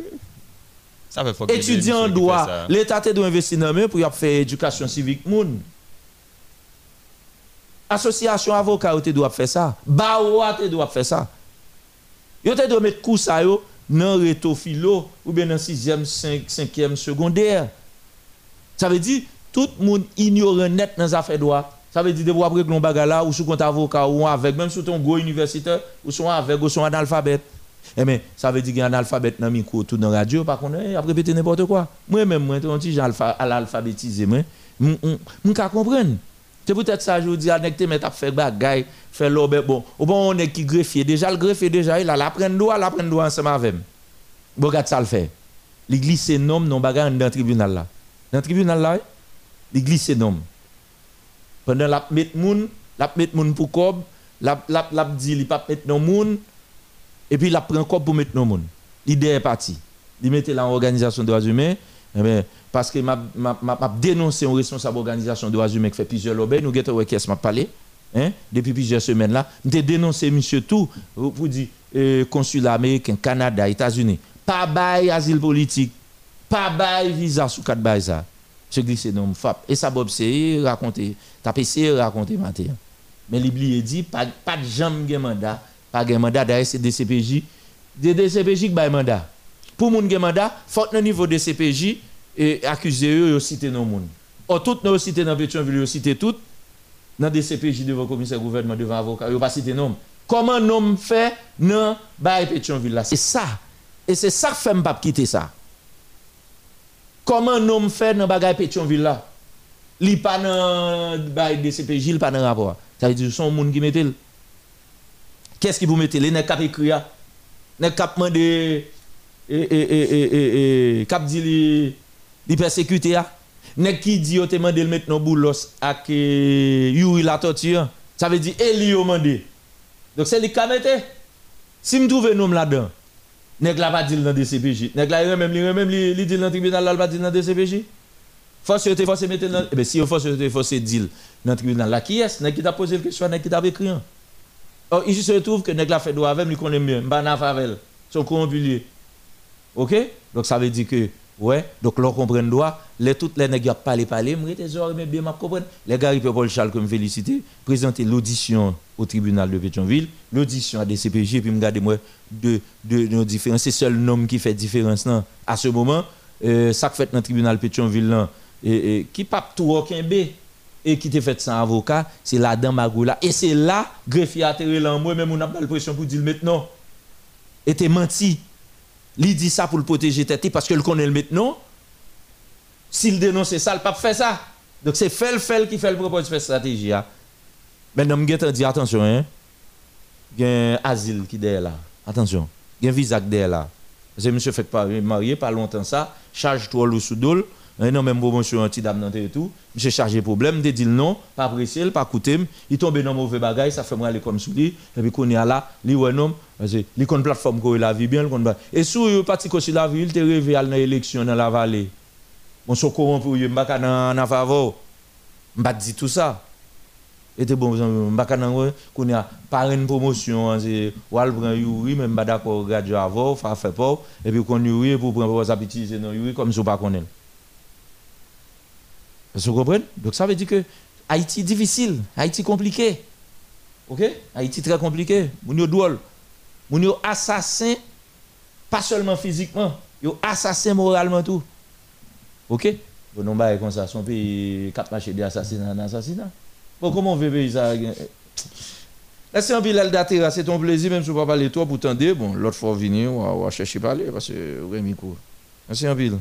Ça fait faut étudiant en droit, l'état te doit investir dans eux pour faire éducation civique moun. Association avocat te doit faire ça. Baoua te doit faire ça. Yo te doit mettre coup ça yo dans réto philo ou bien dans sixième, cinquième secondaire. Ça veut dire tout le monde ignore net dans les affaires droit. Ça veut dire de vous après que l'on bagarre là ou sous compte avocat ou avec même sous ton gros universitaire ou sont avec ou sont analphabète. Eh mais ça veut dire qu'il y a un alphabète dans micro tout dans radio par contre après répéter n'importe quoi. Moi même moi un petit à l'alphabétiser moi on ka comprendre. C'est peut-être ça je dis avec te mettre faire bagaille faire l'obé bon ou bon on est qui greffier déjà le greffier déjà il a la prendre droit la prendre droit ensemble avec. Bon regarde ça le fait. L'église c'est nom non bagarre dans tribunal là. Dans tribunal là l'église c'est nom. Pendant la mettre moun, la mettre moun pour cob, la la la dit il pas mettre non moun et puis la prend cob pour mettre non moun. L'idée est partie. Il mettait là en organisation des droits humains, eh ben parce que m'a m'a m'a dénoncé une responsable organisation des droits humains qui fait plusieurs lobbies, nous ghetto qu'est-ce m'a parlé, hein, depuis plusieurs semaines là, m'était dénoncé monsieur tout pour dire euh, consulat américain, Canada, États-Unis, pas bail asile politique, pas bail visa sous quatre bail ça. Se glisser dans F A P et ça Bob c'est raconter taper c'est raconter matin mais l'oublié dit pas pas de jambe gen mandat pas gen mandat d'ailleurs c'est D C P J des D C P J qui bail mandat pour moun gen mandat faut au niveau de D C P J et accuser eux yo citer non moun or tout nous citer dans Pétionville yo citer tout dans D C P J devant commissaire gouvernement devant avocat yo pas citer nom comment nom fait non bail Pétionville là c'est ça et c'est ça fait me pas quitter ça. Comment nous fait dans bagay Pétionville là? Li pas dans bagay D C P J, li pas dans rapport. Ça veut dire son monde qui mette. Qu'est-ce qui vous mettez les nèg cap écrit a? Nèg cap mandé et et et et et cap dit li li persécuté a. Nèg qui dit yo te mandé le mettre dans boulos ak Yuri la torture. Ça veut dire Eli yo mandé. Donc c'est li ka mette. Si me trouve nom là-dedans. Nèg la pas dit dans D C P J. Nèg la même li même li li dit dans tribunal là pas dit dans D C P J. Force te force mettre dans eh ben si force te force dit dans tribunal là qui est nèg qui t'a posé la question nèg qui t'a écrit. Or il se trouve que nèg la fait droit avec lui connaît bien, m'pa na favel, son corrompu. OK? Donc ça veut dire que ouais, donc l'on comprend droit, les toutes les nèg y a parlé parler, me rete zor mais bien m'a comprendre. Les gars Paul Charles que me féliciter, présenter l'audition au tribunal de Pétionville, l'audition à D C P J puis me garder moi de de nos différences, c'est seul nom qui fait différence là à ce moment euh, ça fait dans le tribunal Pétionville là et, et qui pas tout aucun B et qui te fait sans avocat, c'est là dans Magoula et c'est là greffier atterré là moi même on a pas l'impression pour dire maintenant était menti. Il dit ça pour le protéger tête parce que le connaît le maintenant. S'il dénonce ça, le pas fait ça. Donc c'est fait fait qui fait le propos de cette stratégie. Maintenant, je dis attention, hein. Il y a un asile qui est derrière là. Attention. Il y a un visa qui est derrière là. Parce que monsieur fait pas marié, pas longtemps ça. Charge toi le sous-dol. Non, même promotion anti-dame dans et tout. Monsieur chargé problème, de dire non, pas apprécier, pas écouter. Il tombe dans mauvais bagage, ça fait moi aller comme sous lui. Et puis qu'on est là, lui ouais non, parce que lui une plateforme qu'on la vie bien, le et sous le parti que la vie, il te rêvé à l'élection dans la vallée. Mon so corrompu, il m'baka dans faveur. M'ba dit tout ça. Et te bon m'baka dans qu'on a par une promotion, c'est ou al prend Yuri même pas d'accord radio avant, fa fait pas et puis qu'on Yuri pour prendre vos habitudes non Yuri comme ça pas connaît. Vous comprenez? Donc ça veut dire que Haïti difficile, Haïti compliqué. OK? Haïti très compliqué. Moun yo drôle. Moun yo assassin pas seulement physiquement, yo assassin moralement tout. OK? Bon non ba comme ça son pays cap marché des assassinats en assassinat. Bon comment on veut payer ça? Laissez un bilal d'atterra, c'est ton plaisir même si on pas parler toi pour tendre bon l'autre fois venir on va chercher parler parce que Rémi court. Merci un bilal.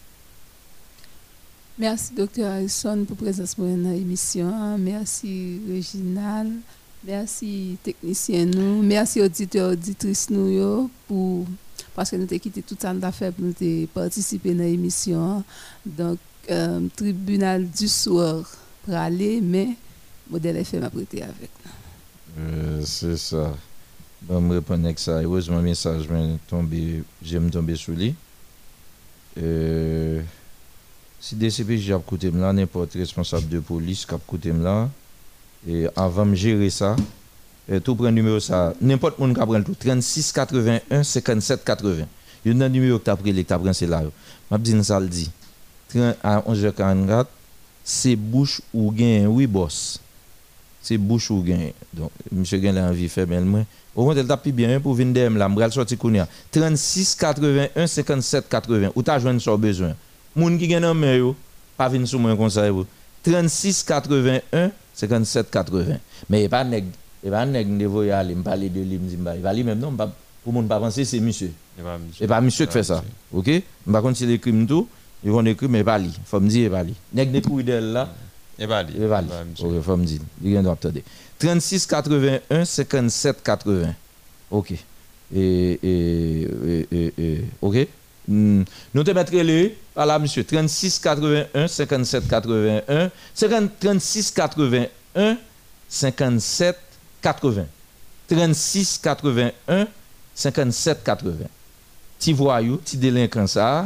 Merci, docteur Harrison, pour la présence dans l'émission. Merci, Réginal. Merci, technicien nous. Merci, auditeurs, auditrices nous, pour, parce que nous avons quitté tout ça d'affaires pour nous participer dans l'émission. Donc, euh, tribunal du soir pour aller, mais modèle F M a prêté avec nous. Euh, c'est ça. Je vais me répondre avec ça. Heureusement, le message j'aime tomber sous lui. Euh, Si D C P J a coûté là, n'importe responsable de police qui a coûté là, et avant de gérer ça, et tout prend numéro ça, n'importe qui a pris tout, trente-six quatre-vingt-un cinquante-sept quatre-vingts. Il y a un numéro que tu as pris, que tu as pris, c'est là. Je dis ça le dit. À onze heures quarante-quatre, c'est bouche ou gain, oui, boss. c'est bouche ou gain. Donc, monsieur Gain a envie de faire bien moins. Au moins, elle tape bien pour venir de là, m'bral sorti kounya. trente-six quatre-vingt-un cinquante-sept quatre-vingts. Ou t'as joindre son besoin. Moun qui gagne en main yo, pas venir sous moi comme ça yo. trente-six quatre-vingt-un cinquante-sept quatre-vingts. Mais pas nèg, et pas nèg ne y aller me parler de lui, me il va lui même non, pour moun pas penser c'est monsieur. Et pas monsieur qui fait ça. OK? Par contre, c'est les crimes tout, ils vont écrire mais pas lui. Faut me dire pas lui. Nèg ne couille d'elle là. Et pas lui. Et pas lui. OK, faut me dire. Il vient d'entendre. trente-six quatre-vingt-un cinquante-sept quatre-vingts. OK. Et et et, et, et OK. Mm. Nous te mettre les par là monsieur trente-six quatre-vingt-un cinquante-sept quatre-vingt-un trente-six quatre-vingt-un cinquante-sept quatre-vingts trente-six quatre-vingt-un cinquante-sept quatre-vingts. Ti voyou, ti délinquant ça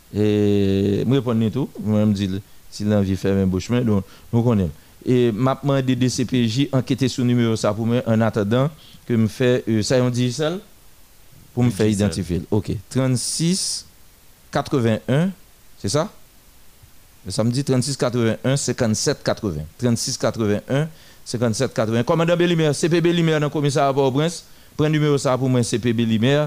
et me répondre tout, moi me dire si l'envie faire un beau chemin donc nous connaissons. Et m'a demandé de C P J enquêter sur numéro ça pour moi en attendant que me fait euh, ça on dit seul pour me faire identifier. OK, trente-six quatre-vingt-un, c'est ça? Le samedi trente-six quatre-vingt-un cinquante-sept quatre-vingts. trente-six quatre-vingt-un cinquante-sept quatre-vingts. Commandant Bélimer, C P Bélimer dans le commissariat Port-au-Prince, prends numéro ça pour moi C P Bélimer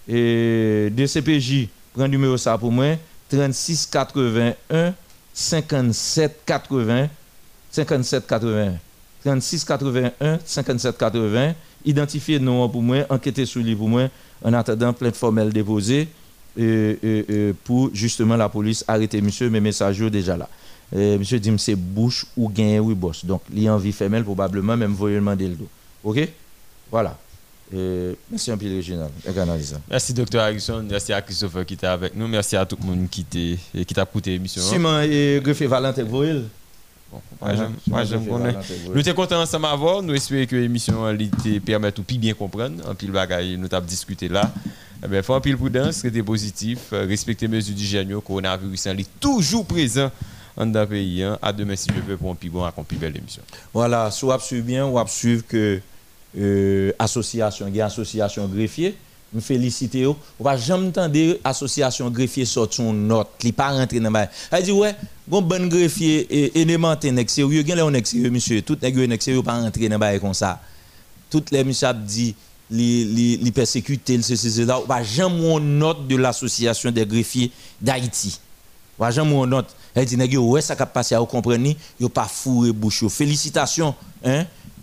et D C P J, prends numéro ça pour moi trente-six quatre-vingt-un cinquante-sept quatre-vingts cinquante-sept quatre-vingts. trente-six quatre-vingt-un cinquante-sept quatre-vingts. Identifiez nom pour moi, enquêtez sur lui pour moi en attendant plainte formelle déposée et, et, et pour justement la police arrêter monsieur, mes messages déjà là. Et monsieur dit c'est bouche ou gain ou boss. Donc il y a envie femelle probablement même voyer demander le dos. OK? Voilà. Et merci un peu régional. Merci docteur Harrison, merci à Christopher qui était avec nous, merci à tout le monde qui t'a qui t'a écouté l'émission. Simon et greffier Valentin Voyel. Bon, moi j'aime, moi j'aime connaître. Nous sommes contents ensemble avant, nous espérons que l'émission te permet de bien comprendre, en pile bagaille nous avons discuté là. Eh bien, faut un pile prudence, rester positif, respecter les mesures d'hygiène, le coronavirus est toujours présent dans le pays. À demain si je veux pour un plus bon, une plus belle émission. Voilà, soit suivre bien, ou suivre que euh, association, il y a association greffier. Me féliciter ou va jamais entendre association greffier sortir une note qui pas rentrer dans bail elle dit ouais bon bon greffier et élémentaire nek sérieux gen là on nek sérieux monsieur tout nèg nek sérieux pas rentrer dans bail comme ça toutes les monsieur dit li li li persécuter ceci là va jamais une note de l'association des greffiers d'Haïti va jamais une note elle dit nèg ouais ça cap passer à comprendre yo pas fourrer bouche félicitations hein.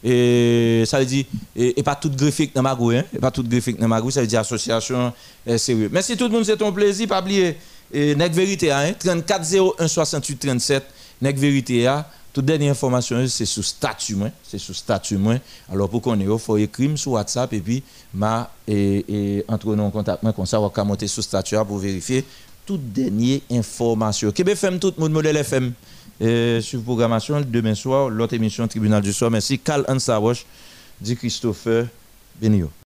Et ça veut dire et, et pas tout greffier dans Magou hein et pas tout greffier dans Magou ça veut dire association euh, sérieux. Merci tout le monde, c'est un plaisir, pas oublier Nèg Vérité hein trente-quatre zéro un soixante-huit trente-sept Nèg Vérité a toute dernière information c'est sur statut moi c'est sur statut moi alors pour qu'on ait il faut écrire sur WhatsApp et puis ma et, et entre nous en contact moi comme ça on va monter sur statut pour vérifier toute dernière information. Québec F M tout le monde modèle F M. Et sur programmation demain soir l'autre émission Tribunal du soir. Merci Carl Ansawosh dit Christopher Benio.